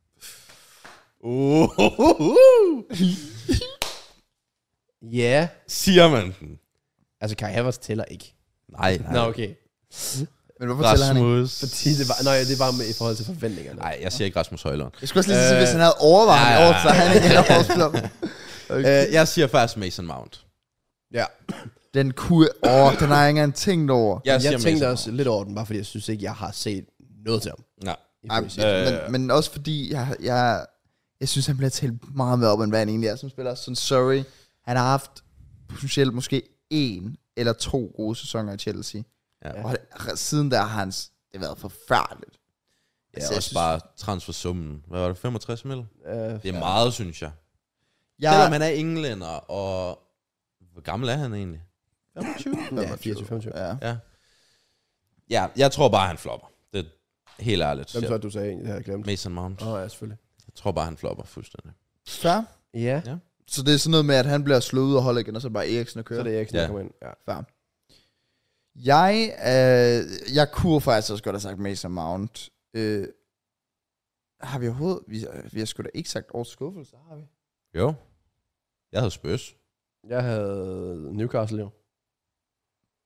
Uh, uh, uh, uh. Ja. Siger man den? Altså, Kai Havertz tæller ikke. Nej, nej. Nå, okay. Men hvorfor tæller han ikke? Fordi det var, nej, det var med i forhold til forventningerne. Nej, jeg siger ikke Rasmus Højlund. Jeg skulle også lige sige, øh, hvis han havde overvejet ja, ja, ja, så han ikke havde årets flop. Okay. Øh, jeg siger faktisk Mason Mount. Ja. Den kunne... Åh, den har jeg ikke engang tænkt over. Jeg, jeg tænkte også lidt over den, bare fordi jeg synes ikke, jeg har set noget til ham. Nej. Ej, øh, men, men også fordi, jeg, jeg, jeg synes, han bliver talt meget mere op, end hvad han egentlig er som spiller. Sådan, sorry. Han har haft potentielt måske en eller to gode sæsoner i Chelsea. Ja. Og siden der har hans det har været forfærdeligt. Ja, altså, også synes, bare transfersummen. Hvad var det? femogtres mil? Øh, det er meget, synes jeg. Ja. Selvom han er englænder, og hvor gammel er han egentlig? femogtyve? Ja, fireogtyve femogtyve. Ja. Ja. Ja, jeg tror bare, han flopper. Det er helt ærligt. Hvem så, du sagde egentlig, jeg havde glemt? Mason Mount. Åh, oh, ja, selvfølgelig. Jeg tror bare, han flopper fuldstændig. Fair? Ja. ja. Så det er sådan noget med, at han bliver slået ud og holder igen, og så bare Eriksen og kører? Så det er Eriksen, der ja. kommer ind. Ja. Fair. Jeg, øh, jeg kunne faktisk også godt have sagt Mason Mount. Øh, har vi overhovedet... Vi, vi har sgu da ikke sagt årets skuffelse, har vi? Jo. Jeg havde Spurs. Jeg havde Newcastle, jo.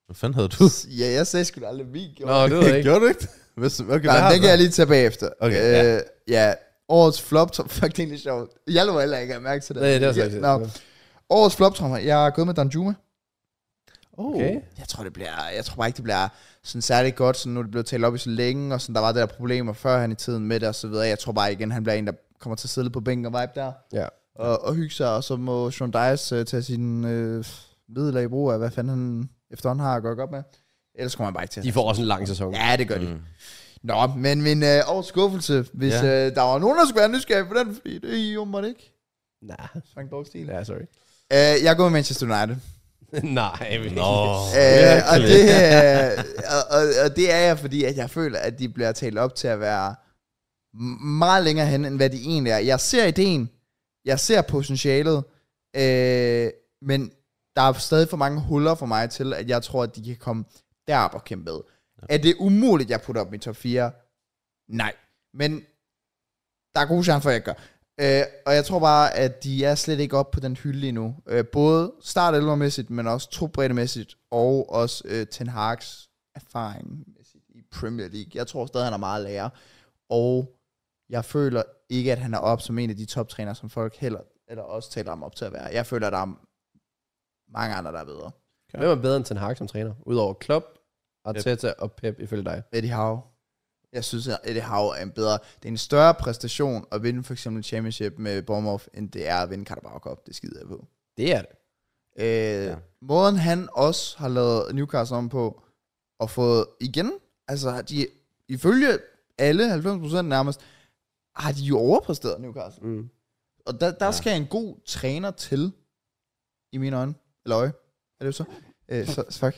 Hvad fanden havde du? Ja, jeg sagde sgu da aldrig vi. Nå, det ved jeg ikke. Gjorde du ikke? Hvis, okay, Nej, det kan jeg lige tage bagefter. Okay, øh, ja. ja. Årets flop, fuck, det er egentlig sjovt. Jeg lover heller ikke at mærke til det. Nej, det er så ja, ikke. no. Årets flop, tror jeg, jeg er gået med Danjuma. Okay. Jeg tror, det bliver, jeg tror bare ikke, det bliver sådan særlig godt, sådan nu er det blevet talt op i så længe, og sådan, der var det der problemer før han i tiden med det, og så videre. Jeg tror bare igen, han bliver en, der kommer til at sidde på bænken og vibe der, Ja. og, og hygge sig, og så må Sean Dice uh, tage sine øh, midler i brug af, hvad fanden han efterhånden har at gå op med. Ellers kommer han bare ikke til. De får også en lang sæson. Ja, det gør de. Mm. Nå, men min øh, års skuffelse, hvis Ja. øh, der var nogen, der skulle være nysgerrig på den, fordi det er jo mig ikke. Nej. Frank Borg-stil. Ja, sorry. Øh, jeg går med Manchester United. Nej, men Nå. Øh, og, det, øh, og, og, og det er jeg, fordi at jeg føler, at de bliver talt op til at være m- meget længere hen, end hvad de egentlig er. Jeg ser ideen, jeg ser potentialet, øh, men der er stadig for mange huller for mig til, at jeg tror, at de kan komme derop og kæmpe med. Ja. Er det umuligt, jeg putter op i top fire? Nej. Men der er gode chancer for, at jeg gør. Øh, og jeg tror bare, at de er slet ikke oppe på den hylde endnu. Øh, både start elvermæssigt, men også tobreddemæssigt, og også øh, Ten Hag's erfaring i Premier League. Jeg tror stadig, han er meget lærer. Og jeg føler ikke, at han er op som en af de toptrænere, som folk heller eller også taler om op til at være. Jeg føler, at der er mange andre, der er bedre. Okay. Hvem er bedre end Ten Hag som træner? Udover Klopp, Arteta og Pep, ifølge dig? Eddie Howe. Jeg synes, at Eddie Howe er en bedre... Det er en større præstation at vinde for eksempel Championship med Bournemouth, end det er at vinde Carabao Cup. Det skider jeg på. Det er det. Øh, ja. Måden han også har lavet Newcastle om på, og fået igen, altså de, ifølge alle halvfems procent nærmest, har de jo overpræsteret Newcastle. Mm. Og der, der ja. skal en god træner til, i mine øjne. Eller øje. Er det jo så? Øh, så fuck.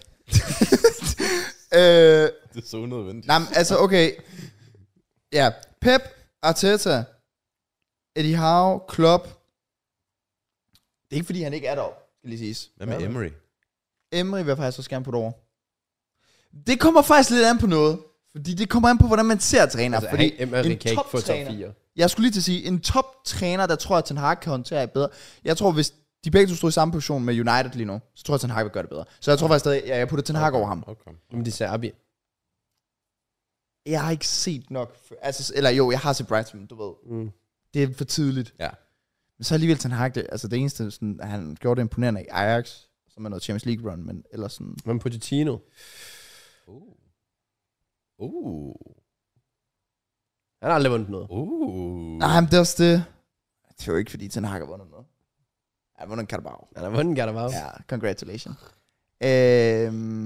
øh, Det er så unødvendigt. Nej, men altså, okay. Ja, Pep, Arteta, Eddie Howe, Klopp. Det er ikke, fordi han ikke er deroppe, skal lige siges. Hvad med Emery? Emery vil jeg faktisk også gerne putte over. Det kommer faktisk lidt an på noget. Fordi det kommer an på, hvordan man ser træner. Altså, fordi hey, Emery kan ikke få top fire. Jeg skulle lige til at sige, en top-træner, der tror jeg, at Ten Hag kan håndtere bedre. Jeg tror, hvis de begge to stod i samme position med United lige nu, så tror jeg, at Ten Hag vil gøre det bedre. Så jeg tror faktisk stadig, at jeg putter Ten Hag over ham. Okay. Men de Serbi. Jeg har ikke set nok. Altså, eller jo, jeg har set Brighton, du ved. Mm. Det er for tidligt. Ja. Men så alligevel Ten Hag, det, altså det eneste, sådan, han gjorde det imponerende i Ajax, som er noget Champions League run, men ellers sådan... Men Pochettino. Uh. Uh. Han har aldrig vundet noget. Uh. Nej, men det er også det. Det er jo ikke, fordi Ten Hag har vundet noget. Han har vundet en Carabao. Han har vundet en Carabao. Ja, congratulations. Øhm...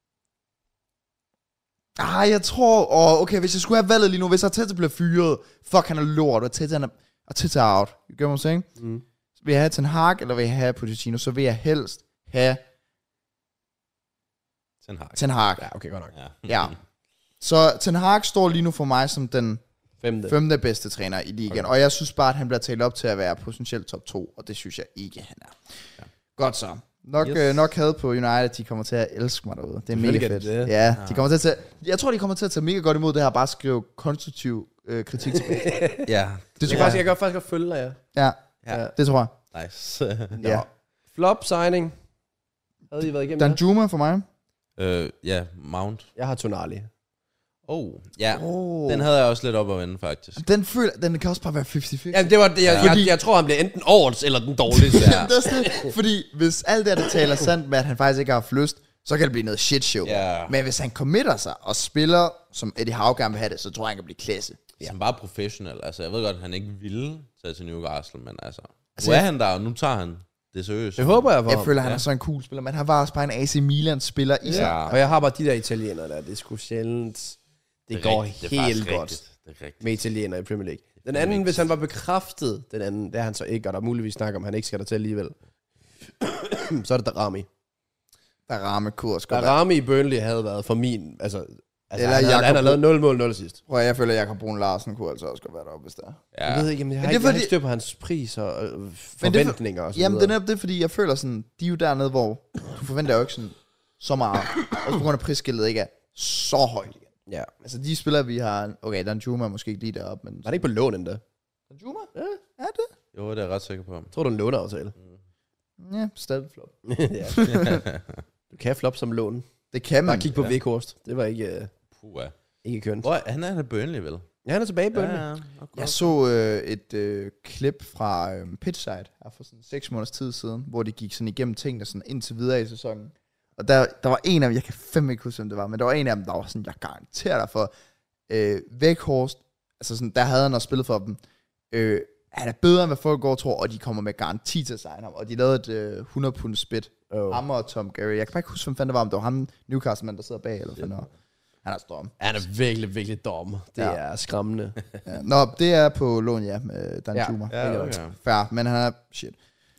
Ah, jeg tror... Oh, okay, hvis jeg skulle have valget lige nu, hvis Arteta bliver fyret, fuck, han er lort, og Arteta, han er, Arteta er out. You get what I'm saying? Mm. Vil jeg have Ten Hag, eller vil jeg have Pochettino, så vil jeg helst have Ten Hag. Ten Hag. Ja, okay, godt nok. Ja. Ja. Så Ten Hag står lige nu for mig som den Femte. femte bedste træner i ligaen, okay. Og jeg synes bare, at han bliver talt op til at være potentielt top to, og det synes jeg ikke, han er. Ja. Godt så. Nok, yes. øh, nok had på United, de kommer til at elske mig derude. Det er mega fedt. Det. Ja, ja, de kommer til at tage, jeg tror, de kommer til at tage mega godt imod det her, bare skrive konstruktiv øh, kritik tilbage. Ja. Det tror jeg, jeg. jeg kan faktisk godt følge dig, ja. Ja, Ja. det tror jeg. Nice. Ja. Flop signing. Havde I været igennem det? Danjuma for mig. øh, ja, Mount. Jeg har Tonali. Oh, ja. Oh. Den havde jeg også lidt op at vende, faktisk. Den føler, den kan også bare være halvtreds halvtreds. Jamen, det var det. Jeg, Fordi- jeg, jeg tror, han bliver enten årets eller den dårligste. Ja. Det er sådan lidt, fordi hvis alt det, der taler sandt med, at han faktisk ikke har haft lyst, så kan det blive noget shit show. Ja. Men hvis han committer sig og spiller, som Eddie Howe gerne vil have det, så tror jeg, han kan blive klasse. Ja. Han var professionel. Altså, jeg ved godt, at han ikke ville tage til Newcastle, men altså... Altså, Nu er jeg- han der, og nu tager han det seriøst. Det håber jeg for Jeg ham. føler, han Ja. er så en cool spiller, men han var også bare en A C Milan-spiller i sig. Ja. Og jeg har bare de der italienere der. Det er sgu sjældent. Det, det går rigtigt. Det er helt faktisk godt rigtigt. Det er rigtigt. med italienere i Premier League. Den er anden, rigtigt. hvis han var bekræftet, den anden, det er han så ikke, og der er muligvis snak om, han ikke skal der til alligevel. Så er det Darami. Der ramme kurs. Godt. Darami i Burnley havde været for min, altså, altså Eller han, havde, Jakob han har lavet nul mål, nul sidst. Prøv at, jeg føler, at Jakob Brun Larsen kunne altså også godt være deroppe, hvis der. Ja. Jeg ved ikke, men jeg har, Men det er ikke, jeg har fordi- ikke styr på hans pris og øh, Men det er for- forventninger og så Jamen, det er videre. netop det, fordi jeg føler sådan, de er jo dernede, hvor du forventer jo ikke sådan så meget. Også på grund af prisskiltet ikke er så højt igen. Ja. Altså de spillere, vi har... Okay, Danjuma er måske ikke lige deroppe, men... Var det ikke på lån endda? Danjuma? Ja. Er det? Jo, det er jeg ret sikker på. Jeg tror, du er en låneaftale. Ja, stadig flop. ja. Du kan flop som lån. Det kan man. Bare kig på ja. Weghorst. Det var ikke, uh, Puh, ja. ikke kønt. Hvor, han er der Burnley, vel? Ja, han er tilbage på Ja, det. ja. Okay. Jeg så øh, et øh, klip fra øh, Pitchside her for sådan seks måneders tid siden, hvor de gik sådan igennem tingene sådan indtil videre i sæsonen. Og der, der var en af dem, jeg kan fandme ikke huske, hvem det var, men der var en af dem, der var sådan, jeg garanterer dig for, øh, Weghorst, altså sådan, der havde han også spillet for dem, øh, han er bedre, end hvad folk går og tror, og de kommer med garanti til at signe ham, og de lavede et øh, hundrede pund spit, oh. ham og Tom Gary. Jeg kan bare ikke huske, hvem fanden det var, om det var ham, Newcastle-mand, der sidder bag, eller hvad yeah. Han er storm. Han er virkelig, virkelig dum. Det ja. er skræmmende. Ja. Nå, det er på lån, ja, med Dan ja. Schumer. Ja, okay. Fair, men han er shit.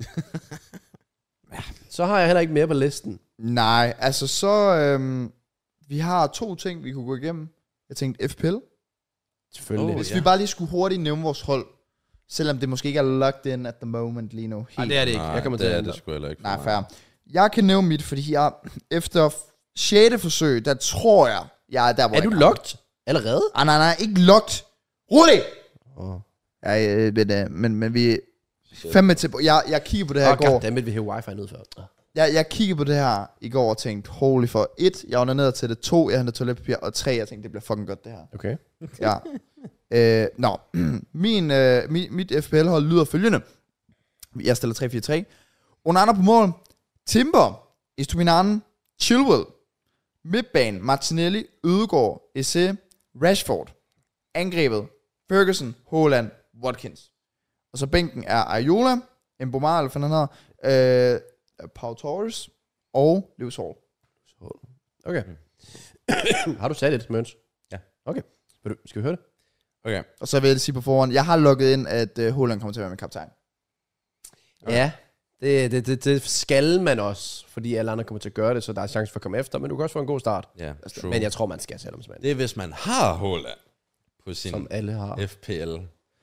Ja. Så har jeg heller ikke mere på listen. Nej, altså så... Øhm, vi har to ting, vi kunne gå igennem. Jeg tænkte F P L. Selvfølgelig. Oh, Hvis ja. vi bare lige skulle hurtigt nævne vores hold, selvom det måske ikke er locked in at the moment lige nu. Nej, det er det ikke. Nej, Jeg kommer det til er at det sgu heller ikke. Nej, fair. Jeg kan nævne mit, fordi jeg efter sjette forsøg, der tror jeg, jeg er der, hvor Er jeg du kan. locked? Allerede? Ah, nej, nej, ikke locked. Rolig! Oh. Ja, øh, men, øh, men, men vi... Fandme til... Jeg, jeg kigger på det her Oh, i går. goddammit, vi hæver wifi ned før. Jeg, jeg kiggede på det her i går og tænkte, holy for et, jeg var ned til det, to, jeg hentede toiletpapir, og tre, jeg tænkte, det bliver fucking godt det her. Okay. Ja. øh, nå, min, øh, mit, mit F P L-hold lyder følgende. Jeg stiller tre fire tre. Onana på mål. Timber, Estupinan, Chilwell, midtbane, Martinelli, Ødegaard, Esse, Rashford. Angrebet, Ferguson, Haaland, Watkins. Og så bænken er Ayola, Mbomar, eller hvad han hedder, øh, Pau Torres og Lewis Hall. Okay. Har du sat et, Møns? Ja. Okay. Skal, du, skal vi høre det? Okay. Og så vil jeg sige på forhånd, jeg har logget ind, at uh, Haaland kommer til at være min kaptajn. Okay. Ja, det, det, det, det skal man også, fordi alle andre kommer til at gøre det, så der er chance for at komme efter, men du kan også få en god start. Ja, true. Men jeg tror, man skal selv om det er, hvis man har Haaland på sin som alle har. F P L.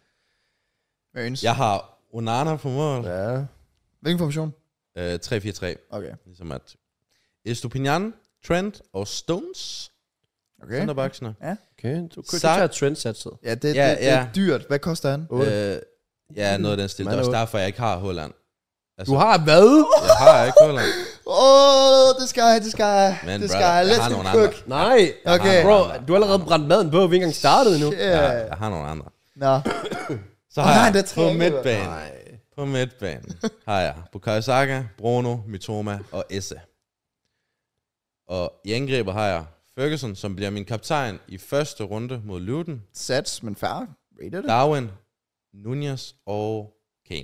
Møns. Jeg har Onana på mål. Ja. Hvilken formation? Uh, tre fire tre. Okay. Ligesom at Estupinian, Trent og Stones. Okay. Centerbacksene. Ja. Okay, du kunne Sa- tage trendsatset. Ja, det, Ja, det, det ja. er dyrt. Hvad koster han? Uh, ja, noget af den stil. Det er også Man er derfor, jeg ikke har Haaland. Altså, Du har hvad? Jeg har ikke Haaland. Åh, oh, det skal jeg, det skal jeg. Men det brother, skal jeg. jeg Let's har go nogle cook. andre. Nej. Okay. Bro, du har allerede brændt maden på, vi ikke engang startet endnu. Yeah. Ja, jeg har nogle andre. Nå. Så Åh, har nej, jeg det er tre, på ikke? midtbanen. Nej. På midtbanen har jeg Bukayo Saka, Bruno, Mitoma og Esse. Og i angrebet har jeg Ferguson, som bliver min kaptajn i første runde mod Luton. Sats, men færre. Rated det. Darwin, Nunez og Kane.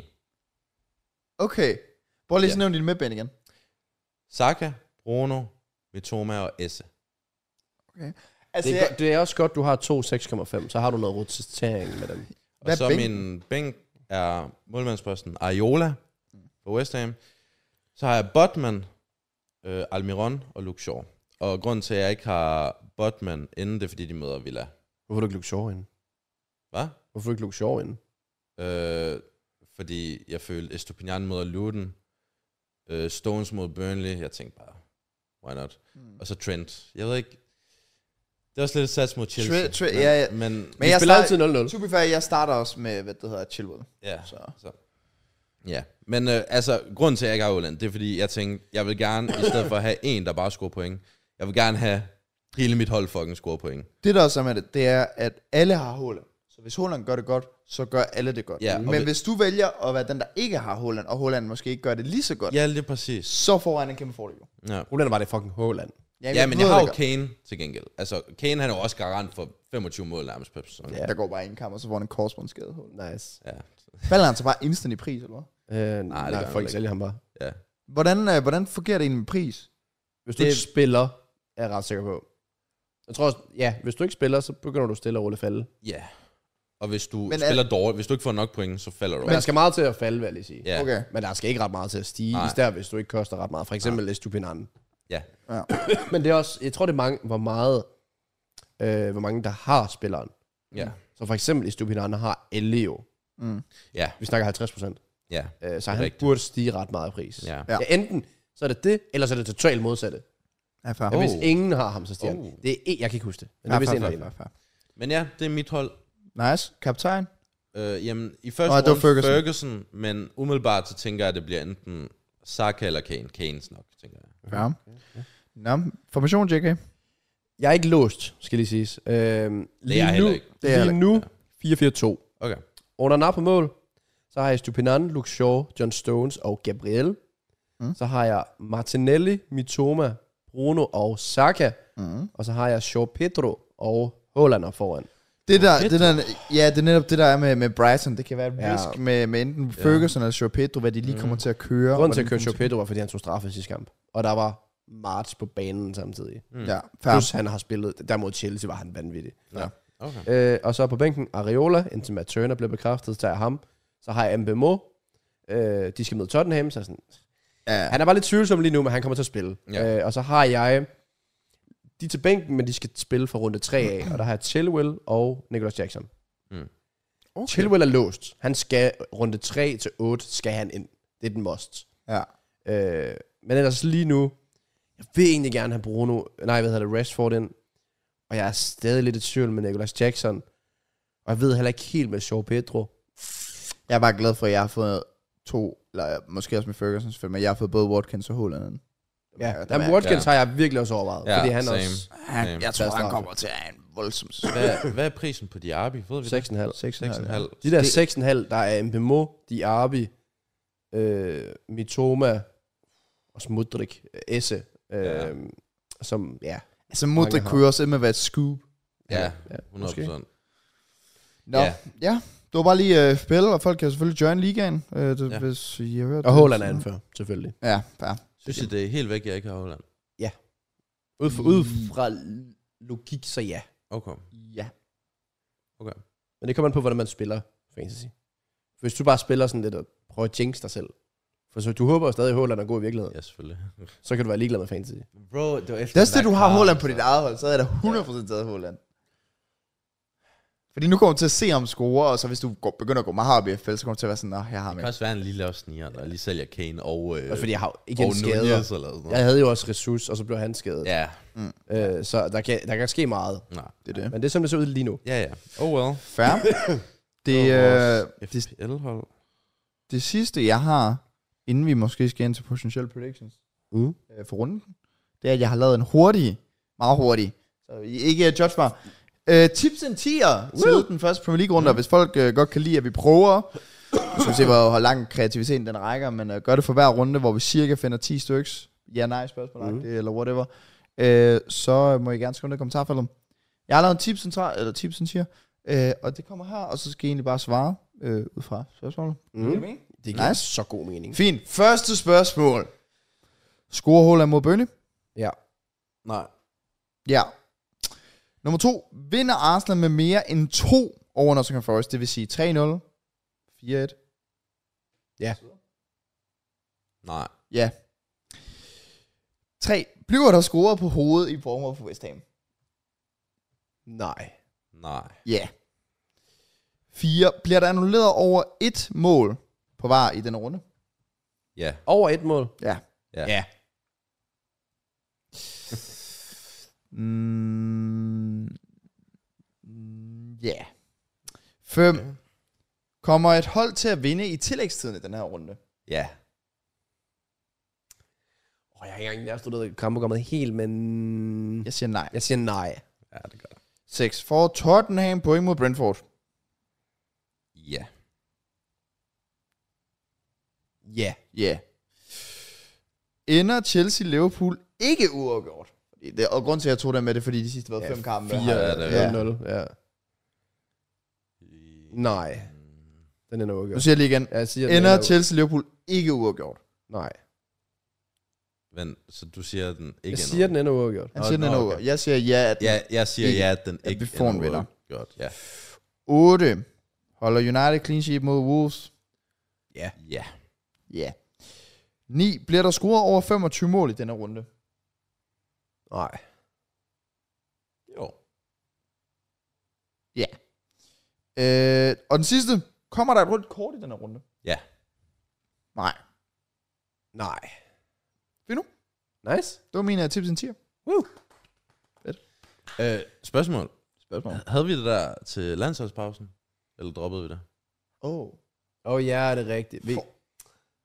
Okay. Prøv lige Ja. at nævne din midtbane igen. Saka, Bruno, Mitoma og Esse. Okay. Altså, Det er, jeg, go- det er også godt, du har to seks komma fem, så har du noget rotering med dem. Og Hvad så bænken? min bænk er målmandsposten Areola på West Ham. Så har jeg Botman, øh, Almiron og Luke Shaw. Og grunden til, at jeg ikke har Botman inden, det er, fordi de møder Villa. Hvorfor du ikke Luke Shaw ind? Hvad? Hvorfor ikke Luke Shaw ind? Øh, fordi jeg følte Estupinian møder Luton, øh, Stones mod Burnley. Jeg tænkte bare, why not? Mm. Og så Trent. Jeg ved ikke, det er også lidt et sats mod Chelsea. Tre- tre- men, ja, ja. men, Men Vi jeg spiller start- altid nul nul. to be fair, jeg starter også med, hvad det hedder, Chilwell. ja, Så. så. Ja, men øh, altså, grunden til, at jeg ikke har Holland, det er, fordi jeg tænkte, jeg vil gerne, i stedet for at have en, der bare scorer point, jeg vil gerne have hele mit hold fucking score point. Det der også er med det, det er, at alle har Haaland. Så hvis Haaland gør det godt, så gør alle det godt. Ja, og Men vi- hvis du vælger at være den, der ikke har Haaland, og Haaland måske ikke gør det lige så godt, Ja, lige præcis. så får han en kæmpe fordel. Ja. Problemet var det fucking Haaland. Ja, men jeg har jo Kane til gengæld. Altså, Kane han er jo også garant for femogtyve mål nærmest per sæson. Ja. Der går bare en kamp, og så får han en korsbåndsskade. Nice. Ja. Falder han så bare instant i pris, eller hvad? Øh, nej, det nej gør han folk ikke. sælger ham bare. Ja. Hvordan, øh, hvordan fungerer det egentlig med pris? Hvis du Det- ikke spiller, er jeg ret sikker på. Jeg tror også, ja, hvis du ikke spiller, så begynder du stille og roligt at falde. Ja. Og hvis du Men men er- spiller dårligt, hvis du ikke får nok point, så falder du. Men der skal meget til at falde, vil jeg lige sige. Ja. Okay. Men der skal ikke ret meget til at stige, Nej. især hvis du ikke koster ret meget. For eksempel Estupinan. Ja. Ja. Men det er også, jeg tror det er mange, hvor meget, øh, hvor mange der har spilleren. Ja. Så for eksempel Estupinan har Elio. Mm. Ja. Vi snakker halvtreds procent. Ja. Øh, så han rigtigt. burde stige ret meget i pris. Ja. Ja. Ja. Enten så er det det, eller så er det totalt modsatte. Ja, fair. Men hvis Oh. ingen har ham, så stiger Oh. han. Det er, jeg kan ikke huske det. Men Ja, det er vist fair, en af fair, en. fair, fair. Men ja, det er mit hold. Nice. Kaptajn? Øh, jamen, i første Nå, det var runde Ferguson. Ferguson, men umiddelbart så tænker jeg, at det bliver enten Saka eller Kane. Kanes nok, tænker jeg. Ja. Nå, formation, J K. Jeg er ikke låst, skal lige siges. Øhm, Det er jeg heller ikke. Det er Lige nu, Ja. fire fire to. Okay. Under nap på mål, så har jeg Stupinan, Luke Shaw, John Stones og Gabriel. Mm. Så har jeg Martinelli, Mitoma, Bruno og Saka. Mm. Og så har jeg Shaw Pedro og Haaland foran. Det der, det der, ja, det er netop det der er med, med Brighton. Det kan være et Ja. risk med, med enten Ferguson eller Joao Pedro, hvad de lige kommer til at køre. Grunden til og at køre hvordan Shaw de Pedro var, fordi han tog straffe sidste kamp. Og der var march på banen samtidig. Mm. kommer til- Ja, fair. Plus han har spillet, der mod Chelsea var han vanvittig. Ja. Okay. Øh, og så på bænken, Areola, indtil Matt Turner bliver bekræftet, tager jeg ham. Så har jeg Mbemo. Øh, de skal møde Tottenham, så sådan, Ja. han er bare lidt tvivlsom lige nu, men han kommer til at spille. Ja. Øh, og så har jeg, de er til bænken, men de skal spille fra runde tre af, og der har jeg Chilwell og Nicholas Jackson. Mm. Okay. Chilwell er låst. Han skal runde tre til otte, skal han ind. Det er den must. Ja. Øh, men ellers lige nu, jeg vil egentlig gerne have Bruno, nej, hvad hedder det, Rashford ind. Og jeg er stadig lidt i tvivl med Nicholas Jackson. Og jeg ved heller ikke helt med Shaw Pedro. Jeg er bare glad for, at jeg har fået to, eller måske også med Ferguson selvfølgelig, men jeg har fået både Watkins og Haaland ind. Ja, Dem Jamen, er- Watkins ja. har jeg virkelig også overvejet. Ja, fordi han same. også Han, Same. jeg tror, Fast han straffe. kommer til at have en voldsom Hvad, hvad er prisen på Diaby? Ved vi det? seks komma fem. seks seks komma fem. De der Det- seks komma fem, der er Mbemo, Diaby, øh, Mitoma og Smudrik, Esse, øh, Ja. som, ja. Altså Modric Mange har- kunne jo også med at være et scoop. Ja, Ja, hundrede procent. Nå, ja. Ja. ja. Det var bare lige uh, spil, og folk kan selvfølgelig join ligaen, uh, det, Ja. ja. hvis I har hørt Og det. Haaland er anfører, selvfølgelig. Ja, fair. Synes I, det er helt væk, jeg ikke har Holland? Ud fra, ud fra logik, så ja. Okay. Ja. Men det kommer an på, hvordan man spiller fantasy. Hvis du bare spiller sådan lidt og prøver at jinx dig selv, for så du håber jo stadig, at Haaland er god i virkeligheden, Ja, selvfølgelig. så kan du være ligeglad med fantasy. Bro, det var efter Det er også det, du har Haaland på dit eget hold, så er der hundrede procent taget Haaland. Fordi nu kommer du til at se ham score, og så hvis du går, begynder at gå meget op i F L, så kommer du til at være sådan, at jeg har Det med. kan også være en lille også sniger, der lige sælger Kane og... Øh, Også fordi jeg har ikke og en skader. Nunez eller sådan noget. Jeg havde jo også ressource, og så blev han skadet. Ja, Øh, så der kan, der kan ske meget. nej. Det er det. Men det er som det ser ud lige nu. Ja, ja. Oh well. Fair. Det, Det var øh, vores det, F P L-hold. det sidste, jeg har, inden vi måske skal ind til potential predictions Mm. øh, for runden, det er, at jeg har lavet en hurtig, meget hurtig, så I ikke judge mig, øh, tips and tier til den første Premier League-runde, mm. hvis folk øh, godt kan lide, at vi prøver, så skal vi se, hvor, hvor lang kreativiteten den rækker, men øh, gør det for hver runde, hvor vi cirka finder ti styks, ja, nej, spørgsmål, mm. eller whatever, øh, så må I gerne skrive ned i kommentarfeltet. Jeg har lavet en tips and, tra- eller tips and tier, øh, og det kommer her, og så skal I egentlig bare svare øh, ud fra spørgsmålet. Mm. Det Det giver Nice. så god mening. Fint. Første spørgsmål. Scorer Haaland mod Burnley? Ja. Nej. Ja. Nummer to. Vinder Arsenal med mere end to over Nottingham Forest? Det vil sige tre nul, fire et. Ja. Nej. Ja. tre. Bliver der scoret på hovedet i Bournemouth for West Ham? Nej. Nej. Ja. fire. Bliver der annulleret over et mål på var i denne runde? Ja. Over et mål. Ja. Ja. Ja. Mm, mm, ja. fem. Okay. Kommer et hold til at vinde i tillægstiden i den her runde? Ja. Oh, jeg har ikke engang jeg studeret kampprogrammet helt, men... Jeg siger nej. Jeg siger nej. Ja, det gør det. seks. Får Tottenham point mod Brentford? Ja. Ja. Ja. Yeah. Ender Chelsea-Liverpool ikke uafgjort? Fordi det, og grund til, at jeg tog den med det, fordi de sidste var Ja, fem kampe. fire, har- ja, det er ja. nul. Ja. Nej. Den er Nu uafgjort. siger jeg lige igen. Jeg siger, den Ender er u- Chelsea-Liverpool ikke uafgjort? Nej. Men, så du siger, at den ikke Jeg er siger, den ender uafgjort. Han Nå, siger, den er nå, okay. uafgjort. Jeg siger ja. At Ja, jeg siger Ikke. ja, at den At ikke vi får en vinder. Godt, ja. otte. Holder United clean sheet mod Wolves? Ja. Ja. Ja. ni. Bliver der scoret over femogtyve mål i denne runde? Nej. Jo. Ja. Øh, og den sidste. Kommer der et rødt kort i denne runde? Ja. Nej. Nej. Ved du? Nice. Det var mine tips and tier. Øh, spørgsmål. Spørgsmål. Havde vi det der til landsholdspausen? Eller droppede vi det? Oh. Åh oh, ja, det er rigtigt. Vi,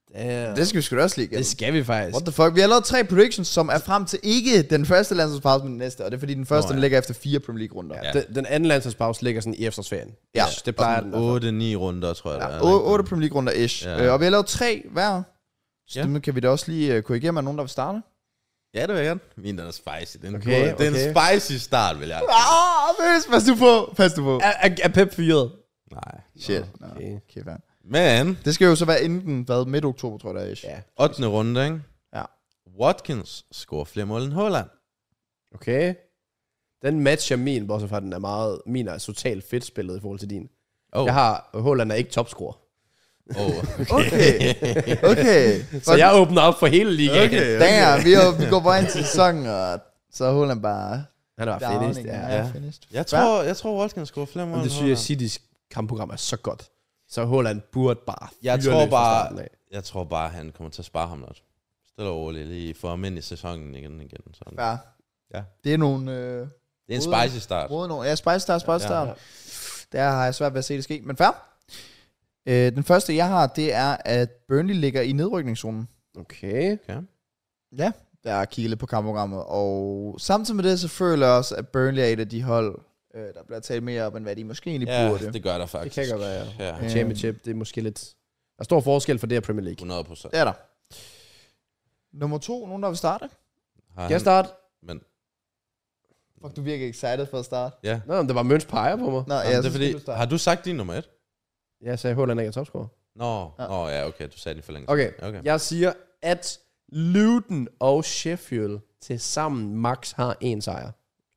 Damn. Det skal vi sgu da også lige igennem. Det skal vi faktisk. What the fuck? Vi har lavet tre predictions, som er frem til ikke den første landsholdspause, men den næste. Og det er fordi, den første, Nå, ja. den ligger efter fire Premier League-runder. Ja. Den, den anden landsholdspause ligger sådan i efterårsferien. Ja. Ish, det plejer den. otte ni runder, tror jeg. Ja, der er. otte Premier League-runder ish. Ja. Øh, og vi har lavet tre hver. Så Ja. dem kan vi da også lige uh, korrigere med nogen, der vil starte. Ja, det vil jeg gerne. Min, den er spicy. Den er, Okay, god. Det er okay. en spicy start, vil jeg. Ah, pas, pas du på. Pas du på. Er, er, er Pep fyret? Nej. Shit. Nå, Nå, okay. okay, fair. Men, Det skal jo så være inden, hvad, midt oktober, tror jeg, det er ish. Ja. ottende runde, ikke? Ja. Watkins scorer flere mål end Haaland. Okay. Den matcher min, bortset fra, at den er meget... Min er totalt fedt spillet i forhold til din. Oh. Jeg har... Haaland er ikke topscorer. Oh. Okay. Okay. Så jeg åbner op for hele ligaen. Okay. Damn, vi, er, vi går bare ind til sæsonen, og så er Holland bare... Han er bare finished, ja. ja. ja. Finished. Jeg tror, jeg tror Watkins scorer flere mål Men det end synes jeg, Haaland. City's kampprogram er så godt. Så Haaland burde bare... Jeg fyre tror løs fra bare- starten af. Jeg tror bare, han kommer til at spare ham lidt. Stille og roligt, lige for ham ind i sæsonen igen igen. Sådan. Ja. Ja. Det er nogle... Øh, Det er en Hoved- spicy start. råd nogle. Ja, Spice Star, Spice Ja. Star. Ja. Der har jeg svært ved at se det ske, men fair. Øh, den første, jeg har, det er, at Burnley ligger i nedrykningszonen. Okay. Okay. Ja, jeg har kigget lidt på kampprogrammet, og samtidig med det, så føler jeg også, at Burnley er et af de hold, øh, der bliver talt mere op, end hvad de måske egentlig Ja, burde. det gør der Det faktisk. kan godt være, ja. Ja, Championship, det er måske lidt... Der er stor forskel for det her Premier League. hundrede procent. Det er der. Nummer to, nogen der vil starte? Skal jeg starte? Men Fuck, du virker excited for at starte. ja. Nå, men det var Møns peger på mig. Nå, Jamen, ja, det så er skal fordi, du starte. har du sagt din nummer et? Jeg sagde, Haaland ikke er topscorer. Nå, Ja. ja. Nå, ja, okay, du sagde det for længe. Okay, okay. jeg siger, at Luton og Sheffield til sammen max har en sejr.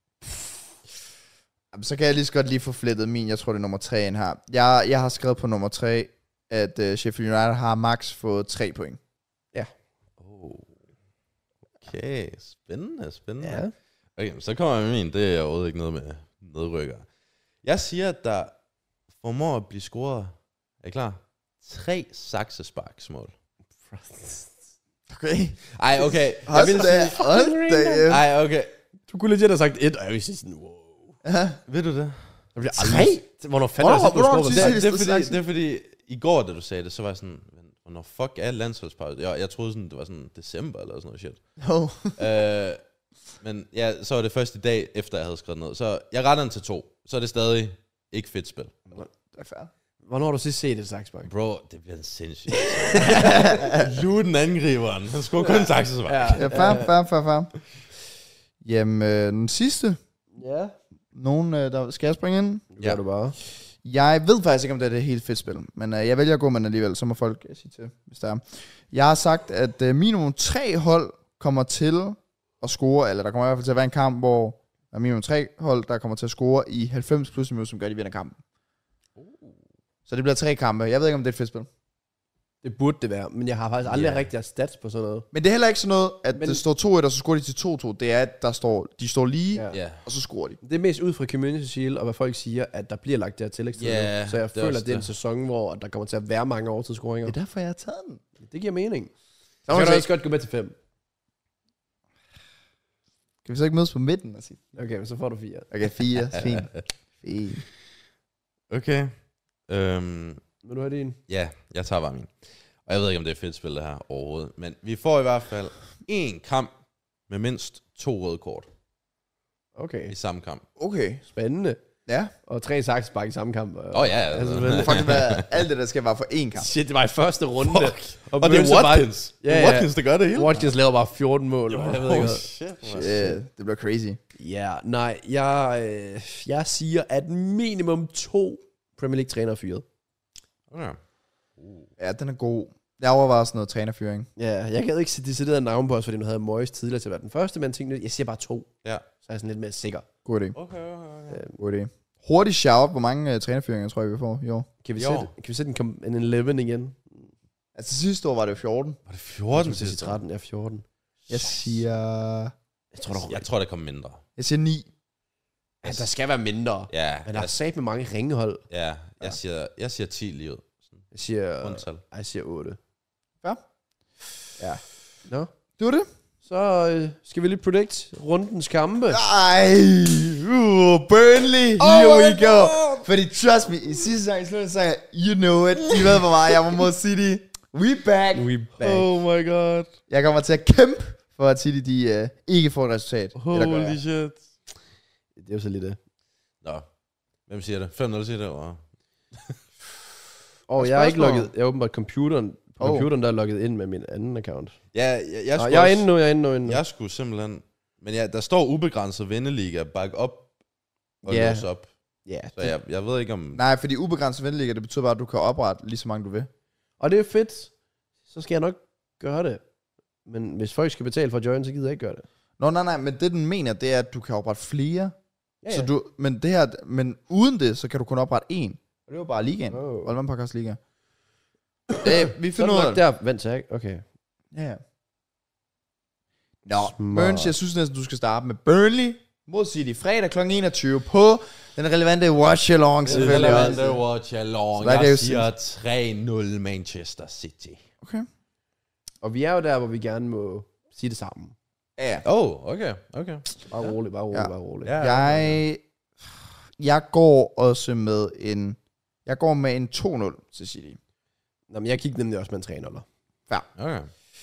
Jamen, så kan jeg lige så godt lige få flettet min, jeg tror det er nummer tre ind her. Jeg, jeg har skrevet på nummer tre, at uh, Sheffield United har max fået tre point. Oh. Okay, spændende, spændende. Ja. Okay, så kommer jeg med min. Det er overhovedet ikke noget med nedrykker. Jeg siger, at der formår at blive scoret. Er I klar? Tre saksesparksmål. Okay. Ej, okay. Jeg Hold vil da, sige... hold da. Ej, okay. Du kunne legit have sagt et, og jeg vil sige sådan, wow. Ja. Ved du det? Der bliver Tre? aldrig... Hvornår fanden Hvornår- har du hvornår scoret? sidst- Det, Det, det, er det fordi, saksen. det er fordi, i går, da du sagde det, så var jeg sådan, men hvornår fuck er landsholdspause? Jeg, jeg troede sådan, det var sådan december eller sådan noget shit. Jo. øh, men ja, så var det først i dag, efter jeg havde skrevet ned. Så jeg retter den til to. Så er det stadig ikke fedt spil. Det er fair. Hvornår har du sidst set et sakspark? Bro, det bliver en sindssygt. Luton angriberen. Han skulle kun saksespark. Ja. Ja, fair, fair, fair, fair. Jamen, øh, den sidste. Ja. Nogen, øh, der skal jeg springe ind? Det gør Ja. du bare. Jeg ved faktisk ikke, om det er det helt fedt spil, men øh, jeg vælger at gå med den alligevel, så må folk øh, sige til, hvis der er. Jeg har sagt, at øh, minimum tre hold kommer til at score, eller der kommer i hvert fald til at være en kamp, hvor der er minimum tre hold, der kommer til at score i halvfems plus minutter, som gør, de vinder kampen. Så det bliver tre kampe. Jeg ved ikke, om det er et fedt spil. Det burde det være, men jeg har faktisk aldrig Ja. rigtig haft stats på sådan noget. Men det er heller ikke sådan noget, at Men- men det står to et, og så scorer de til to to. Det er, at der står, de står lige, Ja. Ja. og så scorer de. Det er mest ud fra Community Shield, og hvad folk siger, at der bliver lagt der tillægstid. Ja, nu. Så jeg det er føler, også at det er en det. sæson, hvor der kommer til at være mange overtidsscoringer. Det er derfor, jeg har taget den. Det giver mening. Så må kan vi du se. også godt gå med til fem. Kan vi så ikke mødes på midten og sige? Okay, men så får du fire. Okay, fire. Fint. Fint. Okay. Øhm, Vil du have din? ja, jeg tager bare min. Og jeg ved ikke, om det er fedt spil, det her overhovedet. Men vi får i hvert fald en kamp med mindst to røde kort Okay. i samme kamp. Okay. Spændende. Ja. Og tre saksespark i samme kamp. Åh oh, ja, Altså, altså. selvfølgelig. Fucking hvad, alt det der skal være for én kamp. Shit, det var i første runde. Fuck. Og, Og det Burns er bare- Watkins. Ja, Det er ja. Watkins, der gør det hele. Watkins laver bare fjorten mål. og jeg ved ikke Oh, hvad. shit, man. Shit, det bliver crazy. Ja, nej, jeg, øh, jeg siger, at minimum to Premier League træner fyret. Okay. Ja, den er god. Jeg overvejer sådan noget trænerfyring. Ja, jeg gad ikke sætte decideret navn på os, fordi nu havde Moyes tidligere til at være den første, men tænkte, jeg siger bare to. Ja. Så er jeg sådan lidt mere sikker. God idé. Okay, okay, okay. God idé. Hurtig shout. Hvor mange uh, trænerfyringer tror jeg, vi får i år? Kan vi Jo. sætte, kan vi sætte en, kom- en elleve igen? Altså sidste år var det fjorten. Var det Jeg fjorten synes, sidste det er tretten, ja, fjorten. Jeg siger... Jeg tror, der, Jeg tror, der kommer mindre. Jeg siger ni. ja, der skal være mindre. Ja, Men der er jeg, sat med mange ringehold. ja, jeg, siger, jeg siger ti lige ud. Jeg siger, Rundtal. jeg siger otte. Ja. Ja. Nå, Det var det. så øh, skal vi lige predict rundens kampe. Ej, uh, Burnley, Oh here we my go. God. Fordi trust me, i sidste sang i slutningen sagde jeg, you know it. I ved hvor meget, jeg var mod City. We back. We back. Oh my god. Jeg kommer til at kæmpe for, at City de, uh, ikke får et resultat. Holy shit. Det er jo så lidt det. Nå. Hvem siger det? fem nul siger det, og... Og jeg er ikke logget. Jeg er åbenbart computeren. På Oh. computeren, der er logget ind med min anden account. Ja, jeg, jeg, jeg, Nå, skulle jeg er også- inde nu, jeg er inde nu. Inde nu. Jeg skulle simpelthen... Men ja, der står ubegrænset vindeliga, back op og Ja. låse op. Ja, Så jeg, jeg ved ikke om... Nej, fordi ubegrænset vindeliga, det betyder bare, at du kan oprette lige så mange du vil. og det er fedt. Så skal jeg nok gøre det. Men hvis folk skal betale for at join, så gider jeg ikke gøre det. Nå, nej, nej, men det den mener, det er, at du kan oprette flere. Ja, Så du, men, det her, men uden det, så kan du kun oprette en. Og det var bare ligaen. Oh. Aalborg Podcast Liga. Det, vi Så finder er ud det af nok det. der. Vent til, ikke? Okay. Ja, ja. Nå, Smart. Burns, jeg synes næsten, du skal starte med Burnley mod City fredag klokken enogtyve på den relevante watch-along selvfølgelig Relevante også. watch along. Så der kan Jeg jo siger tre nul Manchester City. Okay. Og vi er jo der, hvor vi gerne må sige det sammen. Ja, Oh, okay, okay. Bare roligt, bare roligt, Ja. bare roligt. Ja, jeg, jeg går også med en, jeg går med en to nul til City. Nå, men jeg kiggede nemlig også med en tre nul. Okay.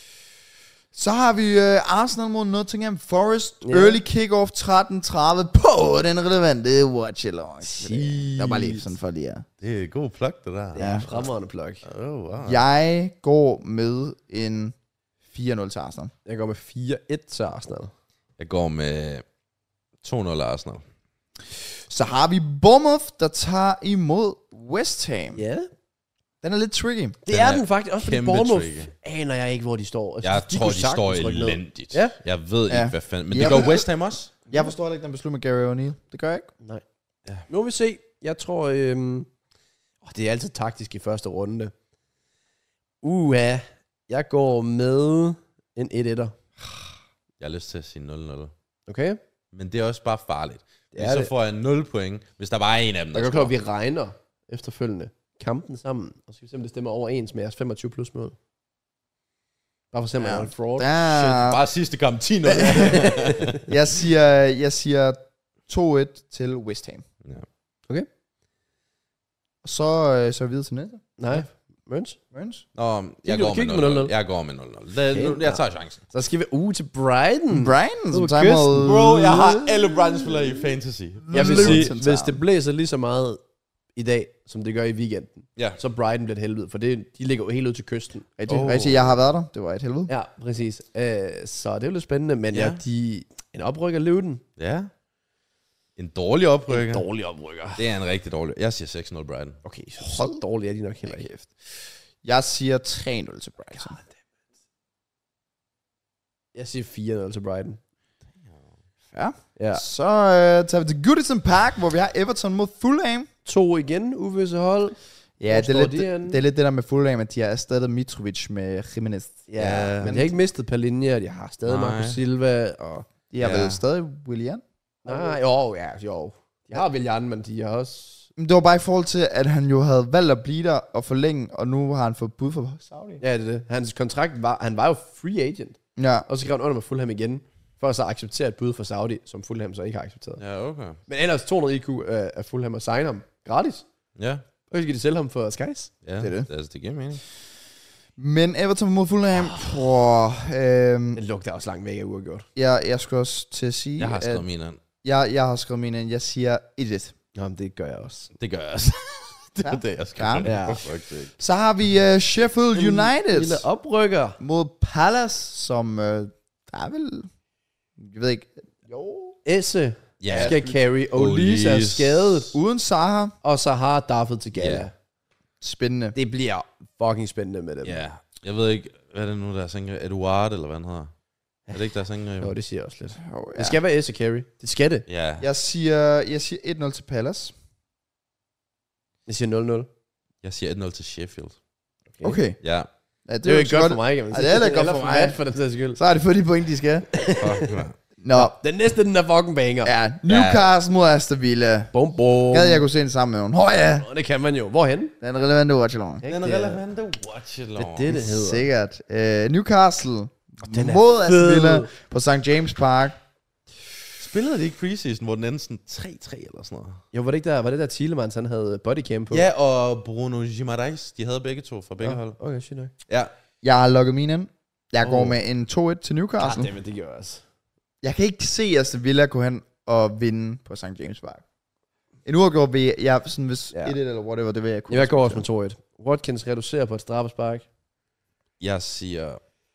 Så har vi uh, Arsenal mod Nottingham Forest. Ja. Early kickoff tretten tredive på den relevante watch-along. Det var bare lige sådan for lige at... Det er et god plug, det der. Det er fremragende plug. Oh, wow. Jeg går med en fire nul til Arsenal. Jeg går med fire et til Arsenal. Jeg går med to nul Arsenal. Så har vi Bournemouth, der tager imod West Ham. Ja. Den er lidt tricky. Det Den er, er den faktisk. Også fordi kæmpe Bournemouth tricky. aner jeg ikke, hvor de står. Altså, Jeg de tror, kunne de står sagtens rykke ned. elendigt. Ja. Jeg ved Ja. ikke, hvad fanden... Men Ja. det gør West Ham også. Jeg forstår heller ikke den beslutning med Gary O'Neill. Det gør jeg ikke. Nej. Ja. Nu vil vi se. Jeg tror, øhm, åh, det er altid taktisk i første runde. Uha. Jeg går med en et etter. Jeg har lyst til at sige nul nul. Okay? Men det er også bare farligt. Det er så det. får jeg nul point, hvis der bare er en af dem, Jeg der kan godt scorer. at vi regner efterfølgende kampen sammen, og så skal vi se, om det stemmer overens med jeres femogtyve plus mål. Bare for at se, om man Ja. er en fraud. Der, Bare sidste kamp, ti nul. jeg siger, jeg siger to et til West Ham. Ja. Okay. Og så, øh, så er vi videre til næste. Nej. Møns. Møns. Nå, jeg du går kigge med med nul nul nul. nul? Jeg går med nul nul. Det, nu, jeg tager chancen. Så skal vi uge til Brighton. Brighton, som Ude på tager kysten. imod... Bro, jeg har alle Brighton-spillere i fantasy. Jeg vil Luton sige, tager. hvis det blæser lige så meget i dag, som det gør i weekenden, Ja. så Brighton bliver et helvede, for det, de ligger jo helt ud til kysten. Rigtig, Oh. rigtig, jeg har været der. Det var et helvede. Ja, præcis. Øh, så det er jo lidt spændende, men ja, Ja. ja de, en oprykker Luton. Ja. En dårlig oprykker. En dårlig oprykker. Det er en rigtig dårlig. Jeg siger seks nul Brighton. Okay, så, så dårlig er de nok heller ikke. Jeg siger tre nul til Brighton. Jeg siger fire nul til Brighton. Ja. Ja. Så øh, tager vi til Goodison Park, hvor vi har Everton mod Fulham. To igen, uvisse hold. Ja, Hvor det er, står lidt, de henne? det er lidt det der med Fulham, at de har erstattet Mitrovic med Jimenez. Ja, Ja. men, men de har ikke mistet per linje, og de har stadig Nej. Marco Silva, og... De har Ja. vel stadig William. Nej, jo, ja, jo. De har Willian, men de har også... Men det var bare i forhold til, at han jo havde valgt at blive der og forlænge, og nu har han fået bud for Saudi. Ja, det er det. Hans kontrakt var... Han var jo free agent. Ja. Og så skrev han under med Fulham igen, for at så acceptere et bud fra Saudi, som Fulham så ikke har accepteret. Ja. Ja, okay. Men ellers to hundrede I Q af af Fulham og sign ham gratis. Ja. Og så skal de sælge ham for Skies. Ja, Det er det. det. Altså, det giver mening. Men Everton mod Fulham, oh, øhm, Den lugter også langt væk af uafgjort. jeg, jeg skulle også til at sige, Jeg har at skrevet min ind. jeg, jeg har skrevet min ind. Jeg siger et et. Nå, men det gør jeg også. Det gør jeg også. det er Ja. det, jeg skal Ja. ja. Ja. Fuck det. Så har vi uh, Sheffield United Lille oprykker. mod Palace, som uh, der er vel, jeg ved ikke, Jo. Esse Ja. skal carry. Olise er Olise. skadet. uden Zaha, Og så har Daffet til Gala. Ja. spændende. Det bliver fucking spændende med dem. Ja. Jeg ved ikke, hvad er det nu, der er sænger? Eduard, eller hvad han hedder? Er det ikke, der er sænger? Jo, det siger jeg også lidt. Oh, ja. Det skal være Esse carry. Det skal det. Ja. Jeg siger, jeg siger et nul til Palace. Jeg siger nul nul. Jeg siger et nul til Sheffield. Okay. Ja. Ja, Det er jo ikke godt for mig, kan man Ej, sige. det er heller ikke godt Eller for mig. Matt, for den sags skyld. Så har de fået de point, de skal. Fuck, man. Nå, Den næste, den er fucking banger. ja, Newcastle mod Aston Villa. Bum, bum. Gad jeg kunne se den sammen med nogen. Hå ja, Nå, det kan man jo. Hvorhen? den er relevant watch along. Den er relevante watch along. Det er det, det hedder. Sikkert. Uh, Newcastle Den er mod Aston fed. Villa på Sankt James Park. Spillede de ikke preseason, hvor den endte sådan tre tre eller sådan noget? Jo, var det ikke der, var det der Thielemans, han havde bodycam på? Ja, og Bruno Guimaraes, de havde begge to fra begge ja. hold. Okay, shit nok. Ja. Jeg har lukket mine ind. Jeg Oh. går med en to et til Newcastle. Ja, det, det gør jeg også. Jeg kan ikke se Aston Villa gå hen og vinde på Sankt James Park. En uafgjort vil jeg, jeg sådan hvis Ja. et et eller whatever, det vil jeg kunne. Jeg går også med to et. Watkins reducerer på et straffespark. Jeg siger...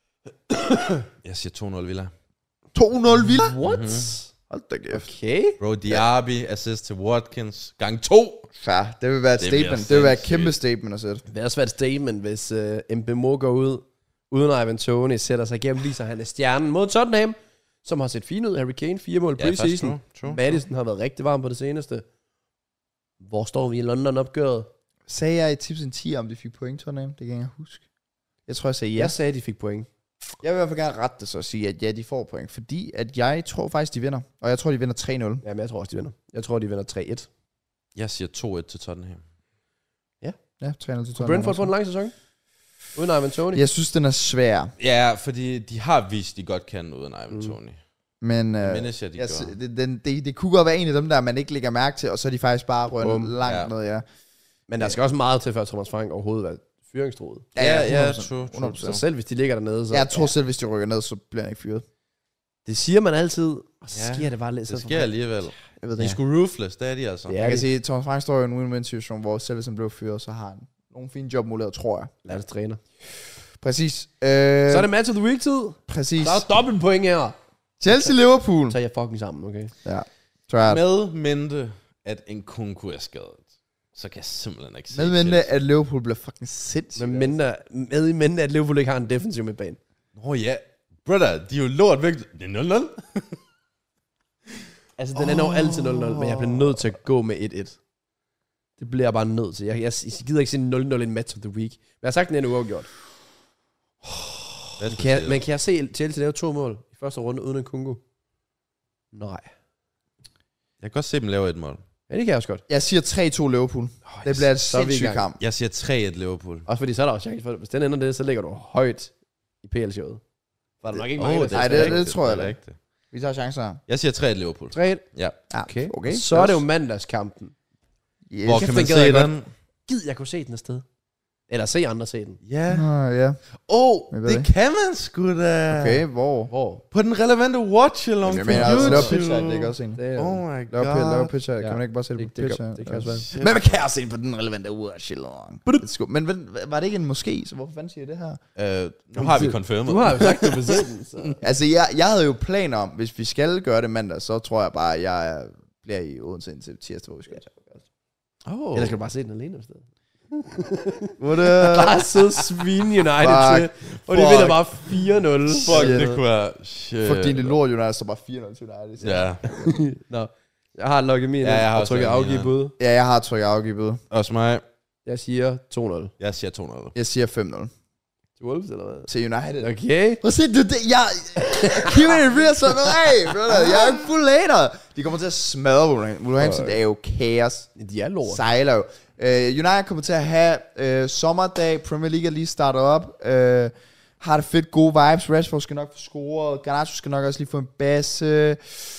jeg siger to nul Villa. to nul Villa? What? Mhm. Hold da kæft. Okay. Bro, Diaby, assist til Watkins. Gang to. Ja, det vil være et Det bliver statement. Det vil være et sindssygt. kæmpe statement at sætte. Det vil også være et statement, hvis uh, Mbemo går ud, uden Ivan Toney sætter sig igennem, viser han er stjernen mod Tottenham, som har set fint ud. Harry Kane, fire mål Ja, preseason. true, true. Madison har været rigtig varm på det seneste. Hvor står vi i London-opgøret? Sagde jeg i tipsen ti, om de fik point, Tottenham? Det kan jeg ikke huske. Jeg tror, jeg sagde ja. Jeg sagde, at de fik point. Jeg vil i hvert fald gerne rette det så og sige, at ja, de får point. Fordi at jeg tror faktisk, de vinder. Og jeg tror, de vinder tre nul. Jamen, jeg tror også, de vinder. Jeg tror, de vinder tre et. Jeg siger to et til Tottenham. Ja, tre nul til Kunne Tottenham. Brentford få en lang sæson? Uden Ivan Toney? Jeg synes, den er svær. Ja, fordi de har vist, de godt kan uden Ivan Mm. Toney. Men Det øh, mindes jeg, de jeg, gjorde. det, den, det, det kunne godt være en af dem, der man ikke lægger mærke til, og så er de faktisk bare røget Bum. langt Ja. ned, ja. Men der skal også meget til, før Thomas Frank overhovedet er fyringstroet. Ja, ja, hundrede procent. true, true, hundrede procent. Så selv hvis de ligger dernede, så... Jeg tror selv, hvis de rykker ned, så bliver han ikke fyret. Det siger man altid, og så Ja, sker det bare lidt. Det så sker alligevel. Jeg ved De det er sgu ruthless, det er de altså. Ja, Jeg kan det- sige, at Thomas Frank står i en win-win situation, hvor selv hvis han blev fyret, så har han nogle fine jobmuligheder, tror jeg. Lad os træner. Præcis. Øh, Så er det match of the week tid. Præcis. Der er dobbelt point her. Chelsea-Liverpool. Så er jeg fucking sammen, okay? Ja, tror jeg. Med mente, at en Kunku er skadet, så kan jeg simpelthen ikke se Med mindre, Chelsea. at Liverpool bliver fucking sindssygt. Med mindre, med i mindre, at Liverpool ikke har en defensiv midtbane. Nå ja, brother, de er jo lort væk. Det er nul nul. Altså, den ender jo altid nul nul, men jeg bliver nødt til at gå med et et. Det bliver jeg bare nødt til. Jeg, jeg, jeg gider ikke sige nul nul i en match of the week. Men jeg har sagt, den er uafgjort. Kan jeg, men kan jeg se Chelsea lave to mål i første runde uden en Kungu? Nej. Jeg kan godt se dem lave et mål. Ja, det kan jeg også godt. Jeg siger tre to Liverpool. Oh, Det bliver et så er vi i sindssygt gang. kamp. Jeg siger tre et Liverpool. Også fordi så er der også chance for, hvis den ender det, så ligger du højt i P L-showet. Var der nok ikke mange, der Nej, sagde det- tre. det tror jeg da da. ikke. Vi tager chancer her. Jeg siger tre et Liverpool. tre et. Ja. Ja, Okay. okay. Så er det jo mandagskampen. Yes. Hvor Kæft, kan man den gad jeg se godt. den? Gid, jeg kunne se den et sted. Eller se andre se den. Ja. Nå, ja. Åh, oh, Jeg ved det ikke. kan man sgu da. Okay, hvor? Hvor? På den relevante watch-along Jeg på mener, altså, lave YouTube. pitch det er ikke også en. Det er, Oh my Lave pitch, lave god. pitch Kan Ja. man ikke bare sætte Det- på det pitch kan- det kan også være. Shit. Men man kan se på den relevante watch along. Men vel, var det ikke en måske, så hvorfor fanden siger I det her? Øh, nu har vi confirmed. Du har jo sagt, du vil se den, så. Altså, jeg, jeg havde jo planer om, hvis vi skal gøre det mandag, så tror jeg bare, at jeg er- bliver i Odense indtil tirsdag, hvor vi skal. Oh. Eller skal du bare se den alene i stedet? Hvor det... Bare sidde svin United Fuck. til, og de Fuck. vinder bare fire nul. Fuck, Shit. det kunne være... Shit. Fordi det Nord United så bare fire nul til United. så- Ja, Nå, jeg har lukket min Ja, jeg har og også trykket lukket min afgive bud. Ja, jeg har trykket afgivet. også mig. Jeg siger to nul. Jeg siger to nul. Jeg siger fem nul. Til Wolves, eller hvad? Til United. Okay. Prøv at se, du, det, jeg... Keep it real, sådan noget. Hey, brother, jeg er ikke fuld later. De kommer til at smadre Wolverhampton. Wolverhampton, det er jo kaos. De er lort. Sejler jo. Uh, United kommer til at have uh, sommerdag. Premier League er lige startet op. Uh, har det fedt, gode vibes. Rashford skal nok få scoret. Garnacho skal nok også lige få en basse.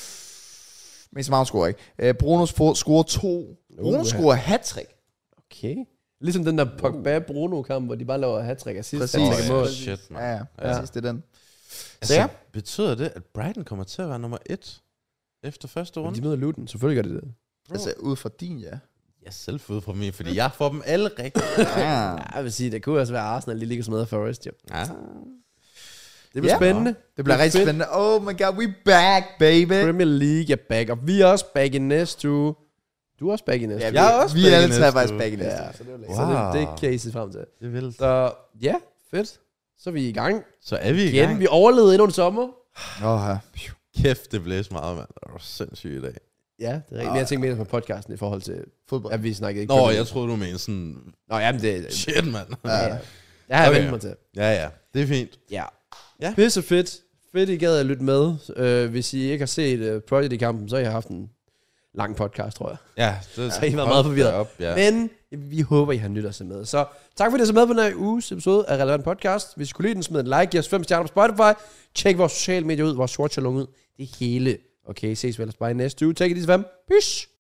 Men så meget scorer ikke. Uh, Bruno scorer to. Bruno Uh, scorer hat-trick. Okay. Ligesom den der Pogba-Bruno-kamp, hvor de bare laver hat-trick assist. Præcis. og Oh, lægger ja, mål. shit, man. Ja, ja, præcis, det er den. Altså, ja. betyder det, at Brighton kommer til at være nummer et efter første runde? De møder Luton, selvfølgelig gør de det. Altså, ud fra din, ja. Jeg er selv fået fra mig, fordi jeg får dem alle rigtigt. Ja. Ja, jeg vil sige, det kunne også være Arsenal, de ligger smadret Forest, jo. Ja. Det bliver Ja. spændende. Det bliver rigtig fedt. spændende. Oh my god, we back, baby. Premier League er back, og vi er også back i næste uge. Du er også back i næste Ja, uge. vi, Jeg er også vi back er i alle tre næste faktisk uge. back i næste. Ja, så det, er wow. Wow. så det, det kan I se frem til. Det vil. Så ja, fedt. Så er vi i gang. Så er vi i Igen, gang. vi overlevede endnu en sommer. Åh, ja. Kæft, det blæser meget, mand. Det var sindssygt i dag. Ja, det er rigtigt. Men jeg tænker mere på podcasten i forhold til, Fodbold. at vi snakkede ikke. Nå, Premier jeg League. troede, du mente sådan... Nå, jamen det... Shit, mand. Ja, ja. Jeg har Okay. vendt mig til. Ja, ja. Det er fint. Ja. Ja. Pisse fedt. Fedt, I gad at lytte med. Uh, hvis I ikke har set uh, Project i kampen, så har I haft en lang podcast, tror jeg. Ja, det, Så I var meget forvirret. Op, ja. Men vi håber, I har nydt at se med. Så tak fordi I så med på den her uges episode af Relevant Podcast. Hvis I kunne lide den, smid en like, giv os fem stjerner på Spotify. Tjek vores sociale medier ud, vores watch along ud. Det hele Okay, ses vi ellers bare i næste uge. Take it easy, fam. Peace.